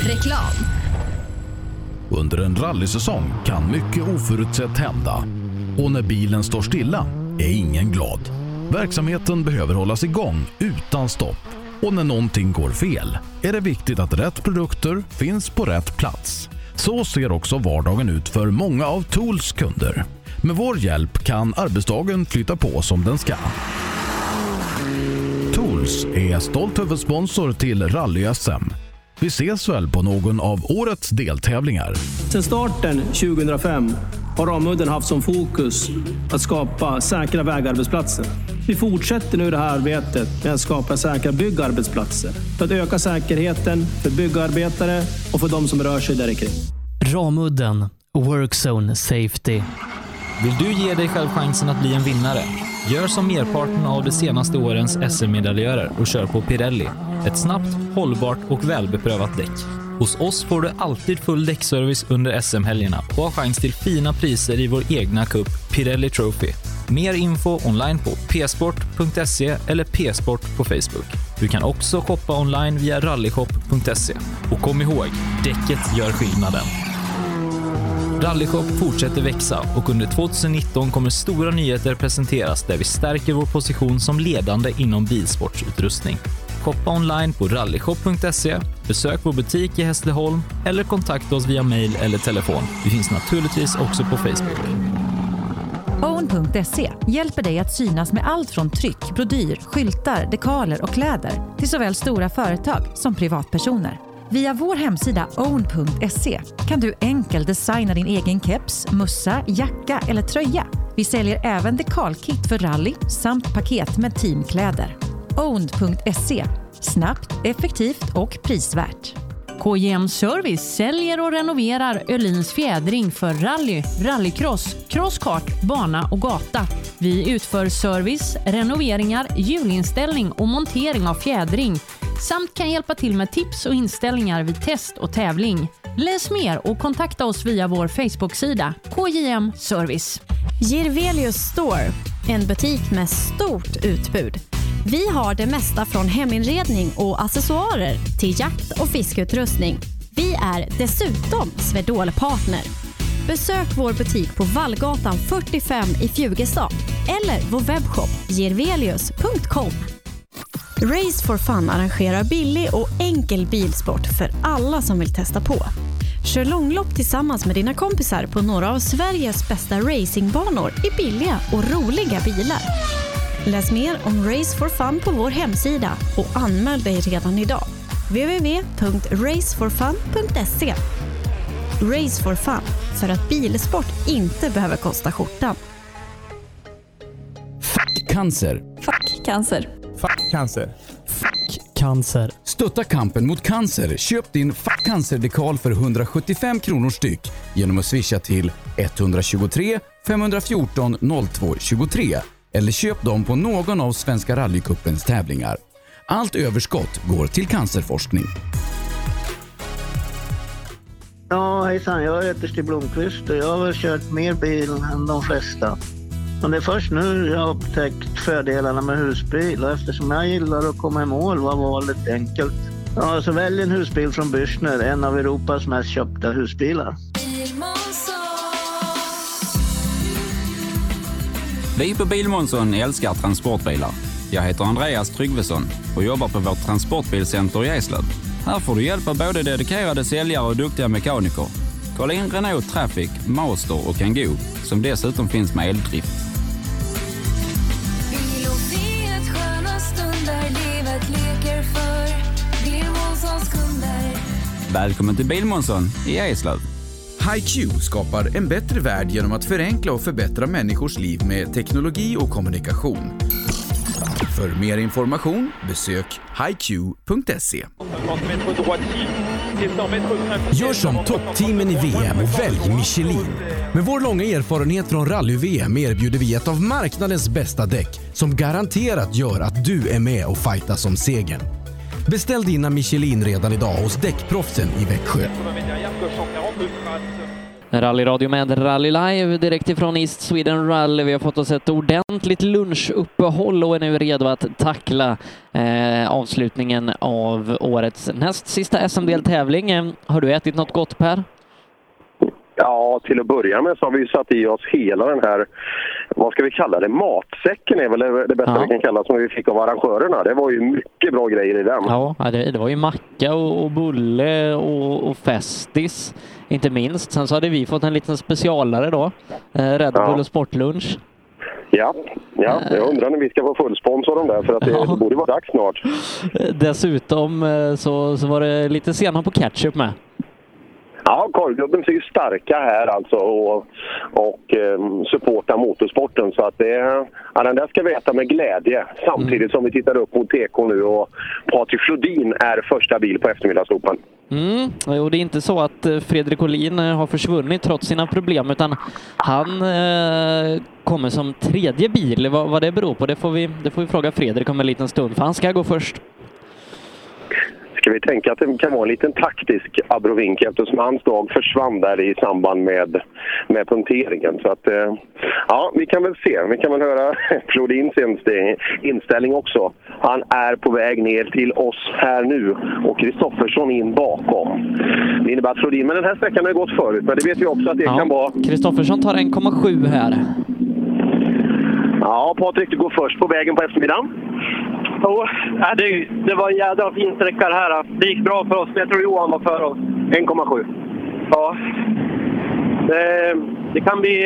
Reklam. Under en rallysäsong kan mycket oförutsett hända. Och när bilen står stilla är ingen glad. Verksamheten behöver hållas igång utan stopp. Och när någonting går fel är det viktigt att rätt produkter finns på rätt plats. Så ser också vardagen ut för många av Tools kunder. Med vår hjälp kan arbetsdagen flytta på som den ska. Tools är stolt huvudsponsor till Rally-SM. Vi ses väl på någon av årets deltävlingar. Sedan starten 2005 har Ramudden haft som fokus att skapa säkra vägarbetsplatser. Vi fortsätter nu det här arbetet med att skapa säkra byggarbetsplatser för att öka säkerheten för byggarbetare och för de som rör sig där kring. Ramudden Workzone Safety. Vill du ge dig själv chansen att bli en vinnare? Gör som merparten av de senaste årens SM-medaljörer och kör på Pirelli. Ett snabbt, hållbart och välbeprövat däck. Hos oss får du alltid full däckservice under SM-helgerna och har chans till fina priser i vår egna cup Pirelli Trophy. Mer info online på psport.se eller psport på Facebook. Du kan också shoppa online via rallyshop.se. Och kom ihåg, däcket gör skillnaden. Rallyshop fortsätter växa och under 2019 kommer stora nyheter presenteras där vi stärker vår position som ledande inom bilsportsutrustning. Shoppa online på rallyshop.se, besök vår butik i Hässleholm eller kontakta oss via mail eller telefon. Vi finns naturligtvis också på Facebook. Own.se hjälper dig att synas med allt från tryck, brodyr, skyltar, dekaler och kläder till såväl stora företag som privatpersoner. Via vår hemsida own.se kan du enkelt designa din egen keps, mussa, jacka eller tröja. Vi säljer även dekalkit för rally samt paket med teamkläder. Own.se. Snabbt, effektivt och prisvärt. KJM Service säljer och renoverar Öhlins fjädring för rally, rallycross, crosskart, bana och gata. Vi utför service, renoveringar, hjulinställning och montering av fjädring samt kan hjälpa till med tips och inställningar vid test och tävling. Läs mer och kontakta oss via vår Facebook-sida KJM Service. Jirvelius Store, en butik med stort utbud. Vi har det mesta från heminredning och accessoarer till jakt- och fiskeutrustning. Vi är dessutom Swedol-partner. Besök vår butik på Vallgatan 45 i Fjugestad eller vår webbshop jirvelius.com. Race for Fun arrangerar billig och enkel bilsport för alla som vill testa på. Kör långlopp tillsammans med dina kompisar på några av Sveriges bästa racingbanor i billiga och roliga bilar. Läs mer om Race for Fun på vår hemsida och anmäl dig redan idag. www.raceforfun.se. Race for Fun, för att bilsport inte behöver kosta skjortan. Fuck cancer. Fuck cancer. Fuck cancer. Fuck cancer. Stötta kampen mot cancer. Köp din Fuck cancer-dekal för 175 kronor styck genom att swisha till 123 514 0223 eller köp dem på någon av Svenska rallycupens tävlingar. Allt överskott går till cancerforskning. Ja, hejsan. Jag heter Stig Blomqvist och jag har kört mer bil än de flesta. Men det är först nu jag har upptäckt fördelarna med husbil, och eftersom jag gillar att komma i mål var valet enkelt. Ja, så välj en husbil från Bürstner, en av Europas mest köpta husbilar. Vi på Bilmånsson älskar transportbilar. Jag heter Andreas Tryggvesson och jobbar på vårt transportbilcenter i Eslöv. Här får du hjälp av både dedikerade säljare och duktiga mekaniker. Kolla in Renault Traffic, Master och Kangoo, som dessutom finns med eldrift. Bil och frihet, sköna stunder, livet leker för Bilmånssons kunder. Välkommen till Bilmånsson i Eslöv. HiQ skapar en bättre värld genom att förenkla och förbättra människors liv med teknologi och kommunikation. För mer information besök hiq.se. Gör som toppteamen i VM och välj Michelin. Med vår långa erfarenhet från rally-VM erbjuder vi ett av marknadens bästa däck som garanterat gör att du är med och fightas om segern. Beställ dina Michelin redan idag hos Däckproffsen i Växjö. Rallyradio med Rally Live direkt ifrån East Sweden Rally. Vi har fått oss ett ordentligt lunchuppehåll och är nu redo att tackla avslutningen av årets näst sista SM-deltävling. Har du ätit något gott, Per? Ja, till att börja med så har vi satt i oss hela den här, vad ska vi kalla det, matsäcken är väl det bästa vi kan kalla som vi fick av arrangörerna. Det var ju mycket bra grejer i den. Ja, det var ju macka och bulle och festis, inte minst. Sen så hade vi fått en liten specialare då, Red Bull och sportlunch. Ja, jag undrar när vi ska få fullsponsor dem där, för att det borde vara dags snart. Dessutom så var det lite senare på ketchup med. Ja, korvgubben ser ju starka här alltså och supportar motorsporten, så att den där ska vi äta med glädje samtidigt som vi tittar upp mot TK nu och Patrik Flodin är första bil på eftermiddagsloppen. Och det är inte så att Fredrik Olin har försvunnit trots sina problem, utan han kommer som tredje bil. Vad det beror på, det får vi fråga Fredrik om en liten stund, för han ska gå först. Ska vi tänka att det kan vara en liten taktisk abrovink eftersom hans dag försvann där i samband med punkteringen. Så att, ja, vi kan väl se. Vi kan väl höra Flodins inställning också. Han är på väg ner till oss här nu och Kristoffersson in bakom. Det innebär att Flodin, men den här sträckan har gått förut, men det vet vi också att det kan vara... Kristoffersson tar 1,7 här. Ja, Patrik, du går först på vägen på eftermiddagen. Det var en jävla fin sträcka här. Det gick bra för oss, men jag tror Johan var för oss. 1,7. Ja. Det kan bli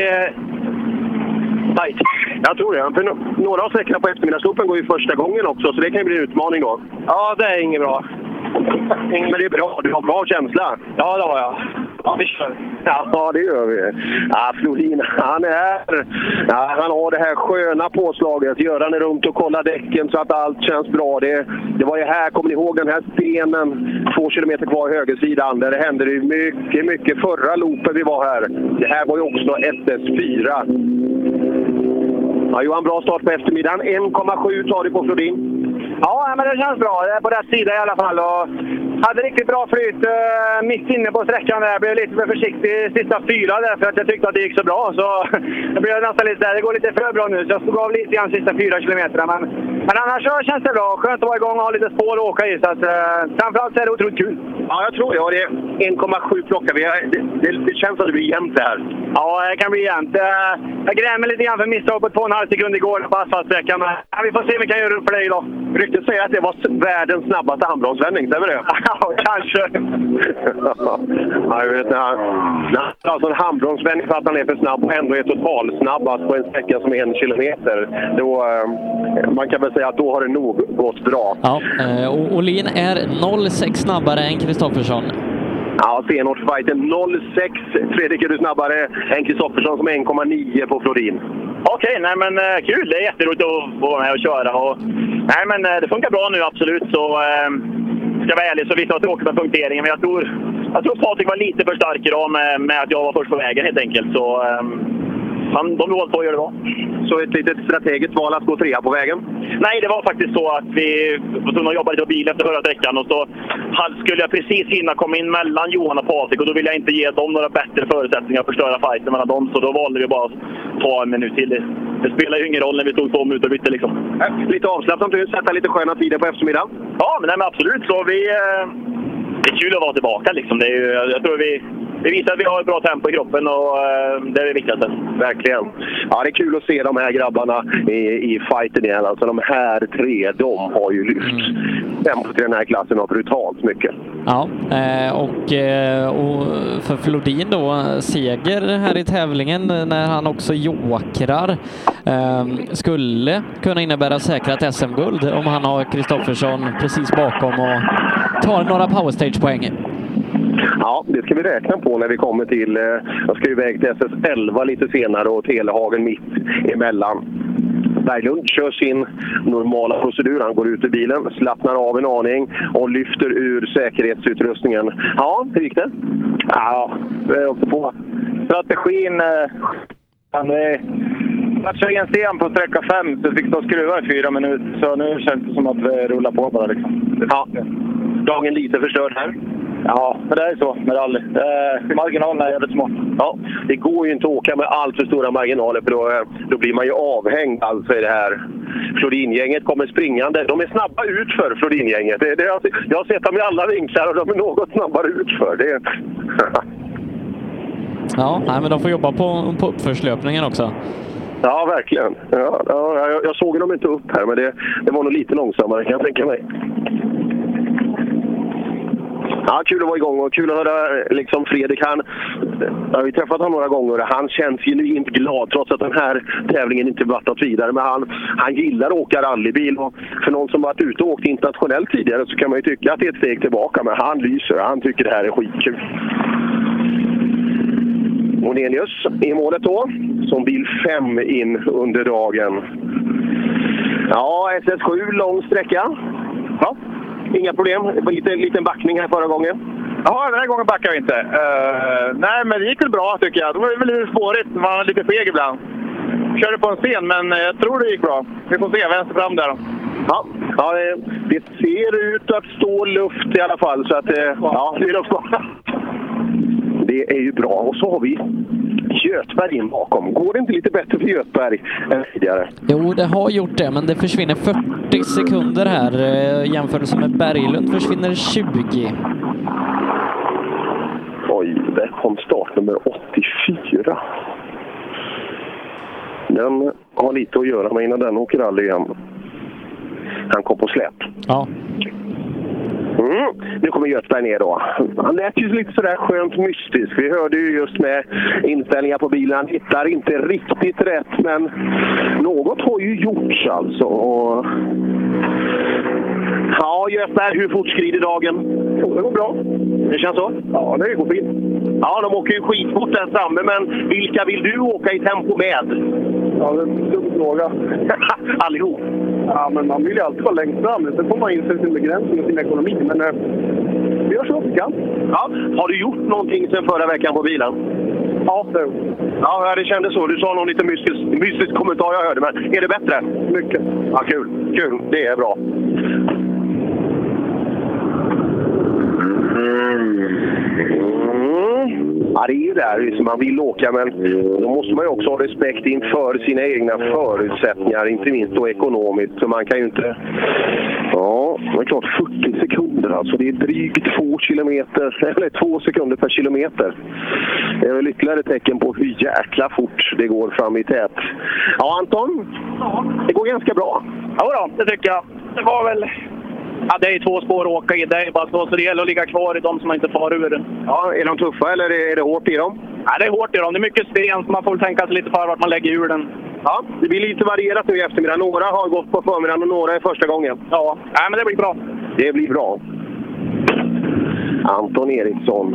tight. Jag tror det. För några av sträckorna på eftermiddagsloppen går ju första gången också, så det kan ju bli en utmaning då. Ja, det är inget bra. Men det är bra. Du har bra känsla. Ja, det har jag. Ja, vi kör. Ja, det gör vi. Ja, Flodin, han har det här sköna påslaget. Göran är runt och kollar däcken så att allt känns bra. Det var ju här, kommer ni ihåg den här stenen 2 kilometer kvar i högersidan? Där det hände ju mycket förra lopen vi var här. Det här var ju också SS4. Ja, Johan, bra start på eftermiddagen. 1,7 tar du på Flodin. Ja, men det känns bra. Det är på rätt sida i alla fall. Och hade riktigt bra flyt mitt inne på sträckan där. Jag blev lite för försiktig i sista 4 där för att jag tyckte att det gick så bra. Så jag blev nästan lite där. Det går lite för bra nu, så jag stod av lite grann sista 4 kilometerna. Men annars så känns det bra. Skönt att vara igång och ha lite spår att åka i. Så att, framförallt så är det otroligt kul. Ja, jag tror det är 1,7 plockar vi. Det känns att det blir jämnt det här. Ja, det kan bli jämnt. Jag grämer lite grann för misstag på 2,5 sekunder igår på asfaltsträckan. Men vi får se om vi kan göra det för dig då. Ryktet säger att det var världens snabbaste handbromsvändning, stämmer det? Ja, kanske. Ja, jag vet när alltså en handbromsvändning för att han är för snabb och ändå är totalsnabbast på en sträcka som är 1 kilometer. Då, man kan väl säga att då har det nog gått bra. Ja, och Olin är 0,6 snabbare än Kristoffersson. Ja, stenhårdsfighten 0,6. Fredrik, är du snabbare än Kristoffersson som är 1,9 på Flodin. Okej, nej men kul. Det är jätteroligt att få vara med och köra. Nej men det funkar bra nu, absolut. Så ska jag vara ärlig så visste jag tråkigt med punkteringen. Men jag tror Patrik var lite för stark idag med att jag var först på vägen helt enkelt. Så de låg på att göra det bra. Så ett litet strategiskt val att gå 3 på vägen? Nej, det var faktiskt så att vi var tvungna att jobba lite på bil efter förra sträckan. Och så skulle jag precis hinna komma in mellan Johan och Patrik. Och då ville jag inte ge dem några bättre förutsättningar att förstöra fighten mellan dem. Så då valde vi bara att ta en minut till. Det spelar ju ingen roll när vi tog 2 minuter bytte liksom. Lite avslappnat nu, sätta lite sköna tider på eftermiddagen? Ja, men absolut. Så det är kul att vara tillbaka liksom. Det är ju, jag tror vi visar att vi har ett bra tempo i kroppen och det är det viktigaste. Verkligen. Ja, det är kul att se de här grabbarna i fighten igen. Alltså de här 3, de har ju lyft tempot i den här klassen har brutalt mycket. Ja, och för Flodin då, seger här i tävlingen när han också jokrar skulle kunna innebära säkrat SM-guld om han har Kristoffersson precis bakom och tar några powerstage-poäng. Ja, det ska vi räkna på när vi kommer till, jag ska iväg till SS11 lite senare och Telehagen mitt emellan. Berglund kör sin normala procedur. Han går ut ur bilen, slappnar av en aning och lyfter ur säkerhetsutrustningen. Ja, hur gick det? Ja, det är också på strategin. Jag kör en sten på sträcka 5 så fick de skruva i 4 minuter. Så nu känns det som att vi rullar på bara liksom. Ja, dagen lite förstörd här. Ja, men det är så med rally. Marginalerna är jävligt små. Ja, det går ju inte att åka med allt för stora marginaler för då blir man ju avhängd alltså i det här. Flodin-gänget kommer springande. De är snabba utför, Flodin-gänget. Jag har sett dem i alla vinklar och de är något snabbare utför. Ja, nej, men de får jobba på uppförslöpningen också. Ja, verkligen. Ja, jag såg dem inte upp här, men det var nog lite långsammare kan jag tänka mig. Ja, kul att vara igång och kul att höra liksom Fredrik. Jag har ju träffat honom några gånger och han känns genuint glad trots att den här tävlingen inte varit något vidare. Men han gillar att åka rallybil och för någon som varit ute och åkt internationellt tidigare så kan man ju tycka att det är ett steg tillbaka. Men han lyser, han tycker det här är skitkul. Monenius i målet då, som bil 5 in under dagen. Ja, SS7, lång sträcka. Ja, inga problem. Det var liten backning här förra gången. Ja, den här gången backar vi inte. Nej, men det gick väl bra tycker jag. Det var väl lite spårigt, man var lite feg ibland. Körde på en sten, men jag tror det gick bra. Vi får se, vänster fram där då. Ja, det ser ut att stå luft i alla fall. Så att, ja, det är luft. Det är ju bra. Och så har vi Götberg in bakom. Går det inte lite bättre för Götberg än tidigare? Jo, det har gjort det, men det försvinner 40 sekunder här. Jämförelse med Berglund försvinner 20. Oj, där kom startnummer 84. Den har lite att göra med innan den åker rally igen. Han kom på släp. Ja. Nu kommer Götberg ner då. Han lät ju lite sådär skönt mystisk. Vi hörde ju just med inställningar på bilen. Han hittar inte riktigt rätt, men något har ju gjorts alltså. Ja, Götberg, hur fort skrider dagen? Det går bra. Det känns så? Ja, det går fint. Ja, de åker ju skitfort där framme, men vilka vill du åka i tempo med? Ja, det är en stor fråga. Allihop? Ja, men man vill ju alltid vara längst fram. Sen får man inse sin begränsning och sin ekonomi. Men vi gör så vi kan. Ja, har du gjort någonting sen förra veckan på bilen? Ja, det. Ja, det kändes så. Du sa någon lite mystisk kommentar jag hörde. Men är det bättre? Mycket. Ja, kul. Det är bra. Ja, det är ju där som man vill åka, men då måste man ju också ha respekt inför sina egna förutsättningar, inte minst då ekonomiskt. Så man kan ju inte... Ja, det är klart 40 sekunder alltså. Det är drygt 2 kilometer, eller 2 sekunder per kilometer. Det är väl ytterligare tecken på hur jäkla fort det går fram i tät. Ja, Anton? Ja. Det går ganska bra. Ja då, det tycker jag. Det var väl... Ja, det är 2 spår att åka i. Det är bara så det gäller att ligga kvar i de som inte far ur den. Ja, är de tuffa eller är det hårt i dem? Ja, det är hårt i dem. Det är mycket sten så man får tänka sig lite för vart man lägger ur den. Ja, det blir lite varierat nu i eftermiddag. Några har gått på förmiddagen och några är första gången. Ja, men det blir bra. Det blir bra. Anton Eriksson.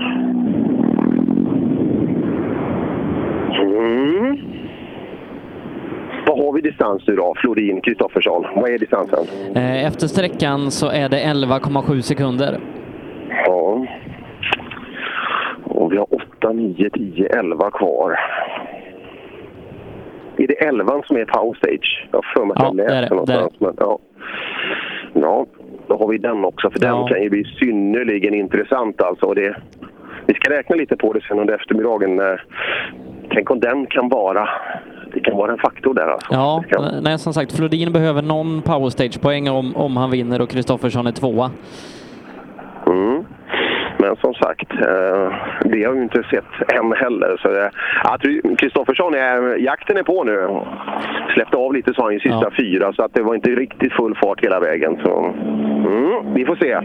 Vad har vi distans nu då? Flodin, Kristoffersson. Vad är distansen? Efter sträckan så är det 11,7 sekunder. Ja. Och vi har 8, 9, 10, 11 kvar. Är det 11 som är power stage? Jag får mig att jag läser någonstans. Men, ja, då har vi den också. För den kan ju bli synnerligen intressant alltså. Vi ska räkna lite på det sen under eftermiddagen. Tänk om den kan vara... Det kan vara en faktor där alltså. Ja, nej, som sagt, Flodin behöver någon powerstage-poäng om han vinner och Kristoffersson är 2. Men som sagt, det har ju inte sett än heller. Så Kristoffersson, jakten är på nu. Släppte av lite så i sista 4, så att det var inte riktigt full fart hela vägen. Så vi får se.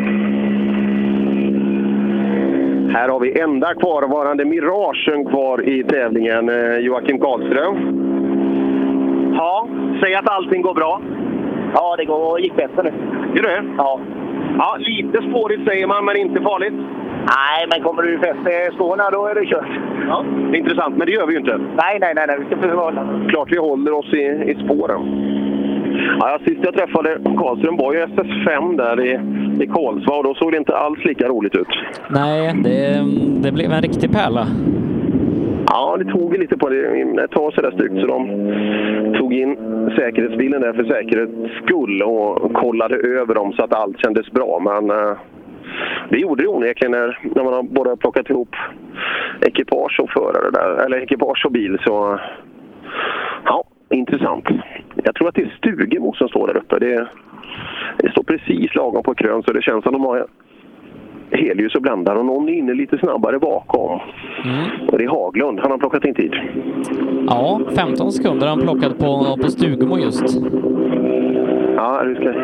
Här har vi enda kvarvarande Miragen kvar i tävlingen, Joakim Karlström. Ja, säg att allting går bra. Ja, det gick bättre nu. Gör det? Ja. Ja, lite spårigt säger man, men inte farligt. Nej, men kommer du fästa i spårna då är det kört. Ja, det är intressant, men det gör vi ju inte. Nej, vi ska försöka hålla. Klart vi håller oss i spåren. Ja, sist jag träffade Karlström var ju SS5 där i Karlsva och då såg det inte alls lika roligt ut. Nej, det blev en riktig pärla. Ja, det tog lite på det ett tag så där styrt, så de tog in säkerhetsbilen där för säkerhets skull och kollade över dem så att allt kändes bra. Men det gjorde det onekligen när man har både plockat ihop ekipage och förare där, eller ekipage och bil. Så ja, intressant. Jag tror att det är Stugemo som står där uppe. Det står precis lagom på krön, så det känns som de har helljus och bländar, och någon är inne lite snabbare bakom. Och det är Haglund, han har plockat in tid. Ja, 15 sekunder har han plockat på Stugemo just. Ja, du ska...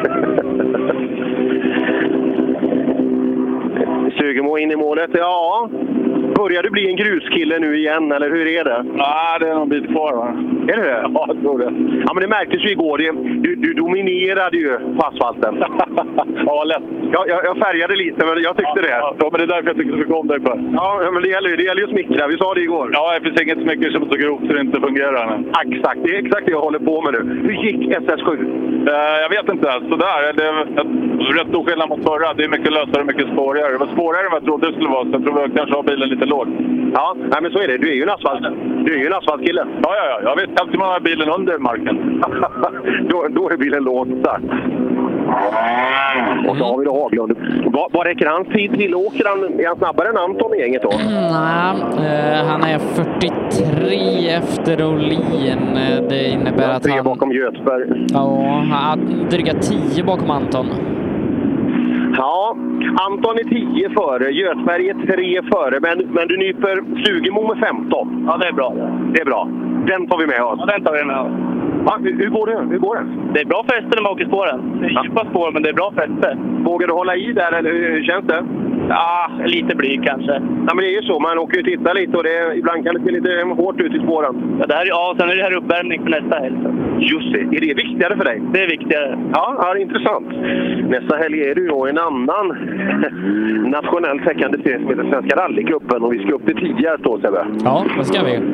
Stugemo in i målet, ja. Börjar du bli en gruskille nu igen, eller hur är det? Nej, det är någon bit kvar, va? Är det? Ja, jag tror det. Ja, men det märktes ju igår. Du dominerade ju på asfalten. Ja, lätt. Jag färgade lite, men jag tyckte det. Ja, men det är därför jag tyckte du fick om dig för. Ja, men det gäller ju att smickra. Vi sa det igår. Ja, det finns inget smicker som är så grovt så det inte fungerar. Exakt, det är exakt det jag håller på med nu. Hur gick SS7? Jag vet inte. Sådär. Det är rätt stor skillnad mot förra. Det är mycket lösare och mycket spårigare. Det var spårigare än vad jag trodde det skulle vara. Så jag tror jag kanske har bilen lite låg. Ja, nej, men så är det. Du är ju en asfaltkille. Ja. Jag vet alltid man har bilen under marken. då är bilen lågt start. Och så har vi då Haglund. Vad räcker hans tid till? Är han snabbare än Anton i gänget då? Nej, han är 43 efter Olin. Det innebär att 3 bakom Göthberg. Ja, dryga 10 bakom Anton. Ja, Anton är 10 före, Göthberg är 3 före, men du nyper Stugemo med 15. Ja, det är bra. Det är bra. Den tar vi med oss. Ja, den tar vi med oss. Ja, hur går det? Det är bra fäste när man åker spåren. Det är djupa spår, men det är bra fäste. Vågar du hålla i där, eller hur känns det? Ja, lite blyg kanske. Ja, men det är ju så. Man åker ju titta lite och ibland kan det se lite hårt ut i spåren. Ja, sen är det här uppvärmning för nästa helg. Just det. Är det viktigare för dig? Det är viktigare. Ja, det är intressant. Nästa helg är det ju då en annan nationell täckande serie som heter Svenska rallycupen, och vi ska upp till 10 här då, Sebbe. Ja, det ska vi.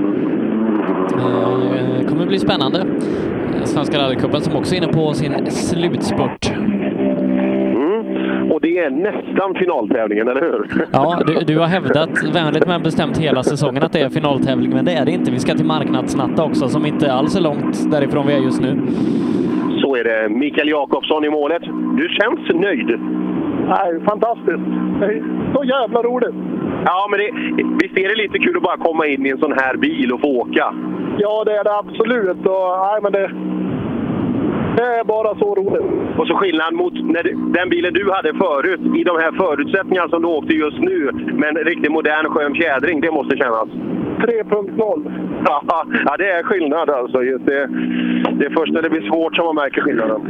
Det kommer bli spännande. Svenska rallycupen som också är inne på sin slutspurt. Och det är nästan finaltävlingen, eller hur? Ja, du har hävdat vänligt men bestämt hela säsongen att det är finaltävling, men det är det inte. Vi ska till Marknadsnatta också, som inte alls är långt därifrån vi är just nu. Så är det. Mikael Jakobsson i målet. Du känns nöjd. Nej, fantastiskt. Det är så jävla roligt. Ja, men visst är det lite kul att bara komma in i en sån här bil och få åka? Ja, det är det absolut. Men det är bara så roligt. Och så skillnad mot den bilen du hade förut, i de här förutsättningarna som du åkte just nu, med en riktigt modern skön fjädring, det måste kännas. 3.0. Ja, det är skillnad alltså. Just det är först när det blir svårt som man märker skillnaden.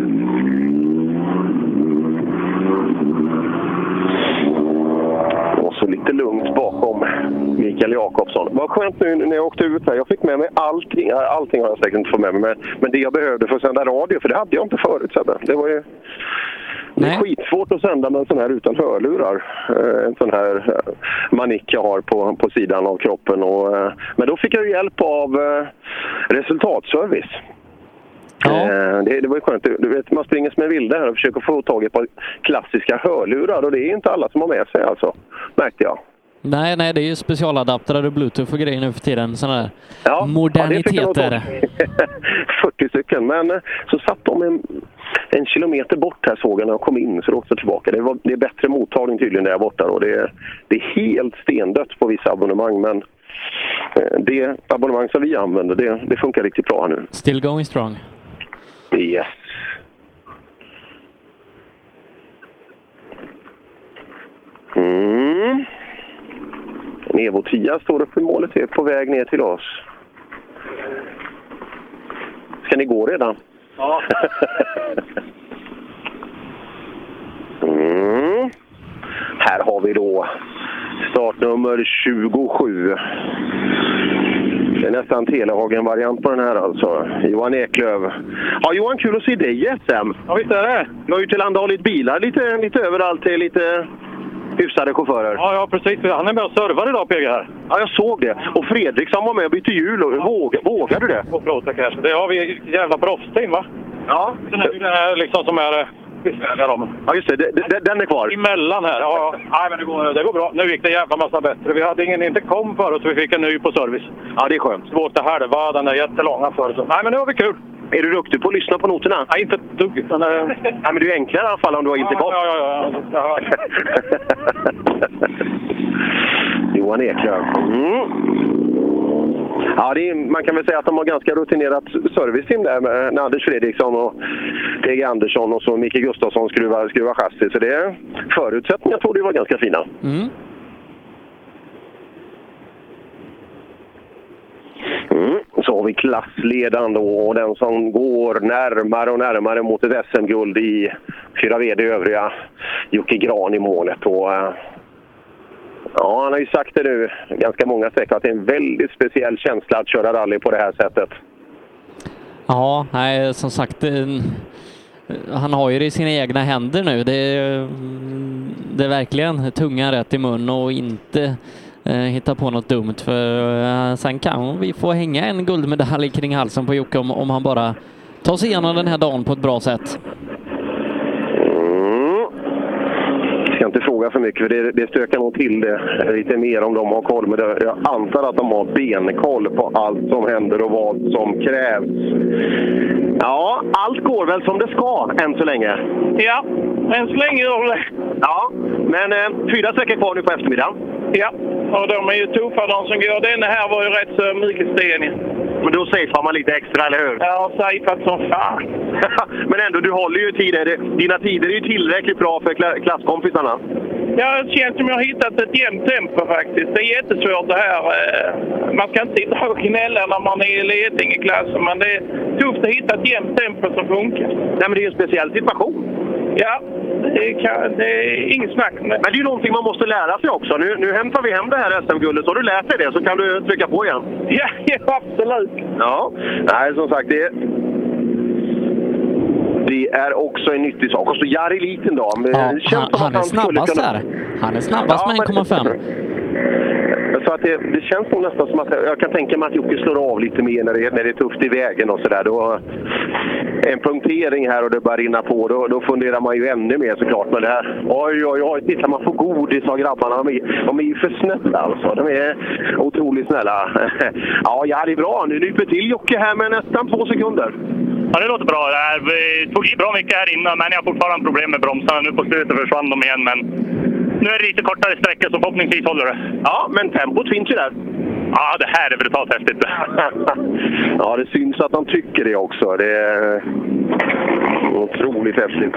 Och så lite lugnt bakom Mikael Jakobsson. Vad skönt nu när jag åkte ut här. Jag fick med mig allting. Allting har jag säkert inte fått med mig. Men det jag behövde för att sända radio, för det hade jag inte förut. Det var ju... Det är skitsvårt att sända med en sån här utan hörlurar. En sån här manick jag har på sidan av kroppen. Men då fick jag hjälp av resultatservice. Ja. Det var ju skönt. Du vet, man springer som en vilde här och försöker få tag i på klassiska hörlurar. Och det är inte alla som har med sig alltså, märkte jag. Nej, det är ju specialadapterade och Bluetooth och grejer nu för tiden. Sådana där moderniteter. 40 stycken. Men så satt de en kilometer bort här, såg jag när jag kom in, så det åkte tillbaka. Det är bättre mottagning tydligen där borta. Och det är helt stendött på vissa abonnemang, men det abonnemang som vi använder, det funkar riktigt bra nu. Still going strong. Yes. En Evo 10 står uppe i målet, är på väg ner till oss. Ska ni gå redan? Ja. Här har vi då startnummer 27. Det är nästan Telehagen-variant på den här alltså. Johan Eklöf. Ja, Johan, kul att se dig i SM. Ja, visst är det. Du har ju tillhandahållit bilar lite överallt till lite hyfsade chaufförer. Ja, precis. Han är med och servar idag, PG här. Ja, jag såg det. Och Fredrik som var med och bytte hjul. Vågar du det? Och Plåta kanske. Det har vi jävla proffsteam, va? Ja. Den här liksom som är... Ja, just det. Den är kvar. Emellan här. Ja. Nej, men det går bra. Nu gick det jävla massa bättre. Vi hade inte förut, så vi fick en ny på service. Ja, det är skönt. Svårt att halva. Den är jättelånga förut. Nej, men nu har vi kul. Är du duktig på att lyssna på noterna? Nej, inte ett dugg. Nej, men det är enklare i alla fall om du har intercom. Ja. Johan Eklöf. Ja, man kan väl säga att de har ganska rutinerat serviceteam där med Anders Fredriksson och P.G. Andersson och så Micke Gustafsson skruva chassi. Så det förutsättningar tror det var ganska fina. Så har vi klassledaren då, och den som går närmare och närmare mot ett SM-guld i 4 VD övriga, Jocke Gran i målet. Och ja, han har ju sagt det nu ganska många säkert att det är en väldigt speciell känsla att köra rally på det här sättet. Ja, nej, som sagt, han har ju det i sina egna händer nu. Det är verkligen tunga rätt i mun och inte hitta på något dumt, för sen kan vi få hänga en guldmedalj kring halsen på Jocke om han bara tar sig igenom den här dagen på ett bra sätt. Jag ska inte fråga för mycket, för det stökar nog till det lite mer om de har koll, men jag antar att de har benkoll på allt som händer och vad som krävs. Ja, allt går väl som det ska än så länge. Ja, än så länge gör det. Ja, men 4 sträckor kvar nu på eftermiddagen. Ja, och de är ju tuffa de som går. Denna här var ju rätt så mycket stenig. Men då safear man lite extra, eller hur? Ja, safeat som fan. Men ändå, du håller ju tider. Dina tider är ju tillräckligt bra för klasskompisarna. Ja, det känns som jag har hittat ett jämnt tempo faktiskt. Det är jättesvårt det här. Man ska inte sitta och gnälla när man är i ledning i klassen, men det är tufft att hitta ett jämnt tempo som funkar. Nej, men det är en speciell situation. Ja, det är inget snack. Men det är ju någonting man måste lära sig också. Nu hämtar vi hem det här SM-guldet. Så har du lärt dig det, så kan du trycka på igen. Ja, absolut. Ja, nej, som sagt, det är också en nyttig sak. Och så Jari Liten då. Ja, han är snabbast där. Han är snabbast med 1,5. Så att det känns nog nästan som att jag kan tänka mig att Jocke slår av lite mer när det är tufft i vägen och sådär. Då en punktering här och det bara rinna på, då funderar man ju ännu mer såklart. Men det här, oj, tittar man på godis av grabbarna, de är ju för snälla alltså. De är otroligt snälla. Ja, det är bra. Nu nyper till Jocke här med nästan 2 sekunder. Ja, det låter bra. Vi tog i bra mycket här innan, men jag har fortfarande problem med bromsarna. Nu på slutet försvann de igen, men nu är det lite kortare sträckor, så förhoppningsvis håller det. Ja, men tempot finns ju där. Ja, det här är brutalt häftigt. Ja, det syns att de tycker det också. Det är otroligt häftigt.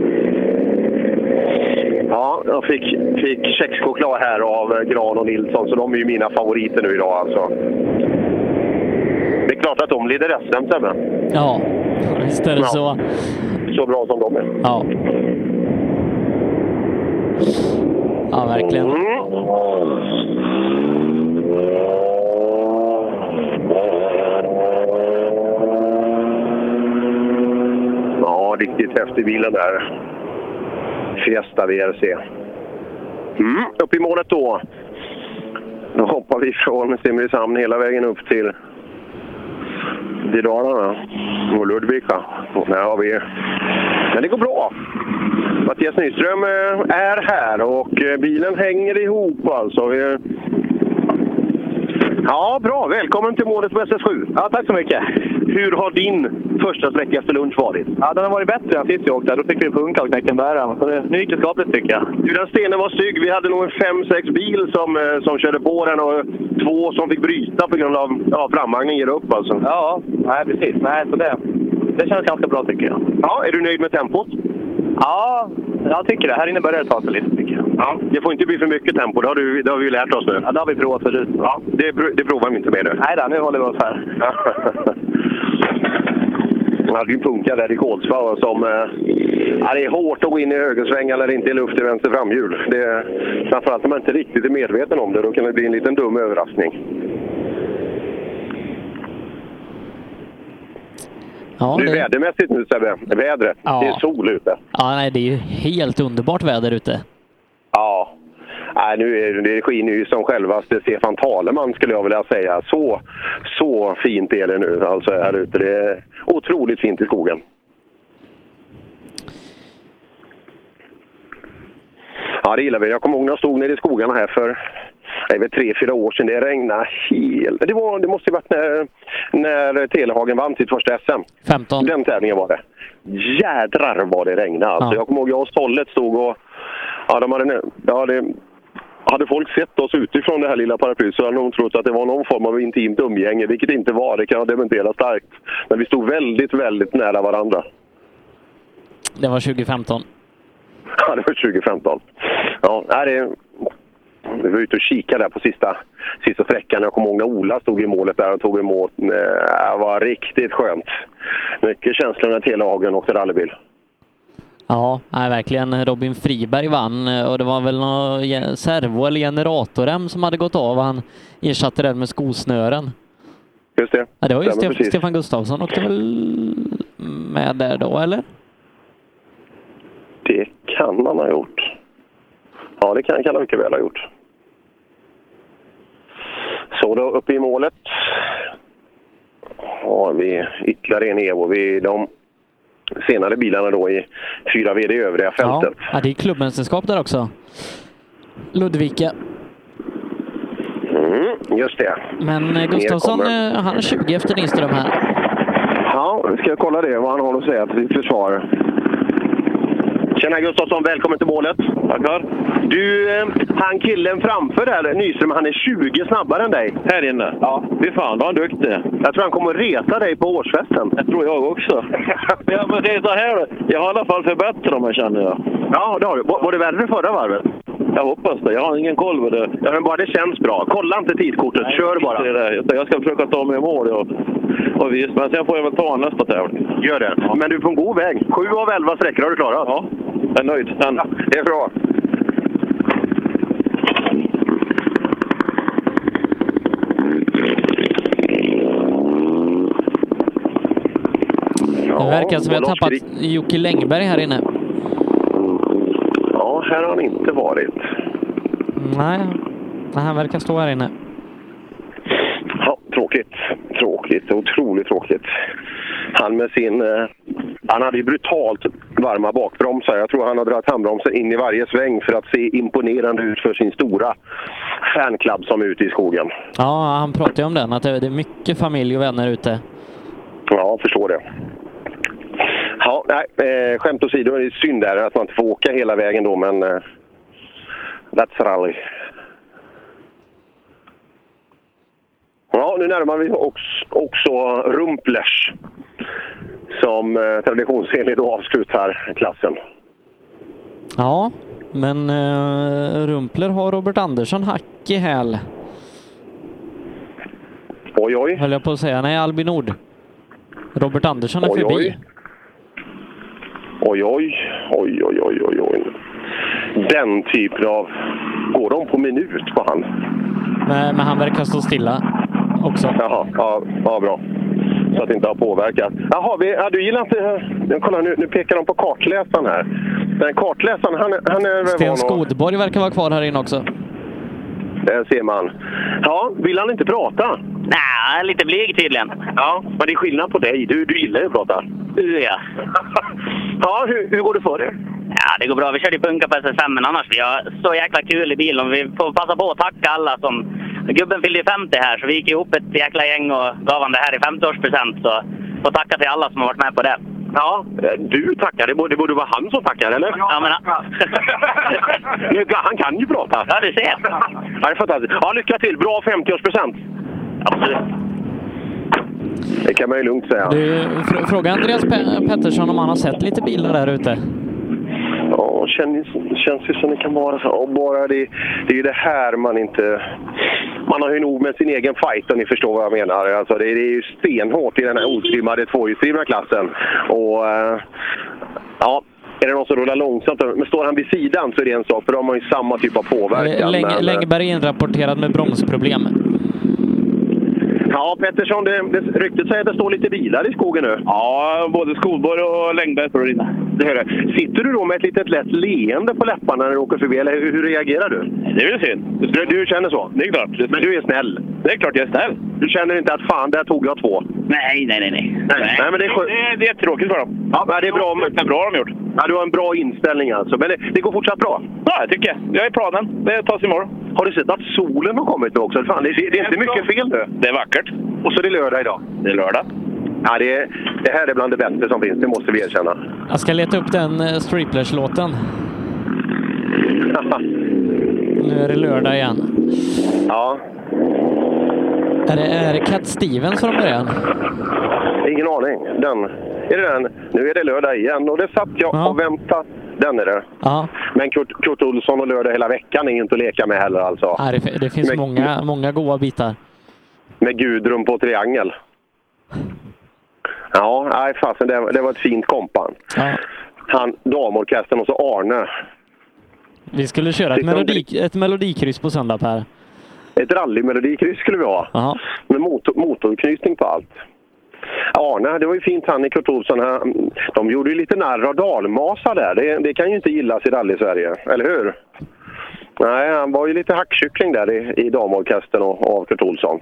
Ja, jag fick kexchoklad här av Gran och Nilsson, så de är ju mina favoriter nu idag alltså. Det är klart att de leder resten, Sebbe. Ja, visst är det så. Så bra som de är. Ja. Ja, verkligen. Ja, riktigt häftig bilen där. Fiesta VRC. Upp i målet då. Då hoppar vi från Simrishamn hela vägen upp till Dalarna och Ludvika. Och där har vi... Men det går bra. Mattias Nyström är här och bilen hänger ihop alltså. Ja, bra. Välkommen till målet på SS7. Ja, tack så mycket. Hur har din första sträcka efter lunch varit? Ja, den har varit bättre än sist jag åkte. Då fick vi punka och knäcka bära. Så nu gick det skapligt tycker jag. Den stenen var stygg. Vi hade nog en 5-6 bil som körde på den och 2 som fick bryta på grund av framvagnen ger upp alltså. Ja, nej precis. Nej, så det känns ganska bra tycker jag. Ja, är du nöjd med tempot? Ja, jag tycker det. Här inne börjar det ta sig lite tycker jag. Ja, det får inte bli för mycket tempo. Det har vi ju lärt oss nu. Ja, det har vi provat förut. Ja, det provar vi inte med nu. Nej då, nu håller vi oss här. Man hade ju punka där i Kolsva som... det är hårt att gå in i högersväng eller inte i luft i vänster framhjul. Framförallt om man inte riktigt är medveten om det. Då kan det bli en liten dum överraskning. Ja, det är vädermässigt nu, Sebbe. Vädret. Ja. Det är sol ute. Ja, nej, det är ju helt underbart väder ute. Ja. Nej, det skiner ju som självaste Stefan Taleman skulle jag vilja säga. Så fint är det nu alltså här ute. Det är otroligt fint i skogen. Ja, det gillar vi. Jag kommer ihåg när jag stod nere i skogarna här för det är väl 3-4 år sedan det regnade helt. Det måste ju varit när Telehagen vann sitt första SM. 15. Den tävlingen var det. Jädrar vad det regnade. Alltså. Jag kommer ihåg, jag och Stollet stod och... Hade folk sett oss utifrån det här lilla paraplyet så hade de trott att det var någon form av intimt umgänge, vilket inte var. Det kan jag dementera starkt. Men vi stod väldigt, väldigt nära varandra. Det var 2015. Ja, det var 2015. Ja, vi var ute och kikade där på sista sträckan. Jag kommer ihåg när Ola stod i målet där och tog emot. Det var riktigt skönt. Mycket känslor när Telehagen åkte rallybil. Ja, verkligen. Robin Friberg vann och det var väl någon servo eller generatorrem som hade gått av. Han ersatte den med skosnören. Just det. Ja, det var ju Stefan Gustafsson åkte väl med där då, eller? Det kan han ha gjort. Ja, det kan han mycket väl ha gjort. Så då uppe i målet har vi ytterligare en Evo. De senare bilarna då i 4VD i övriga fältet. Ja, det är klubbmästerskap där också. Ludvika. Just det. Men Gustafsson, han är 20 efter Nyström här. Ja, ska jag kolla det, vad han har att säga till sitt försvar. Tjena Gustafsson, välkommen till målet. Tackar. Du, han killen framför där, Nyström, han är 20 snabbare än dig. Här inne? Ja. Fy fan, då är han duktig. Jag tror han kommer att reta dig på årsfesten. Det tror jag också. Men det är så här, jag har i alla fall förbättrat mig, känner jag. Ja, det har du. Var det värre förra varvet? Jag hoppas det. Jag har ingen koll på det. Ja, men bara det känns bra. Kolla inte tidkortet. Nej, kör bara. Det. Jag ska försöka ta mig i mål och visa. Men sen får jag väl ta nästa tävling. Gör det. Ja. Men du är på en god väg. 7 av 11 sträckor har du klarat. Ja, jag är nöjd. Ja, det är bra. Det verkar som vi har tappat Jocke Längberg här inne. Ja, här har han inte varit. Nej, han verkar stå här inne. Ja, tråkigt. Otroligt tråkigt. Han med sin... han hade ju brutalt varma bakbromsar. Jag tror han har dragit handbromsen in i varje sväng för att se imponerande ut för sin stora fanclub som är ute i skogen. Ja, han pratade ju om den. Att det är mycket familj och vänner ute. Ja, förstår det. Ja, nej, skämt åsido, det är synd där att man inte får åka hela vägen då, men that's rally. Ja, nu närmar vi också Rumplers som traditionsenligt då avslutar klassen. Ja, men Rumpler har Robert Andersson hack i häl. Oj. Höll jag på att säga. Nej, Albin Nord. Robert Andersson är förbi. Oj. Den typen av... Går de på minut på han? Men han verkar stå stilla också. Jaha, ja, bra. Så att det inte har påverkat. Jaha, du gillar inte... Kolla, nu pekar de på kartläsaren här. Den kartläsaren, han är... Sten Skodborg verkar vara kvar här inne också. Det ser man. Ja, vill han inte prata? Nej, lite blyg tydligen. Ja, men det är skillnad på dig. Du gillar ju att prata. Ja. Ja, hur går det för dig? Ja, det går bra. Vi körde punka på SSM, men annars vi har så jäkla kul i bilen. Vi får passa på att tacka alla som... Gubben fyllde 50 här, så vi gick ihop ett jäkla gäng och gav han det här i 50-årspresent. Så får tacka till alla som har varit med på det. Ja, du tackar. Det borde vara han som tackar, eller? Ja, men... Han kan ju prata. Ja, du ser. Ja, det är fantastiskt. Ja, lycka till. Bra 50-årspresent. Absolut. Det kan man ju lugnt säga. Fråga Andreas Pettersson om han har sett lite bilar där ute. Ja, känns ju som det kan vara så. Och bara det är ju det här man inte... Man har ju nog med sin egen fight, om ni förstår vad jag menar. Alltså det är ju stenhårt i den här otrimmade tvåhjulsdrivna klassen. Och ja, är det någon som rullar långsamt, men står han vid sidan så är det en sak, för då har man ju samma typ av påverkan. Längberg inrapporterad med bromsproblem. Ja, Pettersson, det ryktet säger att det står lite bilar i skogen nu. Ja, både Skolborg och Längberg för inne. Det hör det. Sitter du då med ett litet lätt leende på läpparna när du åker förbi, eller hur reagerar du? Det är väl synd. Du känner så? Det är klart. Men du är snäll? Det är klart jag är snäll. Du känner inte att fan, där tog jag 2? Nej. Nej, men det är tråkigt för dem. Ja, men det är bra. Det är bra de gjort. Ja, du har en bra inställning alltså. Men det går fortsatt bra? Ja, jag tycker jag. Jag är i planen. Det tas imorgon. Har du sett att solen har kommit nu också? Fan, det är inte mycket fel nu. Det är vackert. Och så är det lördag idag. Det är lördag. Ja, det här är bland det bättre som finns, det måste vi erkänna. Jag ska leta upp den Striplers-låten. Nu är det lördag igen. Ja. Är det Cat Stevens från början? Ingen aning. Är det den? Nu är det lördag igen och det satt jag och väntade. Den är det. Ja. Men Kurt Olsson och lördag hela veckan är inte att leka med heller alltså. Ja, det finns många goda bitar. Med Gudrun på triangel. Ja, nej fasen, det var ett fint kompan. Ja. Han, damorkestern och så Arne. Vi skulle köra ett melodikryss på söndag, Per. Ett rallymelodikryss skulle vi ha. Aha. Med motorknytning på allt. Arne, det var ju fint han i Kurt Olsson. De gjorde ju lite narr av dalmasa där. Det kan ju inte gillas i rally-Sverige, eller hur? Nej, han var ju lite hackkyckling där i damorkestern och av Kurt Olsson.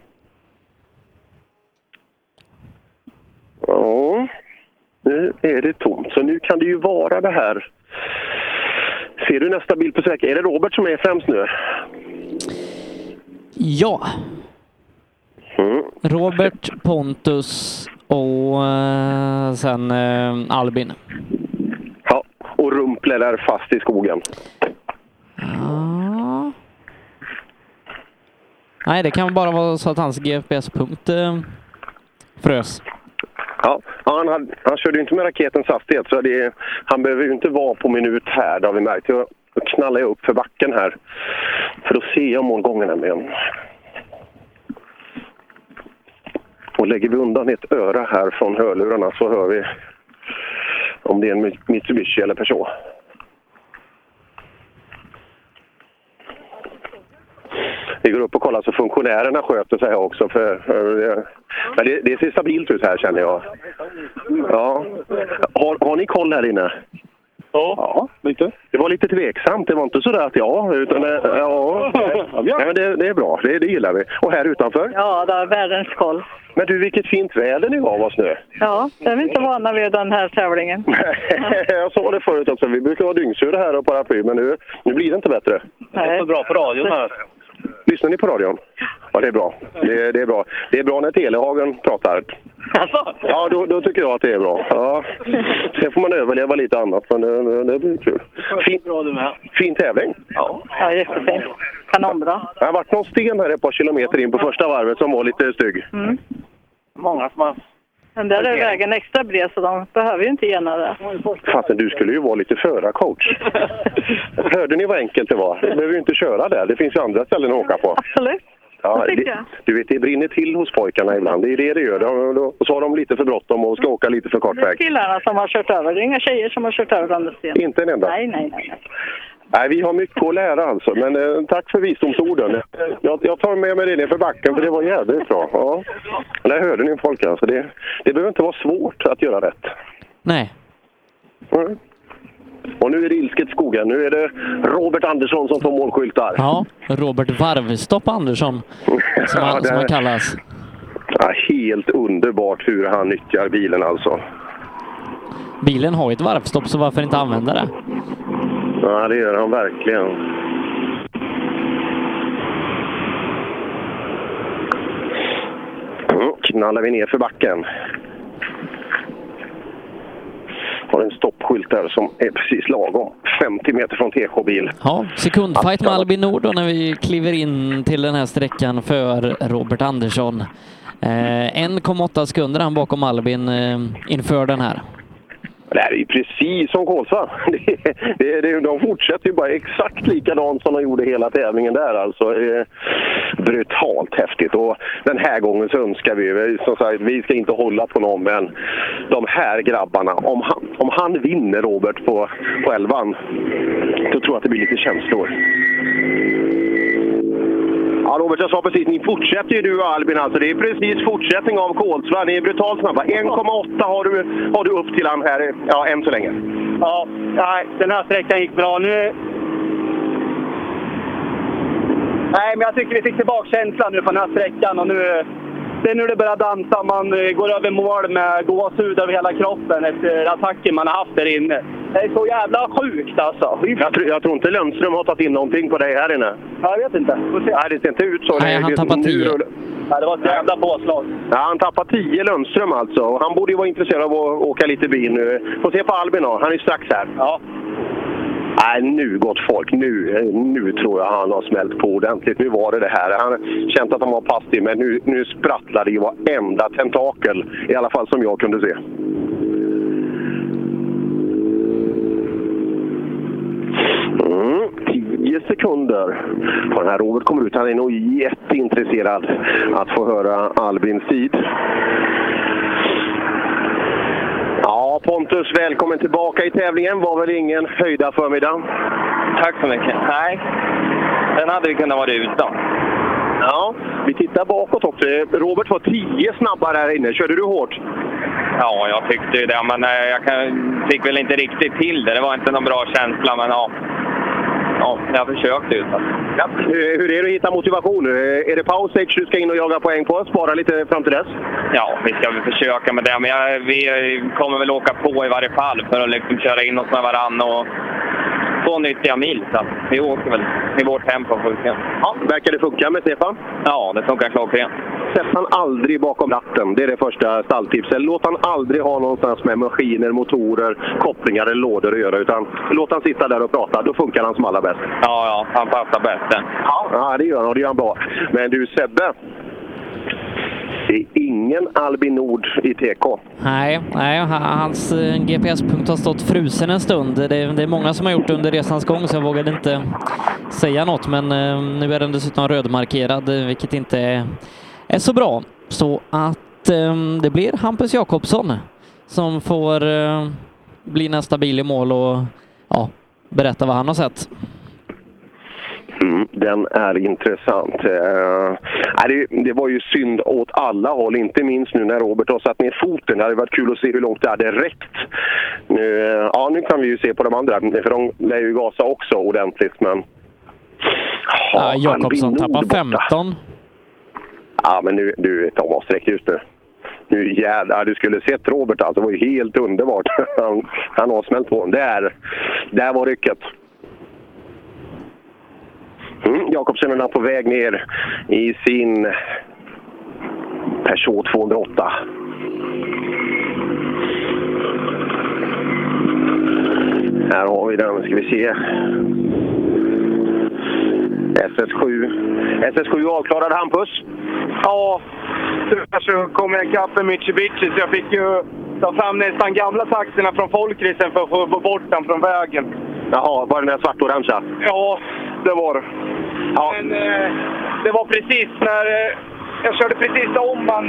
Ja, nu är det tomt. Så nu kan det ju vara det här. Ser du nästa bild på säker? Är det Robert som är främst nu? Ja. Robert, Pontus och sen Albin. Ja, och Rumple där fast i skogen. Ja. Nej, det kan bara vara så att hans GPS-punkt frös. Ja, han körde ju inte med raketens hastighet så han behöver ju inte vara på minut här, det har vi märkt. Jag knallar upp för backen här för att se om målgången nämligen. Och lägger vi undan ett öra här från hörlurarna så hör vi om det är en Mitsubishi eller Peugeot. Vi går upp och kollar så funktionärerna sköter sig också. Men det ser stabilt ut här känner jag. Ja. Har ni koll här inne? Ja, lite. Det var lite tveksamt. Det var inte så där att utan ja. Nej, men det är bra. Det gillar vi. Och här utanför? Ja, det är världens koll. Men du, vilket fint väder ni gav oss nu. Ja, det är vi inte vana vid den här tävlingen. Jag sa det förut också. Vi brukar ha dyngsur här och paraply, men nu blir det inte bättre. Nej. Det är så bra på radion här. Lyssnar ni på radion? Ja, det är bra. Det är bra. Det är bra när Telehagen pratar. Alltså? Ja, då tycker jag att det är bra. Ja. Sen får man överleva lite annat, men det blir kul. Fin tävling. Ja, jättefint. Kanonbra. Det har varit någon sten här ett par kilometer in på första varvet som var lite stygg. Många som har... Men där är vägen extra bred så de behöver ju inte gena det. Fast du skulle ju vara lite förarcoach. Hörde ni vad enkelt det var? Du behöver ju inte köra där. Det finns ju andra ställen att åka på. Absolut. Ja, du vet, det brinner till hos pojkarna ibland. Det är det gör. Och så har de lite för bråttom och ska åka lite för kort väg. Det är killarna som har kört över. Det är inga tjejer som har kört över andra sten. Inte en enda? Nej. Nej, vi har mycket att lära alltså. Men tack för visdomsorden. Jag tar med mig det ner för backen för det var jävligt bra. Ja. Där hörde ni folk alltså. Det behöver inte vara svårt att göra rätt. Nej. Mm. Och nu är det ilsket skogen. Nu är det Robert Andersson som får målskyltar. Ja, Robert Varvstopp Andersson som han kallas. Ja, helt underbart hur han nyttjar bilen alltså. Bilen har ju ett varvstopp så varför inte använda det? Ja, det gör han verkligen. Knallar vi ner för backen. Har en stoppskylt där som är precis lagom. 50 meter från TK-bil. Ja, sekundfight med Albin Nord då när vi kliver in till den här sträckan för Robert Andersson. 1,8 sekunder han bakom Albin inför den här. Det här är ju precis som Kolsva. De fortsätter ju bara exakt likadant som de gjorde hela tävlingen där. Alltså, brutalt häftigt. Och den här gången så önskar vi, som sagt, vi ska inte hålla på någon, men de här grabbarna, om han vinner Robert på 11:an, då tror jag att det blir lite känslor. Ja, Robert, jag sa precis, ni fortsätter ju du och Albin alltså. Det är precis fortsättning av Kolsva. Ni är brutalt snabba. 1,8 har du upp till han här, ja, än så länge. Ja, den här sträckan gick bra. Nej, men jag tycker vi fick tillbaka känslan nu på den här sträckan. Och det är nu det börjar dansa. Man går över mål med gåshud över hela kroppen efter attacken man har haft där inne. Det är så jävla sjukt alltså. Jag tror inte Lundström har tagit in någonting på dig här inne. Jag vet inte. Nej, det ser inte ut så. Nej, han tappar 10. Ja, det var ett jävla påslag. Ja, han tappar 10 Lundström alltså. Han borde ju vara intresserad av att åka lite bil nu. Får se på Albin då. Han är strax här. Ja. Nej, nu gott folk. Nu tror jag han har smält på ordentligt. Nu var det här. Han har känt att han var passiv, men nu sprattlar det i varenda tentakel. I alla fall som jag kunde se. 10 sekunder. Och den här Robert kommer ut. Han är nog jätteintresserad att få höra Albins tid. Ja, Pontus, välkommen tillbaka i tävlingen. Var väl ingen höjda förmiddag? Tack så mycket. Nej, den hade vi kunnat vara utan. Ja, vi tittar bakåt också. Robert var 10 snabbare här inne. Körde du hårt? Ja, jag tyckte det, men jag fick väl inte riktigt till det. Det var inte någon bra känsla, men ja, jag försökte utan. Ja. Hur är det att hitta motivation nu? Är det paus stage du ska in och jaga poäng på? Spara lite fram till dess? Ja, vi ska väl försöka med det, men vi kommer väl åka på i varje fall för att liksom köra in oss med varann och få nyttiga mil. Så vi åker väl i vårt tempo. Ja, verkar det funka med Stefan? Ja, det funkar klockrent. Sätt han aldrig bakom ratten. Det är det första stalltipset. Låt han aldrig ha någonstans med maskiner, motorer, kopplingar eller lådor att göra. Utan låt han sitta där och prata. Då funkar han som allra bäst. Ja, han passar bäst. Ja, det gör han och det gör han bra. Men du Sebbe, det är ingen Albin Nord i TK. Nej, hans GPS-punkt har stått frusen en stund. Det är många som har gjort det under resans gång, så jag vågade inte säga något. Men nu är den dessutom rödmarkerad, vilket inte är så bra. Så att det blir Hampus Jakobsson som får bli nästa bil i mål och berätta vad han har sett. Den är intressant. Det var ju synd åt alla håll, inte minst nu när Robert har satt ner foten. Det hade varit kul att se hur långt det hade räckt. Nu kan vi ju se på de andra, för de lär ju gasa också ordentligt. Men Jakobsson tappar 15. Ja, men nu, de har sträckt ut nu. Nu jävlar, du skulle sett Robert alltså. Det var ju helt underbart. Han har smält på. Där var rycket. Jakobsen är på väg ner i sin Peugeot 208. Här har vi den, ska vi se. SS7 avklarade Hampus. Ja, så kom jag ikapp med Mitsubishi, så jag fick ju ta fram nästan gamla taxerna från folkrisen för att få bort den från vägen. Jaha, var den där svart-orangea? Ja, det var det. Ja. Men det var precis när jag körde precis om man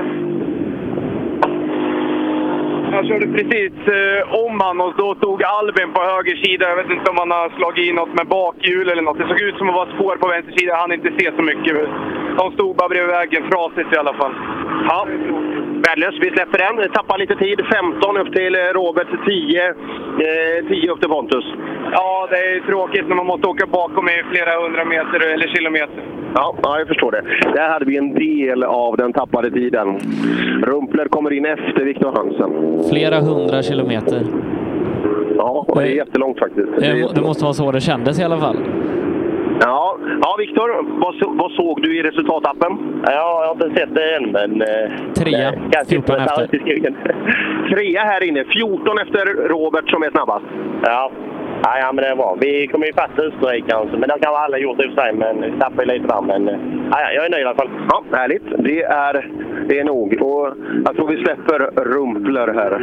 och då tog Albin på höger sida. Jag vet inte om han har slagit in något med bakhjul eller något. Det såg ut som att vara spår på vänster sida. Han inte se så mycket. De stod bara bredvid vägen, trasigt i alla fall. Ja, värdelöst. Vi släpper den. Tappar lite tid. 15 upp till Robert, 10 upp till Pontus. Ja, det är tråkigt när man måste åka bakom i flera hundra meter eller kilometer. Ja, jag förstår det. Där hade vi en del av den tappade tiden. Rumpler kommer in efter Viktor Hansen. Flera 100 kilometer. Ja, och det är jättelångt faktiskt. Det måste vara så det kändes i alla fall. Ja Viktor, vad såg du i resultatappen? Ja, jag har inte sett det än, men... 3, 14 efter. 3 här inne, 14 efter Robert som är snabbast. Ja, men det är bra. Vi kommer ju fatta Österrike, men det kan vara alla gjort i och för sig, men vi tappar ju lite där. Men jag är nöjd i alla fall. Ja, härligt. Det är nog. Och jag tror vi släpper Rumpler här.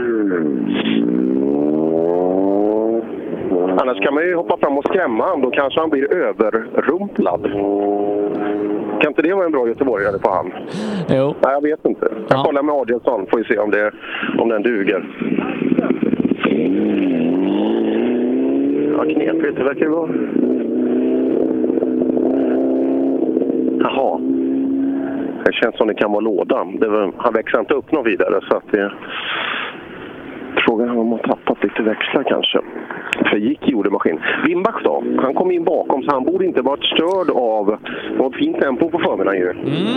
Annars kan man ju hoppa fram och skrämma han. Då kanske han blir överrumplad. Kan inte det vara en bra göteborgare på han? Jo. Nej, jag vet inte. Jag kollar med Adielsson. Får vi se om den duger. Ja, knepigt. Det verkar vara. Jaha. Det känns som det kan vara lådan. Han växer inte upp något vidare, så att det... Frågan är om man har tappat lite växlar kanske. För gjorde maskin. Wimbach då? Han kom in bakom, så han borde inte varit störd av något fint tempo på förmiddagen ju.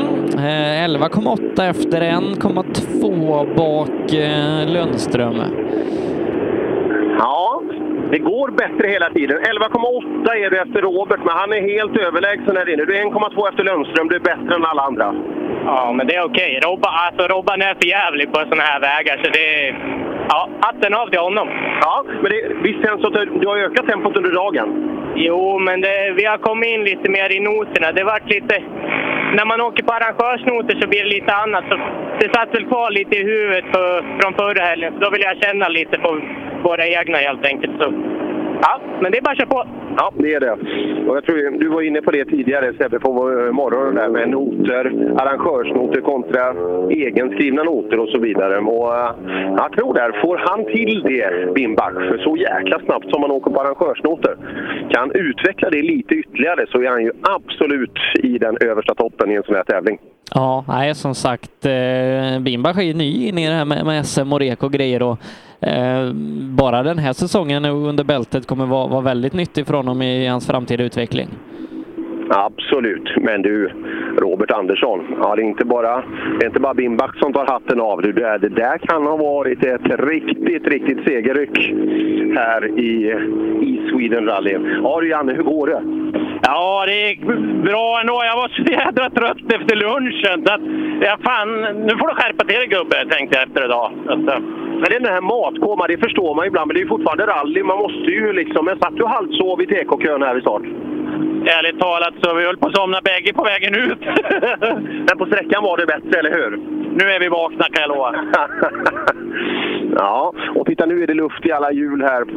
11,8 efter 1,2 bak Lundström. Ja, Det går bättre hela tiden. 11,8 är du efter Robert, men han är helt överlägsen här inne. Du är 1,2 efter Lundström, du är bättre än alla andra. Ja, men det är okej. Robban är för jävlig på såna här vägar, så det är... Ja, hatten av till honom. Ja, men visst känns det att du har ökat tempot under dagen? Jo, men vi har kommit in lite mer i noterna. Det var lite... När man åker på arrangörsnoter så blir det lite annat. Så det satt väl kvar lite i huvudet från förra helgen. Så då vill jag känna lite på våra egna helt enkelt. Så. Ja, men det är bara att köra på. Ja, det är det. Och jag tror du var inne på det tidigare, Sebbe, på morgonen där med noter, arrangörsnoter kontra egenskrivna noter och så vidare. Och jag tror där, får han till det, Bimbach, för så jäkla snabbt som man åker på arrangörsnoter, kan utveckla det lite ytterligare, så är han ju absolut i den översta toppen i en sån här tävling. Ja, nej, som sagt, Bimbach är ju ny in i det här med SM och rek och grejer, och bara den här säsongen under bältet kommer vara väldigt nyttig för honom i hans framtida utveckling. Absolut, men du, Robert Andersson, ja, det är inte bara Bimbach som tar hatten av. Det där kan ha varit ett riktigt segerryck här i Sweden Rally. Ja du Janne, hur går det? Ja, det gick bra ändå. Jag var så jädra trött efter lunchen. Så att, nu får du skärpa till dig, gubbe, tänkte jag efter idag. Men det är den här matkoma, det förstår man ibland, men det är fortfarande rally. Man måste ju liksom, men satt du halvsov i TK-kön här vid start? Ärligt talat så vi höll på att somna bägge på vägen ut. Men på sträckan var det bättre, eller hur? Nu är vi vakna, kan jag lova. Ja, och titta, nu är det luft i alla hjul här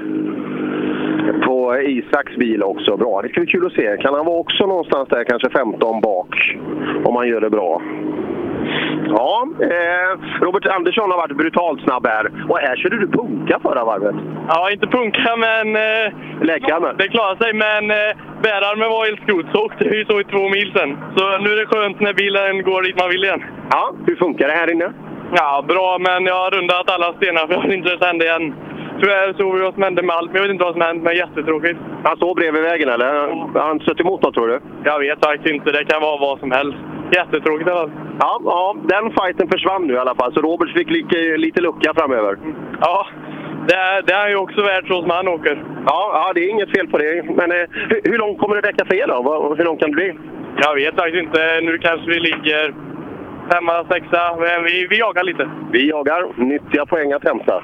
på Isaks bil också. Bra, det ska bli kul att se. Kan han vara också någonstans där, kanske 15 bak, om han gör det bra? Ja, Robert Andersson har varit brutalt snabb här. Och här körde du punka förra varvet. Ja, inte punka, men... läggarmen. Det klarar sig, men bärarmen var helt skrot. Så åkte vi så i 2 mil sen. Så nu är det skönt när bilen går dit man vill igen. Ja, hur funkar det här inne? Ja, bra, men jag har rundat alla stenar för jag har inte sett igen. Tyvärr såg vi vad som hände med allt, men jag vet inte vad som hände, men jättetråkigt. Han står bredvid vägen, eller? Han stött emot då, tror du? Jag vet faktiskt inte, det kan vara vad som helst. Jättetråkigt alltså. Ja, den fighten försvann nu i alla fall, så Robert fick lite lucka framöver. Ja, det är ju också värt så som han åker. Ja, det är inget fel på det. Men hur långt kommer det räcka för er då? Hur långt kan det bli? Jag vet faktiskt inte. Nu kanske vi ligger 5-6, men vi jagar lite. Vi jagar. Nyttiga poäng att hämta.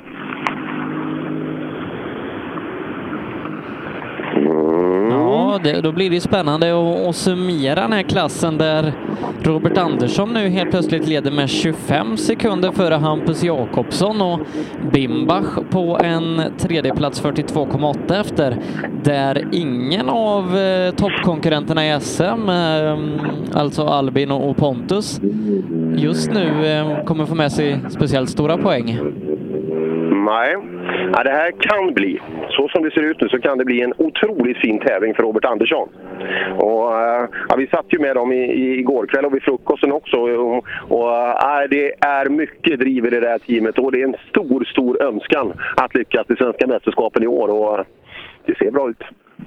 Ja, då blir det spännande att summera den här klassen där Robert Andersson nu helt plötsligt leder med 25 sekunder före Hampus Jakobsson och Bimbach på en tredje plats 42,8 efter, där ingen av toppkonkurrenterna i SM, alltså Albin och Pontus, just nu kommer få med sig speciellt stora poäng. Nej, det här kan bli, så som det ser ut nu, så kan det bli en otroligt fin tävling för Robert Andersson. Och vi satt ju med dem igår kväll och vid frukosten också. Och det är mycket driv i det där teamet, och det är en stor önskan att lyckas i svenska mästerskapen i år, och det ser bra ut.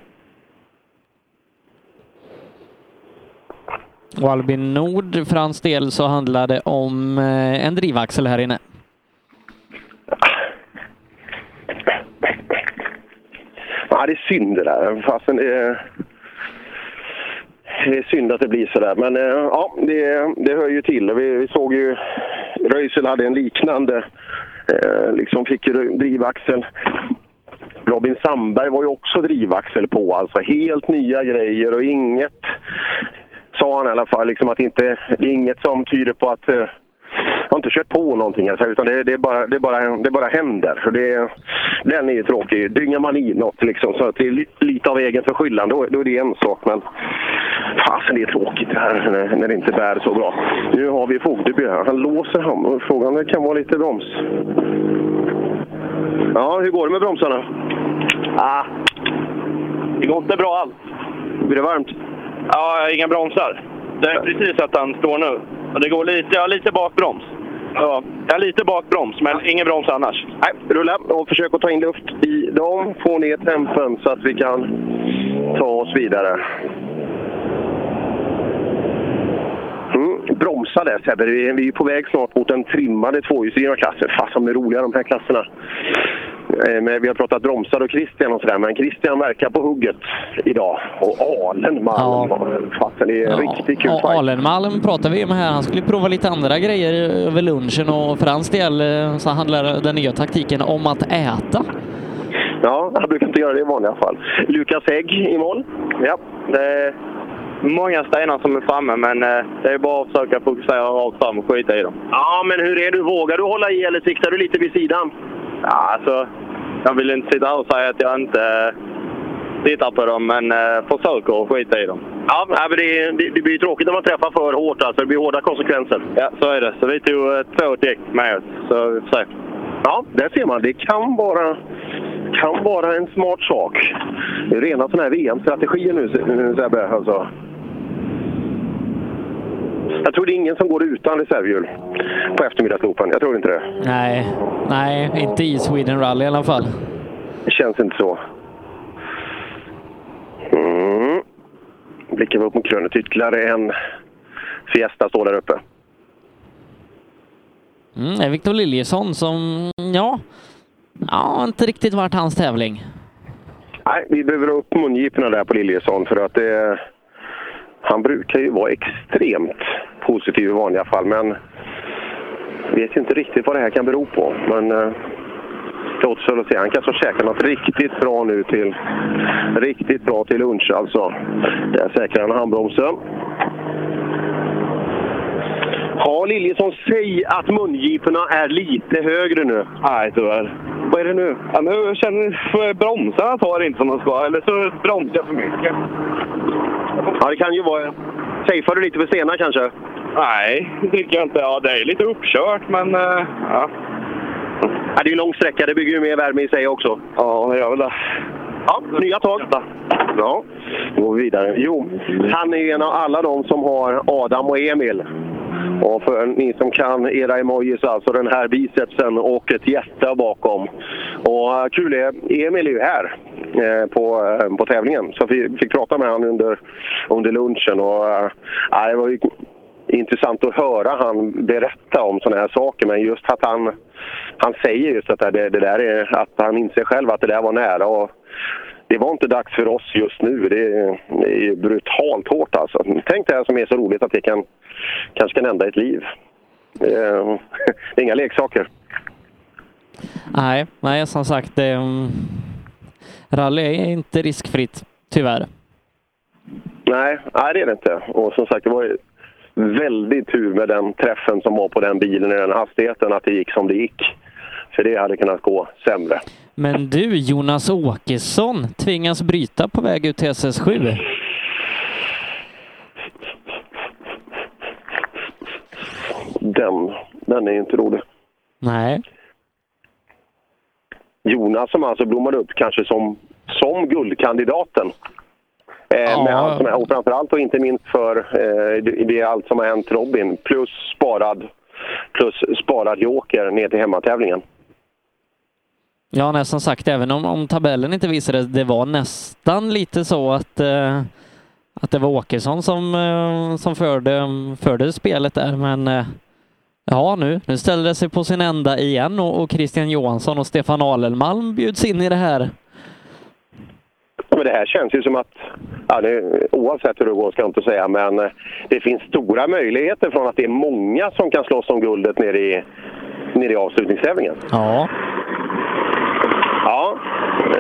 Och Albin Nord, för hans del så handlar det om en drivaxel här inne. Ja, det är synd det där. Fastän det är synd att det blir så där. Men ja, det hör ju till. Vi såg ju Röisel hade en liknande, liksom fick ju drivaxel. Robin Sandberg var ju också drivaxel på. Alltså helt nya grejer och inget, sa han i alla fall, liksom att det är inget som tyder på att jag har inte kört på någonting, alltså, utan det bara händer. Så den är ju tråkig. Dyngar man i något liksom, så att det är lite av egen förskyllan, då är det en sak. Men fasen, det är tråkigt det här när det inte bär så bra. Nu har vi Fogdeby här. Han låser ham och frågan det kan vara lite broms. Ja, hur går det med bromsarna? Det går inte bra alls. Blir det varmt? Ja, inga bromsar. Det är precis att han står nu. Och det går lite bakbroms. Ja, jag har lite bakbroms, men ingen broms annars. Nej, rulla och försök att ta in luft i dem. Få ner tempen så att vi kan ta oss vidare. Bromsa där, Sebbe. Vi är på väg snart mot den trimmade tvåhjulsdrivna klassen. Fast som är roliga de här klasserna. Men vi har pratat bromsar och Christian och sådär, men Christian verkar på hugget idag. Och Alenmalm, fasen, det är riktigt kul fight. Alenmalm pratar vi med här. Han skulle prova lite andra grejer över lunchen och för hans del så handlar den nya taktiken om att äta. Ja, han brukar inte göra det i vanliga fall. Lukas Hägg i mål. Ja, det är många stenar som är framme, men det är bara att försöka fokusera rakt fram och skita i dem. Ja, men hur är du? Vågar du hålla i eller siktar du lite vid sidan? Ja, alltså, jag vill inte sitta här och säga att jag inte tittar på dem, men försöker att skita i dem. Ja, men det blir ju tråkigt när man träffar för hårt, alltså det blir hårda konsekvenser. Ja, så är det. Så vi tog 2 däck med oss, så vi får se. Ja, där ser man. Det kan vara en smart sak. Det är rena sådana här VM-strategier nu Sebbe, alltså. Jag tror det är ingen som går utan reservhjul på eftermiddagsloopen. Jag tror inte det. Nej, inte i Sweden Rally i alla fall. Det känns inte så. Blickar vi upp mot krönet. Ytterligare en Fiesta står där uppe. Det är Victor Liljesson som, ja, inte riktigt varit hans tävling. Nej, vi behöver upp mungiporna där på Liljesson för att han brukar ju vara extremt positiv i vanliga fall, men vet inte riktigt vad det här kan bero på. Men det återstår att se. Han kanske käkar något riktigt bra nu riktigt bra till lunch alltså. Där säkrar han handbromsen. Ja, Liljesson, säg att mungiporna är lite högre nu. Nej, tyvärr. Vad är det nu? Ja, nu känner jag bromsarna tar inte som de ska, eller så bromsar jag för mycket. Ja, det kan ju vara. Safear du lite för sena kanske? Nej, det tycker jag inte. Ja, det är lite uppkört, men ja. Ja, det är ju lång sträcka. Det bygger ju mer värme i sig också. Ja, det gör väl det. Ja, nya tag. Ja, då går vi vidare. Jo, han är ju en av alla de som har Adam och Emil. Och för ni som kan era emojis, alltså den här bicepsen och ett hjärta bakom. Och kul är, Emil är ju här på tävlingen. Så vi fick prata med honom under lunchen. Och det var ju intressant att höra han berätta om sådana här saker. Men just att han säger just att det där är, att han inser själv att det där var nära. Och det var inte dags för oss just nu. Det är brutalt hårt alltså. Tänk det här som är så roligt att det kanske kan ända ett liv. Det är inga leksaker. Nej, som sagt, rally är inte riskfritt, tyvärr. Nej, det är det inte. Och som sagt, det var ju väldigt tur med den träffen som var på den bilen i den hastigheten, att det gick som det gick. För det hade kunnat gå sämre. Men du, Jonas Åkesson tvingas bryta på väg ut till SS7. Den är inte rolig. Nej. Jonas som alltså blommade upp kanske som guldkandidaten. Med allt som är, och framförallt och inte minst för det är allt som har hänt Robin plus sparad joker ner till hemmatävlingen. Ja, nästan sagt, även om tabellen inte visade det var nästan lite så att det var Åkesson som förde spelet där, men ja, nu ställde det sig på sin ända igen och Christian Johansson och Stefan Alenmalm bjuds in i det här. Men det här känns ju som att, oavsett hur det går ska jag inte säga, men det finns stora möjligheter från att det är många som kan slåss om guldet nere i avslutningstävlingen. Ja. Ja.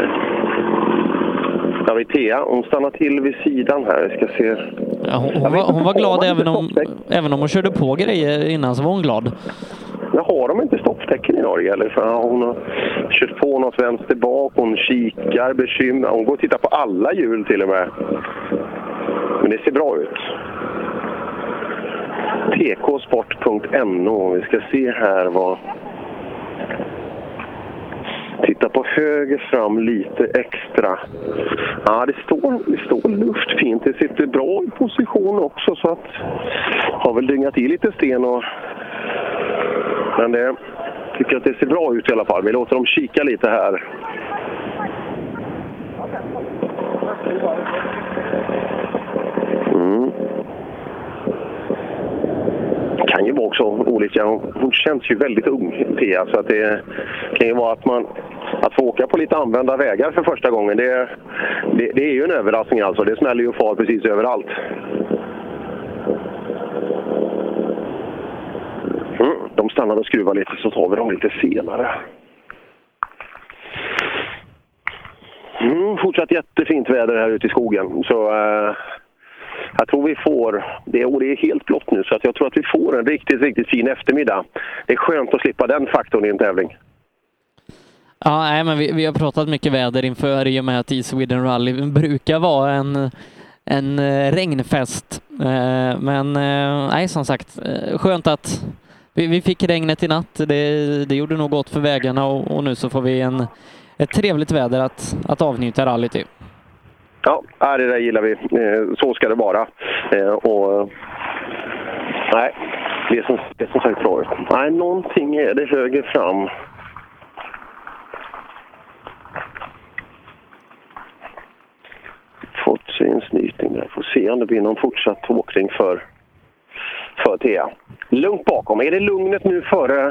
Tea, hon stannar till vid sidan här. Vi ska se. Ja, hon var glad även om hon körde på grejer innan, så var hon glad. Men har de inte stopptecken i Norge? Eller? För hon har kört på något vänster bak, hon kikar, bekymrar. Hon går och tittar på alla hjul till och med. Men det ser bra ut. tksport.no. Vi ska se här vad... Titta på höger fram lite extra. Ja, det står luftfint. Det sitter bra i position också, så att har väl dyngat i lite sten och... Men det tycker att det ser bra ut i alla fall. Vi låter dem kika lite här. Kan ju vara också olika. Hon känns ju väldigt ung, Thea, så att det kan ju vara att få åka på lite använda vägar för första gången. Det är ju en överraskning alltså. Det smäller ju far precis överallt. De stannar och skruvar lite, så tar vi dem lite senare. Fortsatt jättefint väder här ute i skogen. Så jag tror vi får, det är helt blått nu, så att jag tror att vi får en riktigt, riktigt fin eftermiddag. Det är skönt att slippa den faktorn i en tävling. Ja, nej, men vi har pratat mycket väder inför, i och med att i Sweden Rally brukar vara en regnfest. Men nej, som sagt, skönt att vi fick regnet i natt. Det gjorde nog gott för vägarna, och nu så får vi ett trevligt väder att avnjuta rallyt i. Ja, det där gillar vi. Så ska det vara. Nej, det är som sagt bra. Nej, någonting är det höger fram. Fått sig en snyting där. Får se om det blir någon fortsatt åkning för Thea. Lugnt bakom. Är det lugnet nu före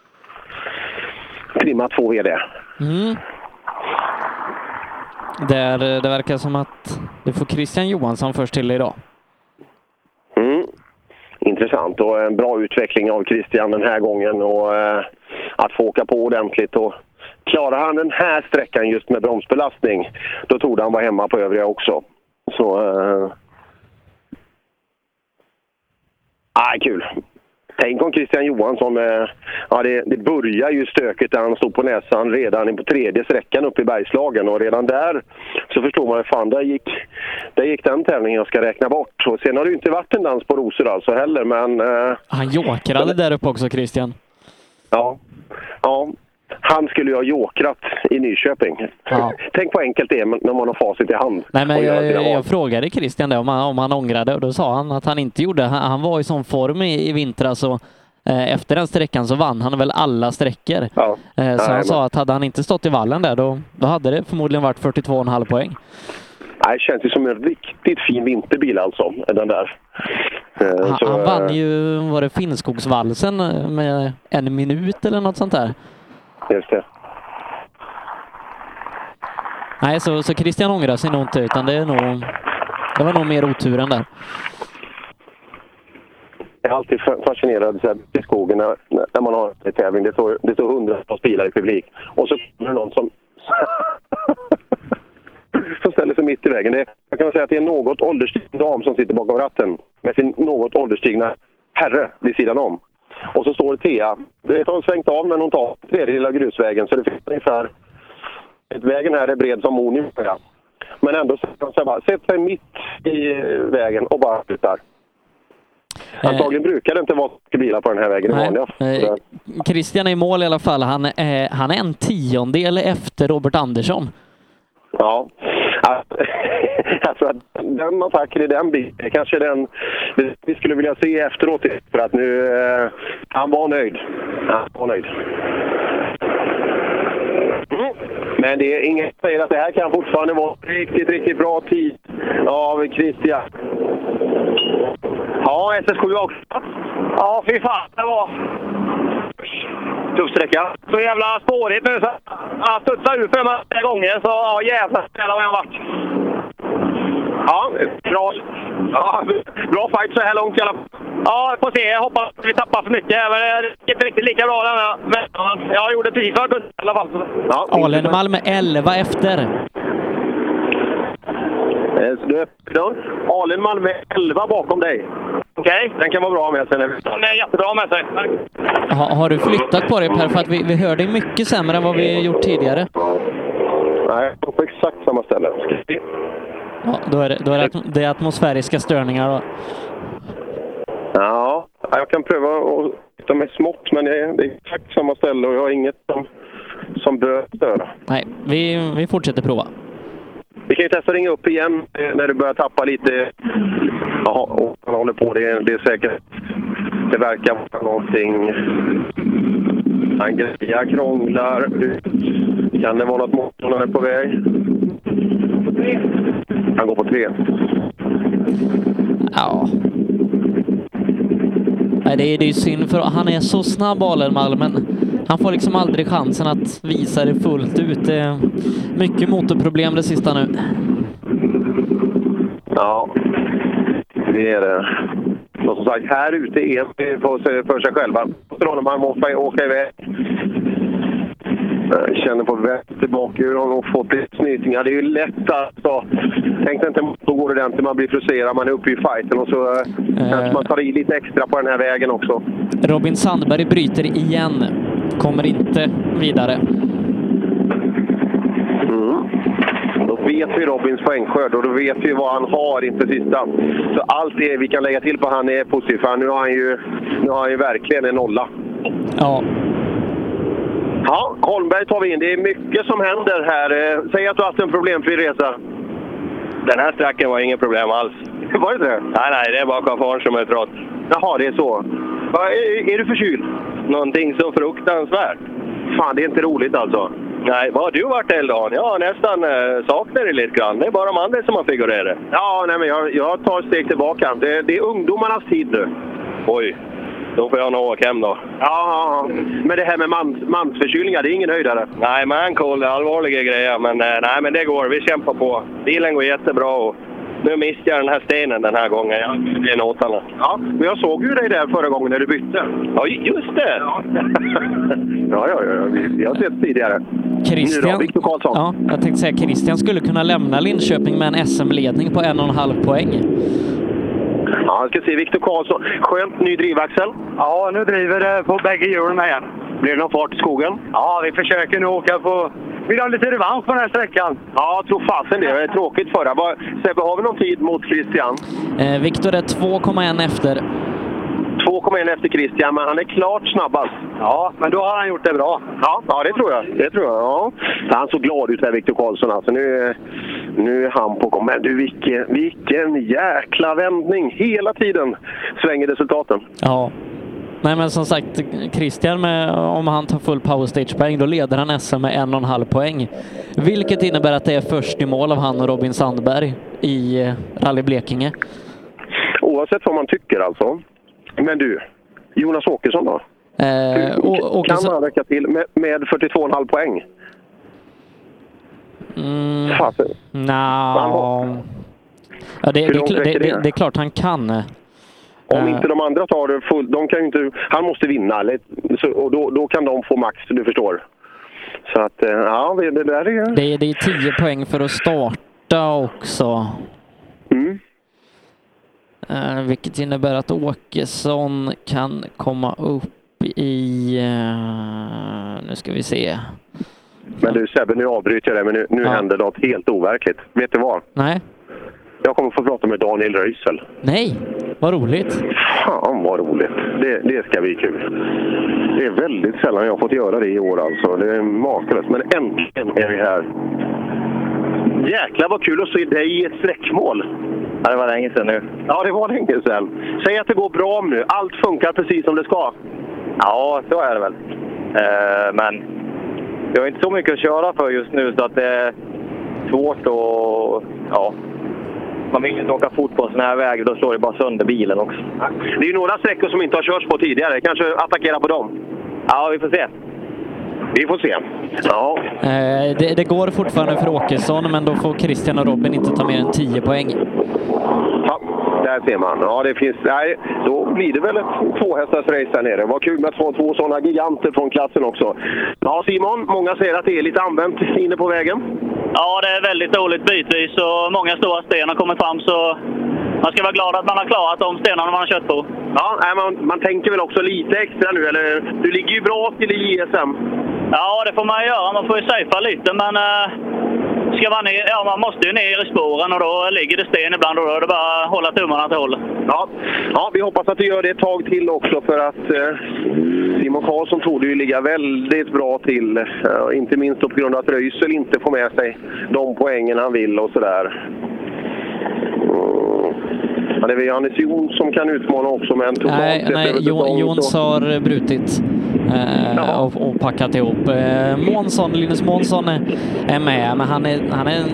Prima 2 VD? Det verkar som att det får Christian Johansson först till idag. Intressant, och en bra utveckling av Christian den här gången, och att få åka på ordentligt. Och klarar han den här sträckan just med bromsbelastning, då tog han vara hemma på övriga också. Så kul. Tänk om Christian Giovansson, det börjar ju stökigt där han stod på näsan redan på tredje sträckan upp i Bergslagen, och redan där så förstår man, fan, där gick den tävlingen jag ska räkna bort. Och sen har det ju inte varit en dans på rosor alltså heller, men han jokrade där uppe också, Christian. Ja. Han skulle ju ha jokrat i Nyköping. Ja. Tänk vad enkelt det är när man har facit i hand. Nej, men jag frågade Christian det, om han ångrade, och då sa han att han inte gjorde. Han var i sån form i vintras, och efter den sträckan så vann han väl alla sträckor. Ja. Så han sa att hade han inte stått i vallen där, då hade det förmodligen varit 42,5 poäng. Nej, det känns ju som en riktigt fin vinterbil alltså, den där. Han vann ju, var det Finnskogsvalsen med 1 minut eller något sånt där. Just det. Nej, så Christian ångrar sig nog inte, utan det var nog mer oturen där. Jag är alltid fascinerad så här, i skogen när man har en tävling. Det står hundratals bilar i publik. Och så kommer det någon som ställer sig mitt i vägen. Jag kan säga att det är något ålderstigen dam som sitter bakom ratten med sin något ålderstigna herre vid sidan om. Och så står Thea. Det har svängt av, men hon tar tredje lilla grusvägen. Så det finns ungefär... Vägen här är bred som Moni. Men ändå så bara sätter sig mitt i vägen och bara slutar. Antagligen brukar det inte vara bilar på den här vägen i vanliga. Christian är i mål i alla fall. Han är 1/10 efter Robert Andersson. Ja. Alltså den attacken i den bilen kanske den vi skulle vilja se efteråt, för att nu han var nöjd. Men det är inget som säger att det här kan fortfarande vara riktigt, riktigt bra tid av Christian. Ja, SS7 också. Ja, fy fan, det var tuff sträcka. Så jävla spårigt nu, så jag studsade ut för mig 3 gånger, så ja, jävlar vad jag varit. Ja, bra fight så här långt i alla fall. Ja, får se. Jag hoppas att vi tappar för mycket. Men det är inte riktigt lika bra den här. Men jag gjorde precis för i alla fall. Ja, Alenmalm 11 efter. Alenmalm 11 bakom dig. Okej. Den kan vara bra med sig. Den är jättebra med sig. Har du flyttat på dig, Per? För att vi hör dig mycket sämre än vad vi gjort tidigare. Nej, på exakt samma ställe. Ja, då är det atmosfäriska störningar då. Ja, jag kan pröva att hitta mig smått, men det är exakt samma ställe och jag har inget som bör störa. Nej, vi fortsätter prova. Vi kan ju testa ringa upp igen när du börjar tappa lite. Jaha, och han håller på. Det är säkert. Det verkar vara någonting. Han grejar, krånglar. Kan det vara något motorn han är på väg? Han går på 3. Ja. Nej, det är synd för han är så snabb, Alenmalm, men han får liksom aldrig chansen att visa det fullt ut. Det är mycket motorproblem det sista nu. Ja, det är det. Och som sagt, här ute är det för sig själva. Man måste åka iväg. Jag känner på väg tillbaka hur han har fått lite snytingar. Det är ju lätt alltså. Tänkte inte så går det ordentligt, man blir frustrerad, man är uppe i fighten och så kanske man tar i lite extra på den här vägen också. Robin Sandberg bryter igen. Kommer inte vidare. Då vet vi Robins poängskörd och då vet vi vad han har inför sista. Så allt det vi kan lägga till på han är positivt. För nu har han ju verkligen en nolla. Ja. Ja, Holmberg tar vi in. Det är mycket som händer här. Säg att du har haft en problemfri resa. Den här sträckan var inget problem alls. Var det det? Nej, det är bara chauffören som är trött. Jaha, det är så. Är du förkyld? Någonting så fruktansvärt. Fan, det är inte roligt alltså. Nej, vad har du varit Eldon? Jag har nästan saknar det lite grann. Det är bara de andra som har figurerat. Ja, nej men jag tar ett steg tillbaka. Det är ungdomarnas tid nu. Oj, då får jag nog åka hem då. Ja, men det här med mansförkylningar, det är ingen höjdare. Nej, mancold är allvarliga grejer. Men nej, men det går. Vi kämpar på. Bilen går jättebra och nu missade jag den här stenen den här gången. Det är nåtarna. Ja, men jag såg ju dig där förra gången när du bytte. Ja, just det! Ja. Vi har sett tidigare. Christian, Victor Karlsson. Ja, jag tänkte säga Christian skulle kunna lämna Linköping med en SM-ledning på 1,5 poäng. Ja, jag ska se Victor Karlsson. Skönt ny drivaxel. Ja, nu driver det på bägge hjulen igen. Blir det någon fart i skogen? Ja, vi försöker nu åka på... Vi har lite revansch på den här sträckan. Ja, jag tror fasen det. Det är tråkigt förra. Sebbe, har vi någon tid mot Christian? Viktor är 2,1 efter. 2,1 efter Christian, men han är klart snabbast. Ja, men då har han gjort det bra. Ja, det tror jag. Ja. Han såg glad ut här, Victor Karlsson. Alltså, nu är han på gång. Men du, vilken jäkla vändning. Hela tiden svänger resultaten. Ja. Nej, men som sagt, Christian, om han tar full power stage-poäng, då leder han SM med 1,5 poäng. Vilket innebär att det är först i mål av han och Robin Sandberg i Rally Blekinge. Oavsett vad man tycker alltså. Men du, Jonas Åkesson då? Kan han räcka till med 42,5 poäng? Ja, det är klart han kan. Om inte de andra tar det fullt, de kan ju inte, han måste vinna och då kan de få max, du förstår. Så att ja, det där är... Det är 10 poäng för att starta också. Vilket innebär att Åkesson kan komma upp i... nu ska vi se. Men du Sebbe, nu avbryter jag det, men nu händer något helt overkligt. Vet du vad? Nej. Jag kommer få prata med Daniel Röisel. Nej, vad roligt. Fan vad roligt. Det ska bli kul. Det är väldigt sällan jag har fått göra det i år alltså. Det är makalöst. Men äntligen är vi här. Jäklar vad kul att se dig i ett sträckmål. Ja, det var länge sedan nu. Ja, det var länge sedan. Säg att det går bra nu. Allt funkar precis som det ska. Ja, så är det väl. Men jag har inte så mycket att köra för just nu så att det är svårt att... Ja. Man vill inte åka fort på en sån här väg, då slår det bara sönder bilen också. Det är ju några sträckor som inte har körts på tidigare. Kanske attackera på dem? Ja, vi får se. Vi får se. Ja. Det går fortfarande för Åkesson, men då får Christian och Robin inte ta mer än 10 poäng. Ja, där ser man. Ja, det finns... Nej, då blir det väl ett tvåhästarsrace där nere. Vad kul med att få två sådana giganter från klassen också. Ja, Simon, många säger att det är lite använt inne på vägen. Ja, det är väldigt dåligt bitvis och många stora sten har kommit fram, så man ska vara glad att man har klarat de stenarna man har kört på. Ja, man tänker väl också lite extra nu, eller? Du ligger ju bra till i JSM. Ja, det får man göra. Man får ju safea lite, men ska man ner, ja, man måste ju ner i spåren och då ligger det sten ibland och då är det bara att hålla tummarna till håll. Ja, vi hoppas att du gör det ett tag till också, för att Simon Karlsson trodde ju ligga väldigt bra till. Inte minst på grund av att Röisel inte får med sig de poängen han vill och sådär. Ja, det är Johannes Jons som kan utmana också, men nej, Jons har brutit och packat ihop. Linus Månsson är med, men han är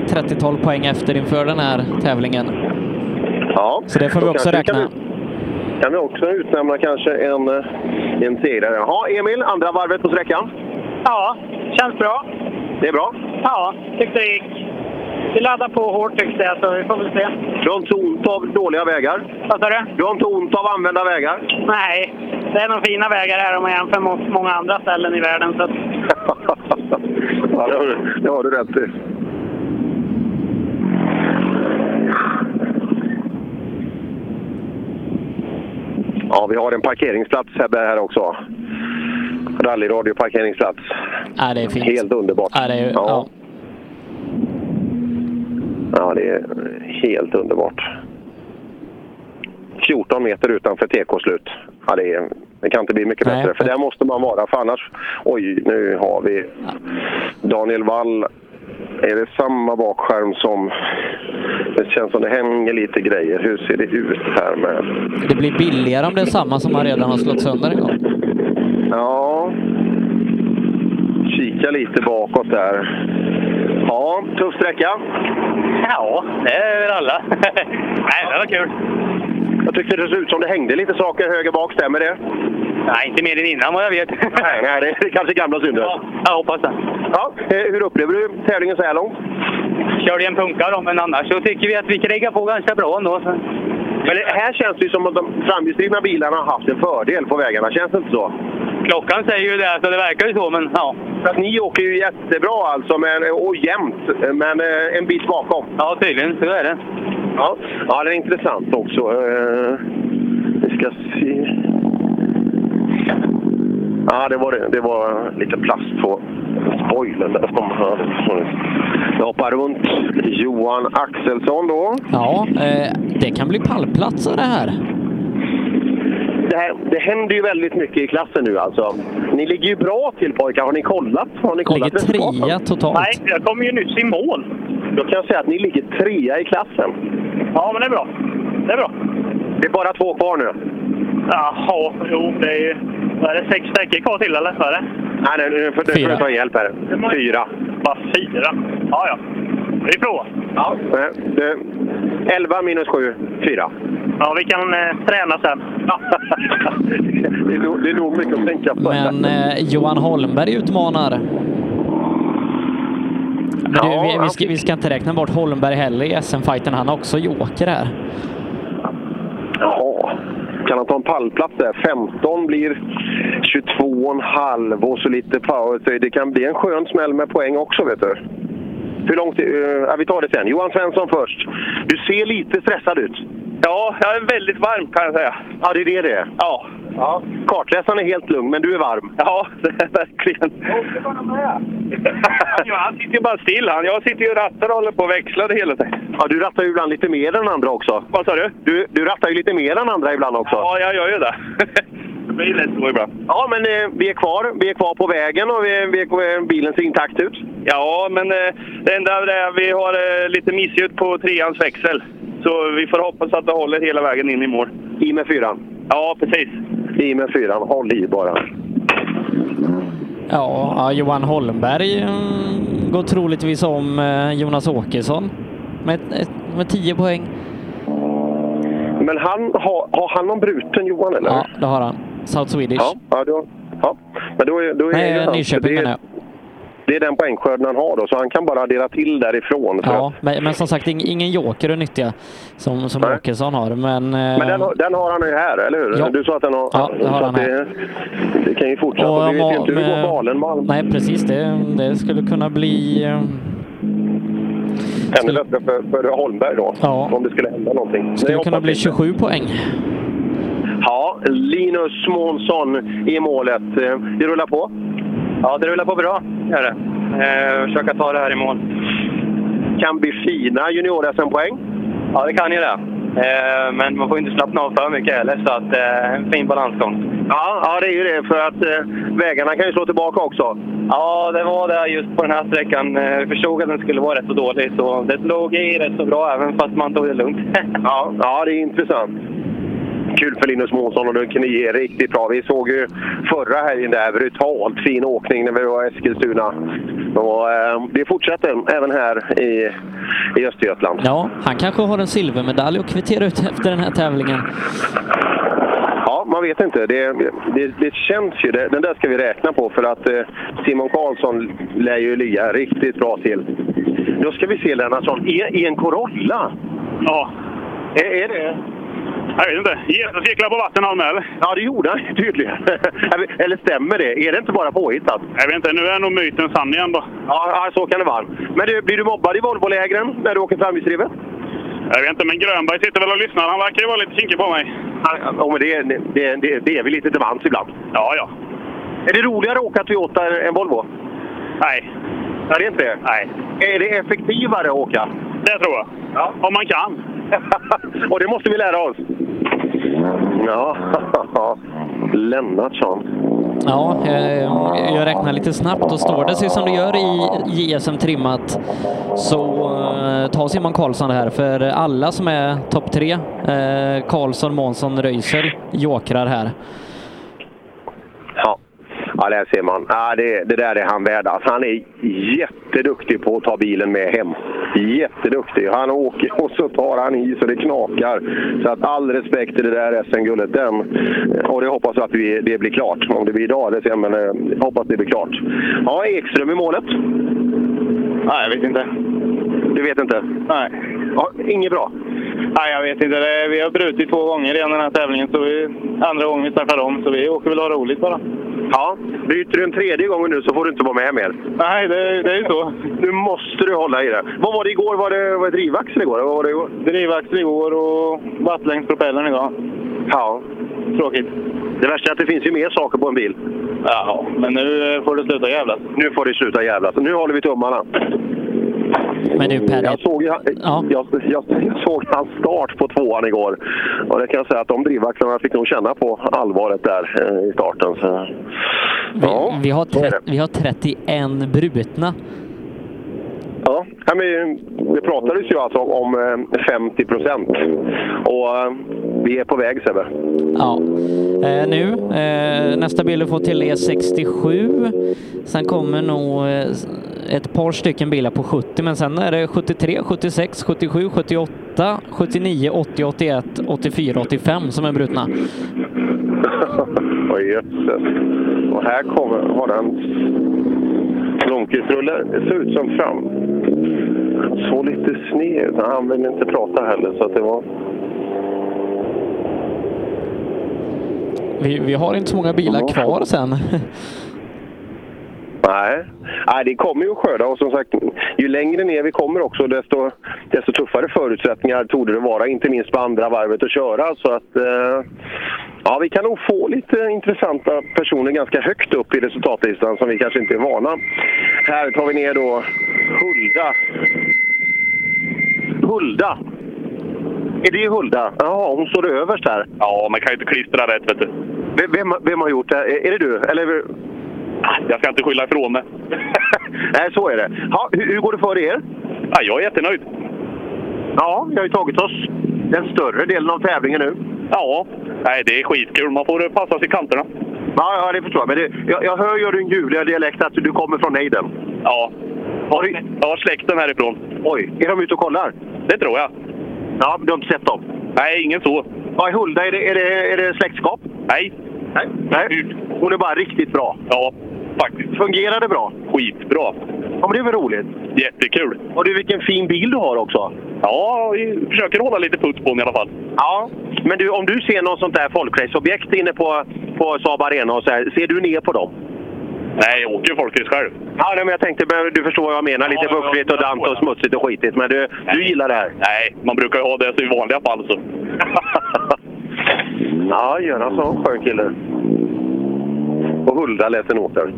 30-12 poäng efter inför den här tävlingen. Ja. Så det får vi också räkna. Kan vi också utnämna kanske en segrare. Ja, Emil, andra varvet på sträckan. Ja, känns bra. Det är bra? Ja, tyckte det gick. Vi laddar på hårt tyckte jag, så vi får väl se. Du har inte ont av dåliga vägar? Vad sa du? Du har inte ont av använda vägar? Nej, det är nog fina vägar här om man jämför mot många andra ställen i världen. Så. Ja, det har du rätt i. Ja, vi har en parkeringsplats här också. Rallyradio-parkeringsplats. Ja, det är fint. Helt underbart. Ja, det är, ja. Ja, det är helt underbart. 14 meter utanför TK-slut. Ja, det kan inte bli mycket bättre. För där måste man vara. För annars... Oj, nu har vi Daniel Wall. Är det samma bakskärm som... Det känns som det hänger lite grejer. Hur ser det ut här med... Det blir billigare om det är samma som man redan har slått sönder en gång. Ja. Kika lite bakåt där. Ja, tuff sträcka. Ja, det är väl alla. Nej, det var kul. Jag tyckte det såg ut som det hängde lite saker höger bak, stämmer det? Nej, inte mer än innan vad jag vet. Nej, det är kanske gamla synder. Ja, jag hoppas det. Ja, hur upplever du tävlingen så här långt? Körde en punka då, men annars så tycker vi att vi krigar på ganska bra ändå. Så. Men här känns det som att de framhjulsdrivna bilarna har haft en fördel på vägarna, känns det inte så? Klockan säger ju det, så det verkar ju så, men ja. För att ni åker ju jättebra alltså, och jämnt, men en bit bakom. Ja, tydligen, så är det. Ja, det är intressant också. Vi ska se... Ja, det var lite plast på spoilern där. Jag hoppar runt Johan Axelsson då. Ja, det kan bli pallplatser det här. Det händer ju väldigt mycket i klassen nu alltså. Ni ligger ju bra till pojkar. Har ni kollat? Ligger 3 totalt. Nej, jag kommer ju nyss i mål. Då kan jag säga att ni ligger 3 i klassen. Ja, men det är bra. Det är bra. Det är bara 2 kvar nu. Jaha, jo, det är ju... Är det 6 sträckor kvar till, eller? Vad är det? Nej, nu får du ta hjälp här. 4. Bara 4? Ja. Vi provar. Ja. 11 minus 7, 4. Ja, vi kan träna sen. Det är nog mycket att tänka på. Men Johan Holmberg utmanar. Men vi ska inte räkna bort Holmberg heller i SM-fighten. Han har också joker här. Ja, kan han ta en pallplats där? 15 blir 22,5 och så lite power. Det kan bli en skön smäll med poäng också, vet du. Hur långt... vi tar det sen. Johan Svensson först. Du ser lite stressad ut. Ja, jag är väldigt varm kan jag säga. Ja, det är det. Ja. Kartläsaren är helt lugn, men du är varm. Ja, det är verkligen. Han sitter ju bara still. Jag sitter ju och rattar och håller på och växlar det hela tiden. Ja, du rattar ju ibland lite mer än andra också. Vad sa du? Du rattar ju lite mer än andra ibland också. Ja, jag gör ju det. Det blir lätt så ibland. Ja, men vi är kvar. Vi är kvar på vägen och bilen ser intakt ut. Ja, men det enda är att vi har lite missljud på 3ans växel. Så vi får hoppas att det håller hela vägen in i mål. I med 4. Ja, precis. I med 4. Håll i bara. Ja, Johan Holmberg går troligtvis om Jonas Åkesson med 10 poäng. Men har han någon bruten, Johan, eller? Ja, det har han. South Swedish. Ja. Men då är Nyköping menar jag. Det är den poängskörden han har då, så han kan bara addera till därifrån. Ja, men som sagt, ingen joker att nyttja som Åkesson har. Men den har han ju här, eller hur? Ja. Du sa att den har... Ja, det har han här. Det kan ju fortsätta. Och vi vet ju inte hur det går Valenmalm. Nej, precis. Det skulle kunna bli... Ännu bättre för Holmberg då, om det skulle hända någonting. Det skulle kunna bli 27 poäng. Ja, Linus Månsson i målet. Det rullar på? Ja, det rullar på bra. Gör det. Försöka ta det här i mål. Kan bli fina junior-SM-poäng? Ja, det kan ju det. Men man får inte slappna av för mycket heller, så att en fin balansgång. Ja, det är ju det, för att vägarna kan ju slå tillbaka också. Ja, det var det just på den här sträckan. Jag förstod att den skulle vara rätt så dålig, så det slog i rätt så bra även fast man tog det lugnt. Ja, det är intressant. Kul för Linus Månsson och du kan ge riktigt bra. Vi såg ju förra helgen där brutalt fin åkning när vi var i Eskilstuna. Och det fortsätter även här i Östergötland. Ja, han kanske har en silvermedalj att kvittera ut efter den här tävlingen. man vet inte. Det känns ju, den där ska vi räkna på för att Simon Karlsson lär ju ligga riktigt bra till. Då ska vi se Lennartsson, i en Corolla? Ja. Är det? Jag vet inte. Jesus gick på vatten han med, eller? Ja, det gjorde han tydligen. Eller stämmer det? Är det inte bara påhittat? Jag vet inte, nu är nog myten sann igen då. Ja, så kan det vara. Men blir du mobbad i Volvo-lägren när du åker framhjulsdrivet? Jag vet inte, men Grönberg sitter väl och lyssnar. Han verkar ju vara lite kinkig på mig. Ja, men det är väl lite till vans ibland. Ja. Är det roligare att åka Toyota än Volvo? Nej. Ja, det är inte det? Nej. Är det effektivare att åka? Det tror jag. Ja. Om man kan. Och det måste vi lära oss. Ja, Lennartsson. Ja, jag räknar lite snabbt och står det sig som det gör i JSM trimmat så tar Simon Karlsson det här för alla som är topp 3, Karlsson, Månsson, Röisel, jokrar här. Ja, där ser man. Ja, det där är han värd. Alltså, han är jätteduktig på att ta bilen med hem. Jätteduktig. Han åker och så tar han i så det knakar. Så att all respekt till det där SM-guldet. Och det hoppas jag att det blir klart. Om det blir idag, det ser jag, men hoppas det blir klart. Ja, Ekström i målet? Nej, jag vet inte. Du vet inte? Nej. Ja, inget bra? Nej, jag vet inte. Vi har brutit 2 gånger redan den här tävlingen. Så andra gången vi startar om. Så vi åker väl ha roligt bara. Ja, byter du en 3:e gången nu så får du inte vara med mer. Nej, det är ju så. Nu måste du hålla i det. Vad var det igår? Var det drivaxel igår? Vad var det igår? Drivaxel igår och vattlängdspropellern idag. Ja. Tråkigt. Det värsta är att det finns ju mer saker på en bil. Ja, men nu får du sluta jävlas. Nu får du sluta jävlas. Nu håller vi tummarna. Men du Per, jag såg hans start på 2:an igår. Och det kan jag säga att de drivaxlarna fick nog känna på allvaret där i starten. Så. Vi har 31 brutna. Ja, men det pratades ju alltså om 50%. Och vi är på väg, Sebbe. Ja. Nu, nästa bil du får till är 67. Sen kommer nog ett par stycken bilar på 70. Men sen är det 73, 76, 77, 78, 79, 80, 81, 84, 85 som är brutna. Oj, jösses. Och här har den långkristrulle. Det ser ut som fram. Så lite sned. Han vill inte prata heller, så att det var... Vi har inte så många bilar kvar sen. Nej, det kommer ju att skörda, och som sagt, ju längre ner vi kommer också desto tuffare förutsättningar torde det vara, inte minst på andra varvet att köra. Så att vi kan nog få lite intressanta personer ganska högt upp i resultatlistan som vi kanske inte är vana. Här tar vi ner då Hulda. Är det Hulda? Ja, hon står överst här. Ja, man kan ju inte klistra rätt, vet du. Vem har gjort det? Är det du? Eller... Jag ska inte skylla ifrån mig. Nej, så är det. Ja, hur går det för er? Ja, jag är jättenöjd. Ja, vi har ju tagit oss den större delen av tävlingen nu. Ja, nej, det är skitkul. Man får passa sig i kanterna. Ja, det förstår jag. Men jag hör ju din ljuvliga dialekt att du kommer från Nejden. Ja. Jag har släkten härifrån. Oj, är de ute och kollar? Det tror jag. Ja, du har inte sett dem? Nej, ingen så. Ja, Hulda, är det släktskap? Nej. Hon är bara riktigt bra. Ja, faktiskt. Fungerar det bra? Skitbra. Ja, men det är väl roligt? Jättekul. Och du, vilken fin bil du har också. Ja, vi försöker hålla lite puts på den i alla fall. Ja, men du, om du ser något sånt där folkraceobjekt inne på Saab Arena och så här, ser du ner på dem? Nej, jag åker ju folkrace själv. Ja, men jag tänkte, du förstår vad jag menar. Lite buckligt och dant och smutsigt och skitigt. Men du gillar det här? Nej, man brukar ju ha det så i vanliga fall så. Ja, gör han så. Skön kille. Och Hulda läser noter.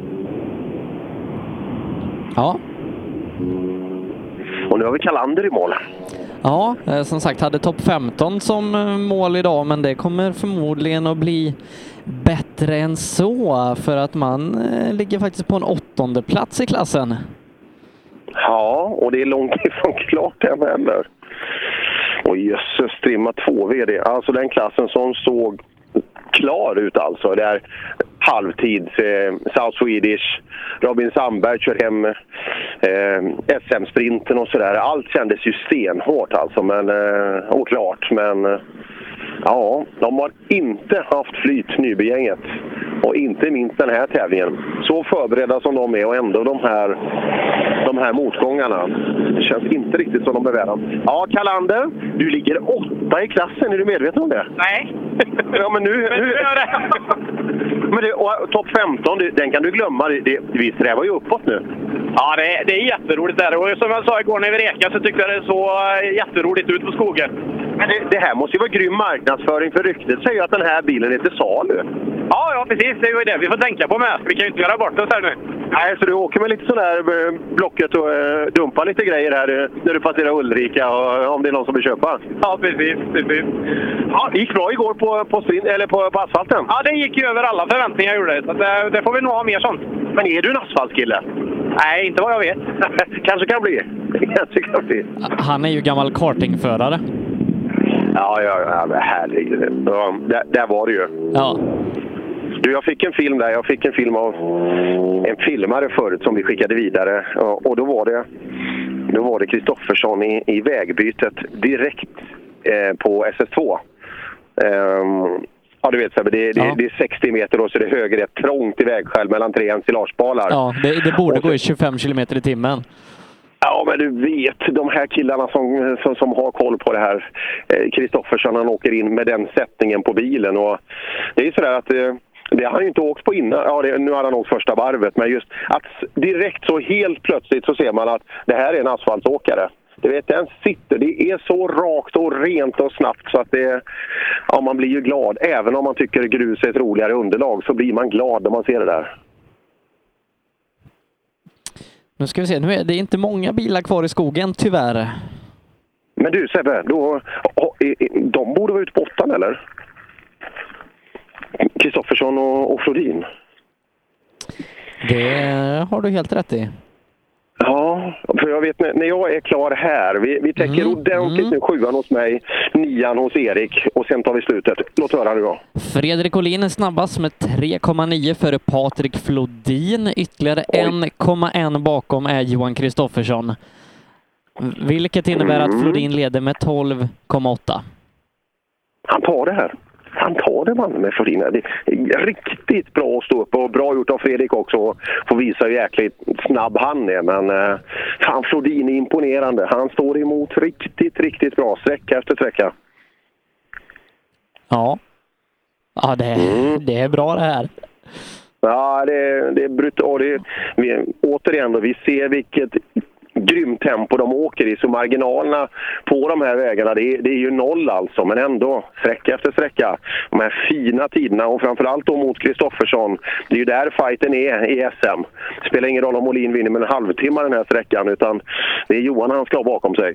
Ja. Och nu har vi Kalander i mål. Ja, som sagt hade topp 15 som mål idag, men det kommer förmodligen att bli bättre än så för att man ligger faktiskt på en 8:e plats i klassen. Ja, och det är långt ifrån klart det heller. Och jösses, trimma 2 VD. Alltså den klassen som såg klar ut alltså. Det är halvtid. South Swedish. Robin Sandberg kör hem SM-sprinten och sådär. Allt kändes ju stenhårt alltså. Men, och klart. Men Ja, de har inte haft flyt, Nybygänget. Och inte minst den här tävlingen. Så förberedda som de är och ändå de här motgångarna. Det känns inte riktigt som de är värda. Ja, Kalander, du ligger 8 i klassen. Är du medveten om det? Nej. Ja, men nu men det, topp 15, den kan du glömma. Vi strävar ju uppåt nu. Ja, det är jätteroligt där. Och som jag sa igår när vi rekade så tyckte jag det såg jätteroligt ut på skogen. Men det här måste ju vara grym marknadsföring, för ryktet säger att den här bilen är till salu. Ja, precis. Det är ju det vi får tänka på med. Vi kan ju inte göra bort oss här nu. Nej, så du åker med lite sån där blocket och dumpar lite grejer här när du passerar Ulrika, och om det är någon som vill köpa. Ja, precis. Ja, gick bra igår på sprint, eller på asfalten? Ja, det gick ju över alla förväntningar jag gjorde. Så det får vi nog ha mer sånt. Men är du en asfaltkille? Nej, inte vad jag vet. Kanske kan bli. Han är ju gammal kartingförare. Ja, härligt. Ja, där var det ju. Ja. Du, jag fick en film där. Jag fick en film av en filmare förut som vi skickade vidare. Och då var det Kristoffersson i vägbytet direkt på SS2. Ja, du vet, det är 60 meter och så är det höger ett trångt i vägskäl mellan 3 ensilagebalar. Ja, det borde gå i 25 km i timmen. Ja, men du vet, de här killarna som har koll på det här. Kristoffersson, han åker in med den sättningen på bilen. Och det är sådär att det har han ju inte åkt på innan. Ja, nu har han åkt första varvet. Men just att direkt så helt plötsligt så ser man att det här är en asfaltåkare. Du vet, den sitter. Det är så rakt och rent och snabbt så att man blir ju glad. Även om man tycker grus är ett roligare underlag så blir man glad när man ser det där. Nu ska vi se, nu är det inte många bilar kvar i skogen, tyvärr. Men du Sebbe, de borde vara ute på 8, eller? Kristoffersson och Flodin. Det har du helt rätt i. Ja, för jag vet när jag är klar här, vi täcker ordentligt nu 7:an hos mig, 9:an hos Erik och sen tar vi slutet. Låt höra nu då. Fredrik Olin är snabbast med 3,9 före Patrik Flodin. Ytterligare 1,1 bakom är Johan Kristoffersson. Vilket innebär att Flodin leder med 12,8. Han tar det här. Han tar det, man, med Flodin. Det är riktigt bra att stå upp och bra gjort av Fredrik också. Får visa hur jäkligt snabb han är. Men fan, Flodin är imponerande. Han står emot riktigt bra sträcka efter sträcka. Ja, det är bra det här. Ja, det är brutalt. Återigen då, vi ser vilket grymt tempo de åker i, så marginalerna på de här vägarna, det är ju noll alltså, men ändå sträcka efter sträcka. De här fina tiderna och framförallt då mot Kristoffersson, det är ju där fighten är i SM. Det spelar ingen roll om Molin vinner med en halvtimme den här sträckan, utan det är Johan han ska ha bakom sig.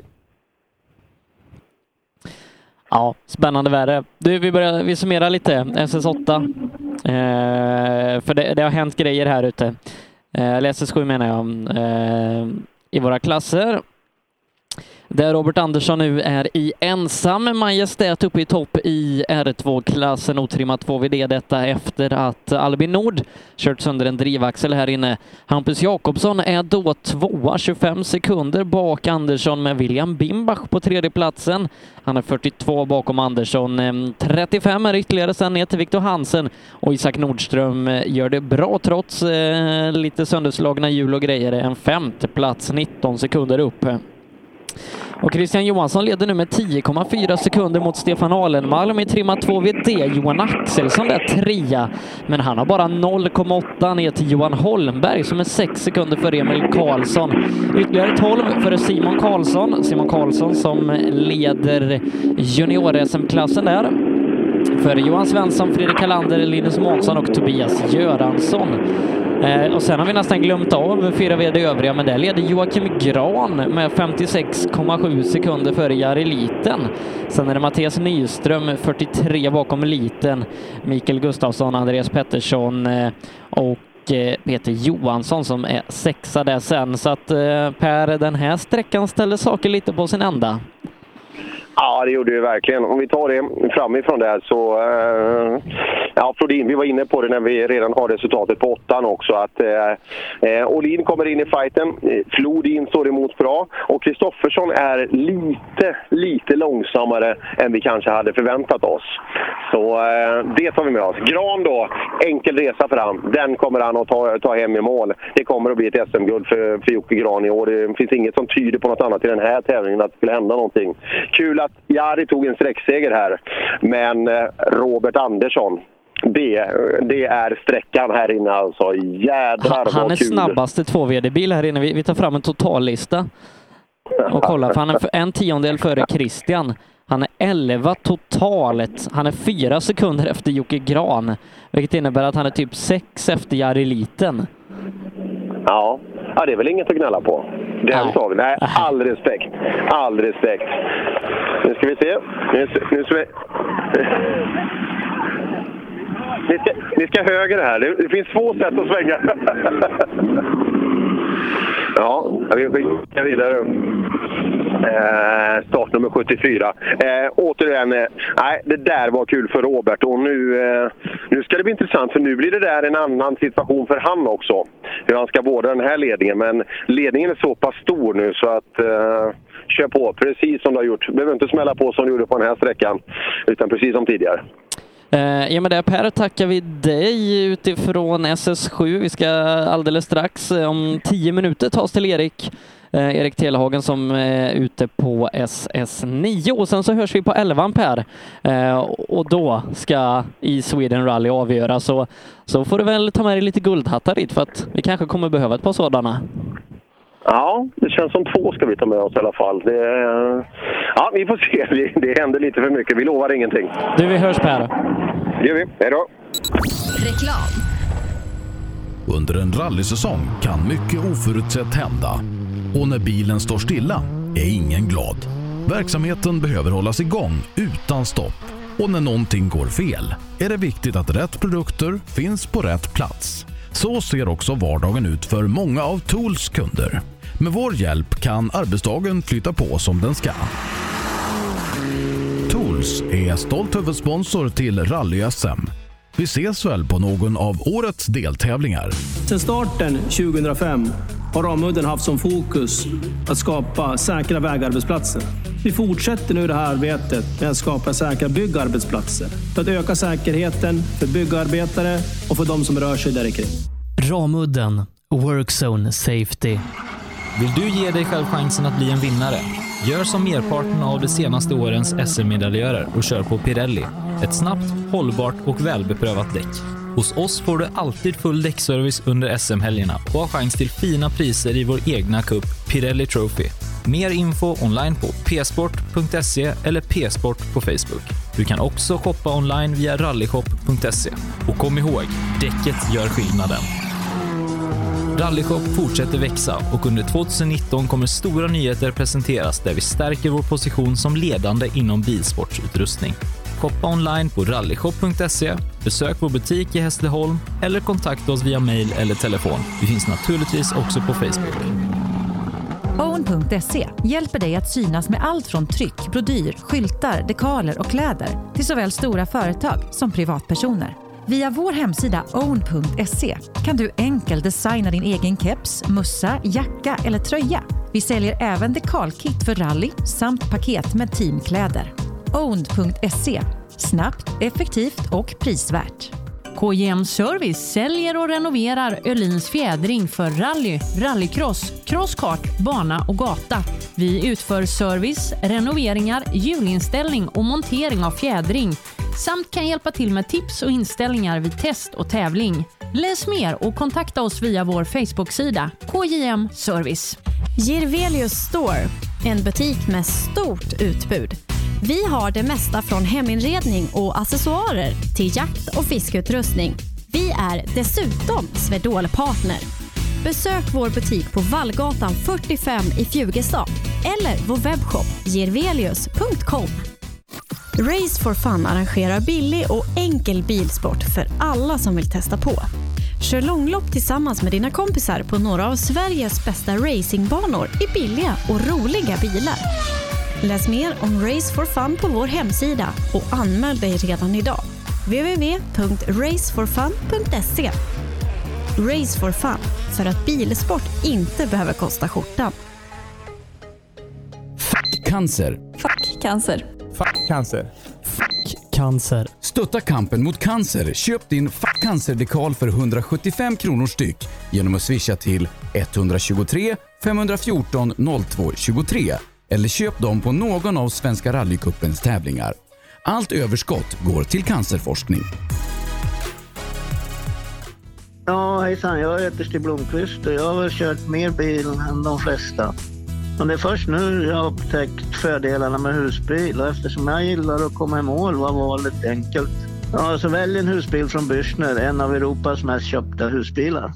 Ja, spännande värre. Du, vi summerar lite. SS8. För det har hänt grejer här ute. Eller SS7 menar jag. I våra klasser. Där Robert Andersson nu är i ensam majestät uppe i topp i R2-klassen, otrimmat 2VD, detta efter att Albin Nord kört sönder en drivaxel här inne. Hampus Jakobsson är då 2:a, 25 sekunder bak Andersson, med William Bimbach på 3:e platsen. Han är 42 bakom Andersson. 35 är ytterligare sen ner till Viktor Hansen, och Isak Nordström gör det bra trots lite sönderslagna hjul och grejer. En 5:e plats, 19 sekunder upp. Och Christian Johansson leder nu med 10,4 sekunder mot Stefan Alenmalm i trimma 2VD. Johan Axelsson är 3, men han har bara 0,8 ner till Johan Holmberg som är 6 sekunder för Emil Karlsson. Ytterligare 12 för Simon Karlsson. Simon Karlsson som leder junior-SM-klassen där. För Johan Svensson, Fredrik Kalander, Linus Månsson och Tobias Göransson. Och sen har vi nästan glömt av 4VD övriga, men där leder Joakim Gran med 56,7 sekunder före Jari Liten. Sen är det Mattias Nyström 43 bakom Liten, Mikael Gustafsson, Andreas Pettersson och Peter Johansson som är 6:a där sen. Så att Per, den här sträckan ställer saker lite på sin ända. Ja, det gjorde vi verkligen. Om vi tar det framifrån där så... Flodin, vi var inne på det när vi redan har resultatet på 8 också. Att Olin kommer in i fighten. Flodin står emot bra. Och Kristoffersson är lite långsammare än vi kanske hade förväntat oss. Så det tar vi med oss. Gran då, enkel resa fram. Den kommer han att ta hem i mål. Det kommer att bli ett SM-guld för Jocke Gran i år. Det finns inget som tyder på något annat i den här tävlingen att det skulle hända någonting. Kul att Jari tog en sträckseger här. Men Robert Andersson, det är sträckan här inne alltså. Jädrar han är kul. Snabbaste 2VD-bil här inne. Vi tar fram en totallista och kollar. För han är en tiondel före Christian. Han är 11 totalt. Han är 4 sekunder efter Jocke Gran. Vilket innebär att han är typ 6 efter Jari Liten. Ja, det är väl inget att gnälla på. Nej, all respekt. Nu ska vi se. Ni ska höger här. Det finns 2 sätt att svänga. Ja, vi skickar vidare. Startnummer 74. Återigen, det där var kul för Robert. Och nu ska det bli intressant, för nu blir det där en annan situation för han också. Hur han ska vårda den här ledningen. Men ledningen är så pass stor nu så att kör på precis som du har gjort. Du behöver inte smälla på som du gjorde på den här sträckan, utan precis som tidigare. Ja, men där Per, tackar vi dig utifrån SS7. Vi ska alldeles strax om 10 minuter ta oss till Erik Telehagen som är ute på SS9. Och sen så hörs vi på 11 Per. Och då ska i Sweden Rally avgöra. Så får du väl ta med dig lite guldhattar dit, för att vi kanske kommer behöva ett par sådana. Ja, det känns som 2 ska vi ta med oss i alla fall. Ja, vi får se. Det händer lite för mycket. Vi lovar ingenting. Du, vi hörs Per. Det gör vi. Hej då. Reklam. Under en rallysäsong kan mycket oförutsett hända. Och när bilen står stilla är ingen glad. Verksamheten behöver hållas igång utan stopp. Och när någonting går fel är det viktigt att rätt produkter finns på rätt plats. Så ser också vardagen ut för många av Tools kunder. Med vår hjälp kan arbetsdagen flytta på som den ska. Tools är stolt huvudsponsor till Rally-SM. Vi ses väl på någon av årets deltävlingar. Sedan starten 2005 har Ramudden haft som fokus att skapa säkra vägarbetsplatser. Vi fortsätter nu det här arbetet med att skapa säkra byggarbetsplatser för att öka säkerheten för byggarbetare och för de som rör sig där kring. Ramudden Workzone Safety. Vill du ge dig själv chansen att bli en vinnare? Gör som merparten av de senaste årens SM-medaljörer och kör på Pirelli. Ett snabbt, hållbart och välbeprövat däck. Hos oss får du alltid full däckservice under SM-helgerna och har chans till fina priser i vår egna cup Pirelli Trophy. Mer info online på psport.se eller psport på Facebook. Du kan också shoppa online via rallyshop.se. Och kom ihåg, däcket gör skillnaden. Rallyshop fortsätter växa och under 2019 kommer stora nyheter presenteras där vi stärker vår position som ledande inom bilsportsutrustning. Shoppa online på rallyshop.se, besök vår butik i Hässleholm eller kontakta oss via mail eller telefon. Vi finns naturligtvis också på Facebook. Own.se hjälper dig att synas med allt från tryck, brodyr, skyltar, dekaler och kläder till såväl stora företag som privatpersoner. Via vår hemsida own.se kan du enkelt designa din egen keps, mussa, jacka eller tröja. Vi säljer även dekalkit för rally samt paket med teamkläder. Own.se. Snabbt, effektivt och prisvärt. KJM Service säljer och renoverar Öhlins fjädring för rally, rallycross, crosskart, bana och gata. Vi utför service, renoveringar, hjulinställning och montering av fjädring samt kan hjälpa till med tips och inställningar vid test och tävling. Läs mer och kontakta oss via vår Facebook-sida KJM Service. Jirvelius Store, en butik med stort utbud. Vi har det mesta från heminredning och accessoarer till jakt- och fiskeutrustning. Vi är dessutom Swedol-partner. Besök vår butik på Vallgatan 45 i Fjugestad eller vår webbshop jirvelius.com. Race for Fun arrangerar billig och enkel bilsport för alla som vill testa på. Kör långlopp tillsammans med dina kompisar på några av Sveriges bästa racingbanor i billiga och roliga bilar. Läs mer om Race for Fun på vår hemsida och anmäl dig redan idag. www.raceforfun.se. Race for Fun, för att bilsport inte behöver kosta skjortan. Fuck cancer. Fuck cancer. Fuck cancer. Fuck cancer. Stötta kampen mot cancer. Köp din Fuck cancer-dekal för 175 kronor styck genom att swisha till 123 514 0223 eller köp dem på någon av Svenska rallycupens tävlingar. Allt överskott går till cancerforskning. Ja, hejsan. Jag heter Stig Blomqvist och jag har kört mer bil än de flesta. Och det är först nu jag har upptäckt fördelarna med husbil, och eftersom jag gillar att komma i mål var valet enkelt. Ja, så välj en husbil från Bürstner, en av Europas mest köpta husbilar.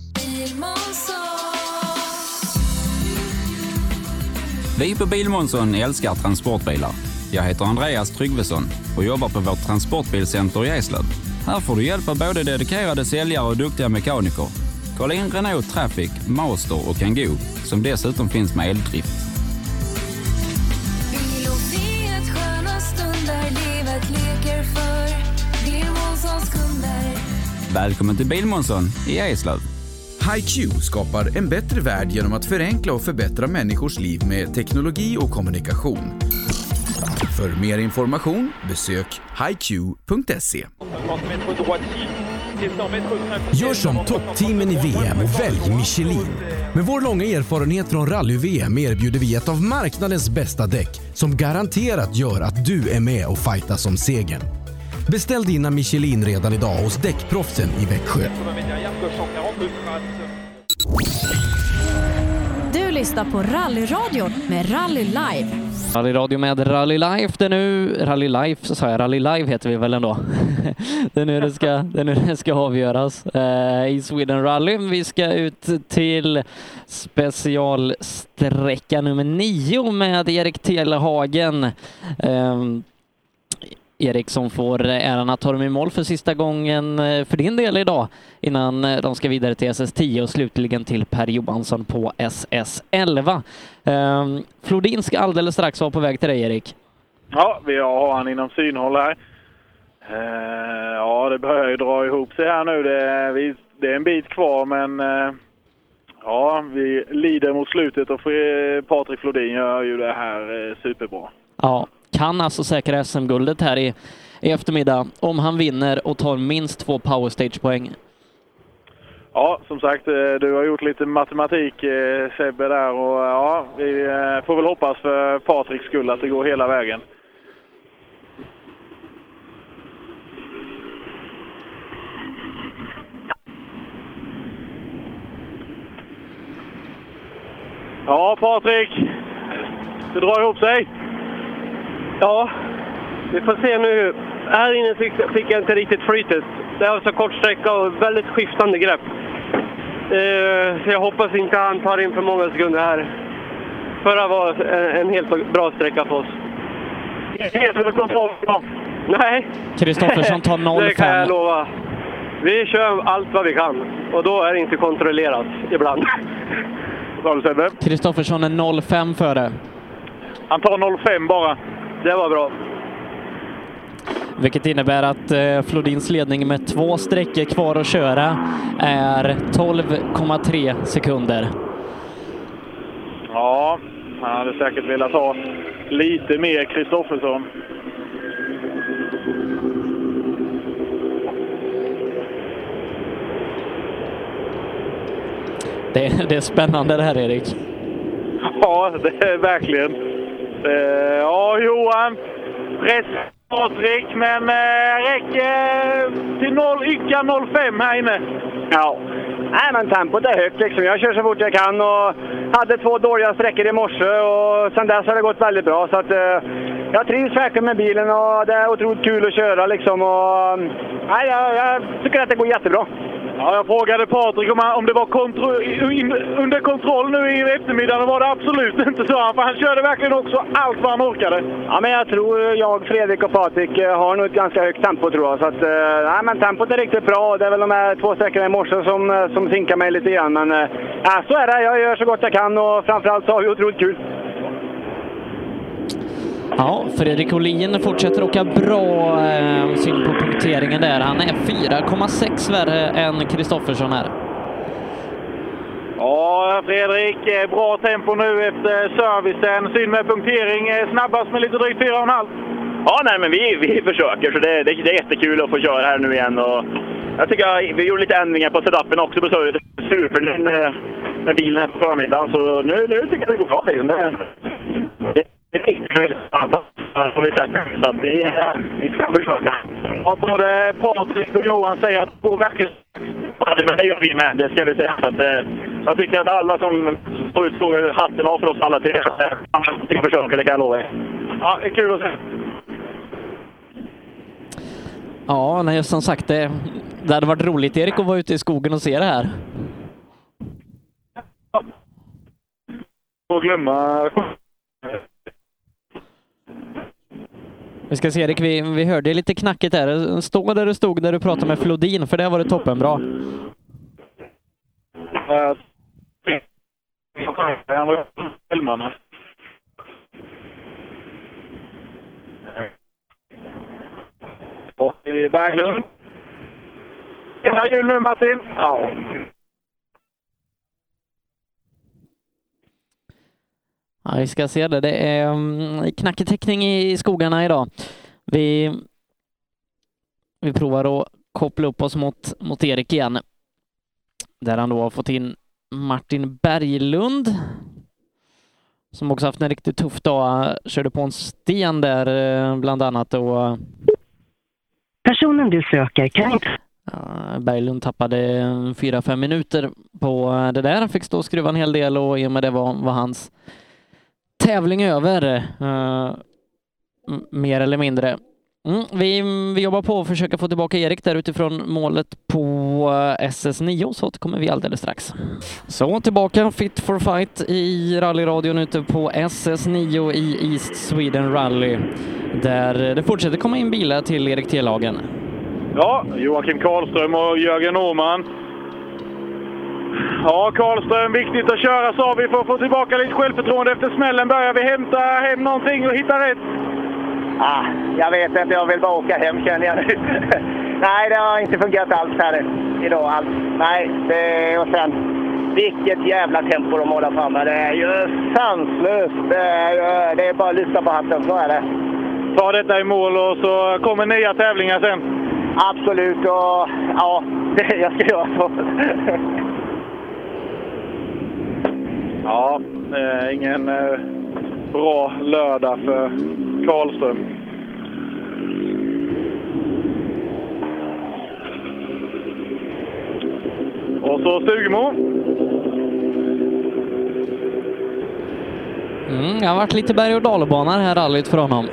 Vi på Bilmånsson älskar transportbilar. Jag heter Andreas Tryggvesson och jobbar på vårt transportbilcenter i Eslöv. Här får du hjälp av både dedikerade säljare och duktiga mekaniker. Kolla in Renault Traffic, Master och Kangoo, som dessutom finns med eldrift. Bil och frihet, sköna stunder, livet leker för Bilmånssons kunder. Välkommen till Bilmånsson i Eslöv. HiQ skapar en bättre värld genom att förenkla och förbättra människors liv med teknologi och kommunikation. För mer information besök hiq.se. Gör som toppteamen i VM och välj Michelin. Med vår långa erfarenhet från rally-VM erbjuder vi ett av marknadens bästa däck som garanterat gör att du är med och fightas om segern. Beställ dina Michelin redan idag hos Däckproffsen i Växjö. Du lyssnar på Rallyradion med Rally Live. Rallyradio med Rally Live. Det är nu Rally Live, så sa jag. Rally Live heter vi väl ändå. Det är nu det ska avgöras i Sweden Rally. Vi ska ut till specialsträcka nummer 9 med Erik Telehagen. Erik som får äran att ta dem i mål för sista gången för din del idag innan de ska vidare till SS10 och slutligen till Per Johansson på SS11. Flodin ska alldeles strax vara på väg till dig, Erik. Ja, vi har han inom synhåll här. Ja, det börjar ju dra ihop sig här nu. Det är en bit kvar, men ja, vi lider mot slutet och Patrik Flodin gör ju det här superbra. Ja, kan alltså säkra SM-guldet här i eftermiddag om han vinner och tar minst 2 powerstage-poäng. Ja, som sagt, du har gjort lite matematik, Sebbe, där, och ja, vi får väl hoppas för Patriks skull att det går hela vägen. Ja, Patrik, det drar ihop sig. Ja, vi får se nu. Här inne fick jag inte riktigt flytet. Det är så kort sträcka och väldigt skiftande grepp. Så jag hoppas inte han tar in för många sekunder här. Förra var en helt bra sträcka för oss. Helt under kontroll. Nej. Kristoffersson tar 0,5. Det kan jag lova. Vi kör allt vad vi kan. Och då är det inte kontrollerat ibland. Kristoffersson är 0,5 före. Han tar 0,5 bara. Det var bra. Vilket innebär att Flodins ledning med 2 sträckor kvar att köra är 12,3 sekunder. Ja, han hade säkert velat ha lite mer Kristoffersson. Det är spännande det här, Erik. Ja, det är verkligen. Ja, Johan. Rätt Patrik, men räcker till 0,5 här inne. Ja. Nej, men tempot är högt liksom. Jag kör så fort jag kan och hade 2 dåliga sträckor i morse och sen dess har det gått väldigt bra. Så att jag trivs verkligen med bilen och det är otroligt kul att köra liksom. Och, nej, jag tycker att det går jättebra. Ja, jag frågade Patrik om det var under kontroll nu i eftermiddagen. Var det absolut inte så. För han körde verkligen också allt vad han orkade. Ja, men jag tror Fredrik och Patrik har nog ett ganska högt tempo, tror jag. Så att, nej, men tempot är riktigt bra. Det är väl de här 2 sträckorna i morse som sinkar mig lite grann. Men så är det. Jag gör så gott jag kan och framförallt så har vi otroligt kul. Ja, Fredrik Olin fortsätter åka bra, syn på punkteringen där. Han är 4,6 värre än Kristoffersson här. Ja, Fredrik, bra tempo nu efter servicen. Synd med punktering, snabbast med lite drygt 4,5. Ja, nej, men vi försöker, så det är jättekul att få köra här nu igen. Och jag tycker vi gjorde lite ändringar på setupen också på servicen. Super med bilen här på förmiddagen, så nu tycker jag det går bra. Det är riktigt får vi säga, så att vi ska försöka. Ja, både Patrik och Johan säger att det går verkligen. Ja, men det gör vi med, det ska vi säga. Så att, jag tycker att alla som står ut står hatten av för oss alla tre. Jag ska försöka, det kan jag lova er. Ja, det är kul att se. Ja, nej, som sagt, det hade varit roligt, Erik, att vara ute i skogen och se det här. Och glömma. Vi ska se, Erik, vi hörde lite knackigt där. Stå där du stod när du pratade med Flodin, för det var det toppen bra. Han var filmande. Och i Berglund. Ena hjul nu, Martin. Ja. Ja, vi ska se det. Det är knacketäckning i skogarna idag. Vi provar att koppla upp oss mot Erik igen. Där han då har fått in Martin Berglund, som också haft en riktigt tuff dag. Körde på en sten där bland annat. Och personen du söker kan inte... Berglund tappade 4-5 minuter på det där. Han fick stå och skruva en hel del, och i och med det var hans tävling över, mer eller mindre. Vi jobbar på att försöka få tillbaka Erik där utifrån målet på SS9, så återkommer vi alldeles strax. Så tillbaka Fit for Fight i rallyradion ute på SS9 i East Sweden Rally, där det fortsätter komma in bilar till Erik T-lagen. Ja, Joakim Karlström och Jörgen Åhman. Ja, Karlström, viktigt att köra, sa vi, för att få tillbaka lite självförtroende efter smällen. Börjar vi hämta hem någonting och hitta rätt? Jag vet inte, jag vill bara åka hem, känner jag nu. Nej, det har inte fungerat alls här idag. Alls. Nej, och sen, vilket jävla tempo de håller framme. Det är ju sanslöst. Det är bara att lyfta på hatten, så är det. Ta detta i mål och så kommer nya tävlingar sen. Absolut, och ja, jag ska göra så. Ja, ingen bra lördag för Karlström. Och så Stugemo. Det har varit lite berg- och dalbanan här rallyt för honom.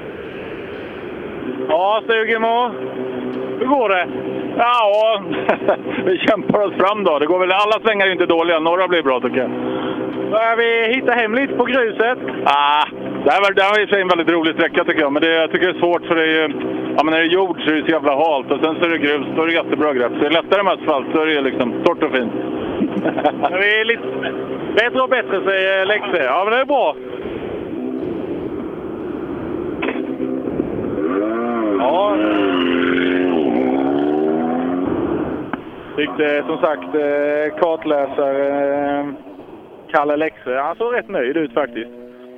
Ja, Stugemo. Hur går det? Ja, vi kämpar oss fram då. Det går väl, alla svängar är inte dåliga. Några blir bra, tycker jag. Börjar vi hitta hem lite på gruset? Det här är en väldigt rolig sträcka, tycker jag. Men jag tycker det är svårt, för det är, men när det är jord så är det så jävla halt. Och sen så är det grus, då är det jättebra grepp. Så det är lättare med asfalt, så är det liksom torrt och fint. Vi är lite bättre och bättre, säger Lexe. Ja, men det är bra. Ja. Tyckte som sagt kartläsare Kalle Lexe. Han såg rätt nöjd ut faktiskt.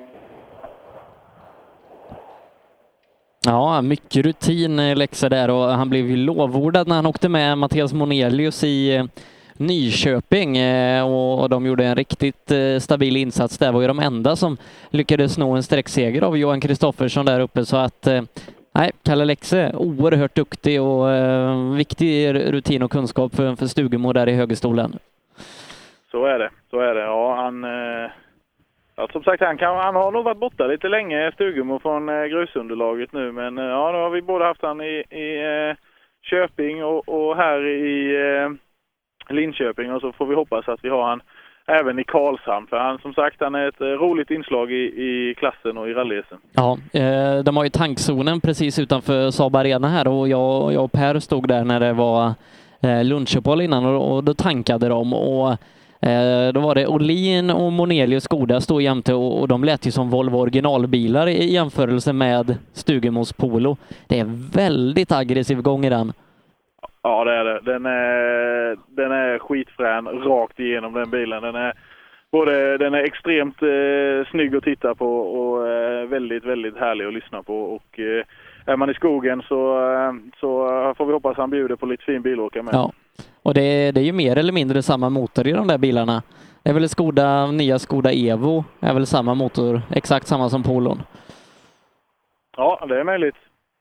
Ja, mycket rutin Lexe där, och han blev ju lovordad när han åkte med Mattias Monelius i Nyköping, och de gjorde en riktigt stabil insats där. Var ju de enda som lyckades nå en sträckseger av Johan Kristoffersson där uppe, så att nej, Kalle Lexe oerhört duktig och viktig rutin och kunskap för Stugemo där i högerstolen. Så är det. Ja, som sagt, han har nog varit borta lite länge, Stugemo, från grusunderlaget nu, men ja, nu har vi både haft han i Köping och här i Linköping, och så får vi hoppas att vi har han även i Karlshamn, för han, som sagt, han är ett roligt inslag i klassen och i rallysen. Ja, de har ju tankzonen precis utanför Saab Arena här, och jag och Per stod där när det var lunchuppehåll innan, och då tankade de, och Då var det Olin och Monelius Skoda stod jämte och de lät ju som Volvo originalbilar i jämförelse med Stugemos Polo. Det är väldigt aggressiv gång i den. Ja, det är det. Den är skitfrän rakt igenom den bilen. Den är extremt snygg att titta på och väldigt, väldigt härlig att lyssna på. Och är man i skogen så får vi hoppas att han bjuder på lite fin bilåka med. Ja, och det är ju mer eller mindre samma motor i de där bilarna. Det är väl nya Skoda Evo är väl samma motor, exakt samma som Polon. Ja, det är möjligt.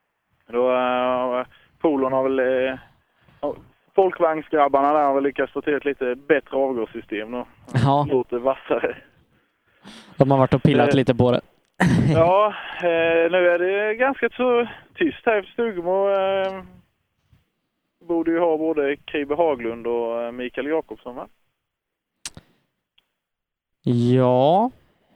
Polon har väl... Folkvagnsgrabbarna där har väl lyckats få till ett lite bättre avgassystem och låter vassare. De har varit och pillat lite på det. Ja, nu är det ganska så tyst här efter Stugemo. Borde ju ha både Kribe Haglund och Mikael Jakobsson, va? Ja.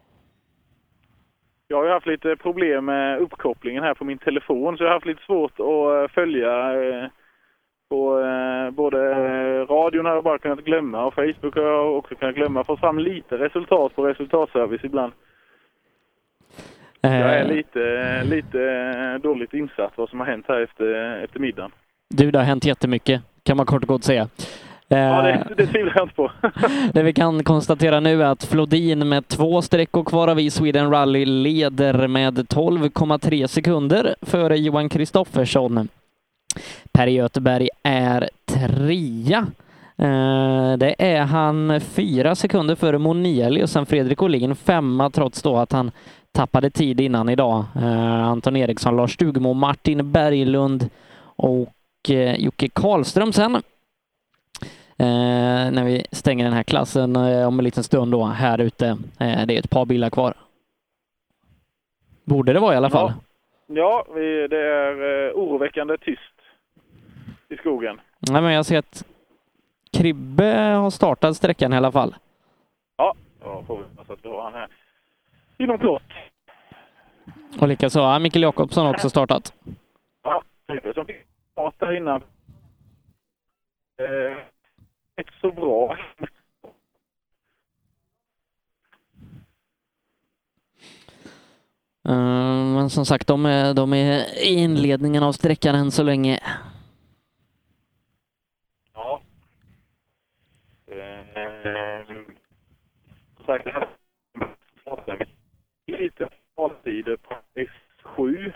Jag har ju haft lite problem med uppkopplingen här på min telefon, så jag har haft lite svårt att följa på både radion har jag bara kunnat glömma och Facebook har jag också kunnat glömma. Få fram lite resultat på resultatservice ibland. Jag är lite dåligt insatt vad som har hänt här efter middagen. Det har hänt jättemycket, kan man kort och gott säga. Ja, det tvivlar jag inte på. Det vi kan konstatera nu är att Flodin med 2 sträckor kvar av i Sweden Rally leder med 12,3 sekunder före Johan Kristoffersson. Per Göteberg är 3. Det är han 4 sekunder före Moneli och sen Fredrik Olin 5 trots då att han tappade tid innan idag. Anton Eriksson, Lars Stugemo, Martin Berglund och Jocke Karlström sen. När vi stänger den här klassen om en liten stund då här ute. Det är ett par bilar kvar. Borde det vara i alla fall. Ja, det är oroväckande tyst i skogen. Nej, men jag ser att Kribbe har startat sträckan i alla fall. Ja, får vi hoppas att vi har han här inom kort. Och likaså har Mikael Jakobsson också startat. Ja, Kribbe som fick starta innan. Inte så bra. Men som sagt, de är i inledningen av sträckan än så länge. Ja. Som sagt, lite avtider på S7.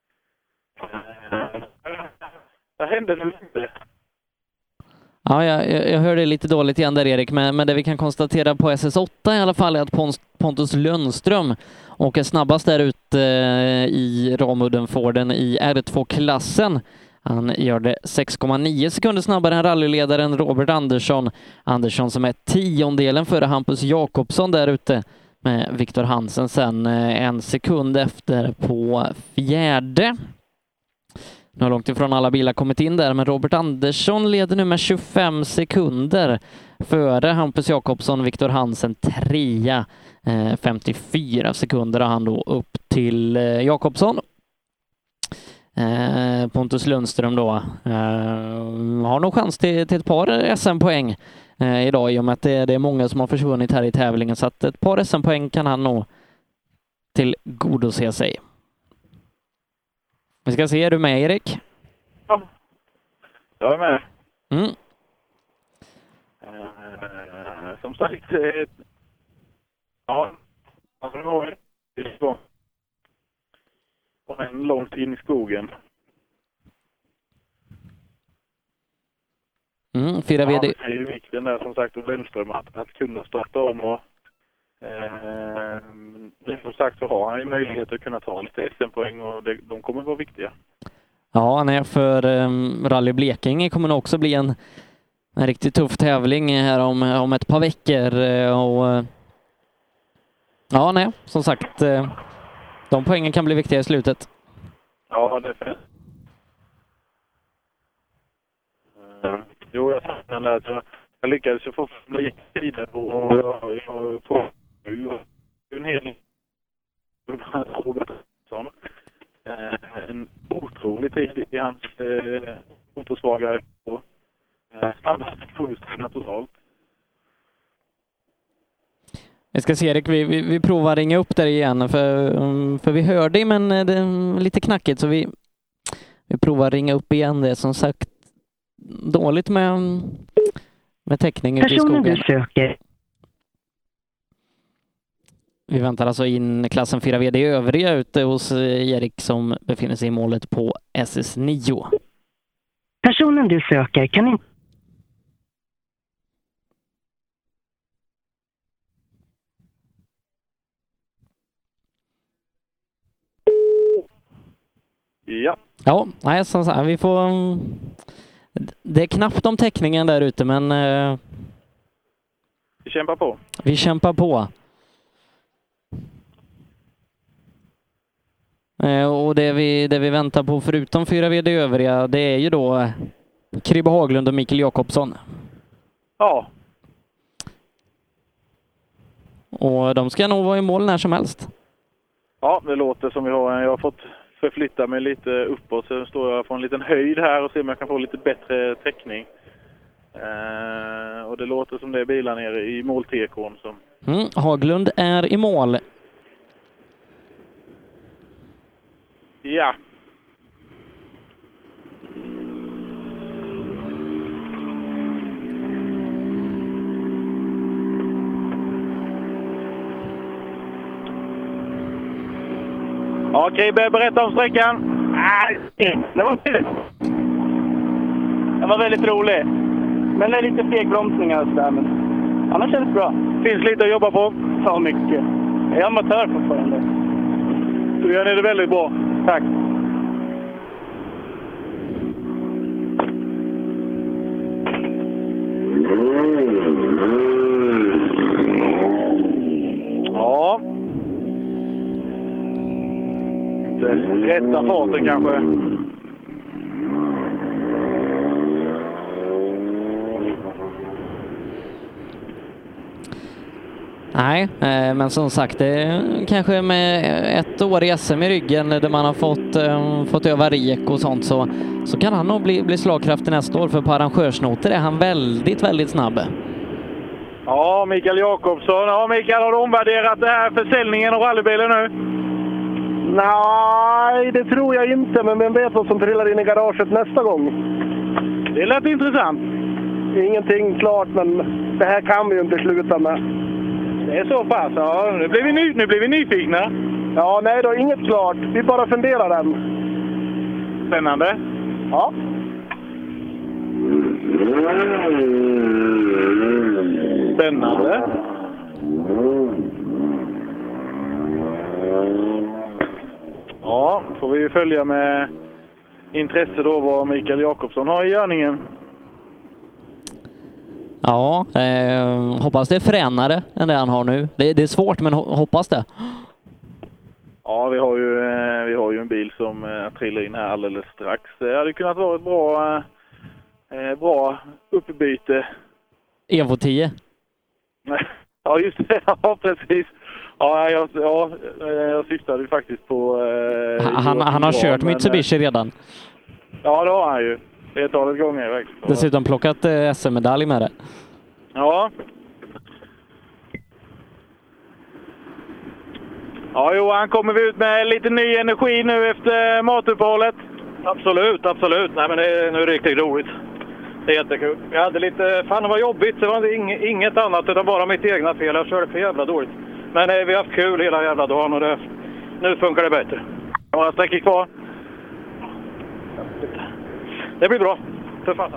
Det hände nu inte. Ja, jag hör det lite dåligt igen där, Erik, men det vi kan konstatera på SS8 i alla fall är att Pontus Lundström åker snabbast där ute i Ramudden-Forden i R2-klassen. Han gör det 6,9 sekunder snabbare än rallyledaren Robert Andersson. Andersson som är 10-delen före Hampus Jakobsson där ute med Viktor Hansen sen 1 sekund efter på 4. Nu har långt ifrån alla bilar kommit in där, men Robert Andersson leder nu med 25 sekunder före Hampus Jakobsson, Viktor Hansen 3. 54 sekunder har han då upp till Jakobsson. Pontus Lundström då har nog chans till ett par SM-poäng idag i och med att det är många som har försvunnit här i tävlingen, så att ett par SM-poäng kan han nog tillgodose sig. Vi ska se, är du med, Erik? Ja, jag är med. Mm. Som sagt, ja, alltså det var en långt in i skogen. 4 VD. Ja, det är ju vikten där som sagt och Lundström att kunna starta om och som sagt så har han ju möjlighet att kunna ta lite SM-poäng och de kommer vara viktiga. Ja, nej, för Rally Blekinge kommer det också bli en riktigt tuff tävling här om ett par veckor och ja, nej, som sagt de poängen kan bli viktiga i slutet. Ja, det är fint. Jo, jag saknar det att jag lyckades få lite tid på en hel Robertsson. En otrolig tid i hans motorsvagare på snabbaste kurserna totalt. Vi ska se Erik, vi provar ringa upp där igen för vi hör dig men det är lite knackigt så vi provar ringa upp igen. Det är som sagt dåligt med täckning ute i skogen. Personen du söker. Vi väntar alltså in klassen 4 VD övriga ute hos Erik som befinner sig i målet på SS9. Personen du söker kan inte... Ja. Ja, nej, som sagt, vi får... Det är knappt om täckningen där ute, men... Vi kämpar på. Vi kämpar på. Och det vi väntar på förutom 4 VD övriga, det är ju då Kribbe Haglund och Mikael Jakobsson. Ja. Och de ska nog vara i mål när som helst. Ja, det låter som jag har fått förflytta mig lite uppåt så står jag på en liten höjd här och ser om jag kan få lite bättre täckning. Och det låter som det är bilar nere i måltekon som... Haglund är i mål. Ja. Okej, berätta om sträckan. Det var väldigt rolig. Men det är lite fegbromsningar och sådär. Men annars känns det bra. Finns lite att jobba på. Ja, mycket. Jag är amatör fortfarande. Så gör ni det väldigt bra. Tack. Ja. Rätta farten kanske. Nej, men som sagt, det kanske med ett år i SM i ryggen där man har fått öva rek och sånt så kan han nog bli slagkraftig nästa år, för på arrangörsnoter är han väldigt, väldigt snabb. Ja, Mikael Jakobsson. Ja, Mikael, har du omvärderat det här försäljningen av rallybilen nu? Nej, det tror jag inte, men vem vet vad som trillar in i garaget nästa gång. Det lät intressant. Ingenting klart, men det här kan vi ju inte sluta med. Det är så pass, ja. Nu blir vi nyfikna. Ja, nej då, inget klart. Vi bara funderar än. Spännande. Ja. Spännande. Ja, får vi följa med intresse då vad Mikael Jakobsson har i görningen. Ja, hoppas det är fränare än det han har nu. Det är svårt, men hoppas det. Ja, vi har ju en bil som trillar in här alldeles strax. Det hade kunnat vara ett bra uppbyte. Evo 10. Ja, just det. Ja, precis. Ja, jag syftade ju faktiskt på... Han har kört Mitsubishi redan. Ja, det har han ju. Flertalet gånger faktiskt. Dessutom plockat SM-medalj med det. Ja. Ja, Johan, kommer vi ut med lite ny energi nu efter matuppehållet? Absolut. Nej, men det är nu riktigt roligt. Det är jättekul. Jag hade lite... Fan, det var jobbigt. Det var inget annat utan bara mitt egna fel. Jag körde för jävla dåligt. Men vi har haft kul hela jävla dagen och nu funkar det bättre. Några sträckor kvar? Det blir bra. För fan.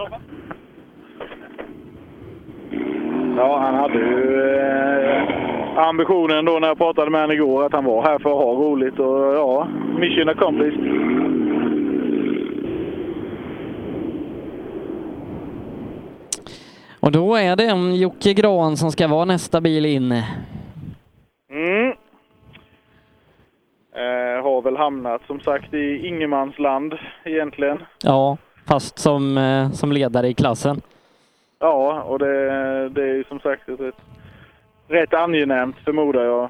Ja, han hade ju ambitionen då när jag pratade med honom igår att han var här för att ha roligt och ja, mission accomplished. Och då är det Jocke Gran som ska vara nästa bil in. Har väl hamnat som sagt i ingenmansland egentligen. Ja, fast som ledare i klassen. Ja, och det är ju som sagt rätt angenämt förmodar jag.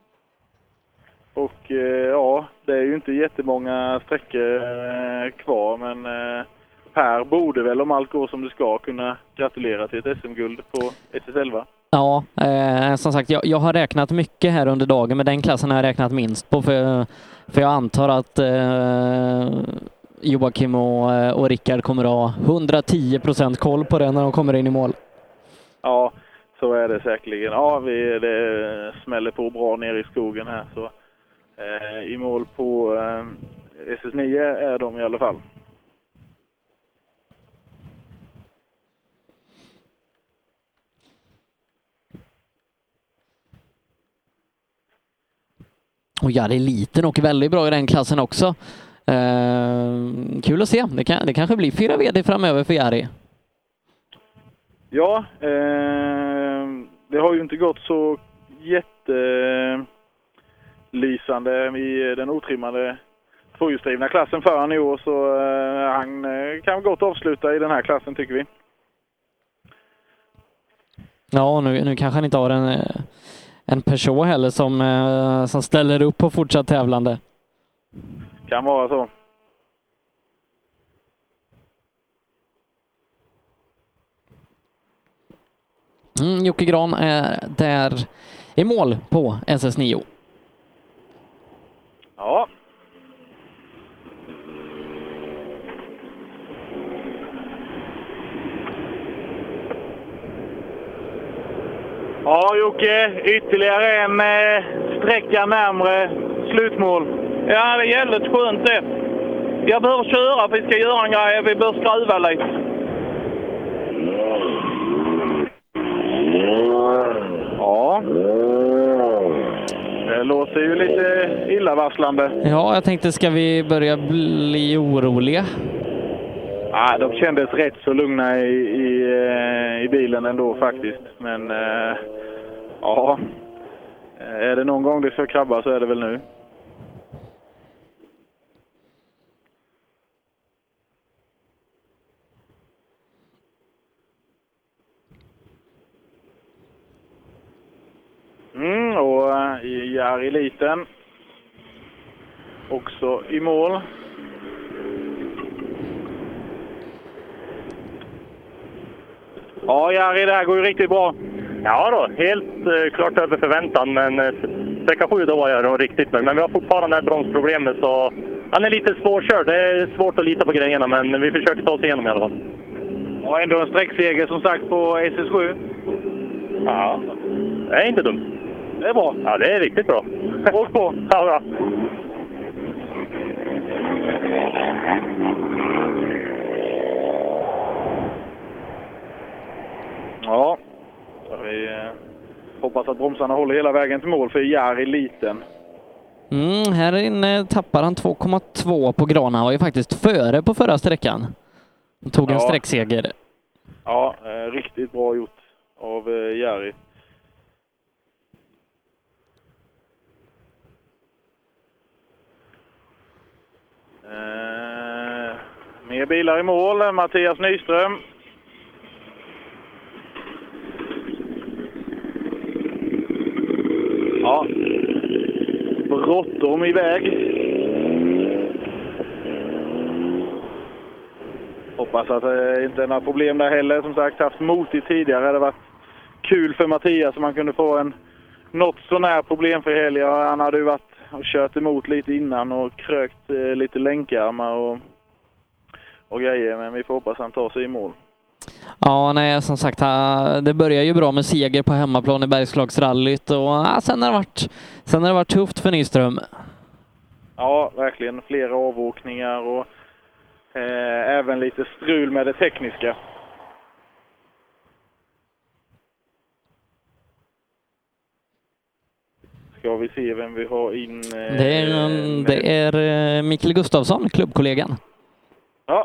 Och ja, det är ju inte jättemånga sträckor kvar, men Per borde väl om allt går som det ska kunna gratulera till ett SM-guld på SS11. Ja, som sagt, jag har räknat mycket här under dagen, men den klassen har jag räknat minst på, för jag antar att Joakim och Rickard kommer att ha 110% koll på det när de kommer in i mål. Ja, så är det säkerligen. Ja, det smäller på bra ner i skogen här, så i mål på SS9 är de i alla fall. Och Jari Liten åker väldigt bra i den klassen också. Kul att se. Det kanske blir 4 VD framöver för Jari. Ja, det har ju inte gått så jättelysande i den otrimmade tvåhjulsdrivna klassen för han i år, så han kan gott avsluta i den här klassen, tycker vi. Ja, nu kanske han inte har en person heller som ställer upp på fortsatt tävlande. Kan vara så. Jocke Gran är där i mål på SS9. Ja. Ja, Jocke, ytterligare en sträcka närmare slutmål. Ja, det är väldigt skönt det. Jag bör köra, vi ska göra en grej, vi bör skruva lite. Ja. Det låter ju lite illavarslande. Ja, jag tänkte, ska vi börja bli oroliga? Ja, de kändes rätt så lugna i bilen ändå faktiskt. Men ja, är det någon gång det ska krabba så är det väl nu. Och Jari Liten också i mål. Ja, Jari, det här går ju riktigt bra. Ja då, helt klart över förväntan, men sträcka 7 då var jag då riktigt nöjd. Men vi har fortfarande det här bromsproblemet, så han är lite svårkörd. Det är svårt att lita på grejerna, men vi försöker ta oss igenom i alla fall. Och ändå en sträckseger som sagt på SS7. Ja, det är inte dumt. Det är bra. Ja, det är riktigt bra. Åk på. Ja, bra. Ja, vi hoppas att bromsarna håller hela vägen till mål för Jari Liten. Här inne tappar han 2,2 på Grana. Han var ju faktiskt före på förra sträckan. Han tog en sträckseger. Ja, riktigt bra gjort av Jari. Mer bilar i mål. Mattias Nyström. Ja, bråttom iväg. Hoppas att det inte är några problem där heller. Som sagt, haft motigt tidigare. Det hade varit kul för Mattias om man kunde få en något sån här problem för helgen. Han hade ju varit och kört emot lite innan och krökt lite länkarmar och grejer. Men vi får hoppas han tar sig i mål. Ja, nej, som sagt, det börjar ju bra med seger på hemmaplan i Bergslagsrallyt, och sen har det varit tufft för Nyström. Ja, verkligen. Flera avåkningar och även lite strul med det tekniska. Ska vi se vem vi har in? Det är Mikael Gustafsson, klubbkollegan. Ja.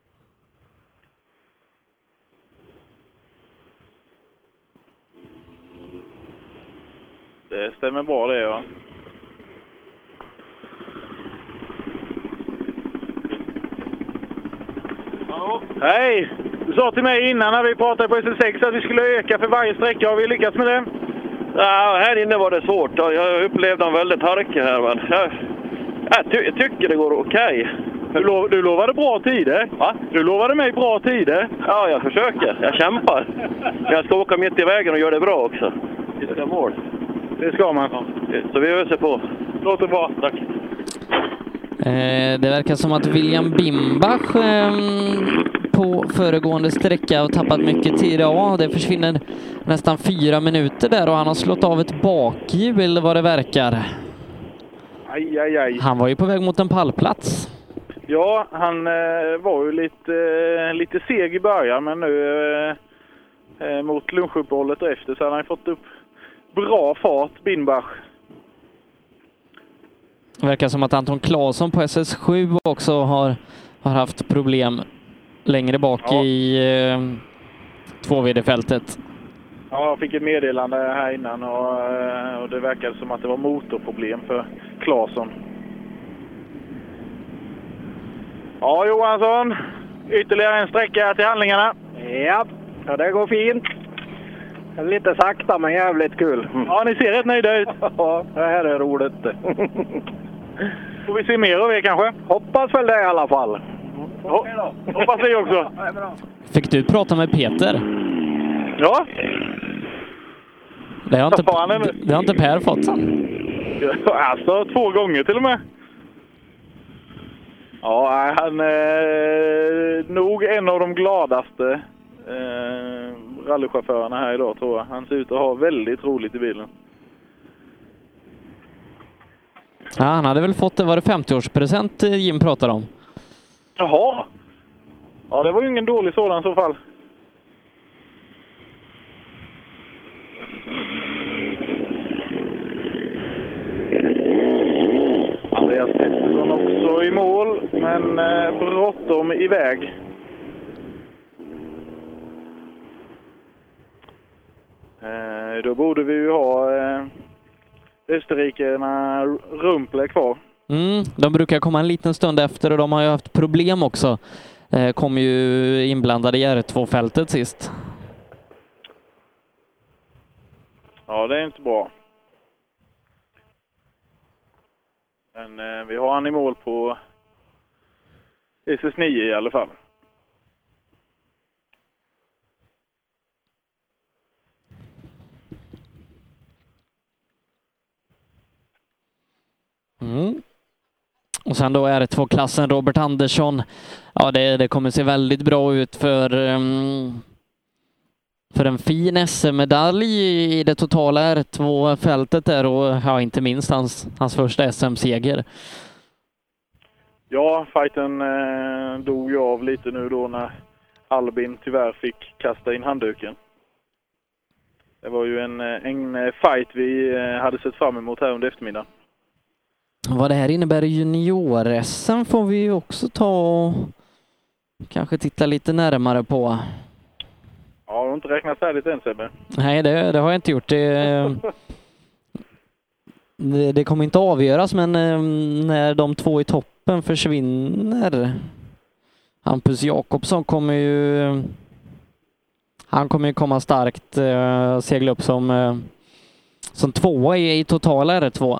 Det stämmer bra det, ja. Hallå? Hej! Du sa till mig innan när vi pratade på SS6 att vi skulle öka för varje sträcka. Har vi lyckats med det? Ja, här inne var det svårt. Jag upplevde en väldigt harkig här, men jag tycker det går okej. Du lovade bra tider. Va? Du lovade mig bra tider. Ja, jag försöker. Jag kämpar. Jag ska åka mitt i vägen och göra det bra också. Vi ska mål. Det ska man. Så vi öser på. Låter bra. Tack. Det verkar som att William Bimbach på föregående sträcka har tappat mycket tid. Ja, det försvinner nästan 4 minuter där och han har slått av ett bakhjul vad det verkar. Aj. Han var ju på väg mot en pallplats. Ja, han var ju lite seg i början, men nu mot lunchuppehållet och efter så har han fått upp bra fart, Bimbach. Det verkar som att Anton Claesson på SS7 också har haft problem längre bak i 2VD-fältet. Ja, jag fick ett meddelande här innan och det verkade som att det var motorproblem för Claesson. Ja, Johansson. Ytterligare en sträcka till handlingarna. Ja, det går fint. Lite sakta men jävligt kul. Ja, ni ser rätt nöjda ut. Ja, det här är roligt. Får vi se mer av er kanske? Hoppas väl det i alla fall. Hoppas det också. Fick du prata med Peter? Ja. Det har inte Per fått sen. Alltså 2 gånger till och med. Ja, han är nog en av de gladaste rallychaufförerna här idag, tror jag. Han ser ut att ha väldigt roligt i bilen. Ja, han hade väl fått, var det 50-årspresent Jim pratade om? Jaha. Ja, det var ju ingen dålig sådan i så fall. Andreas Pettersson också i mål, men bråttom iväg. Då borde vi ju ha österrikerna Rumpler kvar. De brukar komma en liten stund efter och de har ju haft problem också. Kom ju inblandade i R2-fältet sist. Ja, det är inte bra. Men vi har han i mål på SS9 i alla fall. Och sen då är det R2-klassen Robert Andersson. Ja, det kommer se väldigt bra ut för en fin SM-medalj i det totala R2-fältet där och ja, inte minst hans första SM-seger. Ja, fighten dog ju av lite nu då när Albin tyvärr fick kasta in handduken. Det var ju en fight vi hade sett fram emot här under eftermiddagen. Vad det här innebär i junior-SM får vi ju också ta och kanske titta lite närmare på. Ja, du har inte räknat färdigt än, Sebbe. Nej, det har jag inte gjort. Det kommer inte avgöras, men när de två i toppen försvinner, Hampus Jakobsson kommer ju komma starkt, segla upp som tvåa i totala R2.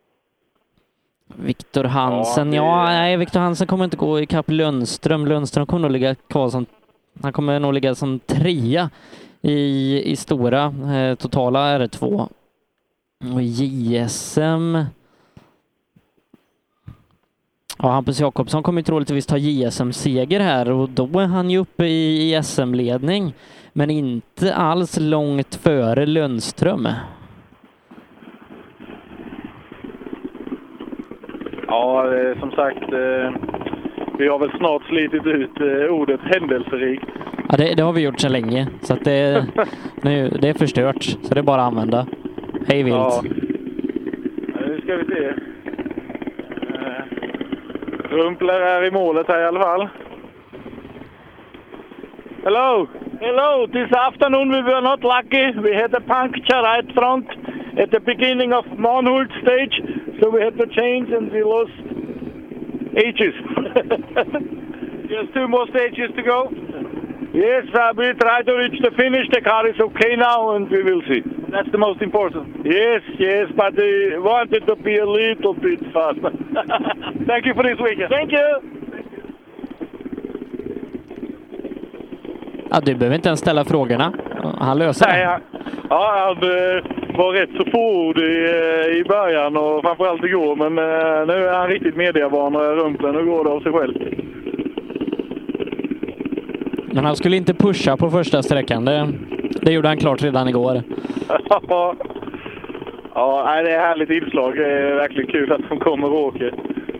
Viktor Hansen, Viktor Hansen kommer inte gå i kapp Lundström. Lundström kommer nog ligga kvar han kommer nog ligga som 3 i stora totala R2. Och JSM. Ja, Hampus Jakobsson kommer ju troligtvis ta JSM-seger här och då är han ju uppe i SM-ledning, men inte alls långt före Lundström. Ja, som sagt, vi har väl snart slitit ut ordet händelserikt. Ja, det har vi gjort så länge, så att det är förstört, så det är bara att använda. Hej vilt. Ja. Nu ska vi se. Rumpler är i målet här i alla fall. Hello, this afternoon we were not lucky. We had a puncture right front at the beginning of Monhult stage, so we had to change and we lost ages. Just 2 more stages to go. Yes, we try to reach the finish. The car is okay now and we will see. That's the most important. Yes, but we wanted to be a little bit faster. Thank you for this weekend. Thank you. Ja, du behöver inte ens ställa frågorna. Han löser det. Han var rätt så fåordig i början och framförallt igår. Men nu är han riktigt medievan och runt den och går det av sig själv. Men han skulle inte pusha på första sträckan. Det gjorde han klart redan igår. Ja, det är härligt inslag. Det är verkligen kul att de kommer och åker.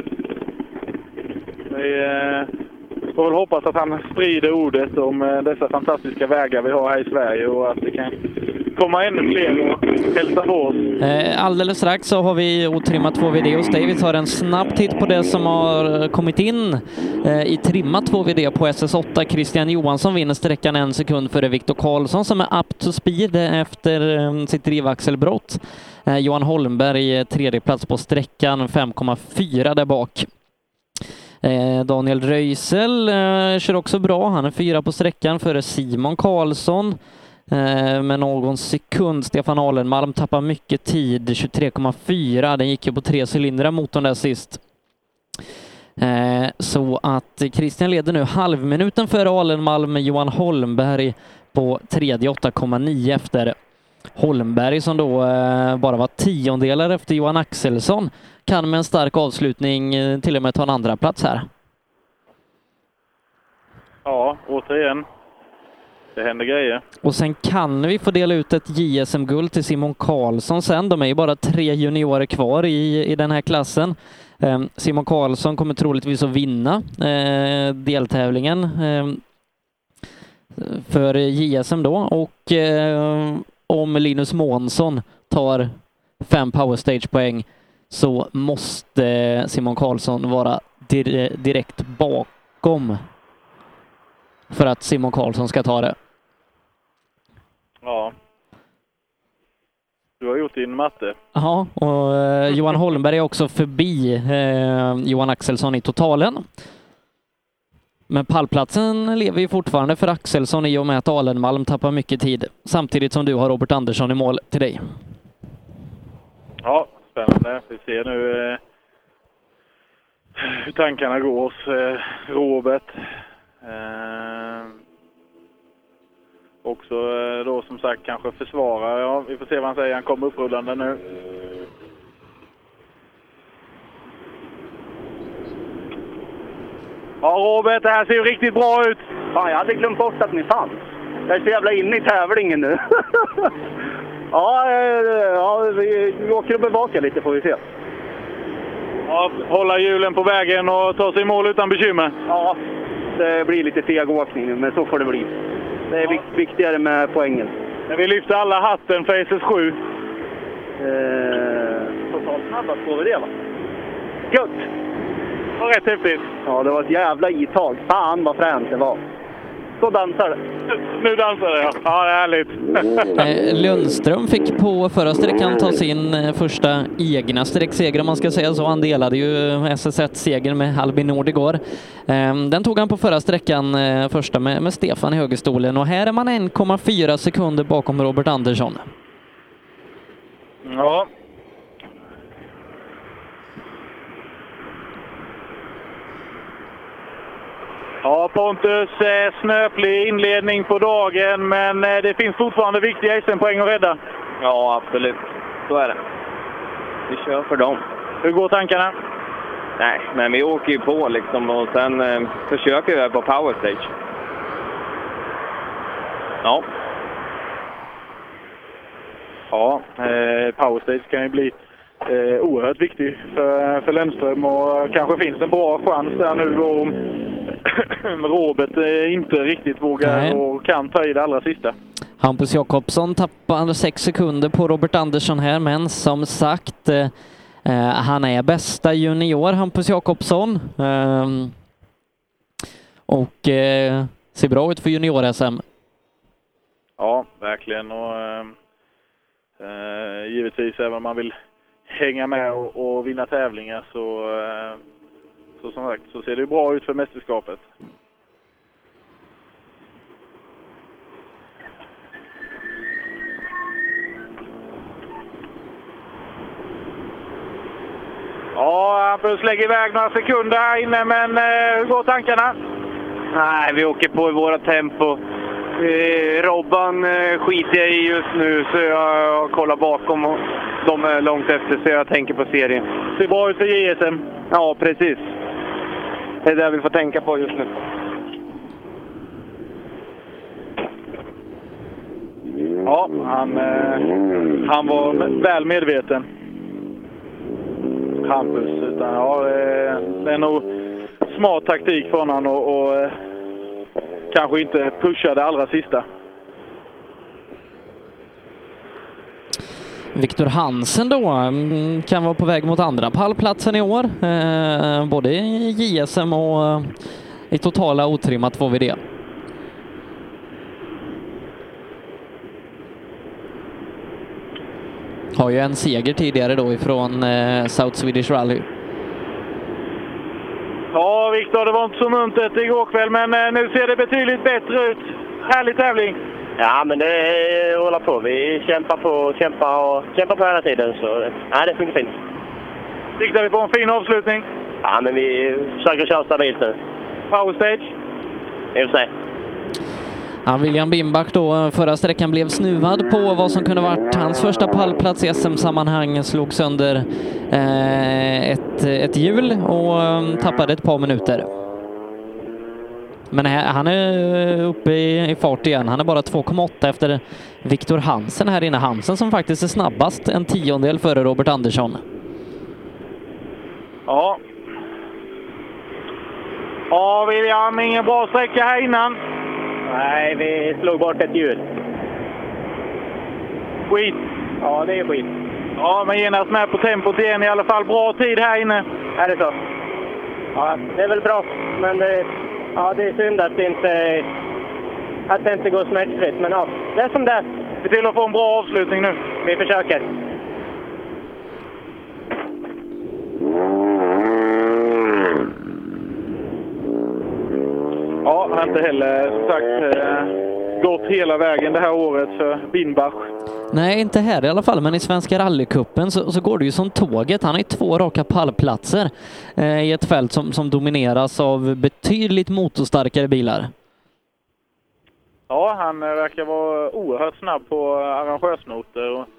Vi får väl hoppas att han sprider ordet om dessa fantastiska vägar vi har här i Sverige och att det kan komma ännu fler och hälsa på oss. Alldeles strax så har vi otrimmat 2VD hos dig. Vi tar en snabb titt på det som har kommit in i trimmat 2VD på SS8. Christian Johansson vinner sträckan 1 sekund före Viktor Karlsson som är up to speed efter sitt drivaxelbrott. Johan Holmberg tredje plats på sträckan, 5,4 där bak. Daniel Röisel kör också bra. Han är 4 på sträckan före Simon Karlsson med någon sekund. Stefan Alenmalm tappar mycket tid, 23,4. Den gick ju på 3 cylindrar motorn där sist. Så att Christian leder nu halvminuten före Alenmalm med Johan Holmberg på tredje, 8,9 efter. Holmberg som då bara var 10 efter Johan Axelsson kan med en stark avslutning till och med ta en andra plats här. Ja, återigen. Det händer grejer. Och sen kan vi få dela ut ett JSM-guld till Simon Karlsson sen. De är ju bara 3 juniorer kvar i den här klassen. Simon Karlsson kommer troligtvis att vinna deltävlingen för JSM då. Och om Linus Månsson tar 5 powerstage-poäng så måste Simon Karlsson vara direkt bakom för att Simon Karlsson ska ta det. Ja. Du har gjort din matte. Ja, och Johan Holmberg är också förbi Johan Axelsson i totalen. Men pallplatsen lever ju fortfarande för Axelsson i och med att Alenmalm tappar mycket tid. Samtidigt som du har Robert Andersson i mål till dig. Ja, spännande. Vi ser nu hur tankarna går hos Robert. Också då som sagt kanske försvara. Ja, vi får se vad han säger. Han kommer upprullande nu. Ja, Robert, det här ser ju riktigt bra ut. Fan, jag hade glömt bort att ni fanns. Jag är så jävla inne i tävlingen nu. ja, vi åker och bevakar lite får vi se. Ja, hålla hjulen på vägen och ta sig i mål utan bekymmer. Ja, det blir lite fegåkning nu, men så får det bli. Det är viktigare med poängen. Men vi lyfter alla hatten för SS7. Totalt snabbast får vi det, va? Gött! Det var rätt häftigt. Ja, det var ett jävla itag. Fan vad fränt det var. Så dansar det. Nu dansar det, ja. Ja, det är härligt. Lundström fick på förra sträckan ta sin första egna sträckseger om man ska säga så. Han delade ju SS1-segern med Albin Nord igår. Den tog han på förra sträckan första med Stefan i högerstolen. Och här är man 1,4 sekunder bakom Robert Andersson. Ja. Ja, Pontus, snöplig inledning på dagen, men det finns fortfarande viktiga SM-poäng att rädda. Ja, absolut. Så är det. Vi kör för dem. Hur går tankarna? Nej, men vi åker ju på liksom och sen försöker vi på power stage. Ja. Ja, power stage kan ju bli oerhört viktig för Lundström och kanske finns en bra chans där nu om Robert inte riktigt vågar och kan ta i det allra sista. Hampus Jakobsson tappar 6 sekunder på Robert Andersson här, men som sagt han är bästa junior, Hampus Jakobsson. Och ser bra ut för junior-SM. Ja, verkligen. Och givetvis även om man vill hänga med och vinna tävlingar så som sagt så ser det bra ut för mästerskapet. Ja, Hampus lägger iväg några sekunder här inne, men hur går tankarna? Nej, vi åker på i våra tempo. Robban skiter jag i just nu, så jag kollar bakom och de är långt efter, så jag tänker på serien. Ser bra ut för JSM. Ja, precis. Det är det vi får tänka på just nu. Ja, han var väl medveten. Hampus, utan ja, det är nog smart taktik från han och kanske inte pusha det allra sista. Viktor Hansen då kan vara på väg mot andra pallplatsen i år. Både i JSM och i totala otrimmat får vi det. Har ju en seger tidigare då ifrån South Swedish Rally. Ja, Viktor, det var inte så muntert igår kväll, men nu ser det betydligt bättre ut. Härlig tävling. Ja, men det håller på. Vi kämpar på hela tiden, så ja, det funkar fint. Siktar vi på en fin avslutning? Ja, men vi försöker köra stabilt nu. Power stage? Det vill säga. Ja, William Bimbach då, förra sträckan blev snuvad på vad som kunde varit hans första pallplats i SM-sammanhang, slog sönder ett hjul och tappade ett par minuter. Men han är uppe i fart igen. Han är bara 2,8 efter Viktor Hansen här inne. Hansen som faktiskt är snabbast, en 10-ondel före Robert Andersson. Ja. Ja, William, ingen bra sträcka här innan. Nej, vi slog bort ett hjul. Skit. Ja, det är skit. Ja, men genast med på tempot igen i alla fall. Bra tid här inne. Är det så? Ja, det är väl bra. Men det är synd att det inte går smärtfritt. Men ja, det är som det är. Vi till att få en bra avslutning nu. Vi försöker. Ja, han har inte heller som sagt gått hela vägen det här året för Bimbach. Nej, inte här i alla fall, men i Svenska rallycupen så går det ju som tåget. Han har ju 2 raka pallplatser i ett fält som domineras av betydligt motorstarkare bilar. Ja, han verkar vara oerhört snabb på arrangörsmotor. Och,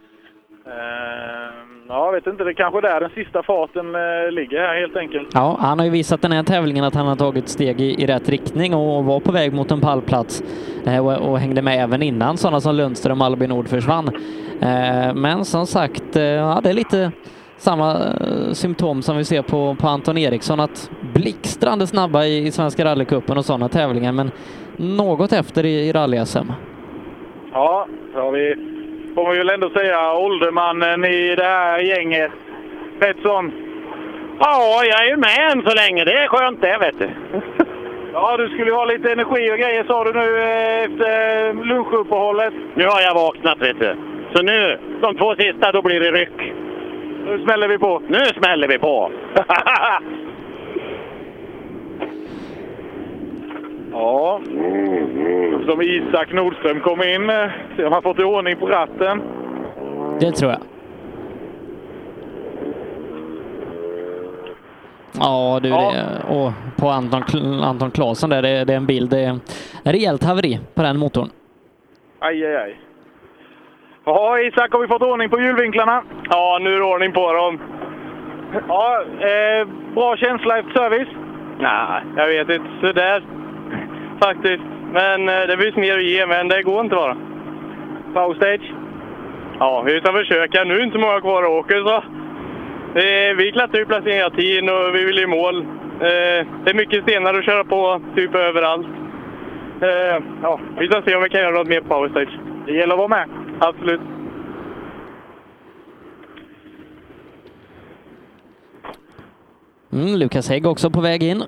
jag vet inte, det kanske där den sista farten ligger här helt enkelt. Ja, han har ju visat den här tävlingen att han har tagit steg i rätt riktning och var på väg mot en pallplats och hängde med även innan sådana som Lundström och Albin Nord försvann. Men som sagt, ja, det är lite samma symptom som vi ser på Anton Eriksson, att blixtrande snabba i Svenska rallycupen och sådana tävlingar, men något efter i rally-SM. Ja, vi får man ju ändå säga åldermannen i det här gänget. Pettersson. Ja, jag är ju med än så länge. Det är skönt det, vet du. Ja, du skulle ju ha lite energi och grejer, sa du nu efter lunchuppehållet. Nu har jag vaknat, vet du. Så nu, de 2 sista, då blir det ryck. Nu smäller vi på. Nu smäller vi på. Ja, som Isak Nordström kom in. Se om han fått i ordning på ratten. Det tror jag. Ja, du, ja. Och på Anton Claesson där, det är en bild. Det är rejält haveri på den motorn. Aj. Ja, Isak, har vi fått ordning på hjulvinklarna? Ja, nu är det ordning på dem. Ja, bra känsla efter service? Nej, jag vet inte. Så där faktiskt. Men det finns mer att ge, men det går inte bara. Power stage? Ja, vi ska försöka. Nu är inte många kvar att åka, så vi klättrar ju placeringar tiden och vi vill i mål. Det är mycket stenar att köra på, typ överallt. Ja, vi ska se om vi kan göra något mer på power stage. Det gäller att vara med. Absolut. Lukas Hägg också på väg in.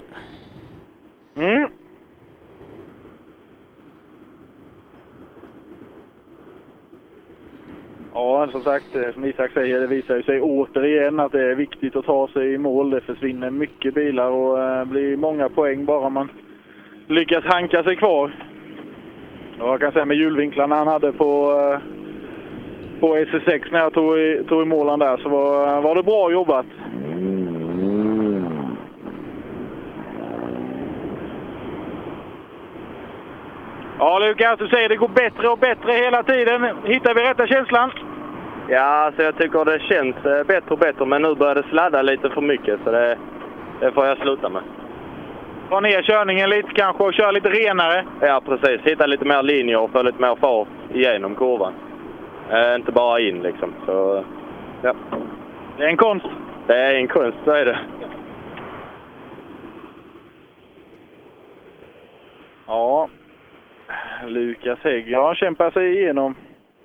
Ja, som sagt, som Isak säger, det visar sig återigen att det är viktigt att ta sig i mål. Det försvinner mycket bilar och blir många poäng bara man lyckas hanka sig kvar. Och jag kan säga med hjulvinklarna han hade på SS6 när jag tog i målen där, så var det bra jobbat. Ja, Lukas, du säger det går bättre och bättre hela tiden. Hittar vi rätta känslan? Ja, alltså jag tycker det känns bättre och bättre, men nu börjar det sladda lite för mycket, så det får jag sluta med. Dra ner körningen lite kanske och köra lite renare. Ja, precis. Hitta lite mer linjer och få lite mer fart igenom kurvan. Inte bara in liksom. Så, ja. Det är en konst. Det är en konst, så är det. Ja, Lukas Hägg. Ja, kämpar sig igenom.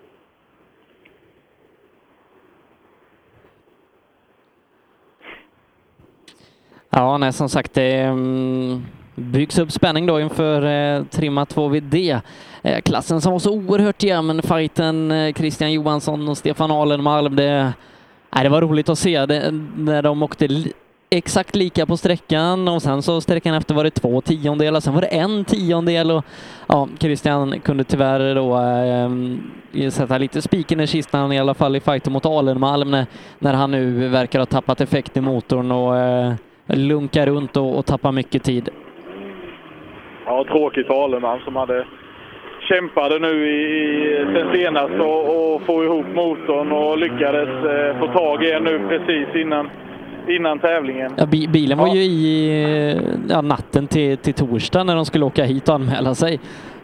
Ja, nej, som sagt, det byggs upp spänning då inför trimma 2VD. Klassen som var så oerhört jämn, fighten Christian Johansson och Stefan Alenmalm. Det var roligt att se det, när de åkte exakt lika på sträckan, och sen så sträckan efter var det 2 tiondelar, sen var det 1 tiondel, och ja, Christian kunde tyvärr då sätta lite spiken i kistan i alla fall i fighten mot Alenmalm när han nu verkar ha tappat effekt i motorn och lunkar runt och tappar mycket tid. Ja, tråkigt för Alenmalm som kämpade nu sen senast och få ihop motorn och lyckades få tag i en nu precis innan tävlingen. Ja, bilen var ju i natten till torsdag när de skulle åka hit och anmäla sig.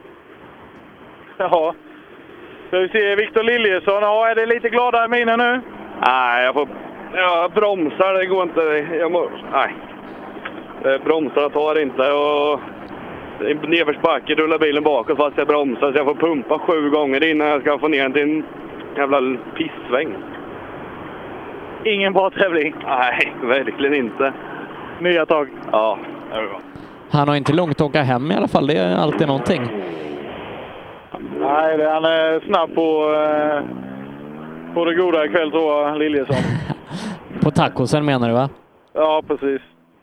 Ja. Så vi ser Victor Liljesson. Ja, är det lite gladare mina nu? Nej, jag bromsar. Det går inte. Nej. Bromsar tar inte, och i nedförsbacke rullar bilen bakåt fast jag bromsar, så jag får pumpa 7 gånger innan jag ska få ner den till en jävla pissväng. Ingen bra tävling? Nej, verkligen inte. Nya tag? Ja. Han har inte långt att åka hem i alla fall, det är alltid någonting. Nej, han är snabb på det goda ikväll, tror jag, Liljesson. På tacosen menar du, va? Ja, precis.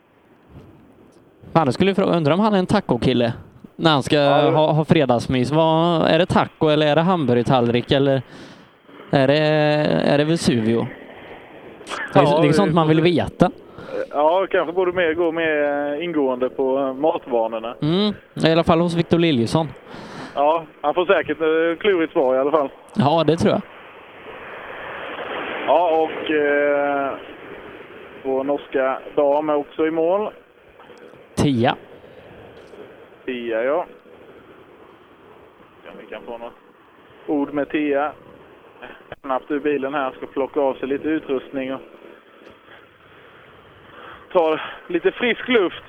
Fan, skulle undra om han är en tacokille när han ska ha fredagsmys. Är det taco eller är det hamburgertallrik eller är det Vesuvio? Det är sånt man vill veta. Ja, kanske borde gå mer ingående på matvanorna. I alla fall hos Victor Liljesson. Ja, han får säkert klurigt svar i alla fall. Ja, det tror jag. Ja, och vår norska dam är också i mål. 10, ja. Vi kan få något ord med 10. Snabbt ur bilen här, ska plocka av sig lite utrustning och ta lite frisk luft.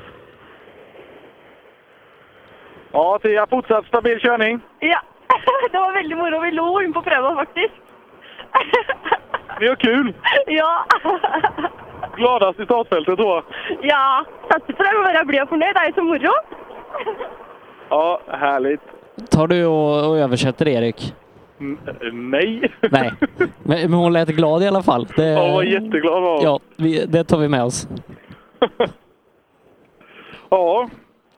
Ja, 10, fortsatt stabil körning. Ja, det var väldigt moro. Vi låg in på pröva faktiskt. Det var kul. Ja. Gladast i startfältet då? Ja, satt på det och blev förnöjd. Det är så moro. Ja, härligt. Tar du och översätter Erik? Nej. Nej, men hon lät glad i alla fall. Ja, var jätteglad var. Ja, det tar vi med oss. Ja.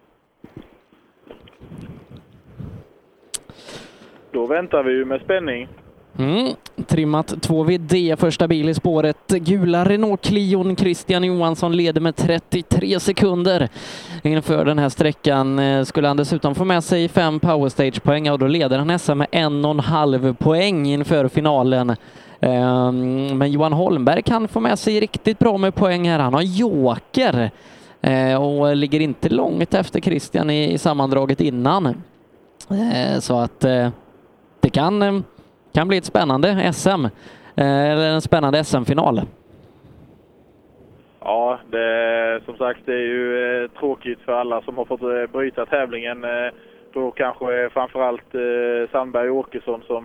Då väntar vi ju med spänning. Trimmat 2VD, första bil i spåret. Gula Renault Clion. Christian Johansson leder med 33 sekunder inför den här sträckan. Skulle han dessutom få med sig 5 powerstage-poäng, och då leder han SM med 1,5 poäng inför finalen. Men Johan Holmberg kan få med sig riktigt bra med poäng här. Han har joker och ligger inte långt efter Christian i sammandraget innan. Så att det kan bli ett spännande SM, eller en spännande SM-final. Ja, som sagt, det är ju tråkigt för alla som har fått bryta tävlingen. Då kanske framförallt Sandberg och Åkesson som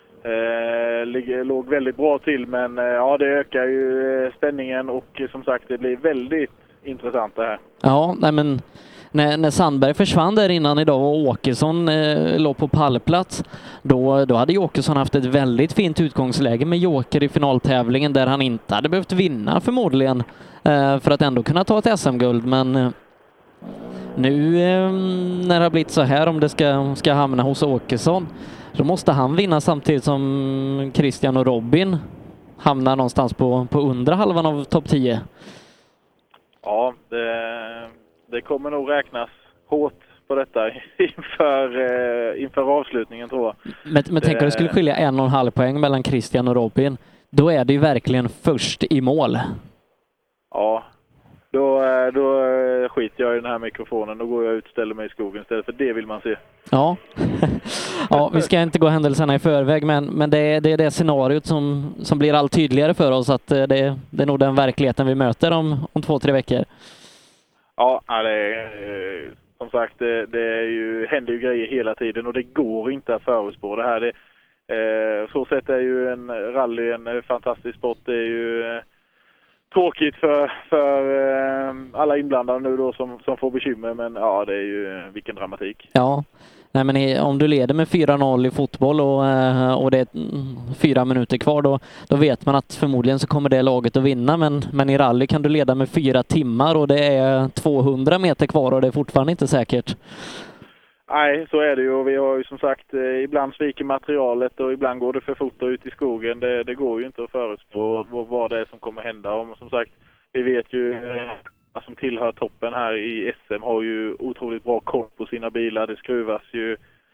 låg väldigt bra till. Men ja, det ökar ju spänningen, och som sagt, det blir väldigt intressant det här. Ja, nej men när Sandberg försvann där innan idag och Åkesson låg på pallplats, då hade ju Åkesson haft ett väldigt fint utgångsläge med joker i finaltävlingen, där han inte hade behövt vinna förmodligen för att ändå kunna ta ett SM-guld. Men nu när det har blivit så här, om det ska hamna hos Åkesson, då måste han vinna samtidigt som Christian och Robin hamnar någonstans på undre halvan av topp 10. Ja, det kommer nog räknas hårt på detta inför avslutningen, tror jag. Men tänk om det skulle skilja 1,5 poäng mellan Christian och Robin. Då är det ju verkligen först i mål. Ja, då skiter jag i den här mikrofonen. Då går jag ut och ställer mig i skogen istället, för det vill man se. Ja, ja, vi ska inte gå händelserna i förväg, men det är det scenariot som blir allt tydligare för oss, att det är nog den verkligheten vi möter om 2-3 veckor. Ja, det är, som sagt, händer ju grejer hela tiden och det går inte att förutspå det här. Så sett är ju en rally en fantastisk sport. Det är ju tråkigt för alla inblandade nu då som får bekymmer, men ja, det är ju vilken dramatik. Ja, nej, men om du leder med 4-0 i fotboll och det är 4 minuter kvar, då vet man att förmodligen så kommer det laget att vinna, men i rally kan du leda med 4 timmar och det är 200 meter kvar och det är fortfarande inte säkert. Nej, så är det ju, och vi har ju som sagt ibland sviker materialet och ibland går det för fort ut i skogen. Det går ju inte att förutspå vad det är som kommer hända. Och som sagt, vi vet ju som tillhör toppen här i SM har ju otroligt bra koll på sina bilar. Det skruvas ju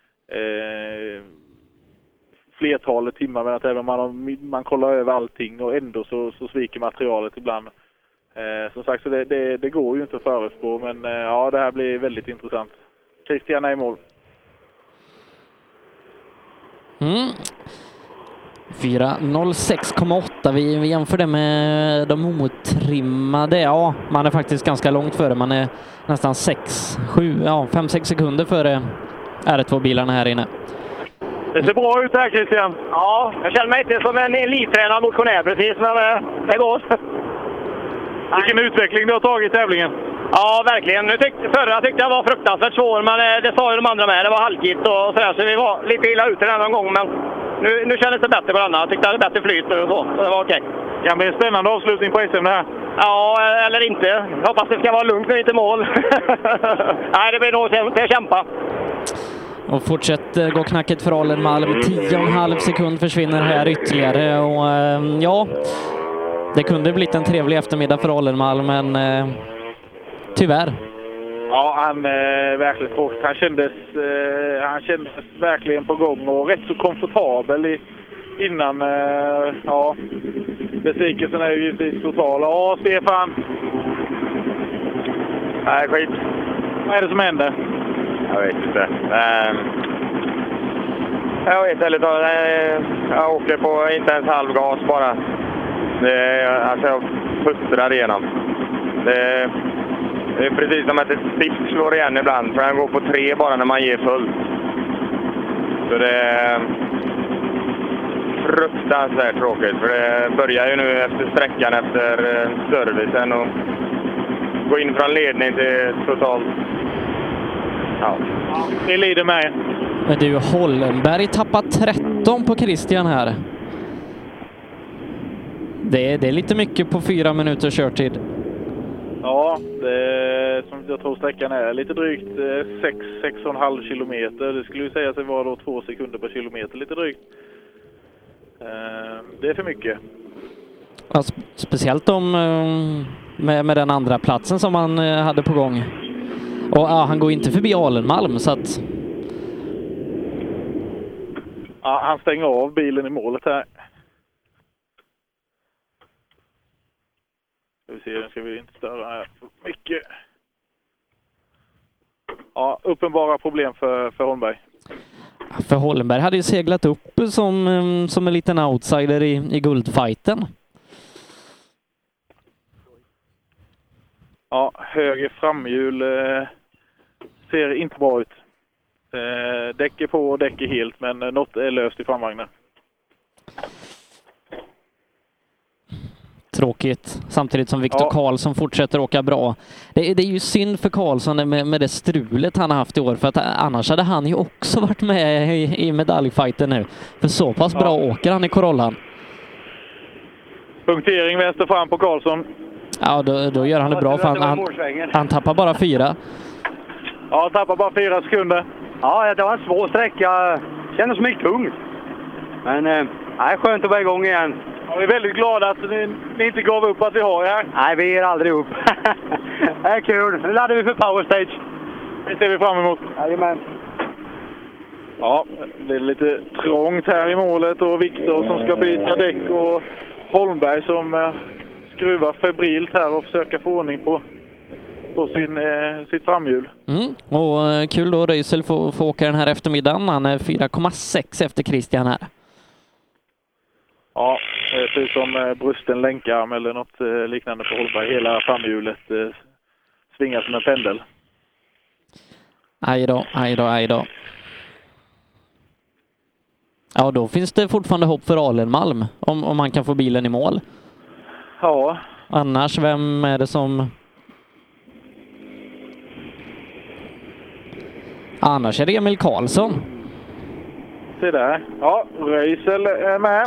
flertalet timmar, men att även man kollar över allting och ändå så sviker materialet ibland. Som sagt, så det går ju inte att förutspå, men ja, det här blir väldigt intressant. Christian är i mål. 4.06,8. Vi jämför det med de otrimmade. Ja, man är faktiskt ganska långt före. Man är nästan 5-6 sekunder före R2-bilarna här inne. Det ser bra ut här, Christian. Ja, jag känner mig inte som en elittränad motionär precis, men det går. Vilken utveckling du har tagit i tävlingen. Ja, verkligen. Förra tyckte jag var fruktansvärt svår, men det sa ju de andra med. Det var halkigt och sådär, så vi var lite illa ute den någon gång. Men nu kändes det bättre på denna. Jag tyckte det hade bättre flyt och så det var okej. Ja, men en spännande avslutning på SM det här. Ja, eller inte. Jag hoppas det ska vara lugnt när vi är i mål. Nej, det blir nog till att kämpa. Och fortsätter gå knacket för Allenmalm. 10,5 sekund försvinner här ytterligare. Och ja, det kunde blivit en trevlig eftermiddag för Allenmalm, men tyvärr. Ja, han verkligen tråkigt. Han kändes verkligen på gång och rätt så komfortabel innan. Ja, besvikelsen är ju givetvis total. Ja, Stefan. Nej, skit. Vad är det som händer? Jag vet inte. Jag vet inte. Jag åker på inte ens halvgas bara. Alltså jag puttrar igenom. Det är precis som att ett stift slår igen ibland. För den går på 3 bara när man ger fullt. Så det är fruktansvärt tråkigt. För det börjar ju nu efter sträckan efter servicen och gå in från ledning till totalt. Ja. Det lider mig. Men du, Hollenberg tappar 13 på Christian här. Det är lite mycket på 4 minuter körtid. Ja, som jag tror sträckan är lite drygt 6,5 kilometer. Det skulle ju säga sig vara då 2 sekunder per kilometer, lite drygt. Det är för mycket. Ja, speciellt med den andra platsen som han hade på gång. Och ja, han går inte förbi Allenmalm, så att... Ja, han stänger av bilen i målet här. Nu ska vi inte störa här för mycket. Ja, uppenbara problem för Holmberg. För Holmberg hade ju seglat upp som en liten outsider i guldfighten. Ja, höger framhjul ser inte bra ut. Däck är på och däck är helt, men något är löst i framvagnen. Tråkigt, samtidigt som Viktor Karlsson fortsätter åka bra. Det är ju synd för Karlsson med det strulet han har haft i år, för att annars hade han ju också varit med i medaljfighten nu. För så pass bra åker han i Corollan. Punktering vänster fram på Karlsson. Ja, då gör han det bra, för han tappar bara 4. Ja, tappar bara 4 sekunder. Ja, det var en svår sträcka. Kändes mycket tungt. Men skönt att vara igång igen. Ja, vi är väldigt glada att ni inte gav upp att vi har här. Nej, vi ger aldrig upp. Det är kul. Nu laddar vi för Power Stage. Det ser vi fram emot. Jajamän. Ja, det är lite trångt här i målet och Viktor som ska byta däck och Holmberg som skruvar febrilt här och försöker få ordning på sitt framhjul. Och kul då Röisel får åka den här eftermiddagen. Han är 4,6 efter Christian här. Ja, det ser ut som brusten länkarm eller något liknande på Holmberg. Hela framhjulet svingar som en pendel. Aj då. Ja, då finns det fortfarande hopp för Alenmalm om man kan få bilen i mål. Ja. Annars, vem är det som... Annars är det Emil Karlsson. Se där. Ja, Röisel är med.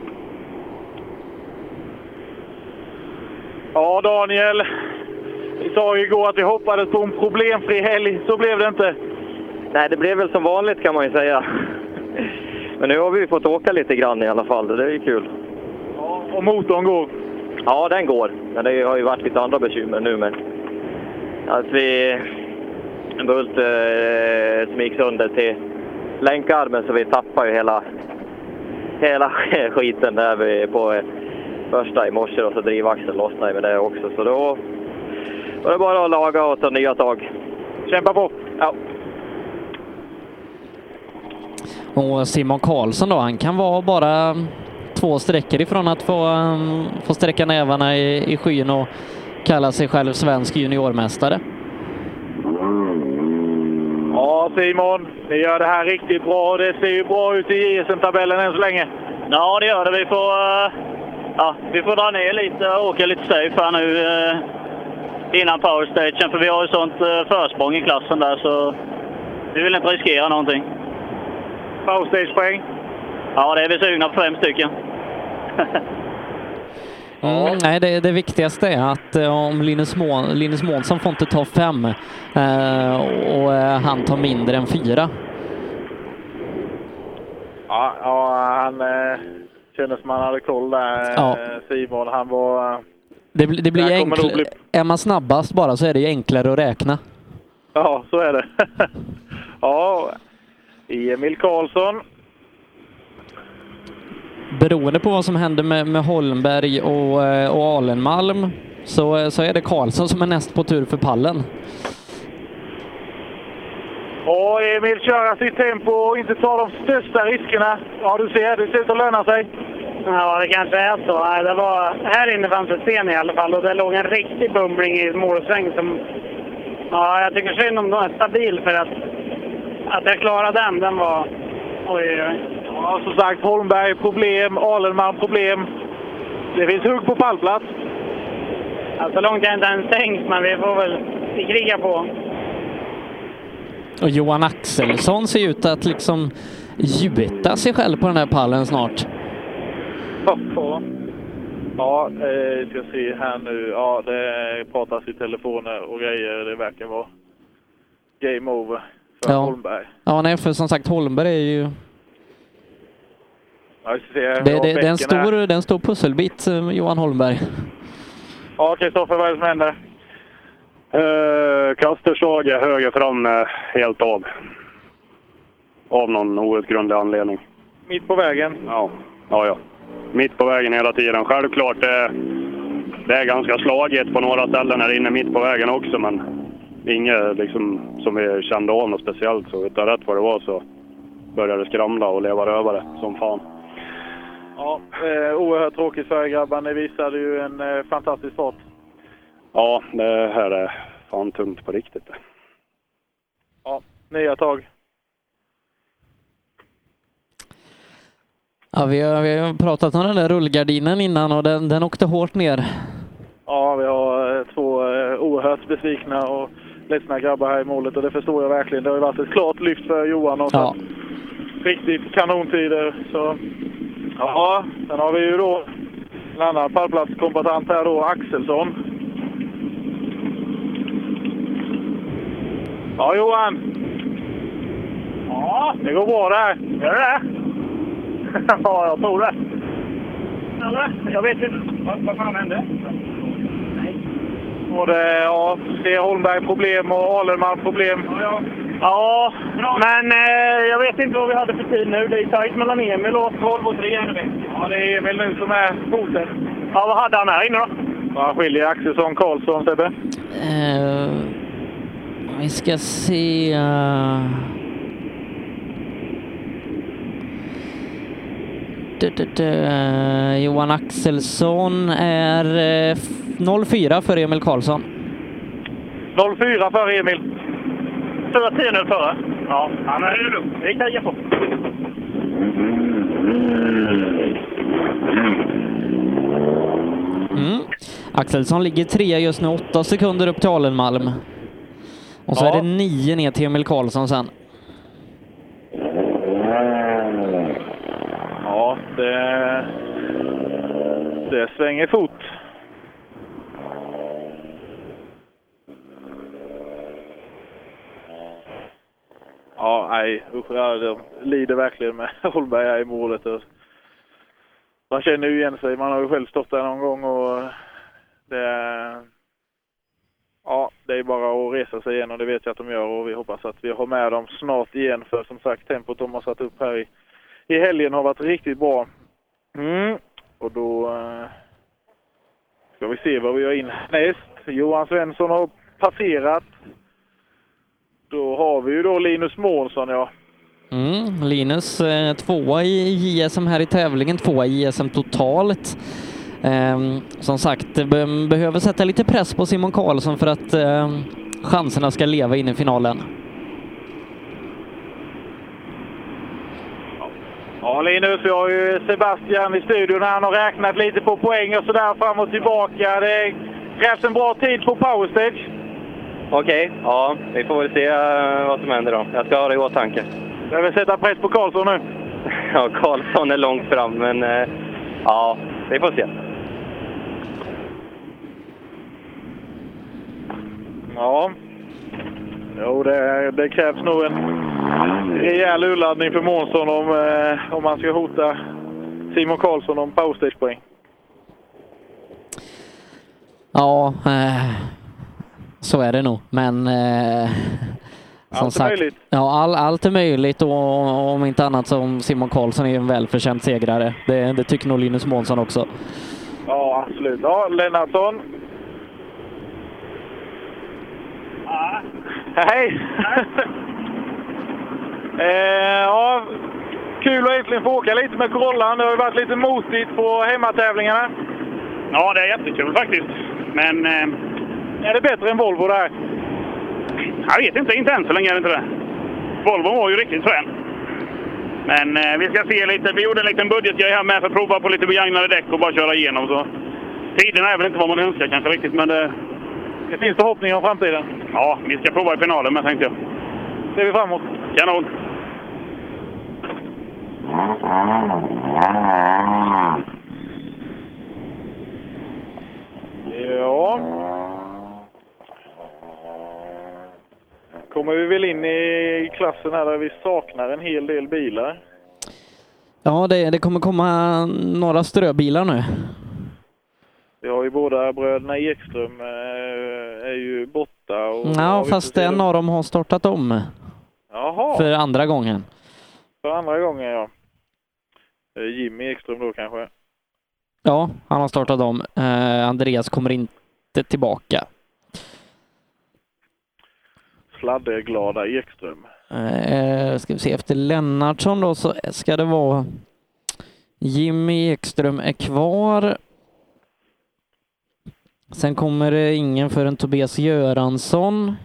Ja, Daniel. Vi sa ju igår att vi hoppades på en problemfri helg. Så blev det inte. Nej, det blev väl som vanligt kan man ju säga. Men nu har vi fått åka lite grann i alla fall. Det är ju kul. Ja, och motorn går? Ja, den går. Men det har ju varit lite andra bekymmer nu. Men att en bult som gick sönder till länkarmen så vi tappar ju hela skiten där på första i morse och så drivaxeln lossnade med det också. Så då var det bara att laga och ta nya tag. Kämpa på! Ja. Och Simon Karlsson då, han kan vara bara 2 sträckor ifrån att få sträcka nävarna i skyn och kalla sig själv svensk juniormästare. Ja, Simon, ni gör det här riktigt bra. Det ser ju bra ut i JSM-tabellen än så länge. Ja, det gör det. Vi får dra ner lite och åka lite safe här nu innan powerstagen. För vi har ju sånt försprång i klassen där så vi vill inte riskera någonting. Powerstage-poäng? Ja, det är vi sugna på 5 stycken. Nej, det viktigaste är att om Linus Månsson får inte ta 5 och han tar mindre än 4. Ja, han kändes som han hade koll där. Ja. Simon, han var... Det blir enklare. Är man snabbast bara så är det ju enklare att räkna. Ja, så är det. Ja, Emil Karlsson. Beroende på vad som händer med Holmberg och Alenmalm så är det Karlsson som är näst på tur för pallen. Och Emil köra sitt tempo och inte ta de största riskerna. Ja, du ser, det ser ut att löna sig. Ja, det kanske är så. Nej, det var, här inne fanns ett sten i alla fall och det låg en riktig bumbling i målsväng som... Ja, jag tycker synd om den är stabil för att jag klarade den var... Oj. Ja, som sagt, Holmberg problem, Alenman problem. Det finns hugg på pallplats. Ja, så långt är inte ens tänkt, men vi får väl kriga på. Och Johan Axelsson ser ut att liksom gjuta sig själv på den här pallen snart. Ja, ska se här nu. Ja, det pratas i telefoner och grejer. Det verkar vara game over för Holmberg. Ja, nej, för som sagt, Holmberg är ju... Ja, det är en stor pusselbit, Johan Holmberg. Ja, Kristoffer, vad är det som händer? Kasterslag är höger fram helt av. Av någon outgrundlig anledning. Mitt på vägen? Ja. Mitt på vägen hela tiden. Självklart det är ganska slagigt på några ställen här inne mitt på vägen också, men inget liksom som vi kände av något speciellt så, utan rätt vad det var så började det skramla och leva rövare som fan. Ja, oerhört tråkigt för er grabbar. Ni visade ju en fantastisk fart. Ja, det här är fan tungt på riktigt. Ja, nya tag. Ja, vi har pratat om den där rullgardinen innan och den åkte hårt ner. Ja, vi har 2 oerhört besvikna och ledsna grabbar här i målet och det förstår jag verkligen. Det har ju varit ett klart lyft för Johan och riktigt kanontider. Så ja, sen har vi ju då en annan pallplatskombatant här då, Axelsson. Ja, Johan. Ja, det går bra där. Gör det? Ja, jag tror det. Eller? Jag vet inte. Vad fan hände? Nej. Både C. Holmberg problem och Alenman problem. Ja, men jag vet inte vad vi hade för tid nu. Det är tajt mellan Emil och 12 och 3. Ja, det är Emil nu som är foten. Ja, vad hade han här inne då? Ja, skiljer Axelsson, Karlsson, Sebbe? Vi ska se... Johan Axelsson är 0,4 för Emil Karlsson. 0,4 för Emil. 4-10 nu före. Ja, men det är lugnt. Vi kan ge på. Axelsson ligger 3 just nu, 8 sekunder upp till Alenmalm. Och så är det 9 ner till Emil Karlsson sen. Ja, det svänger fort. Ja, nej, usch, jag lider verkligen med Holmberg här i målet. Man känner ju igen sig, man har ju själv stått där någon gång och det är bara att resa sig igen och det vet jag att de gör och vi hoppas att vi har med dem snart igen för som sagt tempot de har satt upp här i helgen har varit riktigt bra. Och då ska vi se vad vi gör in näst. Johan Svensson har passerat. Då har vi ju då Linus Månsson, ja. Linus 2 i JSM här i tävlingen, 2 i JSM totalt. Som sagt, behöver sätta lite press på Simon Karlsson för att chanserna ska leva in i finalen. Ja, Linus, vi har ju Sebastian i studion. Han har räknat lite på poäng och sådär fram och tillbaka. Det krävs en bra tid på Powerstage. Okej, ja, vi får väl se vad som händer då. Jag ska ha det i åtanke. Jag vill sätta press på Karlsson nu. Ja, Karlsson är långt fram, men ja, vi får se. Ja, jo, det krävs nog en rejäl urladdning för Månsson om man ska hota Simon Karlsson om Powerstage-poäng. Ja, så är det nog, men som sagt, möjligt. Ja, allt är möjligt och om inte annat som Simon Karlsson är en välförtjänt segrare. Det tycker nog Linus Månsson också. Ja, absolut. Ja, Lennartsson. Hej! Ja, kul att äntligen få åka lite med Corollan. Det har ju varit lite motigt på hemmatävlingarna. Ja, det är jättekul faktiskt. Men är det bättre än Volvo där? Jag vet inte än så länge är det inte det. Volvo var ju riktigt frän. Men vi ska se lite. Vi gjorde en liten budgetgrej här med för att prova på lite begagnade däck och bara köra igenom. Så tiden är väl inte vad man önskar kanske riktigt, men det finns förhoppning om framtiden. Ja, vi ska prova i finalen med, tänkte jag. Ser vi framåt. Kanon. Ja. Kommer vi väl in i klassen här där vi saknar en hel del bilar? Ja, det kommer komma några ströbilar nu. Vi har ju båda bröderna Ekström är ju borta. Och ja, fast en av dem har startat om. Jaha. För andra gången. För andra gången, ja. Jimmy Ekström då kanske? Ja, han har startat om. Andreas kommer inte tillbaka. Sladderglada Ekström. Ska vi se, efter Lennartsson då så ska det vara Jimmy Ekström är kvar. Sen kommer det ingen för en Tobias Göransson.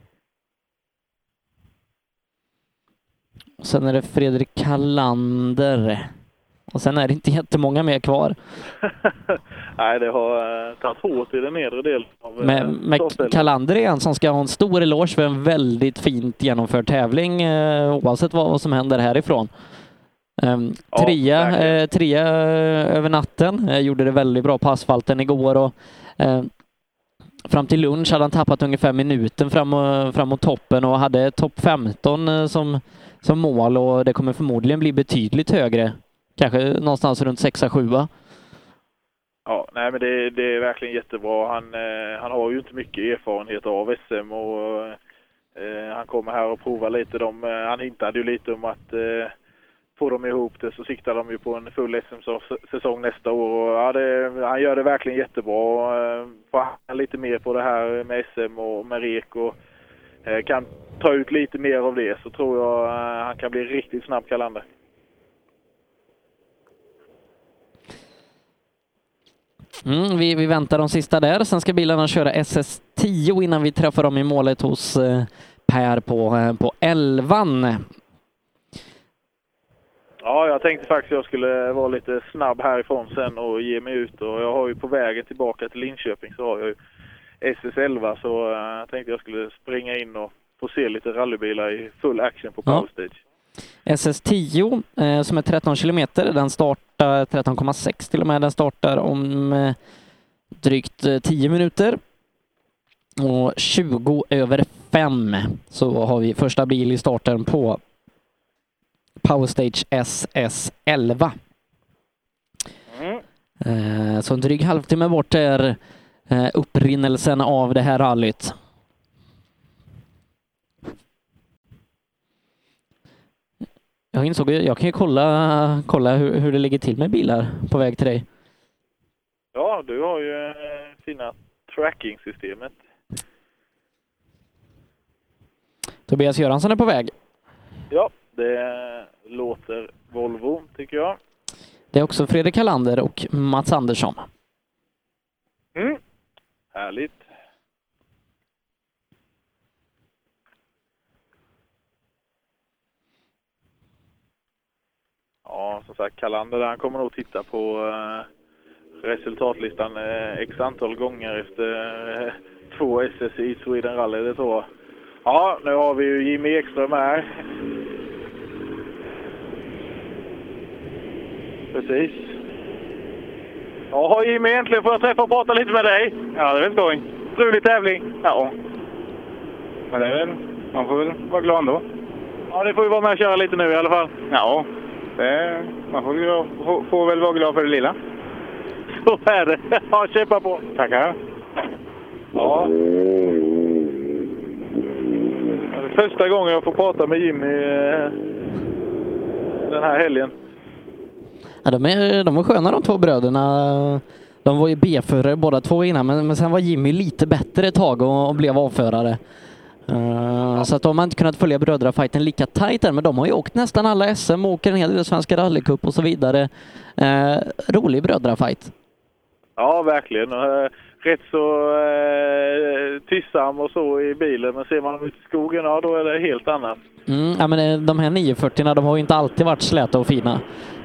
Sen är det Fredrik Kallander. Och sen är det inte jättemånga mer kvar. Nej, det har tagit hårt i den nedre delen av Men Kallander är en som ska ha en stor eloge för en väldigt fint genomförd tävling oavsett vad som händer härifrån. Trea över natten. Gjorde det väldigt bra på asfalten igår och fram till lunch hade han tappat ungefär minuten framåt toppen och hade topp 15 som mål och det kommer förmodligen bli betydligt högre. Kanske någonstans runt 6-7. Ja, nej men det är verkligen jättebra. Han har ju inte mycket erfarenhet av SM och han kommer här och provar lite. Han hintade ju lite om att får de ihop det så siktar de ju på en full SM-säsong nästa år. Och, ja, han gör det verkligen jättebra. Får han lite mer på det här med SM och med rek och kan ta ut lite mer av det, så tror jag han kan bli riktigt snabb Kalander. Vi väntar de sista där. Sen ska bilarna köra SS10 innan vi träffar dem i målet hos Per på 11:an. Ja, jag tänkte faktiskt att jag skulle vara lite snabb härifrån sen och ge mig ut. Och jag har ju på vägen tillbaka till Linköping så har jag ju SS11, så jag tänkte jag skulle springa in och få se lite rallybilar i full action på Power Stage. SS10 som är 13 kilometer, den startar 13,6 till och med. Den startar om drygt 10 minuter. Och 20:05 så har vi första bil i starten på Power Stage SS11. Så en dryg halvtimme bort är upprinnelsen av det här rallyt. Jag kan ju kolla hur det ligger till med bilar på väg till dig. Ja, du har ju fina tracking-systemet. Tobias Göransson är på väg. Ja, det låter Volvo tycker jag. Det är också Fredrik Kalander och Mats Andersson. Härligt. Ja, som sagt, Kalander han kommer nog titta på resultatlistan x antal gånger efter 2 SS i Sweden Rally, det tror jag. Ja, nu har vi ju Jimmy Ekström här. Precis. Ja, Jimmy, äntligen får jag träffa och prata lite med dig. Ja, det är väl skoj. Rolig tävling. Ja. Men det är väl, man får väl vara glad ändå. Ja, det får ju vara med och köra lite nu i alla fall. Ja, man får väl vara glad för det lilla. Så är det. Ja, kämpa på. Tackar. Ja. Det är första gången jag får prata med Jimmy den här helgen. Ja, de var sköna de två bröderna. De var ju B-förare båda två innan, men sen var Jimmy lite bättre ett tag och blev avförare. Så att de har inte kunnat följa brödrafighten lika tajt där, men de har ju åkt nästan alla SM, åker en hel del Svenska rallycup och så vidare. Rolig brödrafight. Ja, verkligen. Rätt så tyssam och så i bilen, men ser man dem ute i skogen, ja, då är det helt annat. Ja, men de här 940 de har ju inte alltid varit släta och fina.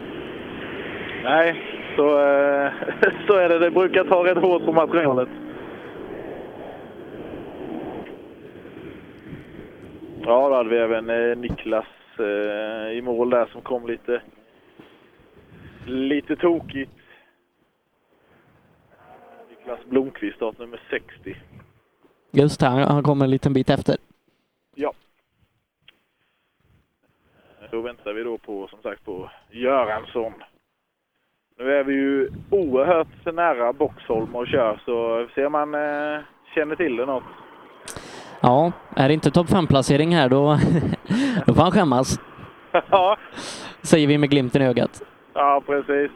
Nej, så är det. Det brukar ta rätt hårt på materialet. Ja, då hade vi även Niklas i mål där som kom lite tokigt. Niklas Blomqvist, start nummer 60. Just här, han kommer en liten bit efter. Ja. Då väntar vi då på, som sagt, på Göransson. Nu är vi ju oerhört nära Boxholm och kör, så ser man känner till det något. Ja, är det inte topp 5-placering här då får han skämmas. Ja. Säger vi med glimten i ögat. Ja, precis.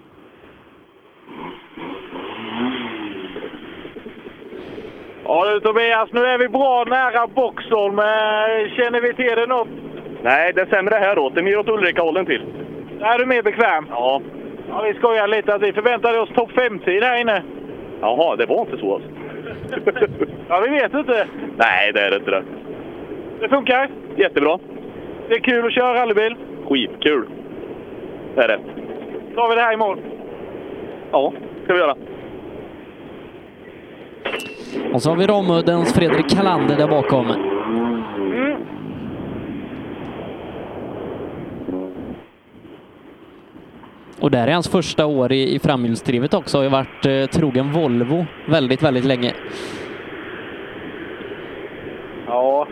Ja du Tobias, nu är vi bra nära Boxholm. Känner vi till det något? Nej, det är sämre här åt. Det är mer åt Ulrika-hållen till. Är du mer bekväm? Ja. Ja, vi skojar lite att vi förväntade oss topp 5-tid här inne. Jaha, det var inte så alltså. Ja, vi vet inte. Nej, det är det inte det. Det funkar? Jättebra. Det är kul att köra rallybil? Skitkul. Det är det. Tar vi det här i mål? Ja, ska vi göra. Och så har vi Romuddens Fredrik Kalander där bakom. Och där är hans första år i framhjulsdrivet också. Har ju varit trogen Volvo väldigt, väldigt länge. Ja,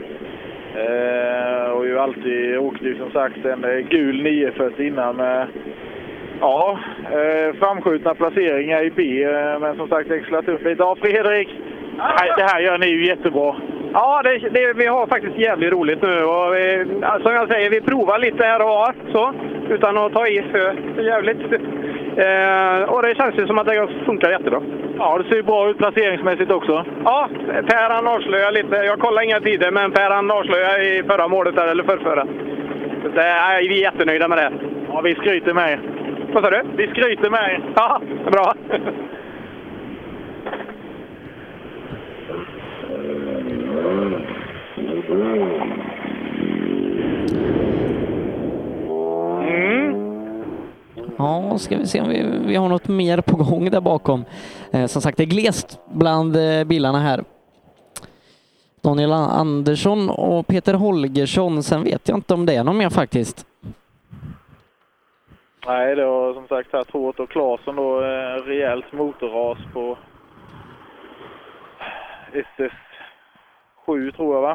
och ju alltid åkt ju som sagt en gul 940 innan. Ja, framskjutna placeringar i B, men som sagt växlat upp lite. Ja, Fredrik, det här gör ni ju jättebra. Ja, vi har faktiskt jävligt roligt nu. Och som jag säger, vi provar lite här och var, så, utan att ta i för jävligt. Och det känns ju som att det funkar jättebra. Ja, det ser bra ut placeringsmässigt också. Ja, Per han avslöjar lite. Jag kollar inga tider, men Per han avslöjar i förra målet där, eller förrförra. Vi är jättenöjda med det. Ja, vi skryter med. Vad sa du? Vi skryter med. Ja, bra. Ja, ska vi se om vi har något mer på gång där bakom. Som sagt, det är glest bland bilarna här. Daniel Andersson och Peter Holgersson. Sen vet jag inte om det är någon mer faktiskt. Nej, det var som sagt här Tråt och Claesson då, rejält motorras på SS7 tror jag, va?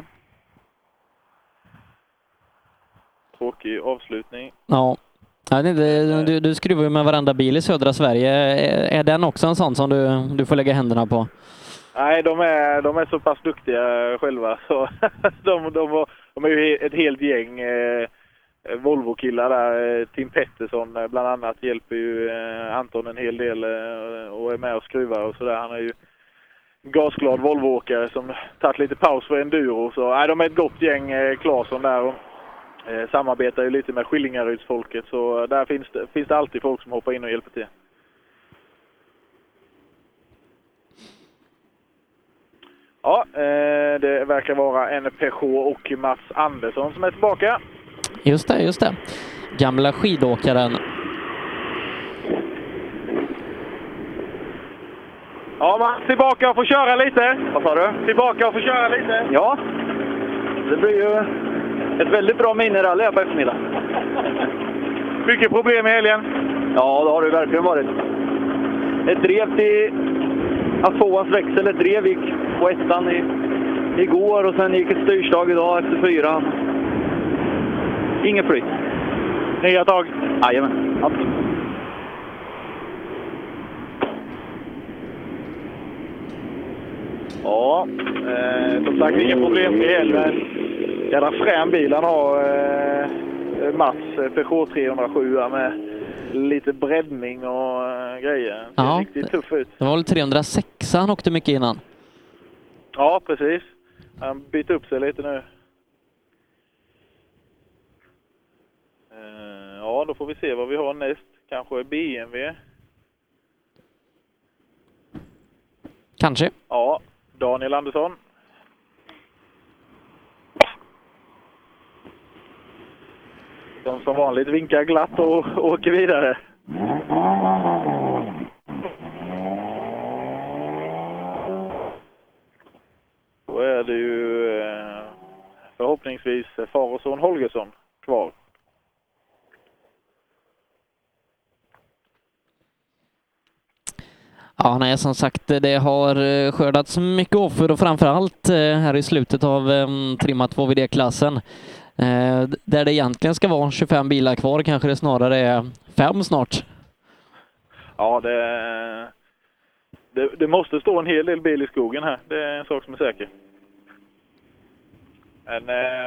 Tråkig avslutning. Ja. Du skruvar ju med varenda bil i södra Sverige. Är den också en sån som du får lägga händerna på? Nej, de är så pass duktiga själva. Så de är ju ett helt gäng Volvo-killar där. Tim Pettersson bland annat hjälper ju Anton en hel del och är med och skruvar och sådär. Han är ju gasglad Volvo-åkare som tagit lite paus för enduro. Så nej, de är ett gott gäng, Claesson där, och samarbetar ju lite med Skillingarydsfolket, så där finns det alltid folk som hoppar in och hjälper till. Ja, det verkar vara en Peugeot och Mats Andersson som är tillbaka. Just det. Gamla skidåkaren. Ja, Mats, tillbaka och får köra lite. Vad sa du? Tillbaka och får köra lite. Ja, det blir ju ett väldigt bra minirally här på eftermiddag. Mycket problem i helgen? Ja, det har det verkligen varit. Ett drev till att tvåans växel, ett drev gick på ettan igår och sen gick ett styrslag idag efter 4. Ingen flytt. Nya tag? Jajamän, absolut. Ja, som sagt inga problem i helgen. Jävla frän bil han har, Mats, Peugeot 307 med lite breddning och grejer. Det är riktigt tuff ut. Det var väl 306 han åkte mycket innan. Ja, precis. Han byter upp sig lite nu. Ja, då får vi se vad vi har näst. Kanske BMW. Kanske. Ja, Daniel Andersson. De som vanligt vinkar glatt och åker vidare. Då är det ju förhoppningsvis far och son Holgersson kvar. Ja, nej, som sagt, det har skördats mycket offer och framförallt här i slutet av trimmat 2VD-klassen. Där det egentligen ska vara 25 bilar kvar, kanske det snarare är 5 snart. Ja, det måste stå en hel del bil i skogen här. Det är en sak som är säker. Men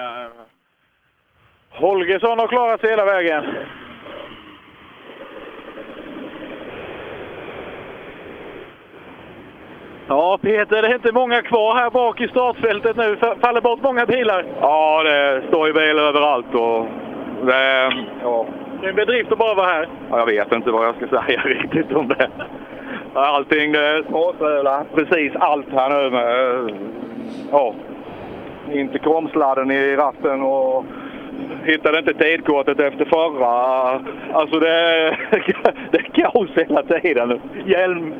Holgersson har klarat sig hela vägen. Ja, Peter, det är inte många kvar här bak i startfältet nu. Faller bort många bilar. Ja, det står ju bilar överallt och det är en bedrift att bara vara här. Ja, jag vet inte vad jag ska säga riktigt om det. Allting, det är småströla. Precis allt här nu med intercomsladden i ratten och hittade inte tidkortet efter förra. Alltså det är kaos hela tiden. Hjälm.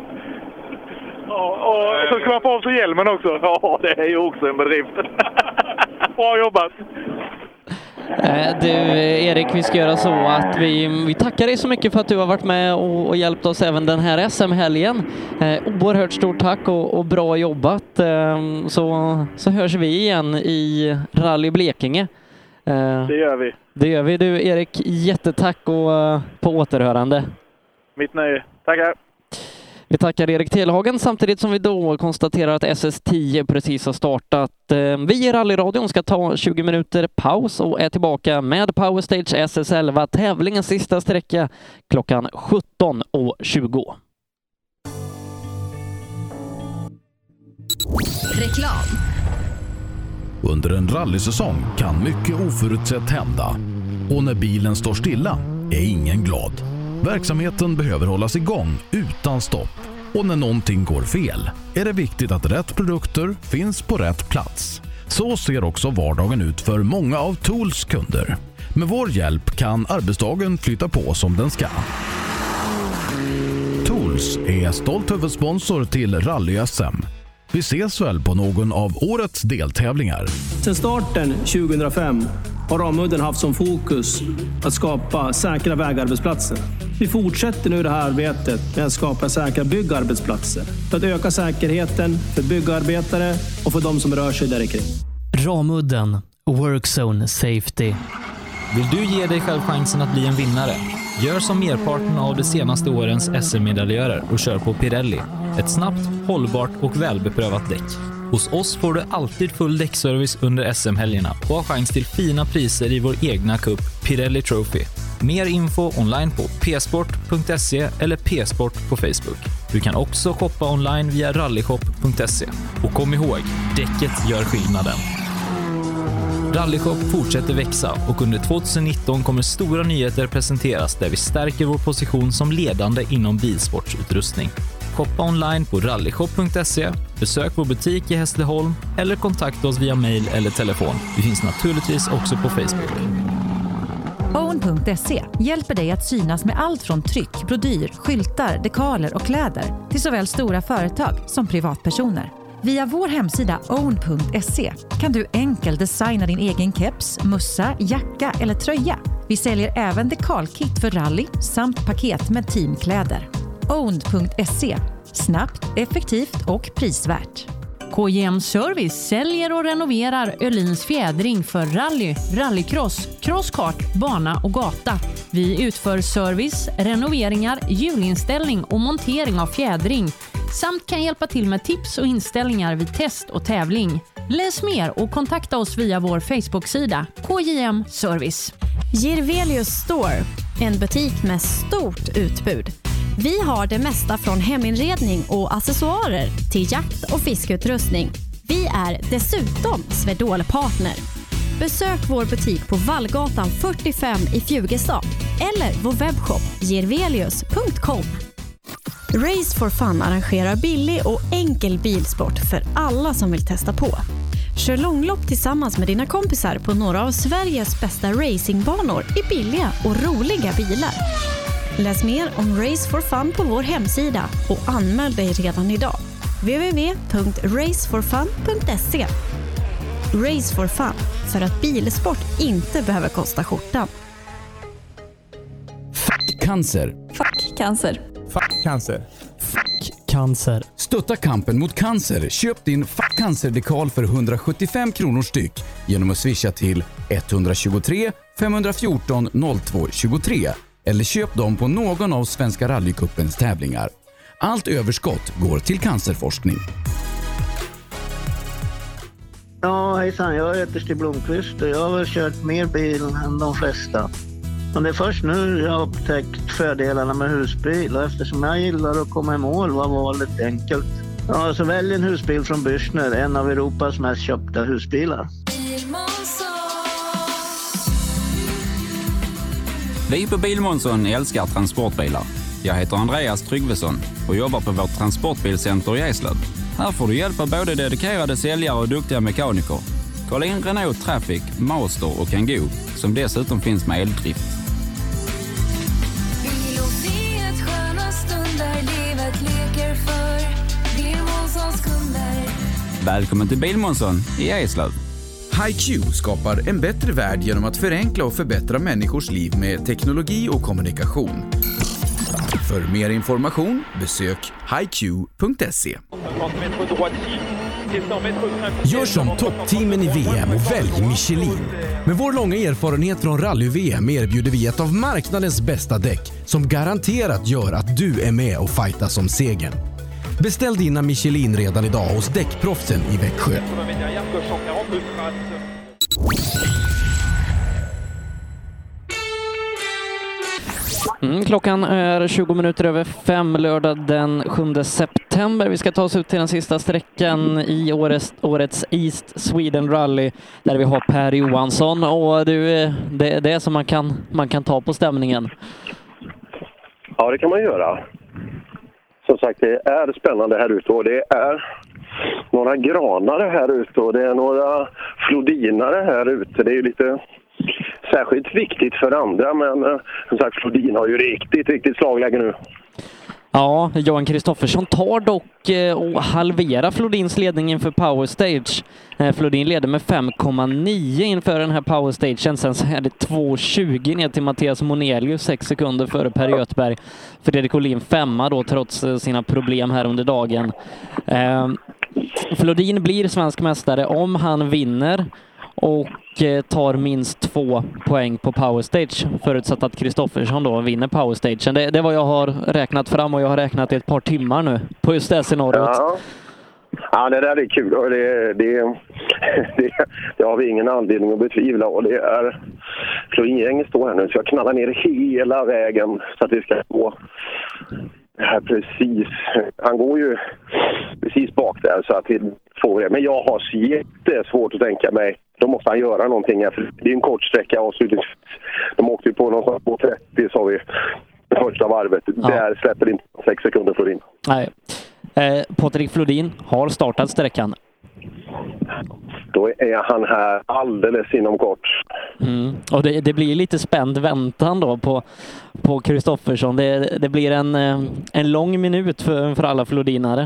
Och så ska man få av sig hjälmen också. Ja, det är ju också en bedrift. Bra jobbat. Du Erik, vi ska göra så att vi tackar dig så mycket för att du har varit med och hjälpt oss även den här SM-helgen. Oerhört stort tack och bra jobbat. Så hörs vi igen i Rally Blekinge. Det gör vi. Det gör vi. Du Erik, jättetack och på återhörande. Mitt nöje. Tackar! Vi tackar Erik Telhagen samtidigt som vi då konstaterar att SS10 precis har startat. Vi i rallyradion ska ta 20 minuter paus och är tillbaka med Power Stage SS11, tävlingens sista sträcka, klockan 17:20. Reklam. Under en rallysäsong kan mycket oförutsett hända. Och när bilen står stilla är ingen glad. Verksamheten behöver hållas igång utan stopp. Och när någonting går fel är det viktigt att rätt produkter finns på rätt plats. Så ser också vardagen ut för många av Tools kunder. Med vår hjälp kan arbetsdagen flytta på som den ska. Tools är stolt huvudsponsor till Rally-SM. Vi ses väl på någon av årets deltävlingar. Sedan starten 2005 har Ramudden haft som fokus att skapa säkra vägarbetsplatser. Vi fortsätter nu det här arbetet med att skapa säkra byggarbetsplatser för att öka säkerheten för byggarbetare och för de som rör sig där kring. Ramudden Workzone Safety. Vill du ge dig själv chansen att bli en vinnare? Gör som merparten av de senaste årens SM-medaljörer och kör på Pirelli. Ett snabbt, hållbart och välbeprövat däck. Hos oss får du alltid full däckservice under SM-helgerna och har chans till fina priser i vår egna cup Pirelli Trophy. Mer info online på psport.se eller psport på Facebook. Du kan också shoppa online via rallyshop.se. Och kom ihåg, däcket gör skillnaden. Rallyshop fortsätter växa och under 2019 kommer stora nyheter presenteras där vi stärker vår position som ledande inom bilsportsutrustning. Shoppa online på rallyshop.se, besök vår butik i Hässleholm eller kontakta oss via mail eller telefon. Vi finns naturligtvis också på Facebook. Own.se hjälper dig att synas med allt från tryck, brodyr, skyltar, dekaler och kläder till såväl stora företag som privatpersoner. Via vår hemsida own.se kan du enkelt designa din egen keps, mussa, jacka eller tröja. Vi säljer även dekalkit för rally samt paket med teamkläder. Own.se. Snabbt, effektivt och prisvärt. KJM Service säljer och renoverar Öhlins fjädring för rally, rallycross, crosskart, bana och gata. Vi utför service, renoveringar, hjulinställning och montering av fjädring samt kan hjälpa till med tips och inställningar vid test och tävling. Läs mer och kontakta oss via vår Facebook-sida KJM Service. Girvelius Store, en butik med stort utbud. Vi har det mesta från heminredning och accessoarer till jakt- och fiskeutrustning. Vi är dessutom Swedol-partner. Besök vår butik på Vallgatan 45 i Fjugestad eller vår webbshop girvelius.com. Race for Fun arrangerar billig och enkel bilsport för alla som vill testa på. Kör långlopp tillsammans med dina kompisar på några av Sveriges bästa racingbanor i billiga och roliga bilar. Läs mer om Race for Fun på vår hemsida och anmäl dig redan idag. www.raceforfun.se. Race for Fun, för att bilsport inte behöver kosta skjortan. Fuck cancer. Fuck cancer. Fuck cancer. Fuck cancer. Stötta kampen mot cancer. Köp din Fuck cancer-dekal för 175 kronor styck genom att swisha till 123 514 0223 eller köp dem på någon av Svenska rallycupens tävlingar. Allt överskott går till cancerforskning. Ja, hejsan. Jag heter Stig Blomqvist och jag har väl kört mer bil än de flesta. Men det är först nu jag har upptäckt fördelarna med husbil, och eftersom jag gillar att komma i mål var valet enkelt. Ja, så välj en husbil från Bürstner, en av Europas mest köpta husbilar. Vi på Bilmånsson älskar transportbilar. Jag heter Andreas Tryggvesson och jobbar på vårt transportbilcenter i Eslöv. Här får du hjälp av både dedikerade säljare och duktiga mekaniker. Kolla in Renault Traffic, Master och Kangoo, som dessutom finns med eldrift. Välkommen till Bilmånsson i Eslöv. HiQ skapar en bättre värld genom att förenkla och förbättra människors liv med teknologi och kommunikation. För mer information besök hiq.se. Gör som toppteamen i VM och välj Michelin. Med vår långa erfarenhet från rally-VM erbjuder vi ett av marknadens bästa däck som garanterat gör att du är med och fightas om segern. Beställ dina Michelin redan idag hos Däckproffsen i Växjö. Klockan är 20 minuter över 5 lördag den 7 september. Vi ska ta oss ut till den sista sträckan i årets East Sweden Rally där vi har Per Johansson. Och det är som man kan ta på stämningen. Ja, det kan man göra. Som sagt, det är spännande här ute och det är några granare här ute och det är några flodinare här ute. Det är ju lite särskilt viktigt för andra, men som sagt, Flodin har ju riktigt slagläge nu. Ja, Johan Kristoffersson tar dock och halverar Flodins ledning inför Power Stage. Flodin leder med 5,9 inför den här Power Stagen. Sen så är det 2,20 ner till Mattias Monelius, 6 sekunder före Per Göthberg. Fredrik Olin 5 då trots sina problem här under dagen. Flodin blir svensk mästare om han vinner och tar minst 2 poäng på Power Stage, förutsatt att Kristoffersson då vinner Power Stage. Det är vad jag har räknat fram och jag har räknat i ett par timmar nu på just det scenariot. Ja, det där är kul och det har vi ingen anledning att betvivla och det är Flodin-gänget står här nu så jag knallar ner hela vägen så att vi ska gå här precis. Han går ju precis bak där så att vi får det. Men jag har jättesvårt att tänka mig. Då måste han göra någonting här. För det är en kort sträcka avslutningsvis. De åkte ju på någonstans på 30 sa vi. Första varvet. Ja. Där släpper inte 6 sekunder Flodin. Nej. Patrik Flodin har startat sträckan. Då är han här alldeles inom kort. Och det blir lite spänd väntan då på Kristoffersson. Det blir en lång minut för alla flodinare.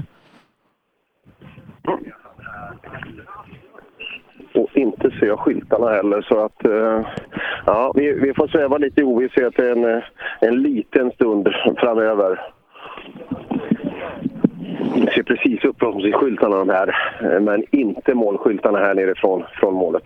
Och inte ser jag skyltarna heller så att ja, vi får sväva lite i ovisshet en liten stund framöver. Vi ser precis upp om sig skyltarna de här, men inte målskyltarna här nerifrån från målet.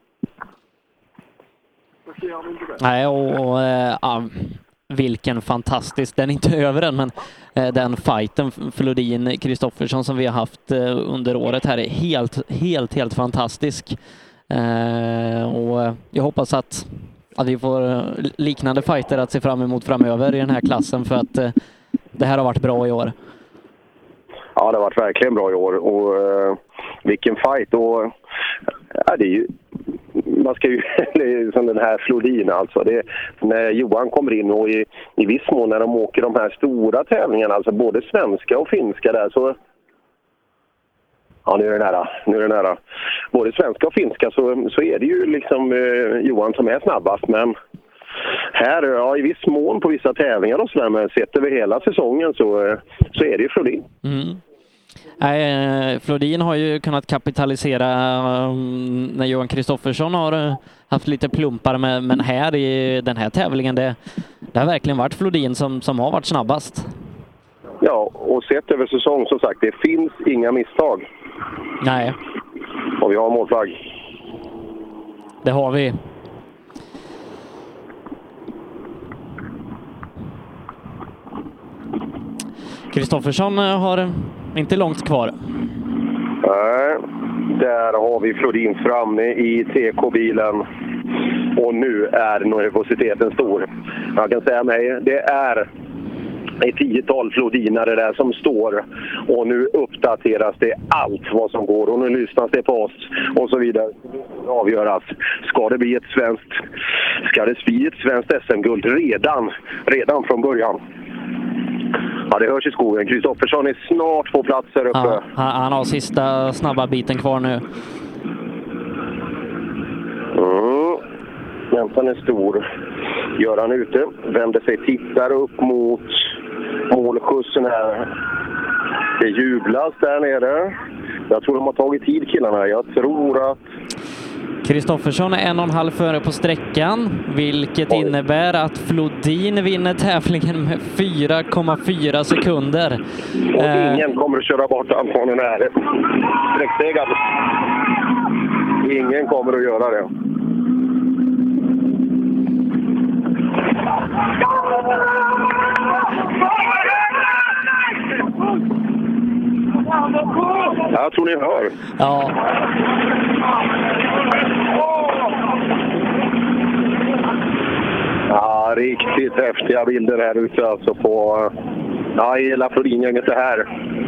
Nej, och vilken fantastisk, den är inte över än, men den fighten Flodin Kristoffersson som vi har haft under året här är helt fantastisk. Och jag hoppas att vi får liknande fighter att se fram emot framöver i den här klassen för att det här har varit bra i år. Ja, det har varit verkligen bra i år och vilken fight och ja, det är ju man ska ju som den här Flodin alltså det när Johan kommer in och i viss mån när de åker de här stora tävlingarna alltså både svenska och finska där så ja nu är det nära både svenska och finska så är det ju liksom Johan som är snabbast men här ja, i viss mån på vissa tävlingar och sådär men sett över hela säsongen så är det ju Flodin. Flodin har ju kunnat kapitalisera när Johan Kristoffersson har haft lite plumpar men här i den här tävlingen det har verkligen varit Flodin som har varit snabbast. Ja, och sett över säsong som sagt, det finns inga misstag. Nej. Och vi har målflagg. Det har vi. Kristoffersson har inte långt kvar. Nej, där har vi Flodin framme i TK-bilen. Och nu är nervositeten stor. Jag kan säga mig, det är ett 10-tal flodinare där som står. Och nu uppdateras det allt vad som går. Och nu lyssnas det på oss och så vidare. Avgöras. Ska det bli ett svenskt SM-guld redan från början? Ja, det hörs i skogen. Kristoffersson är snart på plats här uppe. Ja, han har sista snabba biten kvar nu. Väntan är stor. Gör han ute. Vänder sig, tittar upp mot målskjutsen här. Det jublas där nere. Jag tror de har tagit tid killarna. Jag tror att Kristoffersson är 1,5 före på sträckan, vilket innebär att Flodin vinner tävlingen med 4,4 sekunder. Och ingen kommer att köra bort Antonen här. Sträckstegad. Ingen kommer att göra det. Jag tror ni hör. Ja. Ja, riktigt häftiga bilder här ute alltså på hela Flodin-gänget det här.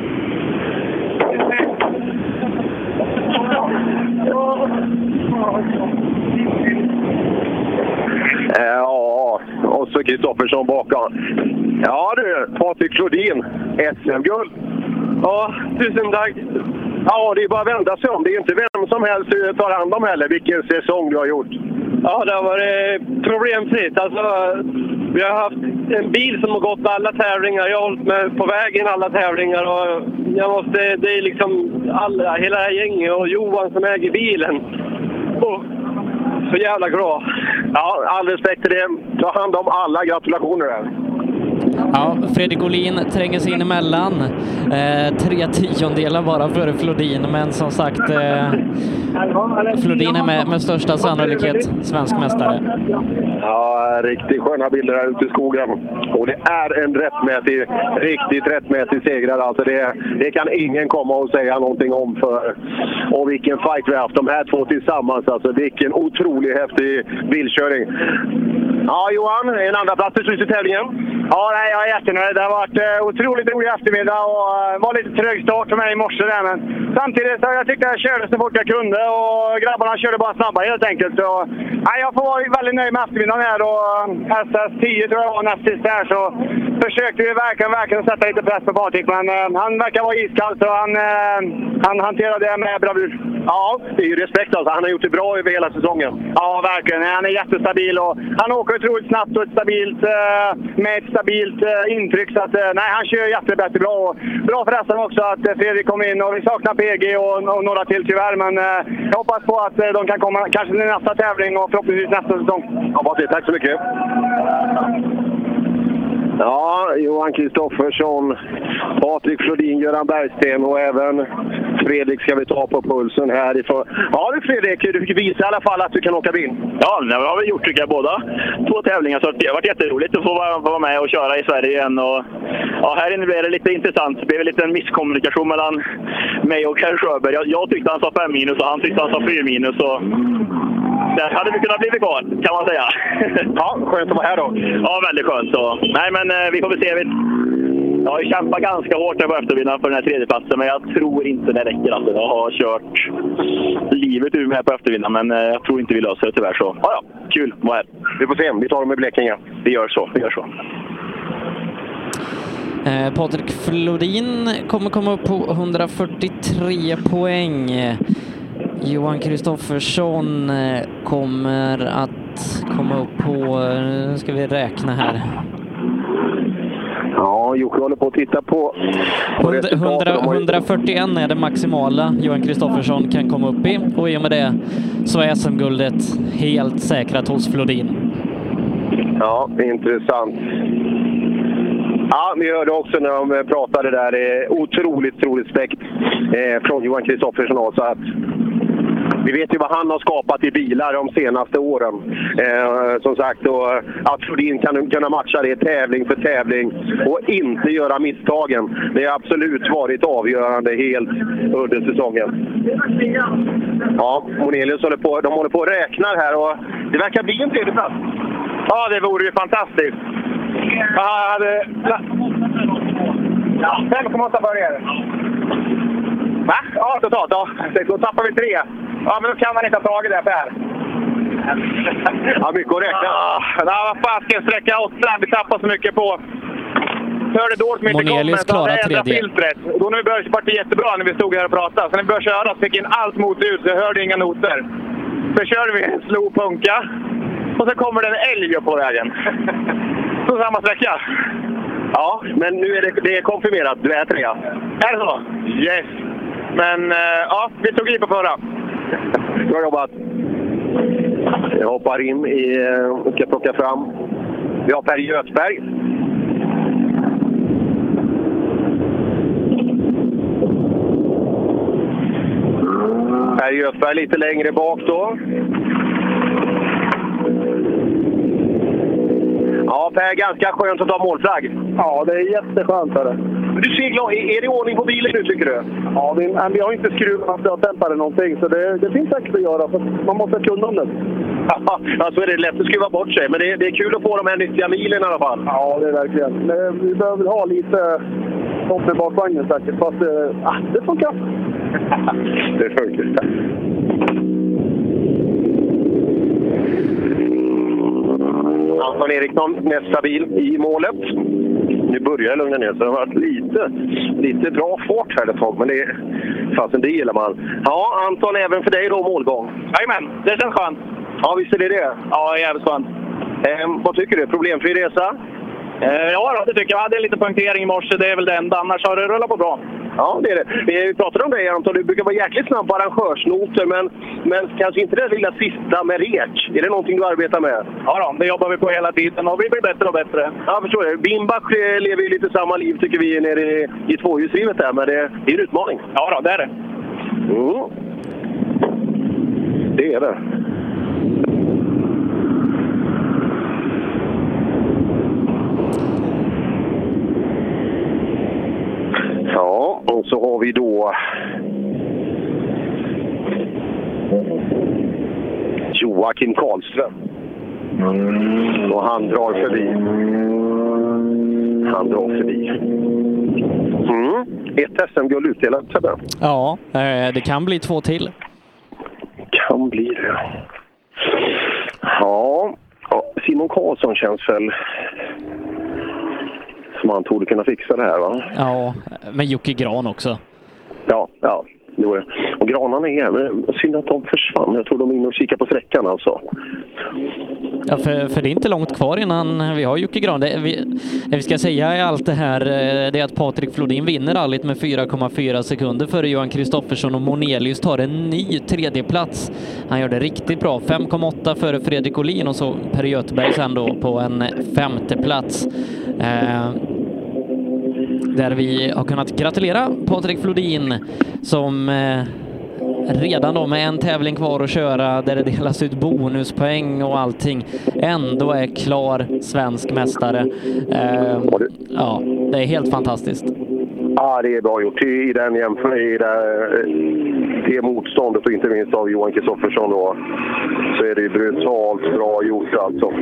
Ja, och så Kristoffersson bakom. Ja du, Patrik Flodin, SM-guld. Ja, tusen tack. Ja, det är bara att vända sig om. Det är inte vem som helst du tar hand om heller, vilken säsong du har gjort. Ja, det har varit problemfritt. Alltså, vi har haft en bil som har gått alla tävlingar. Jag har hållit med på vägen alla tävlingar. Och det är liksom hela det här gänget och Johan som äger bilen. Och så jävla glad. Ja, all respekt till det. Ta hand om alla. Gratulationer där. Ja, Fredrik Olin tränger sig in emellan. 3/10 bara före Flodin, men som sagt Flodin är med största sannolikhet svensk mästare. Ja, riktigt sköna bilder här ute i skogen. Och det är en riktigt rättmätig segrare. Alltså det kan ingen komma och säga någonting om för. Och vilken fight vi har haft de här två tillsammans. Alltså vilken otroligt häftig bilkörning. Ja, Johan, en andra plats i slutet av tävlingen. Ja, nej, jag är jättenöjd. Det har varit otroligt rolig eftermiddag och var lite trög start för mig i morse där. Men samtidigt så jag tyckte jag körde så fort jag kunde och grabbarna körde bara snabbare helt enkelt. Så, nej, jag får vara väldigt nöjd med eftermiddagen här och SS10 tror jag var näst sist här. Så försökte vi verkligen sätta lite press på Patrik, men han verkar vara iskall så han hanterade det med bravur. Ja, det är ju respekt alltså. Han har gjort det bra över hela säsongen. Ja, verkligen. Han är jättestabil och han åker otroligt snabbt och med ett stabilt intryck. Så att, nej, han kör jättebra. Och bra förresten också att Fredrik kom in och vi saknar PG och några till tyvärr. Men jag hoppas på att de kan komma kanske till nästa tävling och förhoppningsvis nästa säsong. Ja, tack så mycket. Ja, Johan Kristoffersson, Patrik Flodin, Göran Bergsten och även Fredrik ska vi ta på pulsen härifrån. Ja du Fredrik, du fick visa i alla fall att du kan åka bil. Ja, det har vi gjort tycker jag båda. 2 tävlingar så det har varit jätteroligt att få vara med och köra i Sverige igen. Och, ja, här inne blev det lite intressant. Det blev en liten misskommunikation mellan mig och Herr Sjöberg. Jag tyckte han sa 5- och han tyckte han sa 4-. Så där hade vi kunnat bli kvar, kan man säga. Ja, skönt att vara här då. Ja, väldigt skönt. Så. Nej, men vi får väl se. Jag har kämpat ganska hårt här på eftermiddagen för den här 3:e platsen, men jag tror inte det räcker. Alltså. Jag har kört livet ur mig här på eftermiddagen, men jag tror inte vi löser det tyvärr. Så ja, kul att vara här. Vi får se, vi tar dem i Blekinge. Vi gör så. Patrik Flodin kommer komma upp på 143 poäng. Johan Kristoffersson kommer att komma upp på, nu ska vi räkna här. Ja, Jocke håller på att titta på 141 är det maximala Johan Kristoffersson kan komma upp i, och i och med det så är SM-guldet helt säkrat hos Flodin. Ja, det är intressant. Ja, vi hörde också när de pratade där, otroligt stor respekt från Johan Kristoffersson. Så att vi vet ju vad han har skapat i bilar de senaste åren. Som sagt, och att Flodin kan kunna matcha det tävling för tävling och inte göra misstagen. Det har absolut varit avgörande helt under säsongen. Ja, Monelius håller på att räkna här och det verkar bli en 3:e plats. Ja, det vore ju fantastiskt. Jag hade 5,8 för er. Va? Ja, totalt. Ja. Då tappar vi 3. Ja, men då kan man inte ha tagit det här. Ja, mycket att räkna. Ja, vad fasken, sträcka 8. Vi tappar så mycket på. Hörde dåligt med inte Monelius klarar 3:e. Filtret. Då när vi började vart det jättebra när vi stod här och pratade. Så när vi började köra så fick in allt mot ut. Så jag hörde inga noter. Så körde vi en slow punka. Och så kommer det en älg på vägen. Så samma sträcka. Ja, men nu är det konfirmerat. Du är 3. Är det så? Yes. Men ja, vi tog i på förra. Bra jobbat. Jag hoppar in och ska plocka fram. Vi har Per Göthberg. Per Göthberg lite längre bak då. Ja, Per, ganska skönt att ta målflagg. Ja, det är jätteskönt. Du ser glad. Är det ordning på bilen nu, tycker du? Ja, vi har inte skruvat och dämpat eller någonting, så det finns säkert att göra. För man måste kunna om det. Ja, så är det lätt att skruva bort sig. Men det är kul att få de här nyttiga milen i alla fall. Ja, det är verkligen. Vi behöver ha lite stopp i bakvagnen säkert. Fast det funkar. Det funkar. Anton Eriksson, nästa bil i målet. Nu börjar jag lugna ner, så det har varit lite bra fart här ett tag, men det gillar man. Ja, Anton, även för dig då målgång. Jajamän, det känns skönt. Ja, visst är det? Ja, jävligt skönt. Vad tycker du? Problemfri resa? Ja, det tycker jag. Jag hade lite punktering i morse, det är väl det enda. Annars har det rullat på bra. Ja, det är det. Vi pratade om det, Anton. Du brukar vara jäkligt snabb på arrangörsnoter, men kanske inte det lilla sista med rek. Är det någonting du arbetar med? Ja, det jobbar vi på hela tiden och vi blir bättre och bättre. Ja, förstår jag. Bimbach lever ju lite samma liv, tycker vi, nere i tvåhjulsdrivet där, men det är en utmaning. Ja, det är det. Det är det. Ja, och så har vi då Joakim Karlström. Och han drar förbi. Ett SM-guld utdelat, Sebbe. Ja, det kan bli 2 till. Kan bli det. Ja, Simon Karlsson känns väl som han torde kunna fixa det här, va? Ja, men Jocke Gran också. Ja. Och Granarna är synd att de försvann. Jag tror de är inne och kikar på sträckan alltså. Ja, för det är inte långt kvar innan vi har Jocke Gran. Det vi ska säga i allt det här, det är att Patrik Flodin vinner rallyt med 4,4 sekunder före Johan Kristoffersson, och Monelius tar en ny tredjeplats. Han gör det riktigt bra. 5,8 före Fredrik Olin, och så Per Göthberg sen då på en 5:e plats. Där vi har kunnat gratulera Patrik Flodin som redan då med en tävling kvar att köra, där det delas ut bonuspoäng och allting, ändå är klar svensk mästare. Ja, det är helt fantastiskt. Ja, det är bra gjort i den det motståndet, och inte minst av Johan Kristoffersson då, så är det brutalt bra gjort alltså.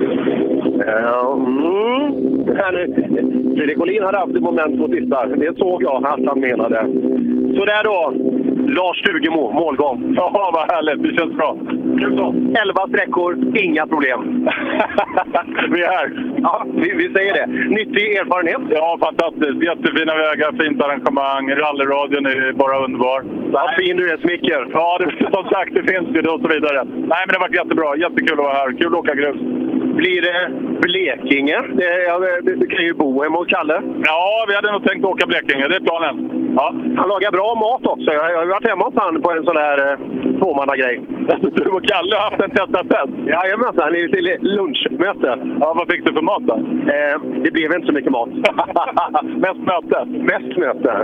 Fredrik Olin hade haft ett moment på sista. Det såg jag att han menade. Så där då, Lars Stugemo, målgång. Ja, vad härligt. Det känns bra. 11 sträckor, inga problem. Vi är här. Ja, vi säger det. Nyttig erfarenhet. Ja, fantastiskt. Jättefina vägar, fint arrangemang. Rallyradion är bara underbar. Ja, fin du är, Smicker. Ja, som sagt, det finns ju och så vidare. Nej, men det har varit jättebra. Jättekul att vara här. Kul att åka grus. Blir det Blekinge? Du kan ju bo hemma hos Kalle. Ja, vi hade nog tänkt åka Blekinge. Det är planen. Ja, han lagar bra mat också. Jag har varit hemma hos han på en sån här tvåmannagrej. Du och Kalle har haft en test. Jajamensan, han är ju till lunchmöte. Ja, vad fick du för mat då? Det blev inte så mycket mat. Mest möte. Mest möte.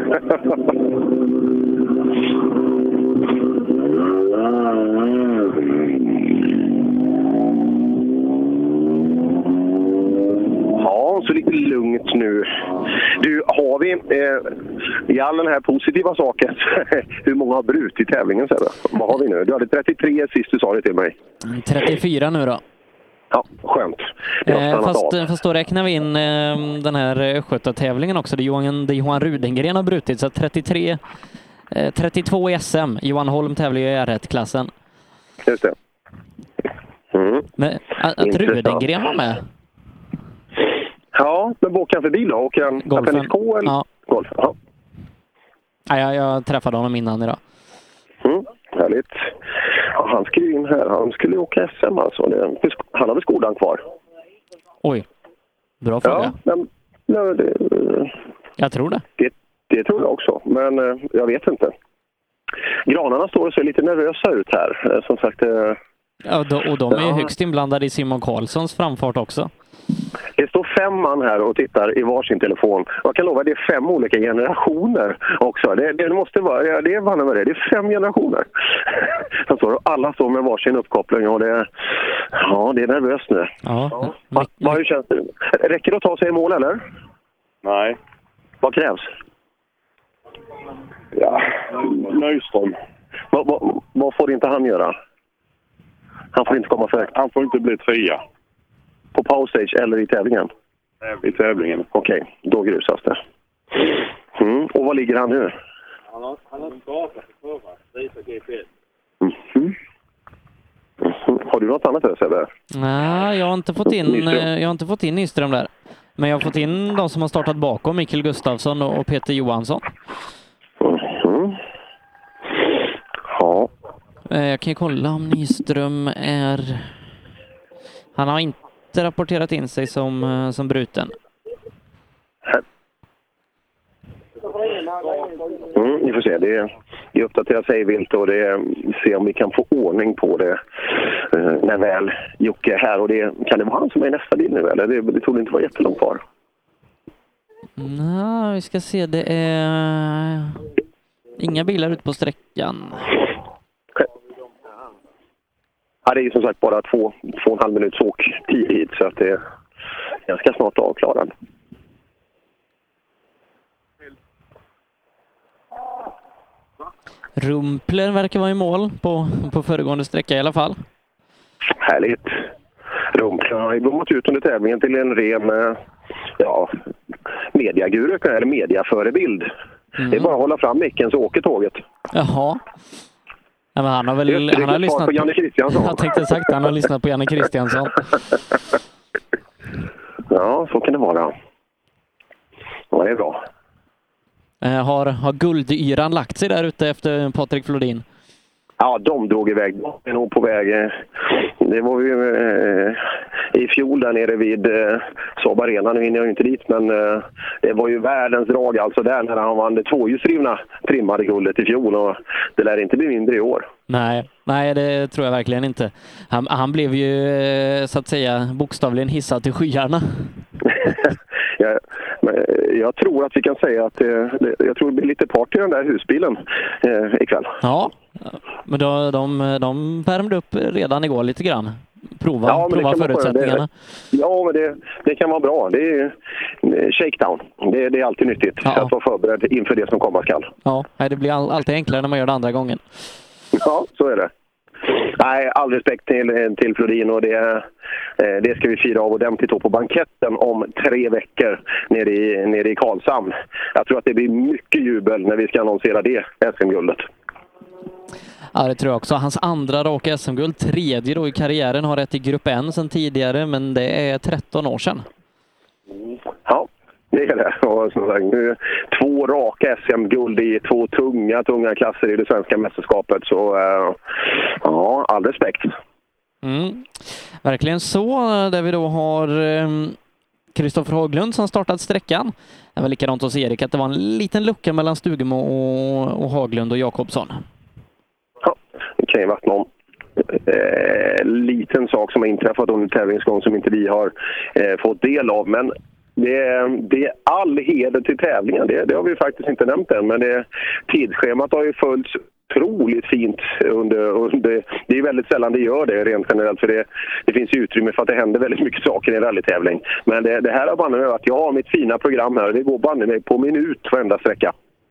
Ja, så lite lugnt nu. Du, har vi i all den här positiva saken, hur många har brutit tävlingen, Sebbe? Vad har vi nu? Du hade 33 sist, du sa det till mig. 34 nu då. Ja, skönt. Fast då räknar vi in den här Östgöta-tävlingen också. Det Johan Rudengren har brutit, så 32 i SM. Johan Holm tävlar i R1-klassen. Just det. Men att Rudengren var med? Ja, men åker han för bil då? Åker han K eller golf? Ja. Ja, jag träffade honom innan idag. Härligt. Ja, han skrev in här. Han skulle åka SM alltså. Han hade skolan kvar. Oj. Bra fråga. Ja, jag tror det. Det tror jag också. Men jag vet inte. Granarna står och ser lite nervösa ut här. Som sagt... Ja, och de är ju högst inblandade i Simon Karlssons framfart också. Det står 5 man här och tittar i varsin telefon. Jag kan lova att det är 5 olika generationer också. Det måste vara, det är 5 generationer. Alla står med varsin uppkoppling och det är nervöst nu. Ja. Hur känns det? Räcker det att ta sig i mål eller? Nej. Vad krävs? Ja, Nyström. Vad får inte han göra? Han får inte komma för högt. Han får inte bli 3. På power stage eller i tävlingen? I tävlingen. Okej, då grusas det. Och vad ligger han nu? Han har skapat för visa GPS. Har du något annat där, Sebbe? Nej, jag har inte fått in Nyström där. Men jag har fått in de som har startat bakom, Mikael Gustafsson och Peter Johansson. Ja. Jag kan ju kolla om Nyström är... Han har inte rapporterat in sig som bruten. Ni får se, det uppdaterar sig vilt och det ser om vi kan få ordning på det när väl Jocke är här. Och kan det vara han som är nästa bil nu eller? Det tror inte vara jättelångt kvar. Nej, vi ska se, det är inga bilar ute på sträckan. Ja, det är ju som sagt bara 2,5 minuts åktid hit så att det är ganska snart avklarad. Rumpler verkar vara i mål på föregående sträcka i alla fall. Härligt. Rumpler har blommat ut under tävlingen till en ren mediaguru eller mediaförebild. Det är bara att hålla fram micken så åker tåget. Jaha. Ja, men han har lyssnat på Janne Kristiansson. Jag tänkte sagt han har lyssnat på Janne Kristiansson. Ja, så kan det vara. Ja, det är bra. Har guldyran lagt sig där ute efter Patrik Flodin? Ja, de drog iväg. De är nog på väg. Det var ju i fjol där nere vid Saab Arena. Nu hinner jag inte dit, men det var ju världens drag alltså där när han vann det tvåhjulsdrivna trimmade guldet i fjol. Och det lär inte bli mindre i år. Nej, det tror jag verkligen inte. Han blev ju så att säga bokstavligen hissad till skyarna. Jag tror att vi kan säga att jag tror det blir lite party i den där husbilen ikväll. Ja, men de värmde upp redan igår lite grann. Prova förutsättningarna. Men det kan vara bra. Det är shakedown. Det är alltid nyttigt att vara förberedd inför det som komma skall. Ja, det blir alltid enklare när man gör det andra gången. Ja, så är det. Nej, all respekt till Flodin och det ska vi fira av ordentligt på banketten om 3 veckor nere i Karlshamn. Jag tror att det blir mycket jubel när vi ska annonsera det SM-guldet. Ja, det tror jag också. Hans andra raka SM-guld, 3:e då i karriären, har rätt i grupp 1 sedan tidigare, men det är 13 år sedan. Ja, det är det. Och nu 2 raka SM-guld i 2 tunga klasser i det svenska mästerskapet. Så ja, all respekt. Verkligen så, där vi då har Kristoffer Haglund som startat sträckan. Det var likadant hos Erik, att det var en liten lucka mellan Stugemo och Haglund och Jakobsson. Ja, det kan ju varit någon liten sak som har inträffat under tävlingsgång som inte vi har fått del av, men det är all heder till tävlingen. Det har vi faktiskt inte nämnt än, men tidsschemat har ju följts otroligt fint under det är väldigt sällan det gör det rent generellt, för det finns utrymme för att det händer väldigt mycket saker i en rallytävling. Men det här har banne mig att jag har mitt fina program här och det går banne mig på minut varenda sträcka.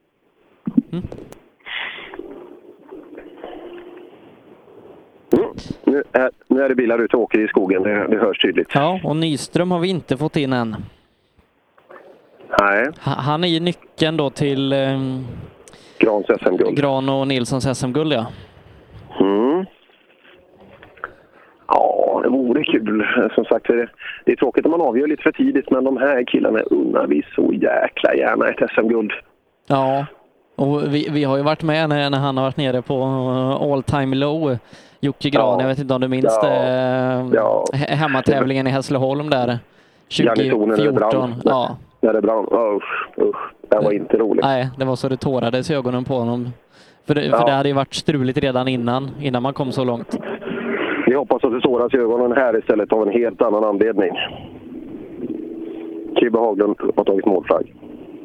Nu är det bilar ute och åker i skogen, det hörs tydligt. Ja, och Nyström har vi inte fått in än. Nej. Han är ju nyckeln då till Grans SM-guld. Gran och Nilssons SM-guld, ja. Ja, det vore kul. Som sagt, det är tråkigt att man avgör lite för tidigt, men de här killarna unnar vi så jäkla gärna ett SM-guld. Ja, och vi har ju varit med när han har varit nere på all time low. Jocke Gran, jag vet inte om du minns hemmatävlingen i Hässleholm där 2014. Ja. När det brann. Det var inte roligt. Nej, det var så det tårades i ögonen på honom. För det hade ju varit struligt redan innan man kom så långt. Ja, hoppas att det såras i ögonen här istället av en helt annan anledning. Kibbe Haglund har tagit målflagg.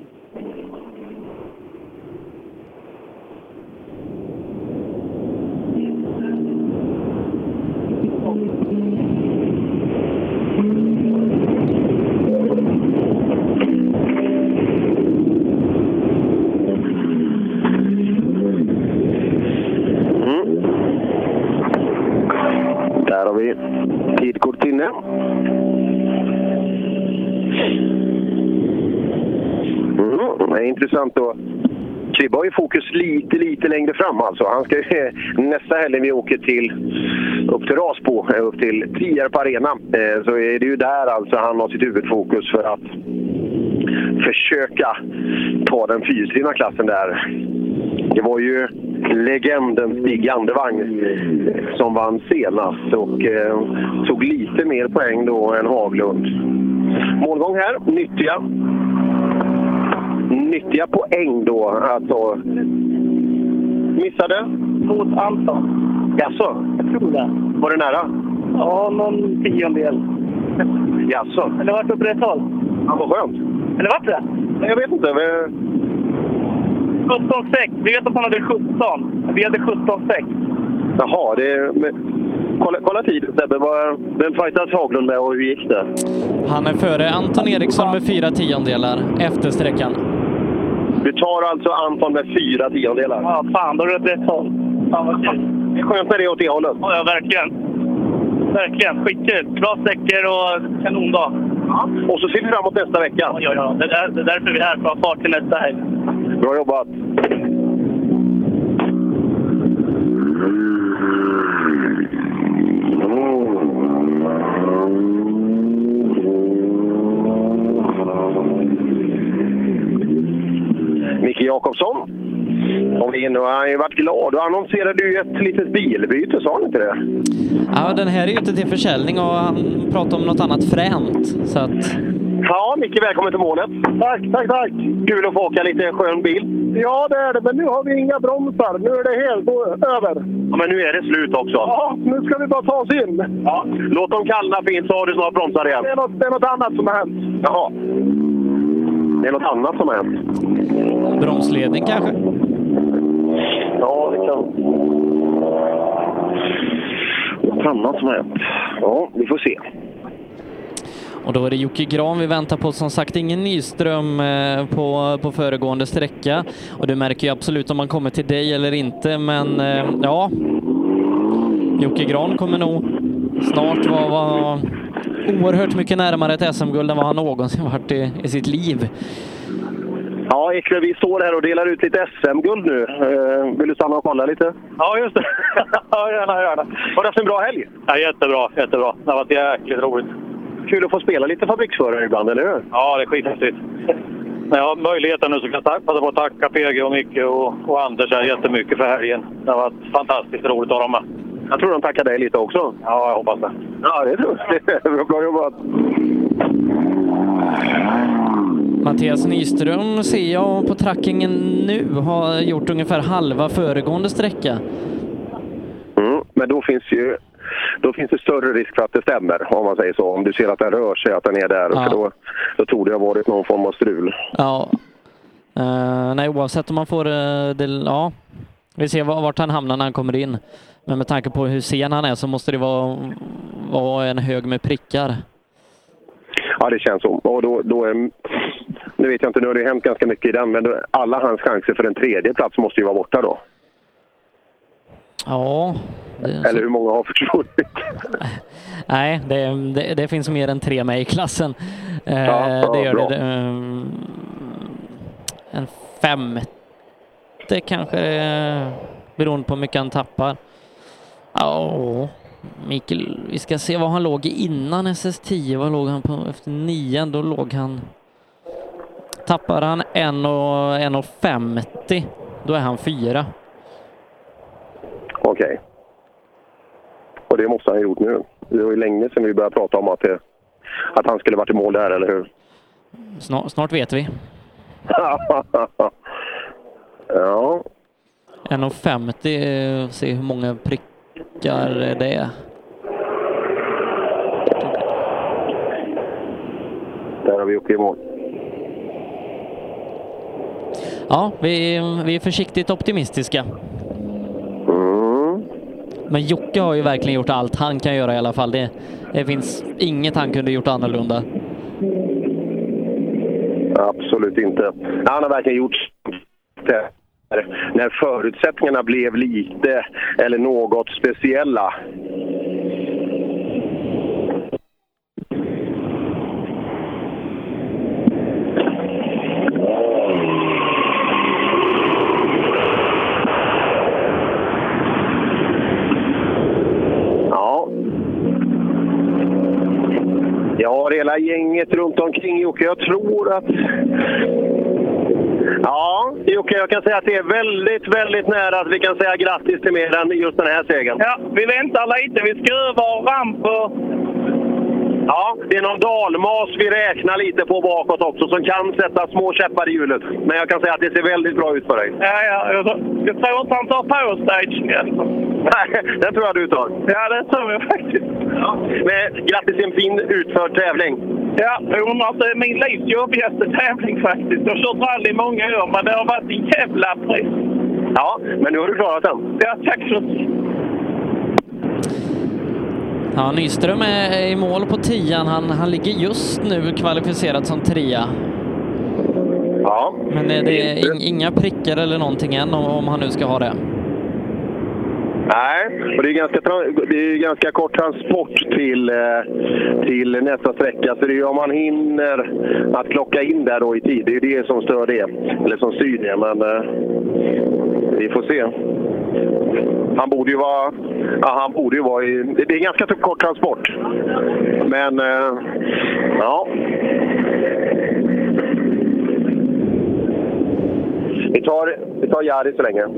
Där har vi tidkort inne. Det är intressant då. Kribbe har ju fokus lite längre fram alltså. Han ska ju nästa helg vi åker upp till Rasbo, upp till Tierp Arena. Så är det ju där alltså han har sitt huvudfokus för att försöka ta den fyrstrivna klassen där. Det var ju legenden Stig Andevang som vann senast och tog lite mer poäng då än Haglund. Målgång här, nyttiga poäng då alltså. Missade mot Anton. Jaså? Jag tror det. Var det nära? Ja, någon tiondel. Jaså? Eller vart uppe rätt håll? Ja, vad skönt. Eller vart det? Jag vet inte. 17,6. Vi vet att han hade 17. Vi hade 17,6. Jaha, det är... Kolla tid, Sebbe. Vem fightas Haglund med och hur gick det? Han är före Anton Eriksson med 4 tiondelar efter sträckan. Du tar alltså Anton med 4 tiondelar? Ja, fan. Då är det rätt håll. Fan vad kul. Det är skönt med det åt det hållet. Ja, verkligen. Verkligen. Skitkul. Bra sträckor och kanondag. Ja. Och så ser vi framåt nästa vecka. Ja. Det är därför vi är här. För att ha fart till nästa helg. Bra jobbat. Micke Jakobsson. Och vi har han ju varit glad. Och annonserade ju ett litet bilbyte, sa han inte det? Ja, den här är ju inte till försäljning och han pratar om något annat fränt. Så att... Ja, Micke, välkommen till målet. Tack. Kul att få åka lite skön bil. Ja, det är det. Men nu har vi inga bromsar. Nu är det helt över. Ja, men nu är det slut också. Ja, nu ska vi bara ta oss in. Ja. Låt dem kallna fint så har du snart bromsar igen. Det är något annat som har hänt. Jaha. Det är något annat som har hänt. Bromsledning kanske? Ja, det kan. Något annat som har hänt. Ja, vi får se. Och då är det Jocke Gran vi väntar på, som sagt ingen Nyström på föregående sträcka. Och du märker ju absolut om man kommer till dig eller inte, men ja, Jocke Gran kommer nog snart vara oerhört mycket närmare ett SM-guld än vad han någonsin varit i sitt liv. Ja, Eklöf, vi står här och delar ut lite SM-guld nu. Vill du stanna och kolla lite? Ja, just det. Ja, gärna. Har du haft en bra helg? Ja, jättebra. Det har varit jäkligt roligt. Kul att få spela lite fabriksförare ibland, eller hur? Ja, det är skithäftigt. När jag har möjligheten nu så kan jag passa på att tacka PG och Micke och Anders här jättemycket för helgen. Det har varit fantastiskt roligt att ha dem med. Jag tror de tackar dig lite också. Ja, jag hoppas det. Ja, det tror jag. Bra jobbat. Mattias Nyström ser jag på trackingen nu har gjort ungefär halva föregående sträcka. Men då finns det större risk för att det stämmer, om man säger så. Om du ser att den rör sig, att den är där. Ja. För då tror det har varit någon form av strul. Ja. Nej, oavsett om man får det... Ja. Vi ser vart han hamnar när han kommer in. Men med tanke på hur sen han är så måste det vara en hög med prickar. Ja, det känns så. Och då är... Nu vet jag inte, nu har det hänt ganska mycket i den. Men alla hans chanser för en tredje plats måste ju vara borta då. Ja. Eller hur många har försvunnit? Nej, det finns mer än 3 med i klassen. Det gör bra. det. En 5:e kanske, beroende på hur mycket han tappar. Ja, Mikael, vi ska se vad han låg i innan SS10. Vad låg han på efter 9? Då låg han... Tappar han 1,50, då är han 4. Okej. Och det måste han ha gjort nu. Det var ju länge sedan vi började prata om att han skulle varit i mål där, eller hur? Snart vet vi. Ja. 1,50, se hur många prickar det är. Där har vi Jocke i mål. Ja, vi är försiktigt optimistiska. Men Jocke har ju verkligen gjort allt han kan göra i alla fall. Det finns inget han kunde gjort annorlunda. Absolut inte. Han har verkligen gjort det. När förutsättningarna blev lite eller något speciella. Jag har hela gänget runt omkring Jocke. Jag tror att... Ja, Jocke, jag kan säga att det är väldigt, väldigt nära att vi kan säga grattis till mer än just den här segern. Ja, vi väntar lite. Vi skruvar ramp och... Ja, det är någon dalmas vi räknar lite på bakåt också som kan sätta små käppar i hjulet. Men jag kan säga att det ser väldigt bra ut för dig. Ja, jag tror inte han tar på stage igen. Nej, den tror jag du tar. Ja, det tror jag faktiskt. Ja. Men grattis till en fin utförd tävling. Ja, jag undrar att det är min livs jobbigaste tävling faktiskt. Jag har kört rally i många år, men det har varit en jävla press. Ja, men nu har du klarat den. Ja, tack så mycket. Ja, Nyström är i mål på 10:an. Han ligger just nu kvalificerad som 3:a. Ja. Men det är inga prickar eller någonting än om han nu ska ha det. Nej, och det är ganska kort transport till nästa sträcka. Så det är om man hinner att klocka in där då i tid. Det är ju det som stör det. Eller som styr det, men vi får se. Han borde ju vara i... Det är ganska kort transport. Men, ja. Vi tar Jari så länge.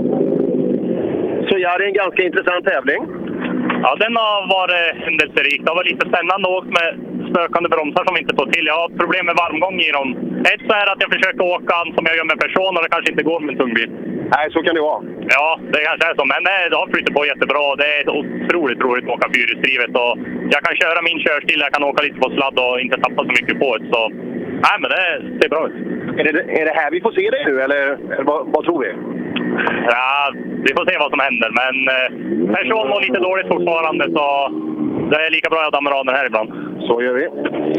Så Jari är en ganska intressant tävling. Ja, den har varit händelserik. Det har varit lite spännande åkt med spökande bromsar som inte får till. Jag har problem med varmgång i dem. Ett så är att jag försöker åka som jag gör med en person och det kanske inte går med en tung bil. Nej, så kan det vara. Ja, det kanske är så. Men det har flyttat på jättebra. Det är otroligt roligt att åka fyrhjulsdrivet. Jag kan köra min körstil, jag kan åka lite på sladd och inte tappa så mycket på det. Så nej, men det ser bra ut. Är det här vi får se dig nu, eller vad tror vi? Ja, vi får se vad som händer. Men person mår lite dåligt fortfarande, så det är lika bra att damma raden här ibland. Så gör vi.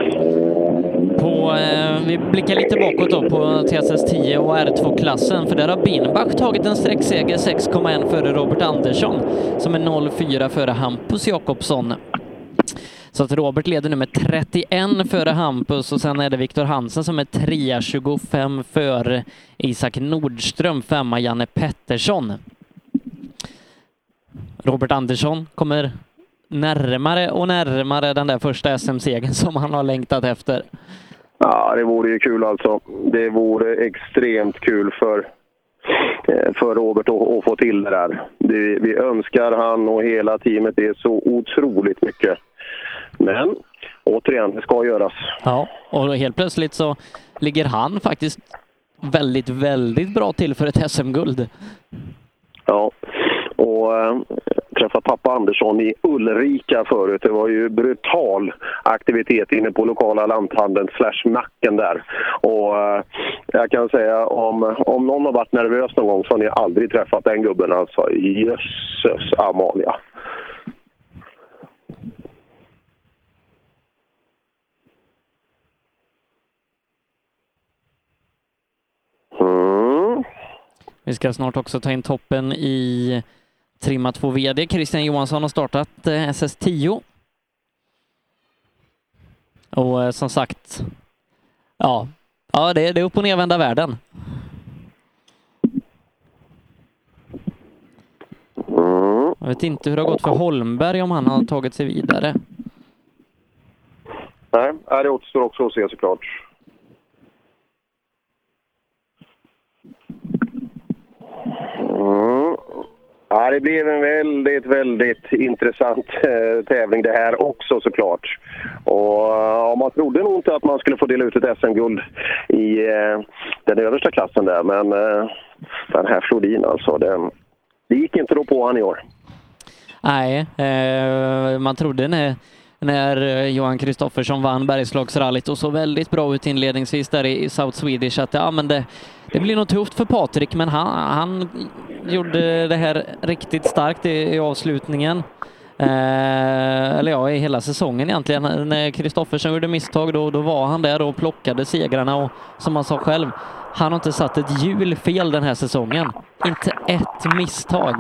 Vi blickar lite bakåt då på TSS10 och R2-klassen, för där har Binbach tagit en sträckseger 6,1 före Robert Andersson som är 0,4 före Hampus Jakobsson. Så att Robert leder nu med 31 före Hampus och sen är det Viktor Hansen som är 3,25 före Isak Nordström, 5 Janne Pettersson. Robert Andersson kommer närmare och närmare den där första SM-segern som han har längtat efter. Ja, det vore ju kul alltså. Det vore extremt kul för Robert att få till det där. Vi önskar han och hela teamet det så otroligt mycket. Men återigen, det ska göras. Ja, och helt plötsligt så ligger han faktiskt väldigt, väldigt bra till för ett SM-guld. Ja, och träffade pappa Andersson i Ulrika förut. Det var ju brutal aktivitet inne på lokala lanthandeln /macken där. Och jag kan säga, om någon har varit nervös någon gång så har ni aldrig träffat den gubben alltså. Jösses Amalia. Vi ska snart också ta in toppen i Trimma 2 VD. Christian Johansson har startat SS10. Och som sagt, ja det är upp och nervända världen. Jag vet inte hur det har gått för Holmberg, om han har tagit sig vidare. Nej, det återstår också att se såklart. Ja, det blev en väldigt, väldigt intressant tävling det här också såklart. Och man trodde nog inte att man skulle få dela ut ett SM-guld i den översta klassen där. Men den här Flodin alltså, det gick inte då på han i år. Nej, man trodde när Johan Kristoffersson vann Bergslagsrallyt och så väldigt bra ut inledningsvis där i South Swedish att ja, men det blir nog tufft för Patrik, men han gjorde det här riktigt starkt i avslutningen. Eller ja, i hela säsongen egentligen. När Kristoffersson gjorde misstag då var han där och plockade segrarna, och som han sa själv, han har inte satt ett hjul fel den här säsongen. Inte ett misstag.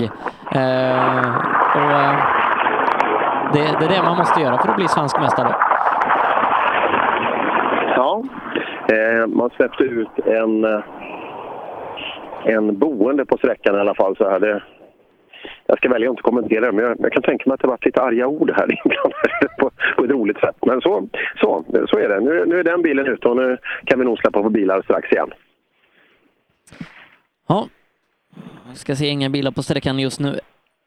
Det är det man måste göra för att bli svensk mästare. Ja, man släppte ut en boende på sträckan i alla fall. Så här. Jag ska välja att inte kommentera det, men jag kan tänka mig att det varit lite arga ord här på ett roligt sätt. Men så är det. Nu är den bilen ute och nu kan vi nog släppa på bilar strax igen. Ja, jag ska se inga bilar på sträckan just nu.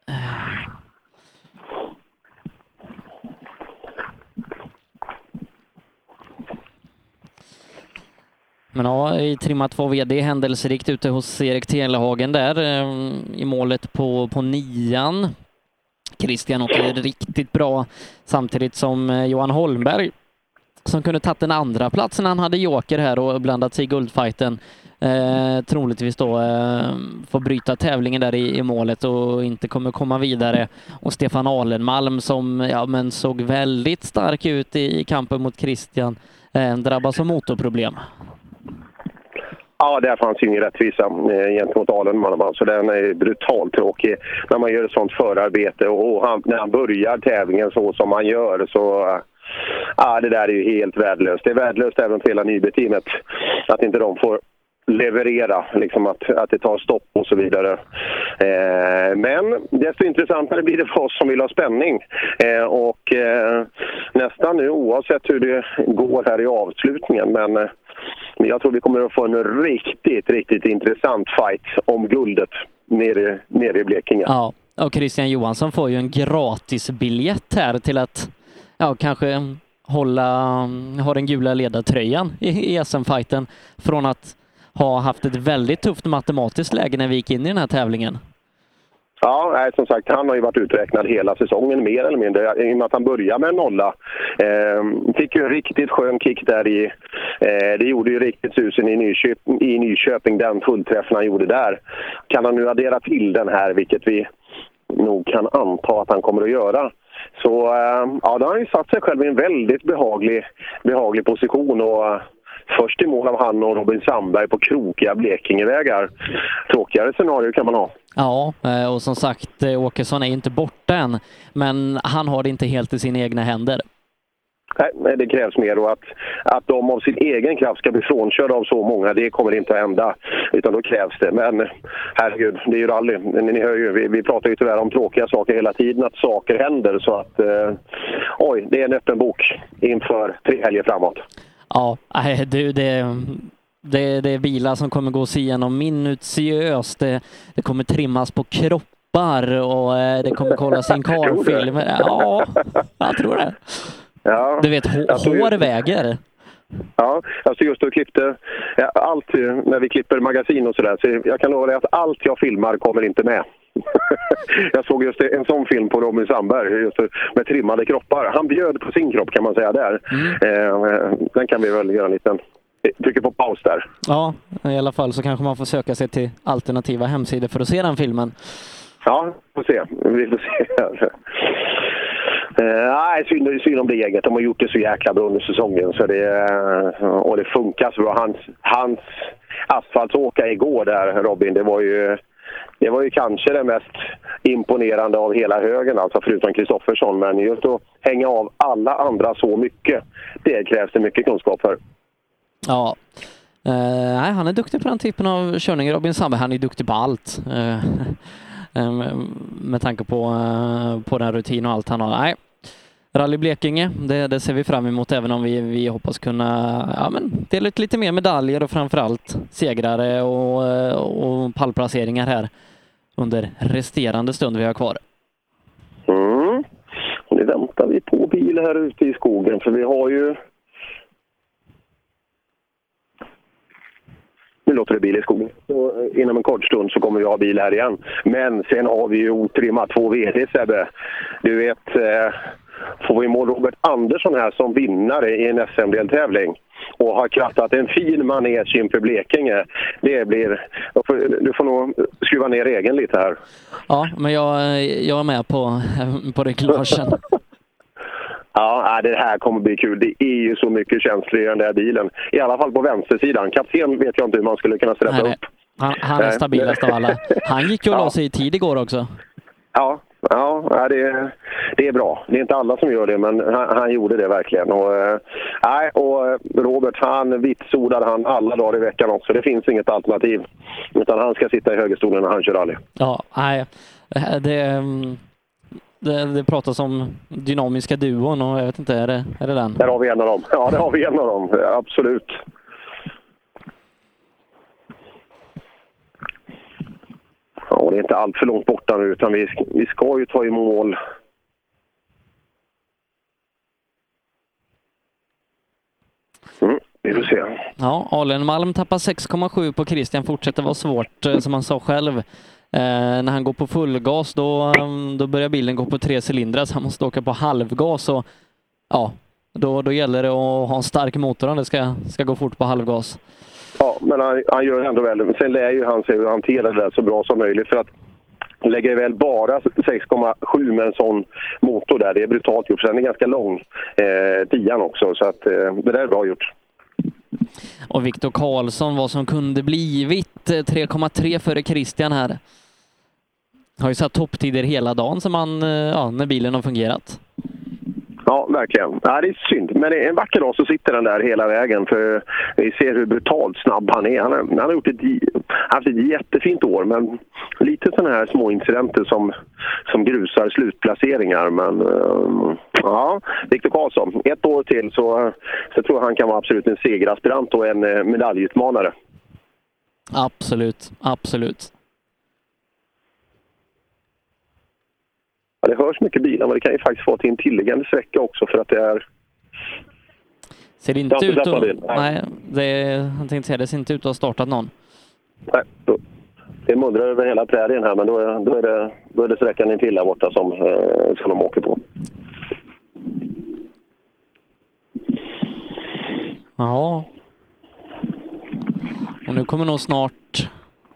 Men ja, i trimma 2 VD händelserikt ute hos Erik Telehagen där i målet på 9. Christian åker riktigt bra, samtidigt som Johan Holmberg som kunde tagit den andra platsen när han hade joker här och blandat sig i guldfighten. Troligtvis då får bryta tävlingen där i målet och inte kommer komma vidare. Och Stefan Alenmalm som såg väldigt stark ut i kampen mot Christian drabbas av motorproblem. Ja, där fanns ju ingen rättvisa gentemot Alenmalm. Så den är brutalt tråkig när man gör ett sånt förarbete. Och när han börjar tävlingen så som han gör så... det där är ju helt värdelöst. Det är värdelöst även för hela Nyby-teamet. Att inte de får leverera, liksom att det tar stopp och så vidare. Men desto intressantare blir det för oss som vill ha spänning. Nästan nu, oavsett hur det går här i avslutningen. Men jag tror vi kommer att få en riktigt intressant fight om guldet nere i Blekinge. Ja, och Christian Johansson får ju en gratisbiljett här till att kanske ha den gula ledartröjan i SM-fighten från att ha haft ett väldigt tufft matematiskt läge när vi gick in i den här tävlingen. Ja, som sagt, han har ju varit uträknad hela säsongen mer eller mindre. I och med att han började med en 0. Fick ju en riktigt skön kick där i... det gjorde ju riktigt susen i Nyköping, den fullträffen han gjorde där. Kan han nu addera till den här, vilket vi nog kan anta att han kommer att göra. Så då har han ju satt sig själv i en väldigt behaglig position och... Först i mål av han och Robin Sandberg på krokiga Blekingevägar. Tråkigare scenario kan man ha. Ja, och som sagt, Åkesson är inte borta än. Men han har det inte helt i sina egna händer. Nej, det krävs mer. Och att de av sin egen kraft ska bli frånkörda av så många, det kommer inte att hända. Utan då krävs det. Men herregud, det är ju rally. Ni hör ju, vi pratar ju tyvärr om tråkiga saker hela tiden. Att saker händer. Så att, det är en öppen bok inför 3 helger framåt. Ja, det är bilar som kommer gå sig igenom minutiöst. Det kommer trimmas på kroppar och det kommer kollas in karfilm. Ja, jag tror det. Ja, du vet, hår väger. Ja, alltså just då klippte allt när vi klipper magasin och sådär. Så jag kan lova dig att allt jag filmar kommer inte med. Jag såg just en sån film på Robin Sandberg just med trimmade kroppar. Han bjöd på sin kropp kan man säga där. Den kan vi väl göra en liten trycka på paus där. Ja, i alla fall så kanske man får söka sig till alternativa hemsidor för att se den filmen. Ja, vi får se. Nej, synd om det gänget. De har gjort det så jäkla bra under säsongen. Så och det funkar så bra. Hans asfaltsåka igår där, Robin, det var ju kanske det mest imponerande av hela högen, alltså förutom Kristoffersson. Men just att hänga av alla andra så mycket, det krävs det mycket kunskap för. Ja, han är duktig på den typen av körning. Robin Sandberg, han är duktig på allt. Med tanke på den rutin och allt han har. Nej, Rally Blekinge, det ser vi fram emot, även om vi hoppas kunna dela ut lite mer medaljer och framförallt segrare och pallplaceringar här under resterande stund vi har kvar. Nu väntar vi på bil här ute i skogen, för vi har ju... Nu låter det bil i skogen. Så inom en kort stund så kommer vi ha bil här igen. Men sen har vi ju otrimmat 2 VD, Sebbe. Du vet, får vi i mål Robert Andersson här som vinnare i en SM-deltävling och har krattat en fin manege inför Blekinge. Det blir... Du får nog skruva ner egen lite här. Ja, men jag är med på reglagen. Ja, det här kommer bli kul. Det är ju så mycket känslor i den där bilen. I alla fall på vänstersidan. Kapten vet jag inte hur man skulle kunna släppa upp. Han är stabilast av alla. Han gick ju och la sig i tid igår också. Ja, det är bra. Det är inte alla som gör det, men han gjorde det verkligen. Och Robert, han vitsordade han alla dagar i veckan också. Det finns inget alternativ. Utan han ska sitta i högerstolen när han kör rally. Ja, nej. Det pratas om dynamiska duon och jag vet inte, är det den? Där har vi en av dem. Ja, det har vi en av dem. Absolut. Ja, det är inte allt för långt borta nu utan vi ska ju ta i mål. Vi får se. Ja, Alen Malm tappar 6,7 på Christian. Fortsätter vara svårt som han sa själv. När han går på fullgas då börjar bilen gå på 3 cylindrar så han måste åka på halvgas och ja, då gäller det att ha en stark motor om det ska gå fort på halvgas. Ja, men han gör ändå väl. Sen lär ju han sig att hantera det där så bra som möjligt för att lägger väl bara 6,7 med en sån motor där. Det är brutalt gjort. Sen är ganska lång 10 också så att det där är bra gjort. Och Viktor Karlsson, vad som kunde blivit 3,3 före Christian här. Har ju satt topptider hela dagen som när bilen har fungerat. Ja, verkligen. Ja, det är synd. Men det är en vacker dag så sitter den där hela vägen. För vi ser hur brutalt snabb han är. Han har haft ett jättefint år. Men lite sådana här små incidenter som grusar slutplaceringar. Men ja, Viktor Karlsson. 1 år till så tror jag han kan vara absolut en segeraspirant och en medaljutmanare. Absolut, absolut. Ja, det hörs mycket bilar men det kan ju faktiskt få till en tilläggande sträcka också för att det är... Ser inte ut att... Nej, jag tänkte säga det ser inte ut att ha startat någon. Nej, det mullrar över hela prärien här men då är det sträckan in till där borta som de åker på. Ja. Och nu kommer nog snart...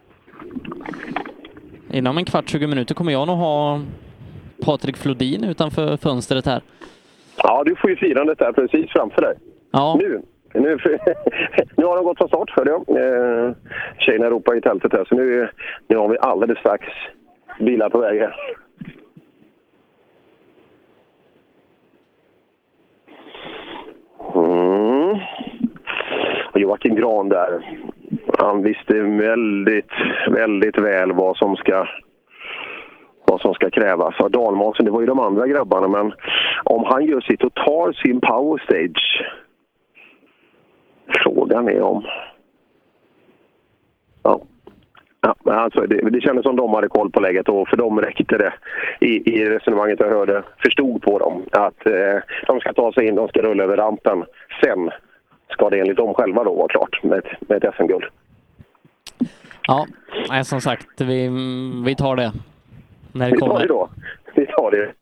Inom en kvart, 20 minuter kommer jag nog ha Patrik Flodin utanför fönstret här. Ja, du får ju firandet där precis framför dig. Ja. Nu har de gått från start för det. Tjejerna ropar i tältet här så nu har vi alldeles strax bilar på väg här. Och Joakim Gran där. Han visste väldigt, väldigt väl vad som ska krävas. Och Dalmasen, det var ju de andra grabbarna, men om han gör sitt och tar sin power stage, frågan är om... Ja, alltså det kändes som de hade koll på läget och för dem räckte det i resonemanget jag hörde, förstod på dem att de ska ta sig in, de ska rulla över rampen. Sen ska det enligt dem själva då vara klart med ett SM-guld. Ja, som sagt, vi tar det när det kommer. Vi tar det.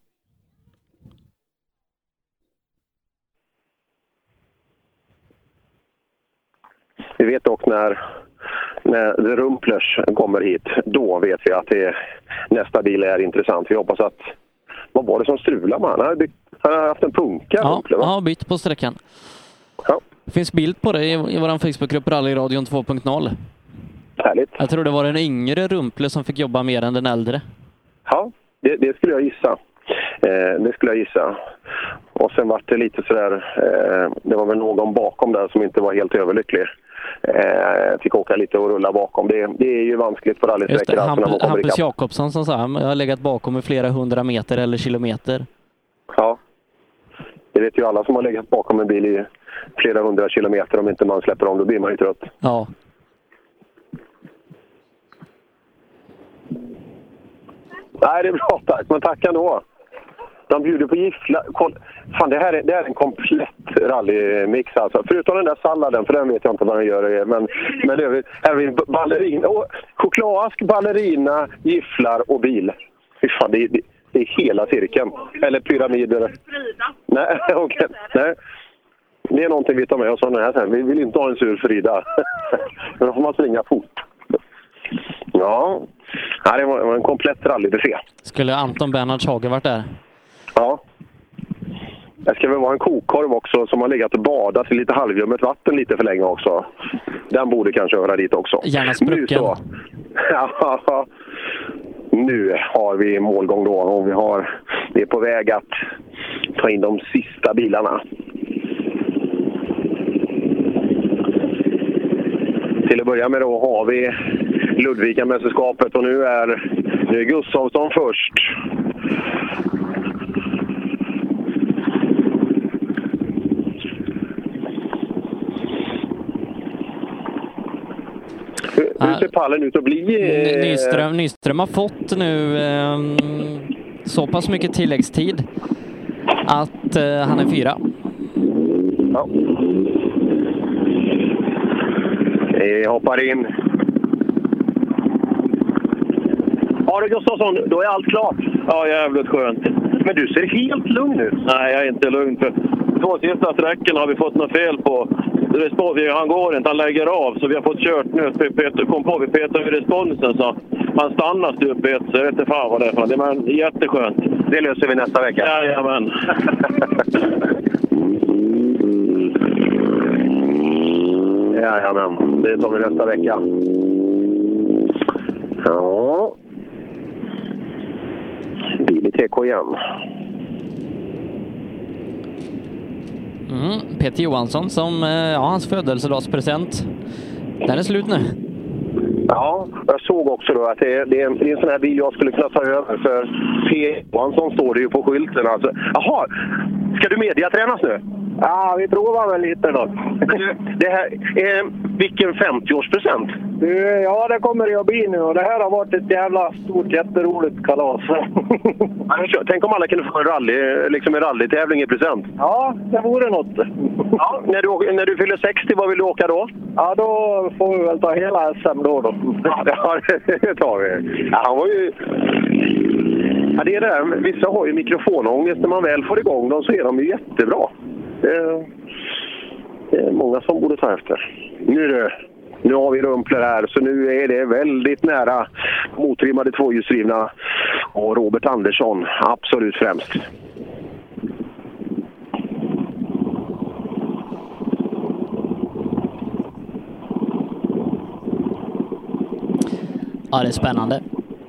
Vi vet dock när The Rumplers kommer hit, då vet vi att nästa bil är intressant. Vi hoppas att... Vad var det som strulade med? Han har haft en punka. Ja, bytt på sträckan. Ja. Det finns bild på det i vår Facebookgrupp Rallyradion 2.0. Härligt. Jag tror det var en yngre Rumple som fick jobba mer än den äldre. Ja, det skulle jag gissa. Det skulle jag gissa. Och sen var det lite sådär... det var väl någon bakom där som inte var helt överlycklig. Fick åka lite och rulla bakom. Det är ju vanskligt på rallysträckor. Hampus Jakobsson som sa jag har legat bakom i flera 100 meter eller kilometer. Ja. Det vet ju alla som har legat bakom en bil i flera 100 kilometer. Om inte man släpper om, då blir man ju trött. Ja. Nej, det är bra tack. Men tack ändå. De bjuder på giffla. Fan, det här är en komplett rallymix alltså. Förutom den där salladen, för den vet jag inte vad den gör. Men övrigt, här är vi ballerina. Chokladask, ballerina, gifflar och bil. Fy fan, i hela cirkeln. Eller pyramider. Nej, okej. Nej. Det är någonting vi tar med oss av den här sen. Vi vill inte ha en sur Frida. Men då får man springa fort. Ja, det var en komplett rallybuffé. Skulle Anton Bernhard Hager varit där? Ja. Det ska väl vara en kokkorv också som har legat och badat i lite halvljummet vatten lite för länge också. Den borde kanske höra dit också. Gärna sprucken. Ja, nu har vi målgång då och vi är på väg att ta in de sista bilarna. Till att börja med då har vi Ludvika-mästerskapet och nu är Gustafsson först. Hur ser pallen ut att bli? Nyström har fått nu så pass mycket tilläggstid att han är 4. Ja. Vi hoppar in. Ja du Gustafsson, då är allt klart. Ja, jävligt skönt. Men du ser helt lugn ut. Nej, jag är inte lugn. För 2 sista sträckan har vi fått något fel på. Han går inte, han lägger av. Så vi har fått kört nu. Peter kom på, vi petade vid responsen så han stannar stupet. Så jag vet inte fan vad det är för. Det är jätteskönt. Det löser vi nästa vecka. Jajamän. Jajamän, det tar vi nästa vecka. Ja. Bil i TK igen. Peter Johansson som hans födelsedagspresent. Den är slut nu. Ja, jag såg också då att det är en sån här bil jag skulle kunna ta över för P. Johansson står det ju på skylten. Alltså. Jaha, ska du mediatränas nu? Ja, vi provar väl lite då. Det här, vilken 50-årspresent? Ja, det kommer det att bli nu och det här har varit ett jävla stort, jätteroligt kalas. Tänk om alla kunde få en rallytävling i present. Ja, det vore något. Ja, när du fyller 60, vad vill du åka då? Ja, då får vi väl ta hela SM då. Ja, det tar vi. Ja, han var ju... Ja, det är det där. Vissa har ju mikrofonångest. När man väl får igång dem så är de ju jättebra. Det är många som borde ta efter. Nu har vi rumpler här, så nu är det väldigt nära motrimmade tvåhjulsdrivna och Robert Andersson absolut främst. Ja, det är spännande.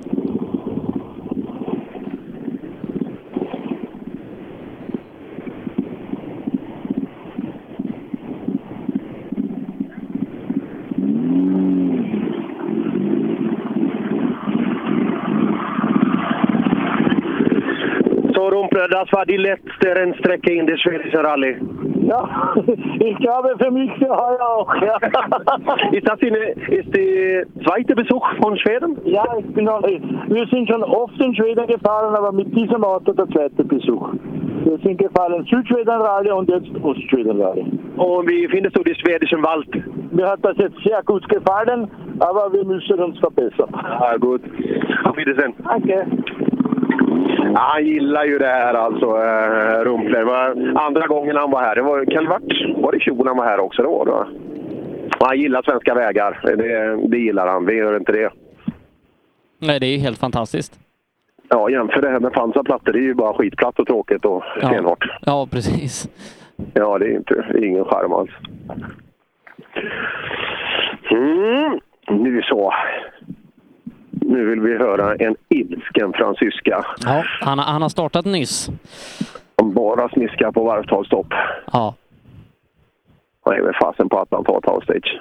Das war die letzte Rennstrecke in der schwedischen Rallye. Ja, ich glaube für mich heuer auch. Ja. Ist die zweite Besuch von Schweden? Ja, wir sind schon oft in Schweden gefahren, aber mit diesem Auto der zweite Besuch. Wir sind gefahren Südschweden-Rallye und jetzt Ostschweden-Rallye. Und wie findest du den schwedischen Wald? Mir hat das jetzt sehr gut gefallen, aber wir müssen uns verbessern. Ja, gut. Auf Wiedersehen. Danke. Ja, han gillar ju det här alltså, Rumpler. Andra gången han var här, det var det 20 han var här också då? Och han gillar svenska vägar, det gillar han, vi gör inte det. Nej, det är ju helt fantastiskt. Ja, jämför det här med pansarplattor, det är ju bara skitplatt och tråkigt och stenhårt. Ja, precis. Ja, det är ingen charm alls. Nu vill vi höra en ilsken fransyska. Ja, han har startat nyss. Han bara smiskar på varvtalstopp. Ja. Han är väl fasen på att han tar talstage.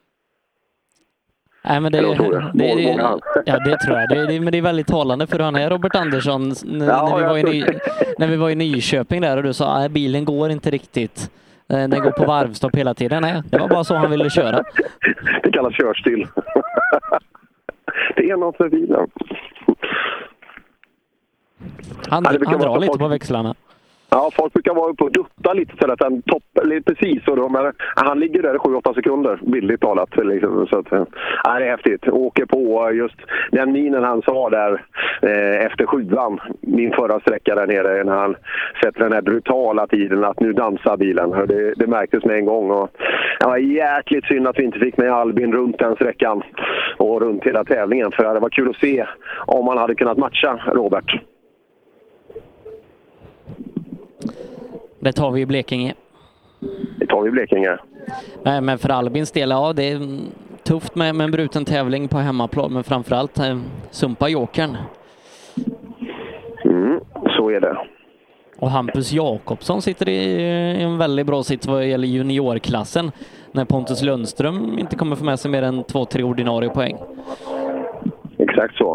Nej, men det tror jag. Men det är väldigt talande för han är Robert Andersson. När vi var i Nyköping där och du sa att bilen går inte riktigt. Den går på varvstopp hela tiden. Nej, det var bara så han ville köra. Det kallas körstill. Det är något för bilen. Han drar lite på växlarna. Ja, folk brukar vara uppe och dutta lite så att han toppar lite precis. Och då, men han ligger där i 7-8 sekunder, billigt talat. Liksom, så att, det är häftigt. Åker på just den minen han sa där efter 7:an, min förra sträcka där nere, när han sätter den här brutala tiden att nu dansar bilen. Det märktes med en gång. Och det var jäkligt synd att vi inte fick med Albin runt den sträckan och runt hela tävlingen. För det var kul att se om man hade kunnat matcha Robert. Det tar vi i Blekinge. Det tar vi i Blekinge. Nej, men för Albins del, ja, det är tufft med en bruten tävling på hemmaplan, men framförallt sumpa jokern. Så är det. Och Hampus Jakobsson sitter i en väldigt bra sits vad gäller juniorklassen när Pontus Lundström inte kommer få med sig mer än 2-3 ordinarie poäng. Exakt så.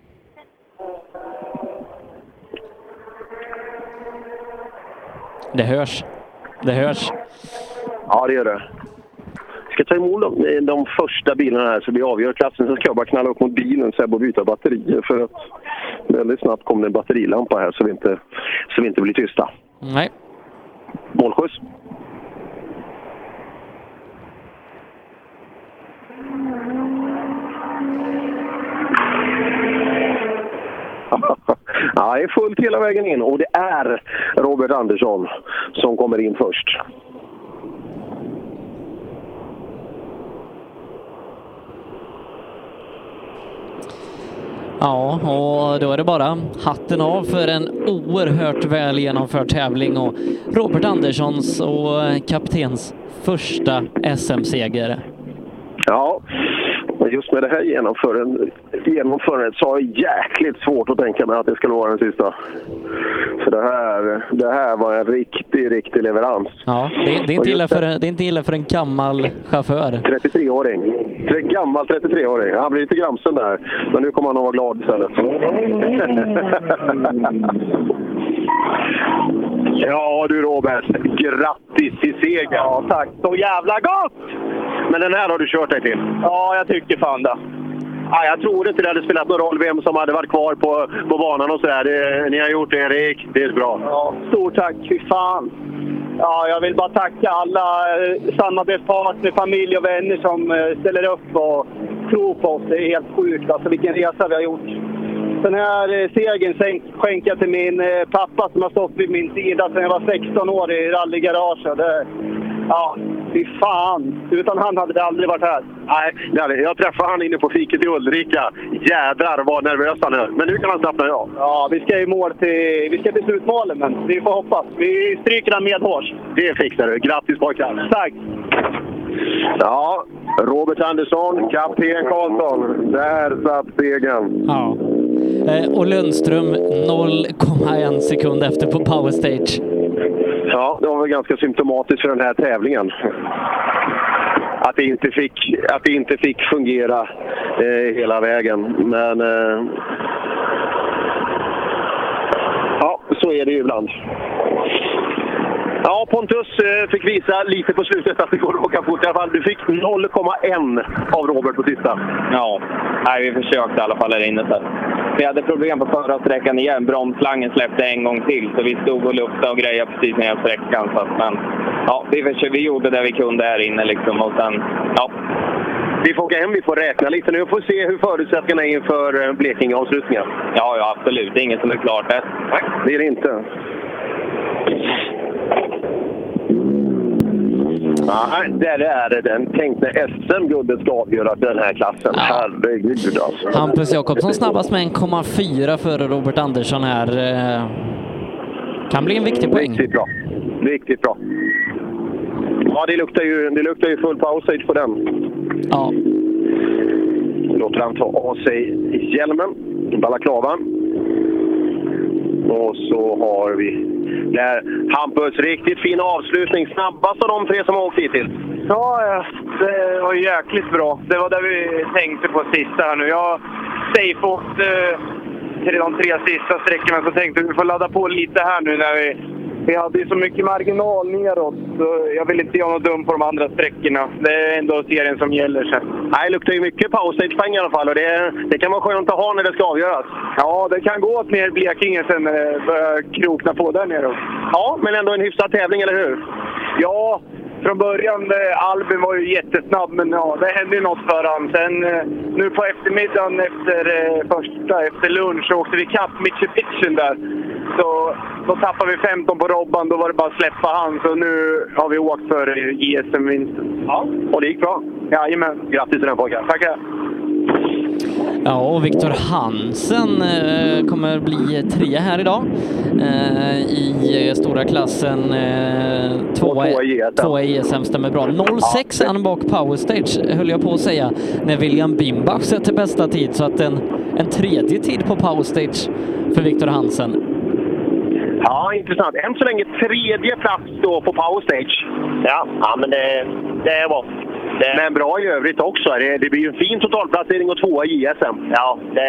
Det hörs. Det hörs. Ja, det gör det. Jag ska ta emot de första bilarna här så vi avgör klassen. Så ska jag bara knalla upp mot bilen så jag bara byta batterier. För att väldigt snabbt kommer det en batterilampa här så vi inte blir tysta. Nej. Målskjuts. Ja, det är fullt hela vägen in och det är Robert Andersson som kommer in först. Ja, och då är det bara hatten av för en oerhört väl genomförd tävling och Robert Anderssons och kaptens första SM-seger. Ja, men just med det här genomförandet så har jag jäkligt svårt att tänka mig att det skulle vara den sista. För det här var en riktig leverans. Ja, det är inte illa för en gammal chaufför. 33-åring. Gammal 33-åring. Han blir lite gramsen där. Men nu kommer han att vara glad istället. Ja du Robert, grattis till seger. Ja, tack. Så jävla gott! Men den här har du kört dig till? Ja, jag tycker fan det. Ja, jag tror inte det hade spelat någon roll vem som hade varit kvar på banan och sådär. Ni har gjort det riktigt bra. Ja, stort tack. Fy fan. Ja, jag vill bara tacka alla samarbetspartner, familj och vänner som ställer upp och tror på oss. Det är helt sjukt alltså vilken resa vi har gjort. Den här segern skänker jag till min pappa som har stått vid min sida sedan jag var 16 år i rallygaraget. Ja, fy fan. Utan han hade det aldrig varit här. Nej, jag träffade han inne på fiket i Ulrika. Jädrar vad nervös han är. Men nu kan han slappna av. Ja, vi ska till slutmålen, men vi får hoppas. Vi stryker han med hårs. Det fixar du. Grattis pojkar. Tack. Ja, Robert Andersson, kapten Karlsson. Där satt segern. Ja. Och Lundström 0,1 sekund efter på Power Stage. Ja, det var väl ganska symptomatiskt för den här tävlingen. Att det inte fick fungera hela vägen. Men ja, så är det ju ibland. Ja, Pontus fick visa lite på slutet att det går att åka fort i alla fall. Du fick 0,1 av Robert på sista. Ja, nej, vi försökte i alla fall där inne. Så. Vi hade problem på förra sträckan igen. Bromslangen släppte en gång till. Så vi stod och luftade och grejade precis ner sträckan. Så. Men ja, vi gjorde det vi kunde här inne liksom. Och sen, ja. Vi får åka hem, vi får räkna lite nu och får se hur förutsättningarna är inför Blekinge-avslutningen. Ja, absolut. Det är inget som är klart än. Nej, det är det inte. Nej, där är det den tänkte SM-guldet ska avgöra den här klassen. Ja. Herregud alltså. Hampus Jakobsson snabbast med 1,4 före Robert Andersson här. Kan bli en viktig poäng. Riktigt bra. Ja, det luktar ju full power stage på den. Ja. Låter han ta av sig hjälmen, balaklavan. Och så har vi där Hampus, riktigt fin avslutning. Snabbast av de tre som har åkt hittills. Ja, det var jäkligt bra. Det var det vi tänkte på sista här nu. Jag safe-åkt till de 3 sista sträckorna, så tänkte vi får ladda på lite här nu när vi vi hade ju så mycket marginal neråt, så jag vill inte göra något dumt på de andra sträckorna. Det är ändå serien som gäller. Så. Nej, det luktar ju mycket powerstage-poäng i alla fall, och det kan vara skönt att ha när det ska avgöras. Ja, det kan gå åt mer Blekinge sen när det börjar krokna på där nere. Ja, men ändå en hyfsad tävling, eller hur? Ja, från början, Albin var ju jättesnabb, men ja, det hände ju något för han. Sen nu på eftermiddagen efter lunch så åkte vi kapp Mitsubishi där. Så då tappade vi 15 på Robban, då var det bara att släppa han. Så nu har vi åkt för JSM-vinsten. Ja, och det gick bra. Jajamän. Grattis till den, pojkar. Tackar. Ja, och Viktor Hansen kommer bli 3 här idag i stora klassen 2 i ESM, stämmer bra. 06 han bak powerstage höll jag på att säga när William Bimbach sätter bästa tid, så att en tredje tid på powerstage för Viktor Hansen. Ja, intressant. Än så länge 3:e plats då på powerstage. Ja, men det är bra. Men bra i övrigt också. Det blir ju en fin totalplacering och 2 i JSM. Ja, det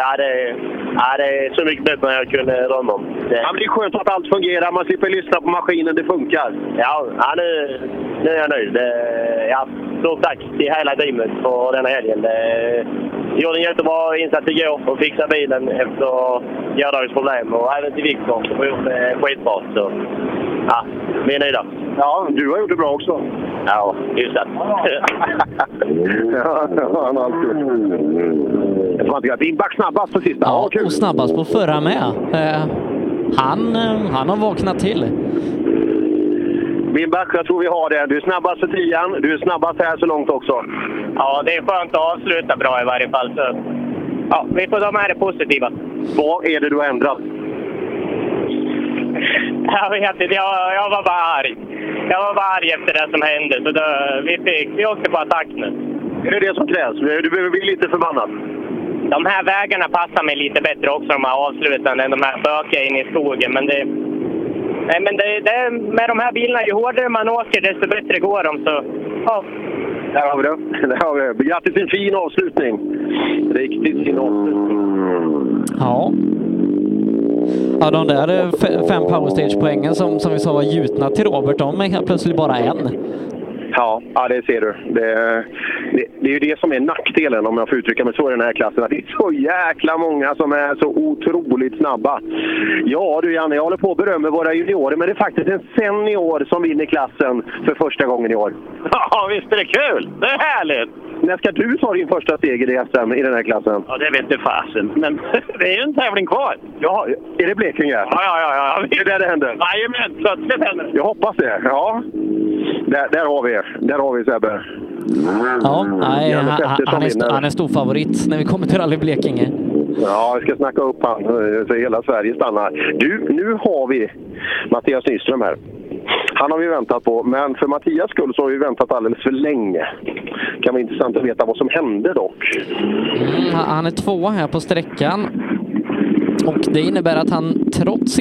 är så mycket bättre än jag kunde drömma om. Ja, men det är skönt att allt fungerar. Man slipper lyssna på maskinen, det funkar. Ja, nu är jag nöjd. Stort tack till hela teamet för denna helgen. Gjorde en jättebra insats igår och fixade bilen efter gårdagens problem. Och även till Viktor som har gjort det skitbra. Så ja, vi är nöjda. Ja, du har gjort det bra också. Ja, just det. Ja, han har alltid. Jag tror att jag Bimbach snabbast på sista. Ja, och snabbast på förra med. Han har vaknat till. Bimbach, jag tror vi har det. Du är snabbast för 10:an. Du är snabbast här så långt också. Ja, det är skönt att avsluta bra i varje fall. Så. Ja, vi får ta med det positiva. Vad är det du har ändrat? Jag vet inte, jag var bara arg. Jag var bara arg efter det som hände. Så då, vi åkte på attack nu. Är det det som krävs? Du behöver bli lite förbannad. De här vägarna passar mig lite bättre också, de här avslutande, än de här bökiga in i skogen. Men med de här bilarna, ju hårdare man åker desto bättre går de. Så, ja. Där har vi det. Grattis till en fin avslutning. Riktigt fin avslutning. Ja. Ja, de där 5 powerstage-poängen som vi sa var gjutna till Robert, de är helt plötsligt bara en. Ja, det ser du. Det är ju det som är nackdelen, om jag får uttrycka mig så, i den här klassen. Att det är så jäkla många som är så otroligt snabba. Ja du Janne, jag håller på att berömma våra juniorer, men det är faktiskt en senior som vinner klassen för första gången i år. Ja, visst är det kul! Det är härligt! När ska du ta din första steg i SM i den här klassen? Ja, det vet du fasen. Men det är ju en tävling kvar. Ja, är det Blekinge? Ja. Det är där det händer? Jajamän, plötsligt händer det. Jag hoppas det, ja. Där har vi Sebbe. Ja, nej, han är stor favorit när vi kommer till Rally Blekinge. Ja, vi ska snacka upp han så hela Sverige stannar. Du, nu har vi Mattias Nyström här. Han har vi väntat på, men för Mattias skull så har vi väntat alldeles för länge. Det kan vara intressant att veta vad som hände dock. Han är 2 här på sträckan. Och det innebär att han trots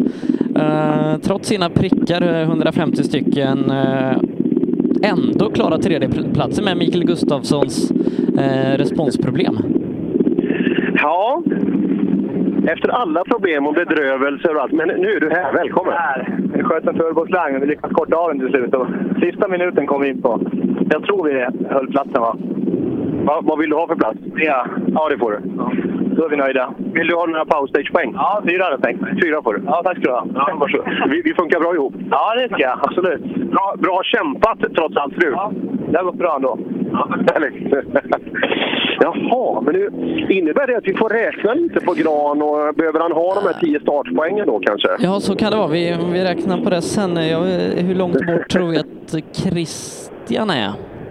sina prickar, 150 stycken, ändå klarar 3D-platsen med Mikael Gustafssons responsproblem. Ja, efter alla problem och bedrövelser och allt. Men nu är du här, välkommen. Vi sköt en turboslang och vi lyckades korta av den till slut. Sista minuten kom vi in på. Jag tror vi höll platsen, va? Vad vill du ha för plats? Ja, det får du. Ja. Då är vi nöjda. Vill du ha några powerstage-poäng? Ja, 4 hade jag tänkt mig. 4 får du. Ja, tack ska du ha. Ja, varsågod. Vi funkar bra ihop. Ja, det tycker jag. Absolut. Bra kämpat trots allt, fru. Ja, det har gått bra ändå. Ja, härligt. Jaha, men nu innebär det att vi får räkna lite på Gran, och behöver han ha de här 10 startpoängen då kanske? Ja, så kan det vara. Vi räknar på det sen. Hur långt bort tror jag att Christian är?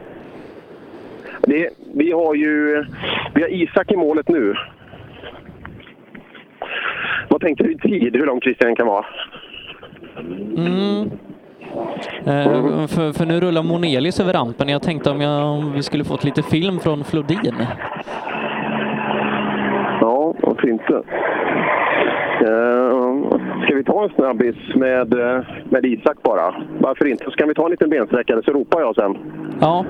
Vi har Isak i målet nu. Vad tänkte du i tid? Hur långt Christian kan vara? För nu rullar Monelius över rampen. Jag tänkte om vi skulle fått lite film från Flodin. Ja, varför inte? Ska vi ta en snabbis med Isak bara? Varför inte? Ska vi ta en liten bensträckare så ropar jag sen. Ja.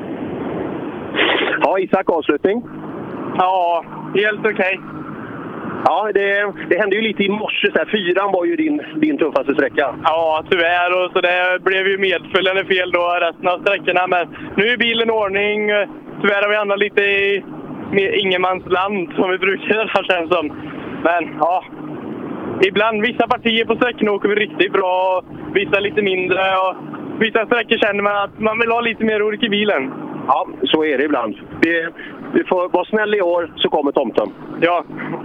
Ja, Isak, avslutning? Ja, helt okej. Ja, det hände ju lite i morse. 4:an var ju din tuffaste sträcka. Ja, tyvärr. Och så det blev ju medföljande fel då resten av sträckorna. Men nu är bilen i ordning. Tyvärr har vi hamnat lite i ingenmansland som vi brukar göra, känns som. Men ja, ibland vissa partier på sträckorna åker vi riktigt bra. Vissa lite mindre. Och vissa sträckor känner man att man vill ha lite mer ork i bilen. Ja, så är det ibland. Vi får vara snäll i år, så kommer tomten. Ja.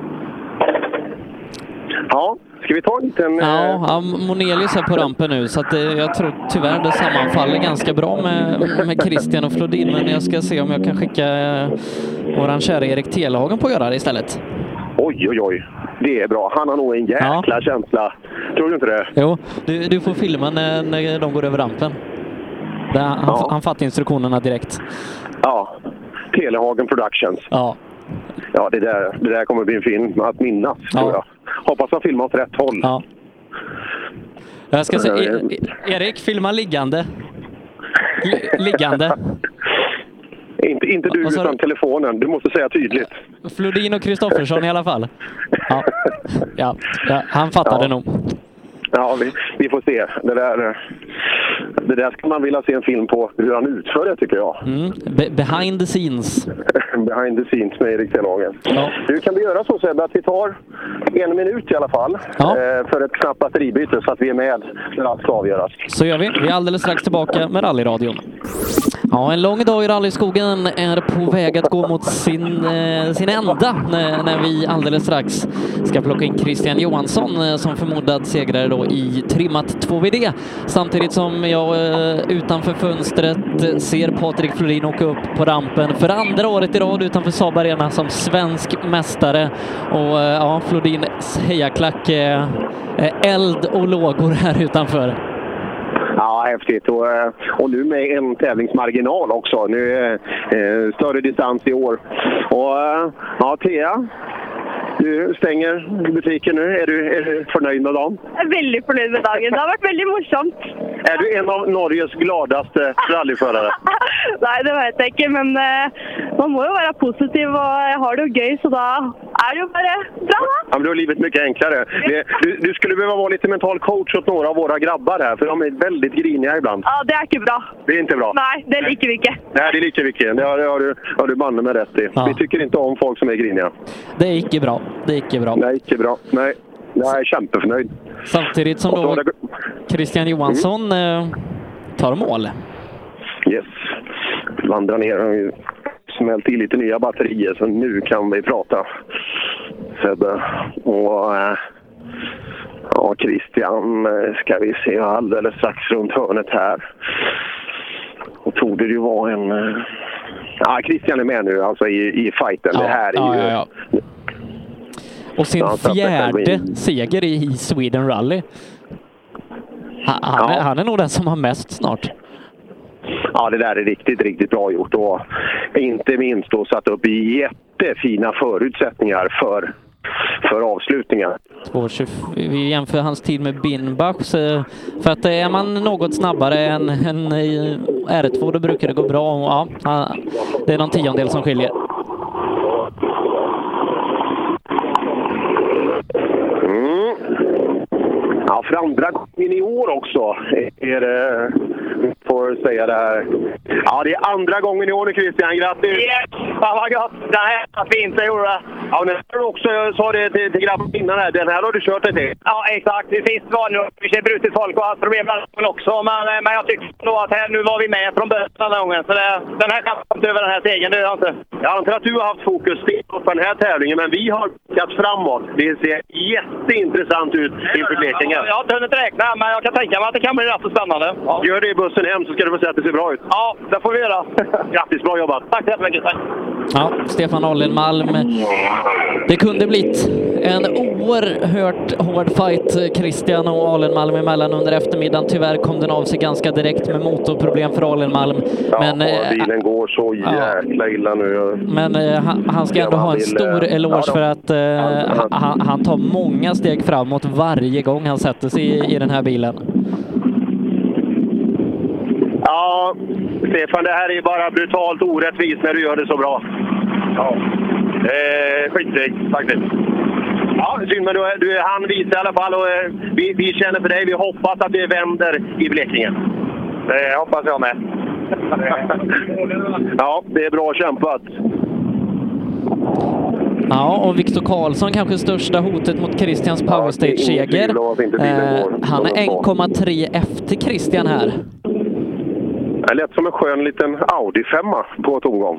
Ja, ska vi ta en liten... Ja, Monelius är på rampen nu, så att jag tror tyvärr det sammanfaller ganska bra med Christian och Flodin, men jag ska se om jag kan skicka våran kära Erik Telhagen på att göra det istället. Oj. Det är bra. Han har nog en jäkla känsla. Tror du inte det? Jo, du får filma när de går över rampen. Han fattar instruktionerna direkt. Ja, Telehagen Productions. Ja. Ja, det där kommer bli en film att minnas, tror jag. Hoppas han filmar åt rätt håll. Ja. Jag ska se. Erik, filma liggande. Liggande. Inte du utan telefonen. Du måste säga tydligt. Flodin och Kristoffersson i alla fall. Ja, han fattade nog. Ja, vi får se. Det där ska man vilja se en film på hur han utför det, tycker jag. Behind the scenes. Behind the scenes med Erik Telhagen. Ja. Nu kan vi göra så, Sebbe, att vi tar 1 minut i alla fall för ett knappt batteribyte, så att vi är med när allt ska avgöras. Så gör vi. Vi är alldeles strax tillbaka med rallyradion. Ja, en lång dag i rallyskogen är på väg att gå mot sin ända när vi alldeles strax ska plocka in Christian Johansson som förmodad segrare då i trimmat 2VD. Samtidigt som jag utanför fönstret ser Patrik Flodin åka upp på rampen för andra året i rad utanför Saab Arena som svensk mästare. Och ja, Flodins hejaklack eld och lågor här utanför. Ja, häftigt. Och nu med en tävlingsmarginal också. Nu är större distans i år. Och ja, Thea, du stänger butiken nu. Är du förnöjd med dagen? Jag är väldigt förnöjd med dagen. Det har varit väldigt morsomt. Är du en av Norges gladaste rallyförare? Nej, det vet jag inte, men man må ju vara positiv och jag har det ju gøy, så då är det ju bara bra. Ja, men då är livet mycket enklare. Du skulle behöva vara lite mental coach åt några av våra grabbar här, för de är väldigt griniga ibland. Ja, det är inte bra. Det är inte bra? Nej, det är lika mycket. Nej, det är lika mycket. Det har du banne med rätt i. Ja. Vi tycker inte om folk som är griniga. Det är inte bra. Det är inte bra. Det är inte bra. Nej, jag är kämpeförnöjd. Samtidigt som då Christian Johansson tar mål. Yes. Vandrar ner och smält i lite nya batterier, så nu kan vi prata. Sebbe. Och ja, Christian ska vi se alldeles strax runt hörnet här. Och tog det ju vara en... Ja, Christian är med nu alltså i fighten. Det här är ju... Ja. Och sin fjärde seger i Sweden Rally. Han är nog den som har mest snart. Ja, det där är riktigt, riktigt bra gjort. Och inte minst då satt upp jättefina förutsättningar för avslutningar. Vi jämför hans tid med Binbach. För att är man något snabbare än R2, då brukar det gå bra. Och ja, det är någon tiondel som skiljer. Ja, för andra gången i år också är det, får säga det här. Ja, det är andra gången i år nu, Christian. Grattis! Yes! Fan vad gott! Den här är fint, det gjorde det. Ja, men har du också, jag sa det till grabben innan här, den här har du kört dig till. Ja, exakt. Det finns vanligt brutit folk och haft problem med också. Men jag tycker då att här, nu var vi med från början den här gången. Så den här kan komma över den här segern, det har inte. Jag antar att du har haft fokus på den här tävlingen, men vi har gått framåt. Det ser jätteintressant ut inför Blekinge. Jag har inte hunnit räkna, men jag kan tänka mig att det kan bli rätt så spännande. Ja. Gör det i bussen hem så ska du få se att det ser bra ut. Ja, det får vi göra. Grattis, bra jobbat. Tack så jättemycket. Tack. Ja, Stefan Allenmalm. Det kunde blivit en oerhört hård fight Christian och Allenmalm emellan under eftermiddagen. Tyvärr kom den av sig ganska direkt med motorproblem för Allenmalm. Men bilen går så jäkla illa nu. Men han ska ändå ha en stor eloge för att han tar många steg framåt varje gång han sätter sig i den här bilen. Ja, Stefan, det här är bara brutalt orättvist när du gör det så bra. Ja, skitsegt faktiskt. Ja, synd, men han visar i alla fall och vi känner för dig. Vi hoppas att det vänder i Blekinge. Det hoppas jag med. Ja, det är bra kämpat. Ja, och Viktor Karlsson kanske största hotet mot Christians powerstage-seger. Han är 1,3 efter Christian här. Det lät som en skön liten Audi-5 på ett omgång.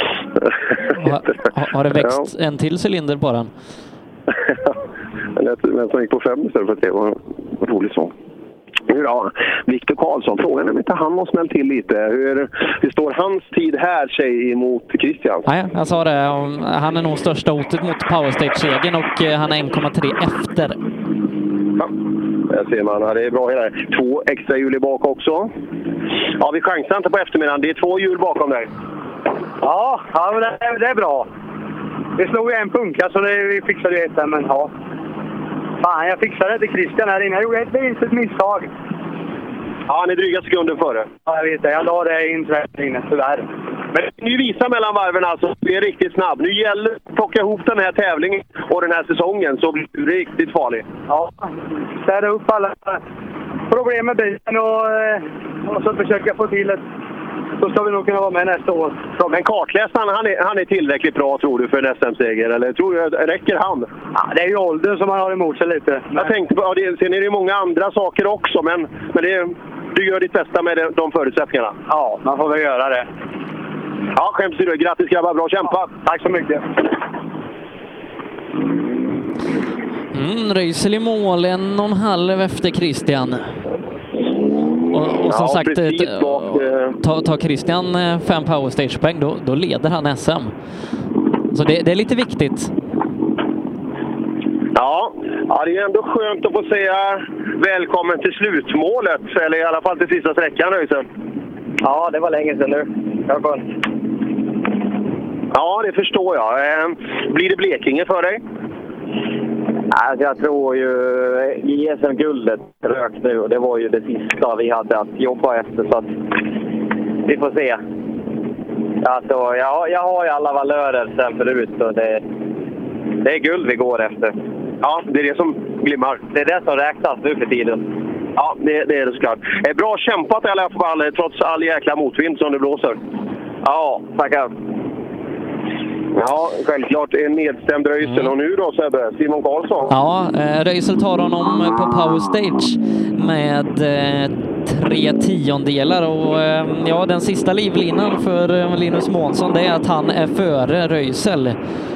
Har det växt en till cylinder på den? Det lät som gick på 5 istället för att det var roligt så. Nu då, Viktor Karlsson, frågan är om inte han har smält till lite. Hur står hans tid här sig emot Christian? Nej, jag sa det. Han är nog största hotet mot powerstage-segern och han är 1,3 efter. Ja, där ser man. Det är bra hela. 2 extra hjul i bak också. Ja, vi chansar inte på eftermiddagen. Det är 2 hjul bakom dig. Ja, men det är bra. Vi slog ju en punka så vi fixade ju ett där, men ja. Fan, jag fixade det till Christian här inne. Jag gjorde ett litet misstag. Ja, han är dryga sekunder före. Ja, jag vet det. Jag la det in inne, tyvärr. Men nu visar mellan varven alltså. Vi är riktigt snabb. Nu gäller det att plocka ihop den här tävlingen och den här säsongen så blir det riktigt farligt. Ja, städa upp alla problem med bilen och så försöka få till ett. Så ska vi nog kunna vara med nästa år. Men kartläsaren, han är tillräckligt bra tror du för en SM-seger? Eller tror du räcker han? Ja, det är ju åldern som man har emot sig lite. Men... Jag tänkte på, sen är det ju många andra saker också, men du gör ditt bästa med de förutsättningarna. Ja, man får väl göra det. Ja, skäms du. Grattis grabbar, bra kämpat. Ja, tack så mycket. Röisel i mål, 1,5 efter Christian. Och som sagt, tar Christian 5 powerstage-poäng, då leder han SM. Så det är lite viktigt. Ja, det är ändå skönt att få säga välkommen till slutmålet, eller i alla fall till sista sträckan, Röisel. Ja, det var länge sedan nu. Det var skönt. Ja, det förstår jag. Blir det Blekinge för dig? Alltså jag tror ju JSM-guldet rök nu och det var ju det sista vi hade att jobba efter, så att vi får se. Alltså, jag har ju alla valörer sen förut, så det är guld vi går efter. Ja, det är det som glimmar. Det är det som räknas nu för tiden. Ja, det är det såklart. Bra kämpat i alla fall, trots all jäkla motvind som det blåser. Ja, tackar. Ja, självklart en nedstämd Röisel. Och nu då Sebbe, Simon Karlsson. Ja, Röisel tar honom på powerstage med 3/10 och ja, den sista livlinan för Linus Månsson, det är att han är före Röisel.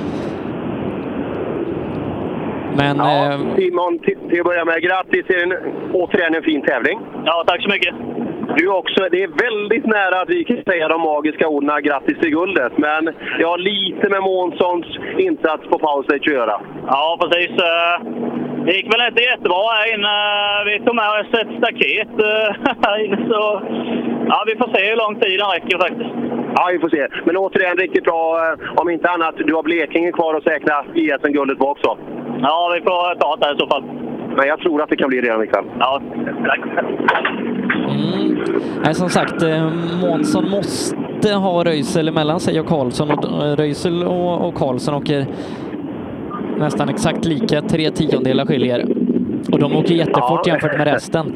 Men ja, Simon, till att börja med, grattis till återigen en fin tävling. Ja, tack så mycket. Du också, det är väldigt nära att vi kan säga de magiska orden grattis till guldet, men jag har lite med Månssons insats på powerstage att göra. Ja, precis. Det gick väl inte jättebra här inne. Vi tog med oss ett staket här inne, så ja, vi får se hur lång tid den räcker faktiskt. Ja, vi får se. Men återigen riktigt bra. Om inte annat, du har Blekinge kvar att säkra ISM-guldet på också. Ja, vi får ta det i så fall. Men jag tror att det kan bli redan ikväll. Ja, tack. Nej, som sagt, Månsson måste ha Röisel emellan sig och Karlsson. Och Röisel och Karlsson åker nästan exakt lika, 3/10 skiljer. Och de åker jättefort jämfört med resten.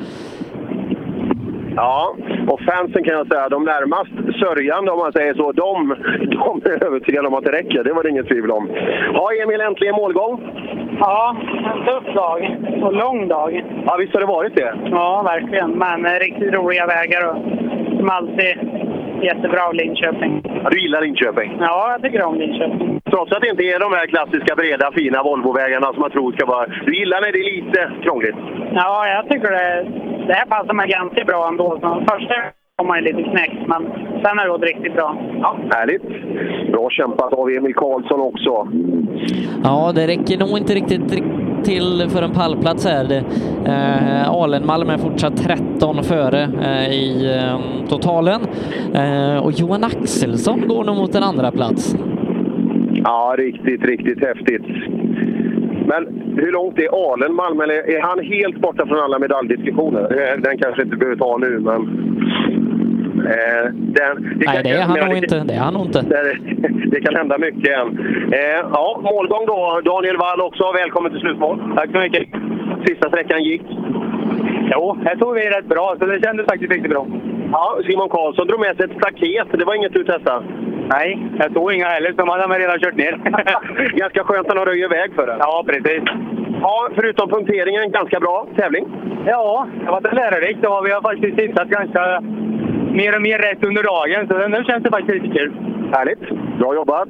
Ja, och fansen kan jag säga, de närmast sörjande om man säger så, de är övertygade om att det räcker. Det var det inget tvivel om. Ja, Emil, äntligen målgång. Ja, en tuff dag och lång dag. Ja, visst har det varit det. Ja, verkligen. Men riktigt roliga vägar och som alltid jättebra Linköping. Ja, du gillar Linköping? Ja, jag tycker om Linköping. Trots att det inte är de här klassiska, breda, fina Volvo-vägarna som man tror ska vara... Du gillar när det är lite krångligt? Ja, jag tycker det här passar mig ganska bra ändå. Så första kom man ju lite knäckt, men sen har det gått riktigt bra. Ja, härligt. Bra kämpat av Emil Karlsson också. Ja, det räcker nog inte riktigt till för en pallplats här. Alenmalm är fortsatt 13 före i totalen. Och Johan Axelsson går nog mot en andra plats. Ja, riktigt häftigt. Men hur långt är Alenmalm? Eller är han helt borta från alla medaljdiskussioner? Den kanske inte behöver ta nu, men... Nej, det är han nog inte. Det är han nog inte. Det kan hända mycket än. Ja, målgång då. Daniel Wall också. Välkommen till slutmål. Tack så mycket. Sista sträckan gick. Jo, här tog vi rätt bra, så det kändes faktiskt riktigt bra. Ja, Simon Karlsson drog med sig ett staket. Det var inget du testade? Nej, jag tog inga heller, så man hade redan kört ner. Ganska skönt att han röjer väg för det. Ja, precis. Ja, förutom punkteringen, ganska bra tävling. Ja, det var lärorikt. Vi har faktiskt hittat ganska mer och mer rätt under dagen, så nu känns det faktiskt lite kul. Härligt. Bra jobbat.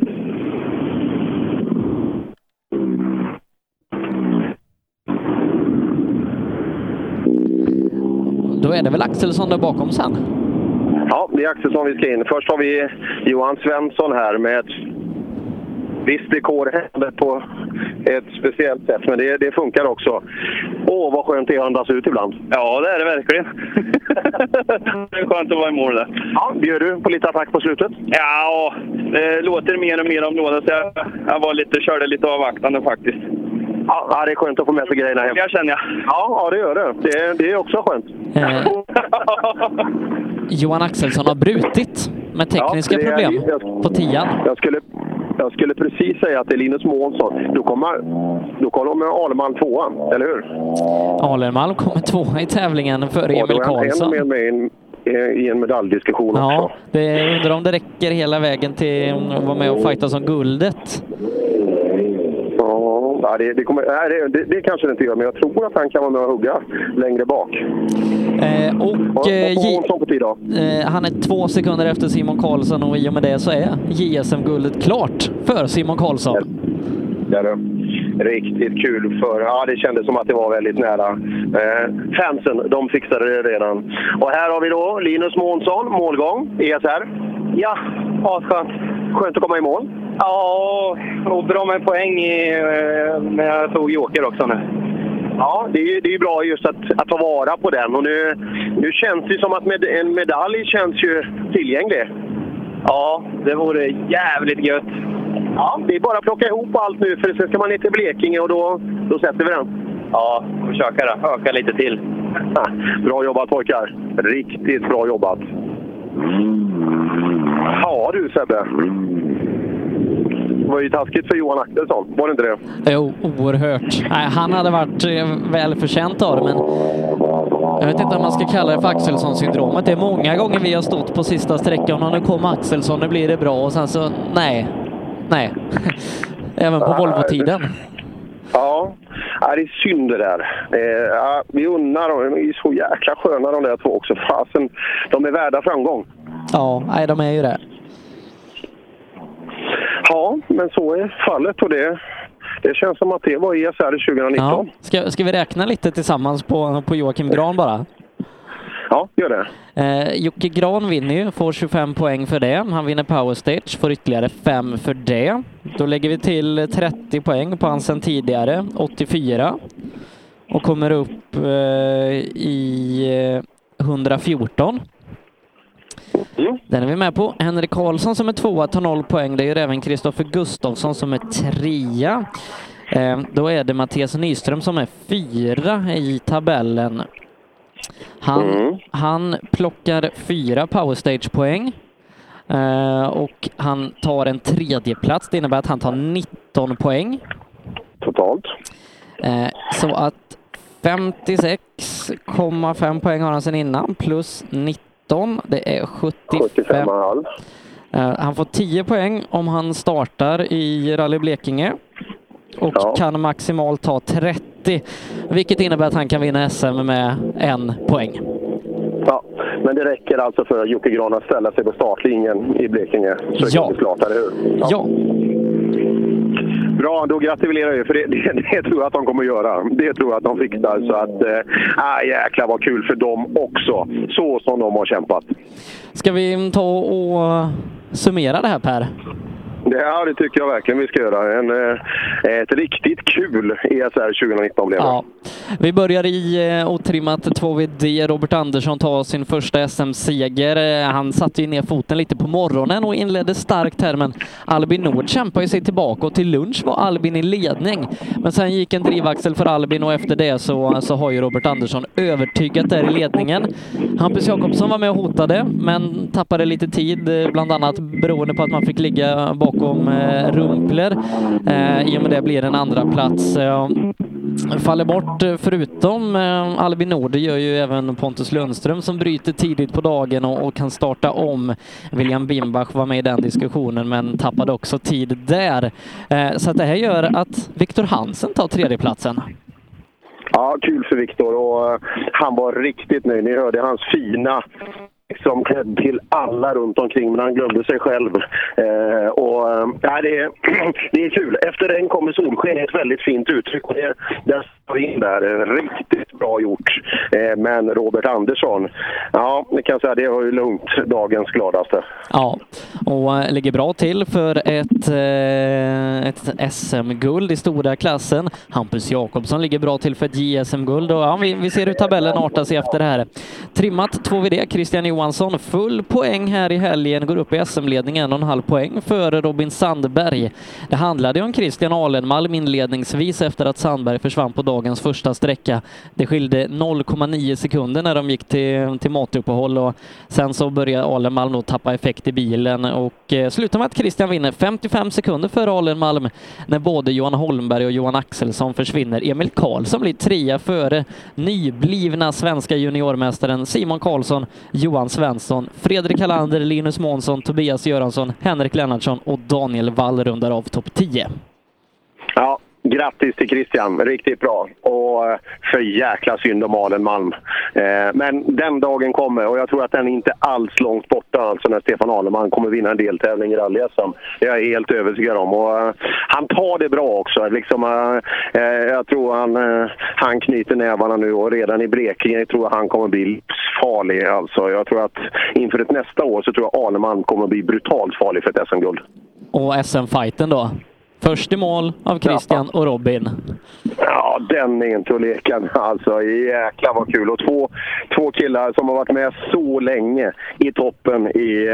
Då är det väl Axelsson där bakom sen? Ja, det är Axelsson vi ska in. Först har vi Johan Svensson här med ett visst rekord på ett speciellt sätt, men det funkar också. Åh, vad skönt det är att andas ut ibland. Ja, det är det verkligen. Det är skönt att vara i mål där. Ja, bjöd du på lite attack på slutet? Ja, det låter mer och mer om lådan, så jag körde lite avvaktande faktiskt. Ja, det är skönt att få med sig grejerna hem. Jag känner jag. Ja, det gör det. Det är också skönt. Johan Axelsson har brutit med tekniska problem på 10:an. Jag skulle precis säga att det är Linus Månsson. Då kommer Ahlman 2:an, eller hur? Ahlman kommer 2:a i tävlingen för Emil Karlsson. Ännu mer med i en medaljdiskussion också. Ja, jag undrar om det räcker hela vägen till att vara med och fighta som guldet. Ja, det kanske det inte gör, men jag tror att han kan vara med och hugga längre bak. Han är 2 sekunder efter Simon Karlsson, och i och med det så är JSM-guldet klart för Simon Karlsson. Det är det. Riktigt kul det kändes som att det var väldigt nära. Fansen, de fixade det redan. Och här har vi då Linus Månsson, målgång, ESR. Ja, skönt. Skönt att komma i mål. Ja, och bra med poäng när jag tog joker också nu. Ja, det är ju bra just att ta vara på den. Och nu känns det som att en medalj känns ju tillgänglig. Ja, det vore jävligt gött. Ja, det är bara att plocka ihop allt nu, för sen ska man ner till Blekinge och då sätter vi den. Ja, försöka då. Öka lite till. Bra jobbat pojkar. Riktigt bra jobbat. Ja du Sebbe. Det var ju taskigt för Johan Axelsson, var det inte det? Jo, oerhört. Nej, han hade varit väl förtjänt av det, men jag vet inte om man ska kalla det för Axelsson-syndromet. Det är många gånger vi har stått på sista sträckan och nu kommer Axelsson, nu blir det bra, och sen så nej. Även på Volvo-tiden. Ja, det är synd det där. Vi unnar dem, de är så jäkla sköna de där två också. Fasen, de är värda framgång. Ja, de är ju det. Ja, men så är fallet, och det känns som att det var ESR 2019. Ja. Ska vi räkna lite tillsammans på Joakim Gran bara? Ja, gör det. Jocke Gran vinner ju, får 25 poäng för det. Han vinner Power Stage, får ytterligare 5 för det. Då lägger vi till 30 poäng på han sen tidigare, 84. Och kommer upp i 114. Den är vi med på. Henrik Karlsson som är 2 tar 0 poäng. Det är ju även Kristoffer Gustafsson som är 3. Då är det Mattias Nyström som är 4 i tabellen. Han plockar 4 Power Stage-poäng. Och han tar en 3:e plats. Det innebär att han tar 19 poäng. Totalt. Så att 56,5 poäng har han sen innan. Plus 19. Det är 75. Han får 10 poäng om han startar i Rally Blekinge. Och kan maximalt ta 30. Vilket innebär att han kan vinna SM med 1 poäng. Ja, men det räcker alltså för Jocke Gran att ställa sig på startlinjen i Blekinge. Så det är klart, eller hur? Ja. Bra, då gratulerar jag, för det tror jag att de kommer att göra. Det tror jag att de fixar, så att jäklar vad kul för dem också. Så som de har kämpat. Ska vi ta och summera det här, Per? Ja, det tycker jag verkligen vi ska göra. Ett riktigt kul ESR 2019 blev det. Ja. Vi börjar i otrimmat 2VD. Robert Andersson tar sin första SM-seger. Han satte ju ner foten lite på morgonen och inledde starkt här, men Albin Nord kämpar ju sig tillbaka och till lunch var Albin i ledning. Men sen gick en drivaxel för Albin och efter det så har ju Robert Andersson övertygat där i ledningen. Hampus Jakobsson var med och hotade, men tappade lite tid, bland annat beroende på att man fick ligga bakom Rumpler. I och med det blir en andra plats. Faller bort förutom Albin Nord, det gör ju även Pontus Lundström som bryter tidigt på dagen och kan starta om. William Bimbach var med i den diskussionen men tappade också tid där. Så att det här gör att Viktor Hansen tar tredjeplatsen. Ja, kul för Viktor och han var riktigt nöjd. Ni hörde hans fina som klädd till alla runt omkring, men han glömde sig själv. Det är kul. Efter den kommer solsken, ett väldigt fint uttryck. Och där står in där. Riktigt bra gjort. Men Robert Andersson, ja, det kan säga det var ju lugnt dagens gladaste. Ja, och ligger bra till för ett SM-guld i stora klassen. Hampus Jakobsson ligger bra till för ett JSM-guld. Och ja, vi ser hur tabellen artar sig efter det här. Trimmat 2VD, Christian Johansson full poäng här i helgen, går upp i SM-ledningen 1,5 poäng före Robin Sandberg. Det handlade om Christian Alenmalm inledningsvis efter att Sandberg försvann på dagens första sträcka. Det skilde 0,9 sekunder när de gick till matuppehåll och sen så började Alenmalm då tappa effekt i bilen och slutar med att Christian vinner 55 sekunder före Alenmalm när både Johan Holmberg och Johan Axelsson försvinner. Emil Karlsson blir 3 före nyblivna svenska juniormästaren Simon Karlsson, Johan Svensson, Fredrik Hallander, Linus Månsson, Tobias Göransson, Henrik Lennartsson och Daniel Wall rundar av topp 10. Ja, grattis till Christian. Riktigt bra. Och för jäkla synd om Alenmalm. Men den dagen kommer och jag tror att den är inte alls långt borta alltså när Stefan Alenmalm kommer vinna en deltävling i rally-SM. Det är jag helt övertygad om. Och han tar det bra också. Liksom, jag tror han knyter nävarna nu och redan i Blekinge tror jag han kommer bli farlig. Alltså, jag tror att inför ett nästa år så tror jag Alenmalm kommer bli brutalt farlig för ett SM-guld. Och SM-fighten då? Först i mål av Christian och Robin. Ja, den är inte att leka. Alltså, jäklar vad kul. Och två killar som har varit med så länge i toppen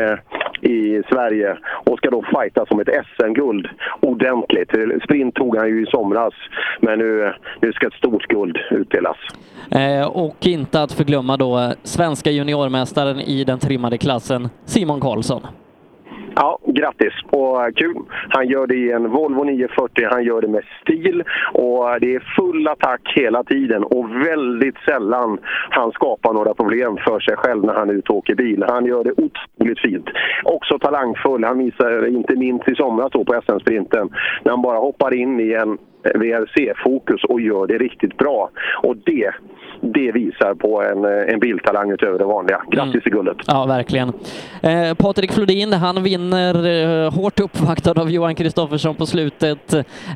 i Sverige och ska då fighta som ett SM-guld ordentligt. Sprint tog han ju i somras, men nu ska ett stort guld utdelas. Och inte att förglömma då svenska juniormästaren i den trimmade klassen, Simon Karlsson. Ja, grattis och kul. Han gör det i en Volvo 940, han gör det med stil och det är full attack hela tiden och väldigt sällan han skapar några problem för sig själv när han är ute och åker bil. Han gör det otroligt fint. Också talangfull, han visar inte minst i somras på SM-sprinten när han bara hoppar in i en VRC-fokus och gör det riktigt bra. Och det visar på en biltalang utöver det vanliga. Grattis till guldet. Ja, verkligen. Patrik Flodin, han vinner hårt uppvaktad av Johan Kristoffersson på slutet.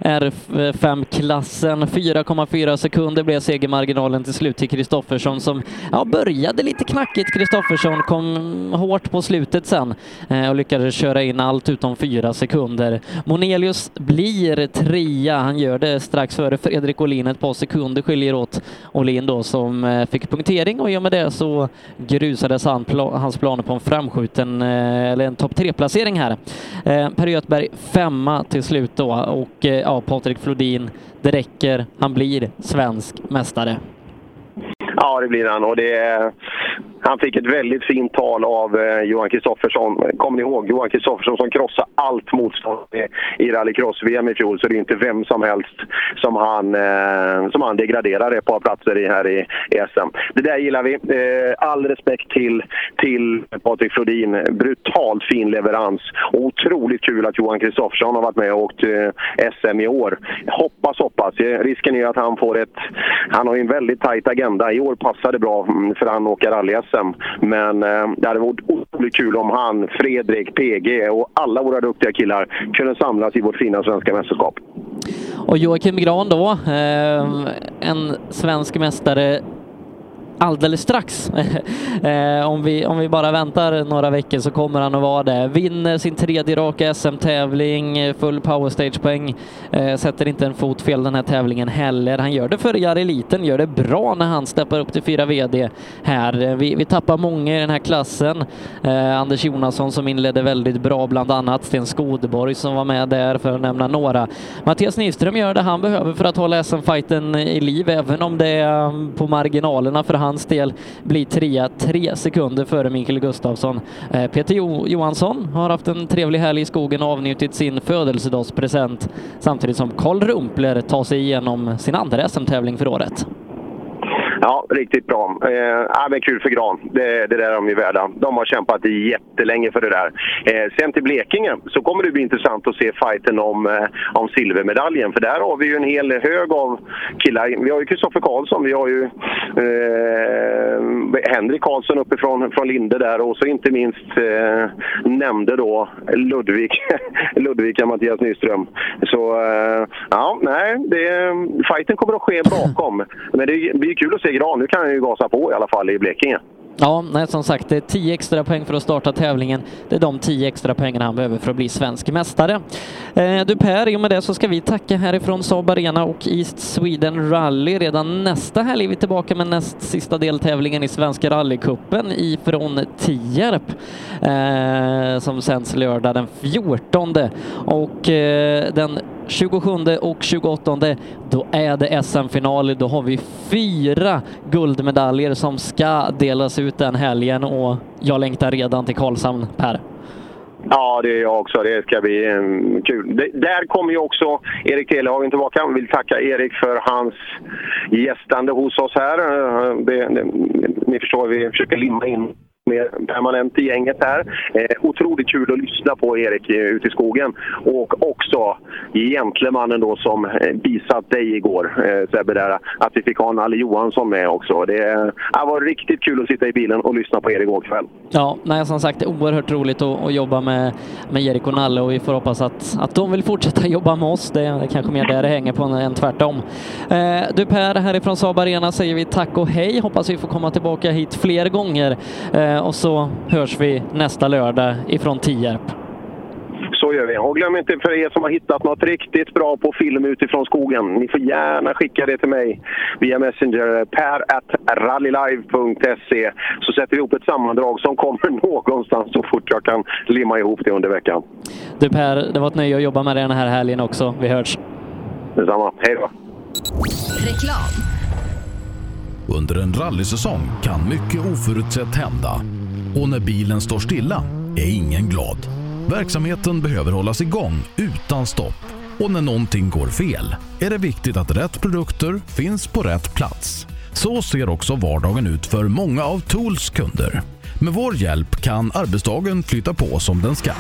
R5-klassen. 4,4 sekunder blev segermarginalen till slut till Kristoffersson som började lite knackigt. Kristoffersson kom hårt på slutet sen och lyckades köra in allt utom 4 sekunder. Monelius blir 3. Han gör det strax före Fredrik Olin. Ett par sekunder skiljer åt Olin då som fick punktering och i och med det så grusades hans planer på en framskjuten eller en topp 3-placering här. Per Göthberg 5 till slut då och Patrik Flodin, det räcker. Han blir svensk mästare. Ja, det blir han och han fick ett väldigt fint tal av Johan Kristoffersson. Kommer ni ihåg Johan Kristoffersson som krossade allt motstånd i rallycross-VM i fjol, så det är inte vem som helst som han degraderade på platser här i SM. Det där gillar vi. All respekt till Patrik Flodin. Brutalt fin leverans. Otroligt kul att Johan Kristoffersson har varit med och åkt SM i år. Hoppas. Risken är att han får han har ju en väldigt tajt agenda. I år passar det bra för han åker rally-SM. Men det hade varit otroligt kul om han, Fredrik, PG och alla våra duktiga killar kunde samlas i vårt fina svenska mästerskap. Och Joakim Gran då, en svensk mästare alldeles strax. Om vi bara väntar några veckor så kommer han att vara det. Vinner sin 3:e raka SM-tävling, full powerstage-poäng, sätter inte en fot fel den här tävlingen heller. Han gör det för Jari Liten, gör det bra när han steppar upp till 4 VD här. Vi tappar många i den här klassen. Anders Jonasson som inledde väldigt bra, bland annat Sten Skodeborg som var med där, för att nämna några. Mattias Nyström gör det han behöver för att hålla SM-fighten i liv, även om det är på marginalerna för hans del blir 3 sekunder före Mikael Gustafsson. Peter Johansson har haft en trevlig helg i skogen och avnjutit sin födelsedagspresent, samtidigt som Karl Rumpler tar sig igenom sin andra SM-tävling för året. Ja, riktigt bra. Men kul för Gran. Det där är de ju värda. De har kämpat jättelänge för det där. Sen till Blekinge så kommer det bli intressant att se fighten om silvermedaljen. För där har vi ju en hel hög av killar. Vi har ju Kristoffer Karlsson, vi har ju Henrik Karlsson uppifrån Linde där. Och så inte minst nämnde då Ludvika Mattias Nyström. Så fighten kommer att ske bakom. Men det blir kul att se Gran. Nu kan han ju gasa på i alla fall i Blekinge. Ja, nej, som sagt, det är 10 extra poäng för att starta tävlingen. Det är de 10 extra poängen han behöver för att bli svensk mästare. Du Per, i och med det så ska vi tacka härifrån Saab Arena och East Sweden Rally. Redan nästa helg är vi tillbaka med näst sista deltävlingen i Svenska rallycupen ifrån Tierp, som sänds lördag den 14. Och den 27 och 28, då är det SM-final. Då har vi 4 guldmedaljer som ska delas ut den helgen och jag längtar redan till Karlshamn, Per. Ja, det är jag också. Det ska bli kul. Där kommer ju också Erik Telehagen tillbaka. Jag vill tacka Erik för hans gästande hos oss här. Ni förstår, vi försöker limma in mer permanent i gänget här. Otroligt kul att lyssna på Erik ute i skogen. Och också gentlemannen då som bisat dig igår, Sebbe, där, att vi fick ha en Nalle Johansson med också. Det var riktigt kul att sitta i bilen och lyssna på Erik igår kväll. Ja, nej, som sagt, det är oerhört roligt att jobba med Erik och Nalle, och vi får hoppas att de vill fortsätta jobba med oss. Det är kanske mer där det hänger på än tvärtom. Du Per, härifrån Saab Arena säger vi tack och hej. Hoppas vi får komma tillbaka hit fler gånger. Och så hörs vi nästa lördag ifrån Tierp. Så gör vi. Och glöm inte, för er som har hittat något riktigt bra på film utifrån skogen, ni får gärna skicka det till mig via Messenger, per@rallylive.se, så sätter vi ihop ett sammandrag som kommer någonstans så fort jag kan limma ihop det under veckan. Du Per, det var ett nöje att jobba med dig den här helgen också. Vi hörs. Detsamma. Hej då. Reklam. Under en rallysäsong kan mycket oförutsett hända. Och när bilen står stilla är ingen glad. Verksamheten behöver hållas igång utan stopp. Och när någonting går fel är det viktigt att rätt produkter finns på rätt plats. Så ser också vardagen ut för många av Tools kunder. Med vår hjälp kan arbetsdagen flytta på som den ska.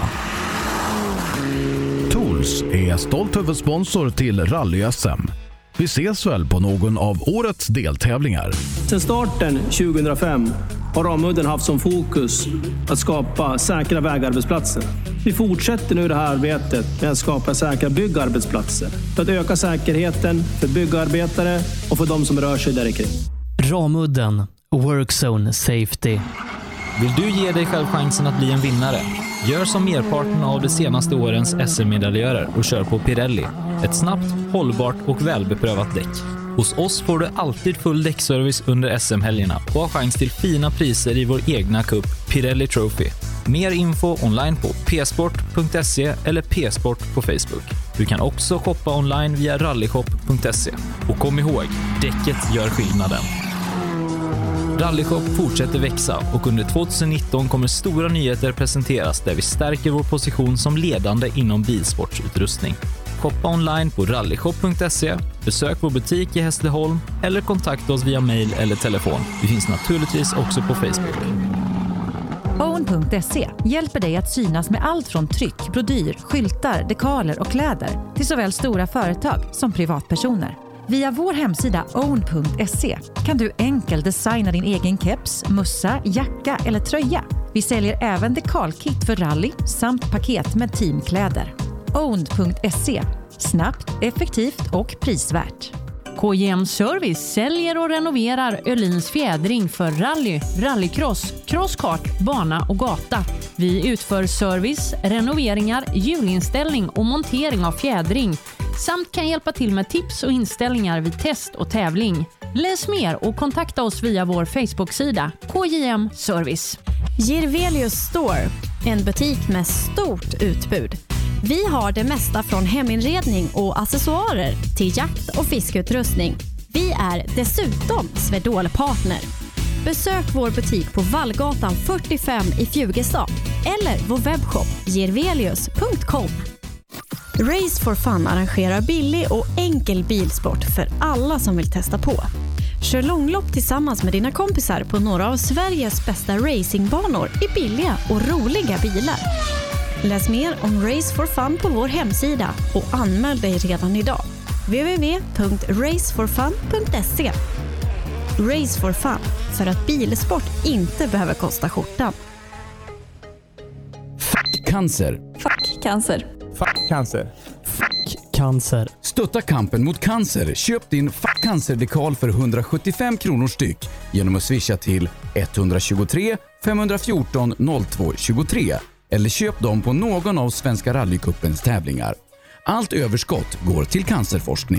Tools är stolt huvudsponsor till Rally-SM. Vi ses väl på någon av årets deltävlingar. Sedan starten 2005 har Ramudden haft som fokus att skapa säkra vägarbetsplatser. Vi fortsätter nu det här arbetet med att skapa säkra byggarbetsplatser för att öka säkerheten för byggarbetare och för de som rör sig där kring. Ramudden Workzone Safety. Vill du ge dig själv chansen att bli en vinnare? Gör som merparten av de senaste årens SM-medaljörer och kör på Pirelli. Ett snabbt, hållbart och välbeprövat däck. Hos oss får du alltid full däckservice under SM-helgerna och har chans till fina priser i vår egna cup Pirelli Trophy. Mer info online på psport.se eller psport på Facebook. Du kan också shoppa online via rallyshop.se. Och kom ihåg, däcket gör skillnaden. Rallyshop fortsätter växa och under 2019 kommer stora nyheter presenteras där vi stärker vår position som ledande inom bilsportsutrustning. Shoppa online på rallyshop.se, besök vår butik i Hässleholm eller kontakta oss via mail eller telefon. Vi finns naturligtvis också på Facebook. Own.se hjälper dig att synas med allt från tryck, brodyr, skyltar, dekaler och kläder till såväl stora företag som privatpersoner. Via vår hemsida own.se kan du enkelt designa din egen keps, mussa, jacka eller tröja. Vi säljer även dekalkit för rally samt paket med teamkläder. Own.se. Snabbt, effektivt och prisvärt. KJM Service säljer och renoverar Öhlins fjädring för rally, rallycross, crosskart, bana och gata. Vi utför service, renoveringar, hjulinställning och montering av fjädring samt kan hjälpa till med tips och inställningar vid test och tävling. Läs mer och kontakta oss via vår Facebook-sida KJM Service. Jirvelius Store, en butik med stort utbud. Vi har det mesta från heminredning och accessoarer till jakt- och fiskeutrustning. Vi är dessutom Swedol-partner. Besök vår butik på Vallgatan 45 i Fjugestad eller vår webbshop jirvelius.com. Race for Fun arrangerar billig och enkel bilsport för alla som vill testa på. Kör långlopp tillsammans med dina kompisar på några av Sveriges bästa racingbanor i billiga och roliga bilar. Läs mer om Race for Fun på vår hemsida och anmäl dig redan idag. www.raceforfun.se. Race for Fun, för att bilsport inte behöver kosta skjortan. Fuck cancer. Fuck cancer. Fuck cancer. Fuck cancer. Stötta kampen mot cancer. Köp din Fuck cancer-dekal för 175 kronor styck genom att swisha till 123 514 02 23 eller köp dem på någon av Svenska rallycupens tävlingar. Allt överskott går till cancerforskning.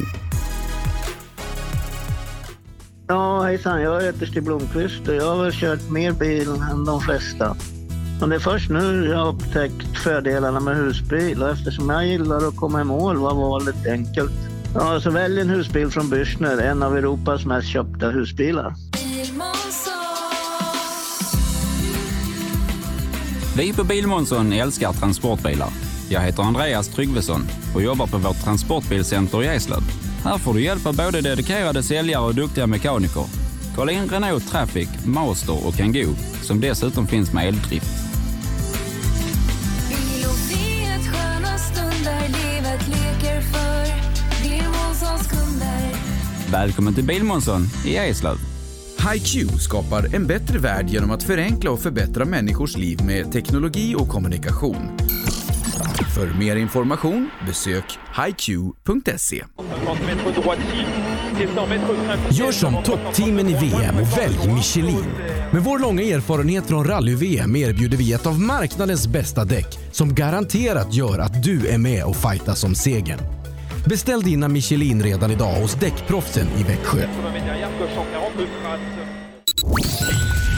Ja, hejsan. Jag heter Stig Blomqvist och jag har kört mer bil än de flesta. Men det är först nu jag har upptäckt fördelarna med husbil, och eftersom jag gillar att komma i mål var valet enkelt. Ja, så välj en husbil från Bürstner, en av Europas mest köpta husbilar. Vi på Bilmånsson älskar transportbilar. Jag heter Andreas Tryggvesson och jobbar på vårt transportbilcenter i Eslöv. Här får du hjälp av både dedikerade säljare och duktiga mekaniker. Kolla in Renault Traffic, Master och Kangoo, som dessutom finns med eldrift. Bil och frihet, sköna stunder, livet leker för Bilmånssons kunder. Välkommen till Bilmånsson i Eslöv. HiQ skapar en bättre värld genom att förenkla och förbättra människors liv med teknologi och kommunikation. För mer information, besök hiq.se. Gör som toppteamen i VM och välj Michelin. Med vår långa erfarenhet från rally-VM erbjuder vi ett av marknadens bästa däck som garanterat gör att du är med och fightas om segern. Beställ dina Michelin redan idag hos Däckproffsen i Växjö.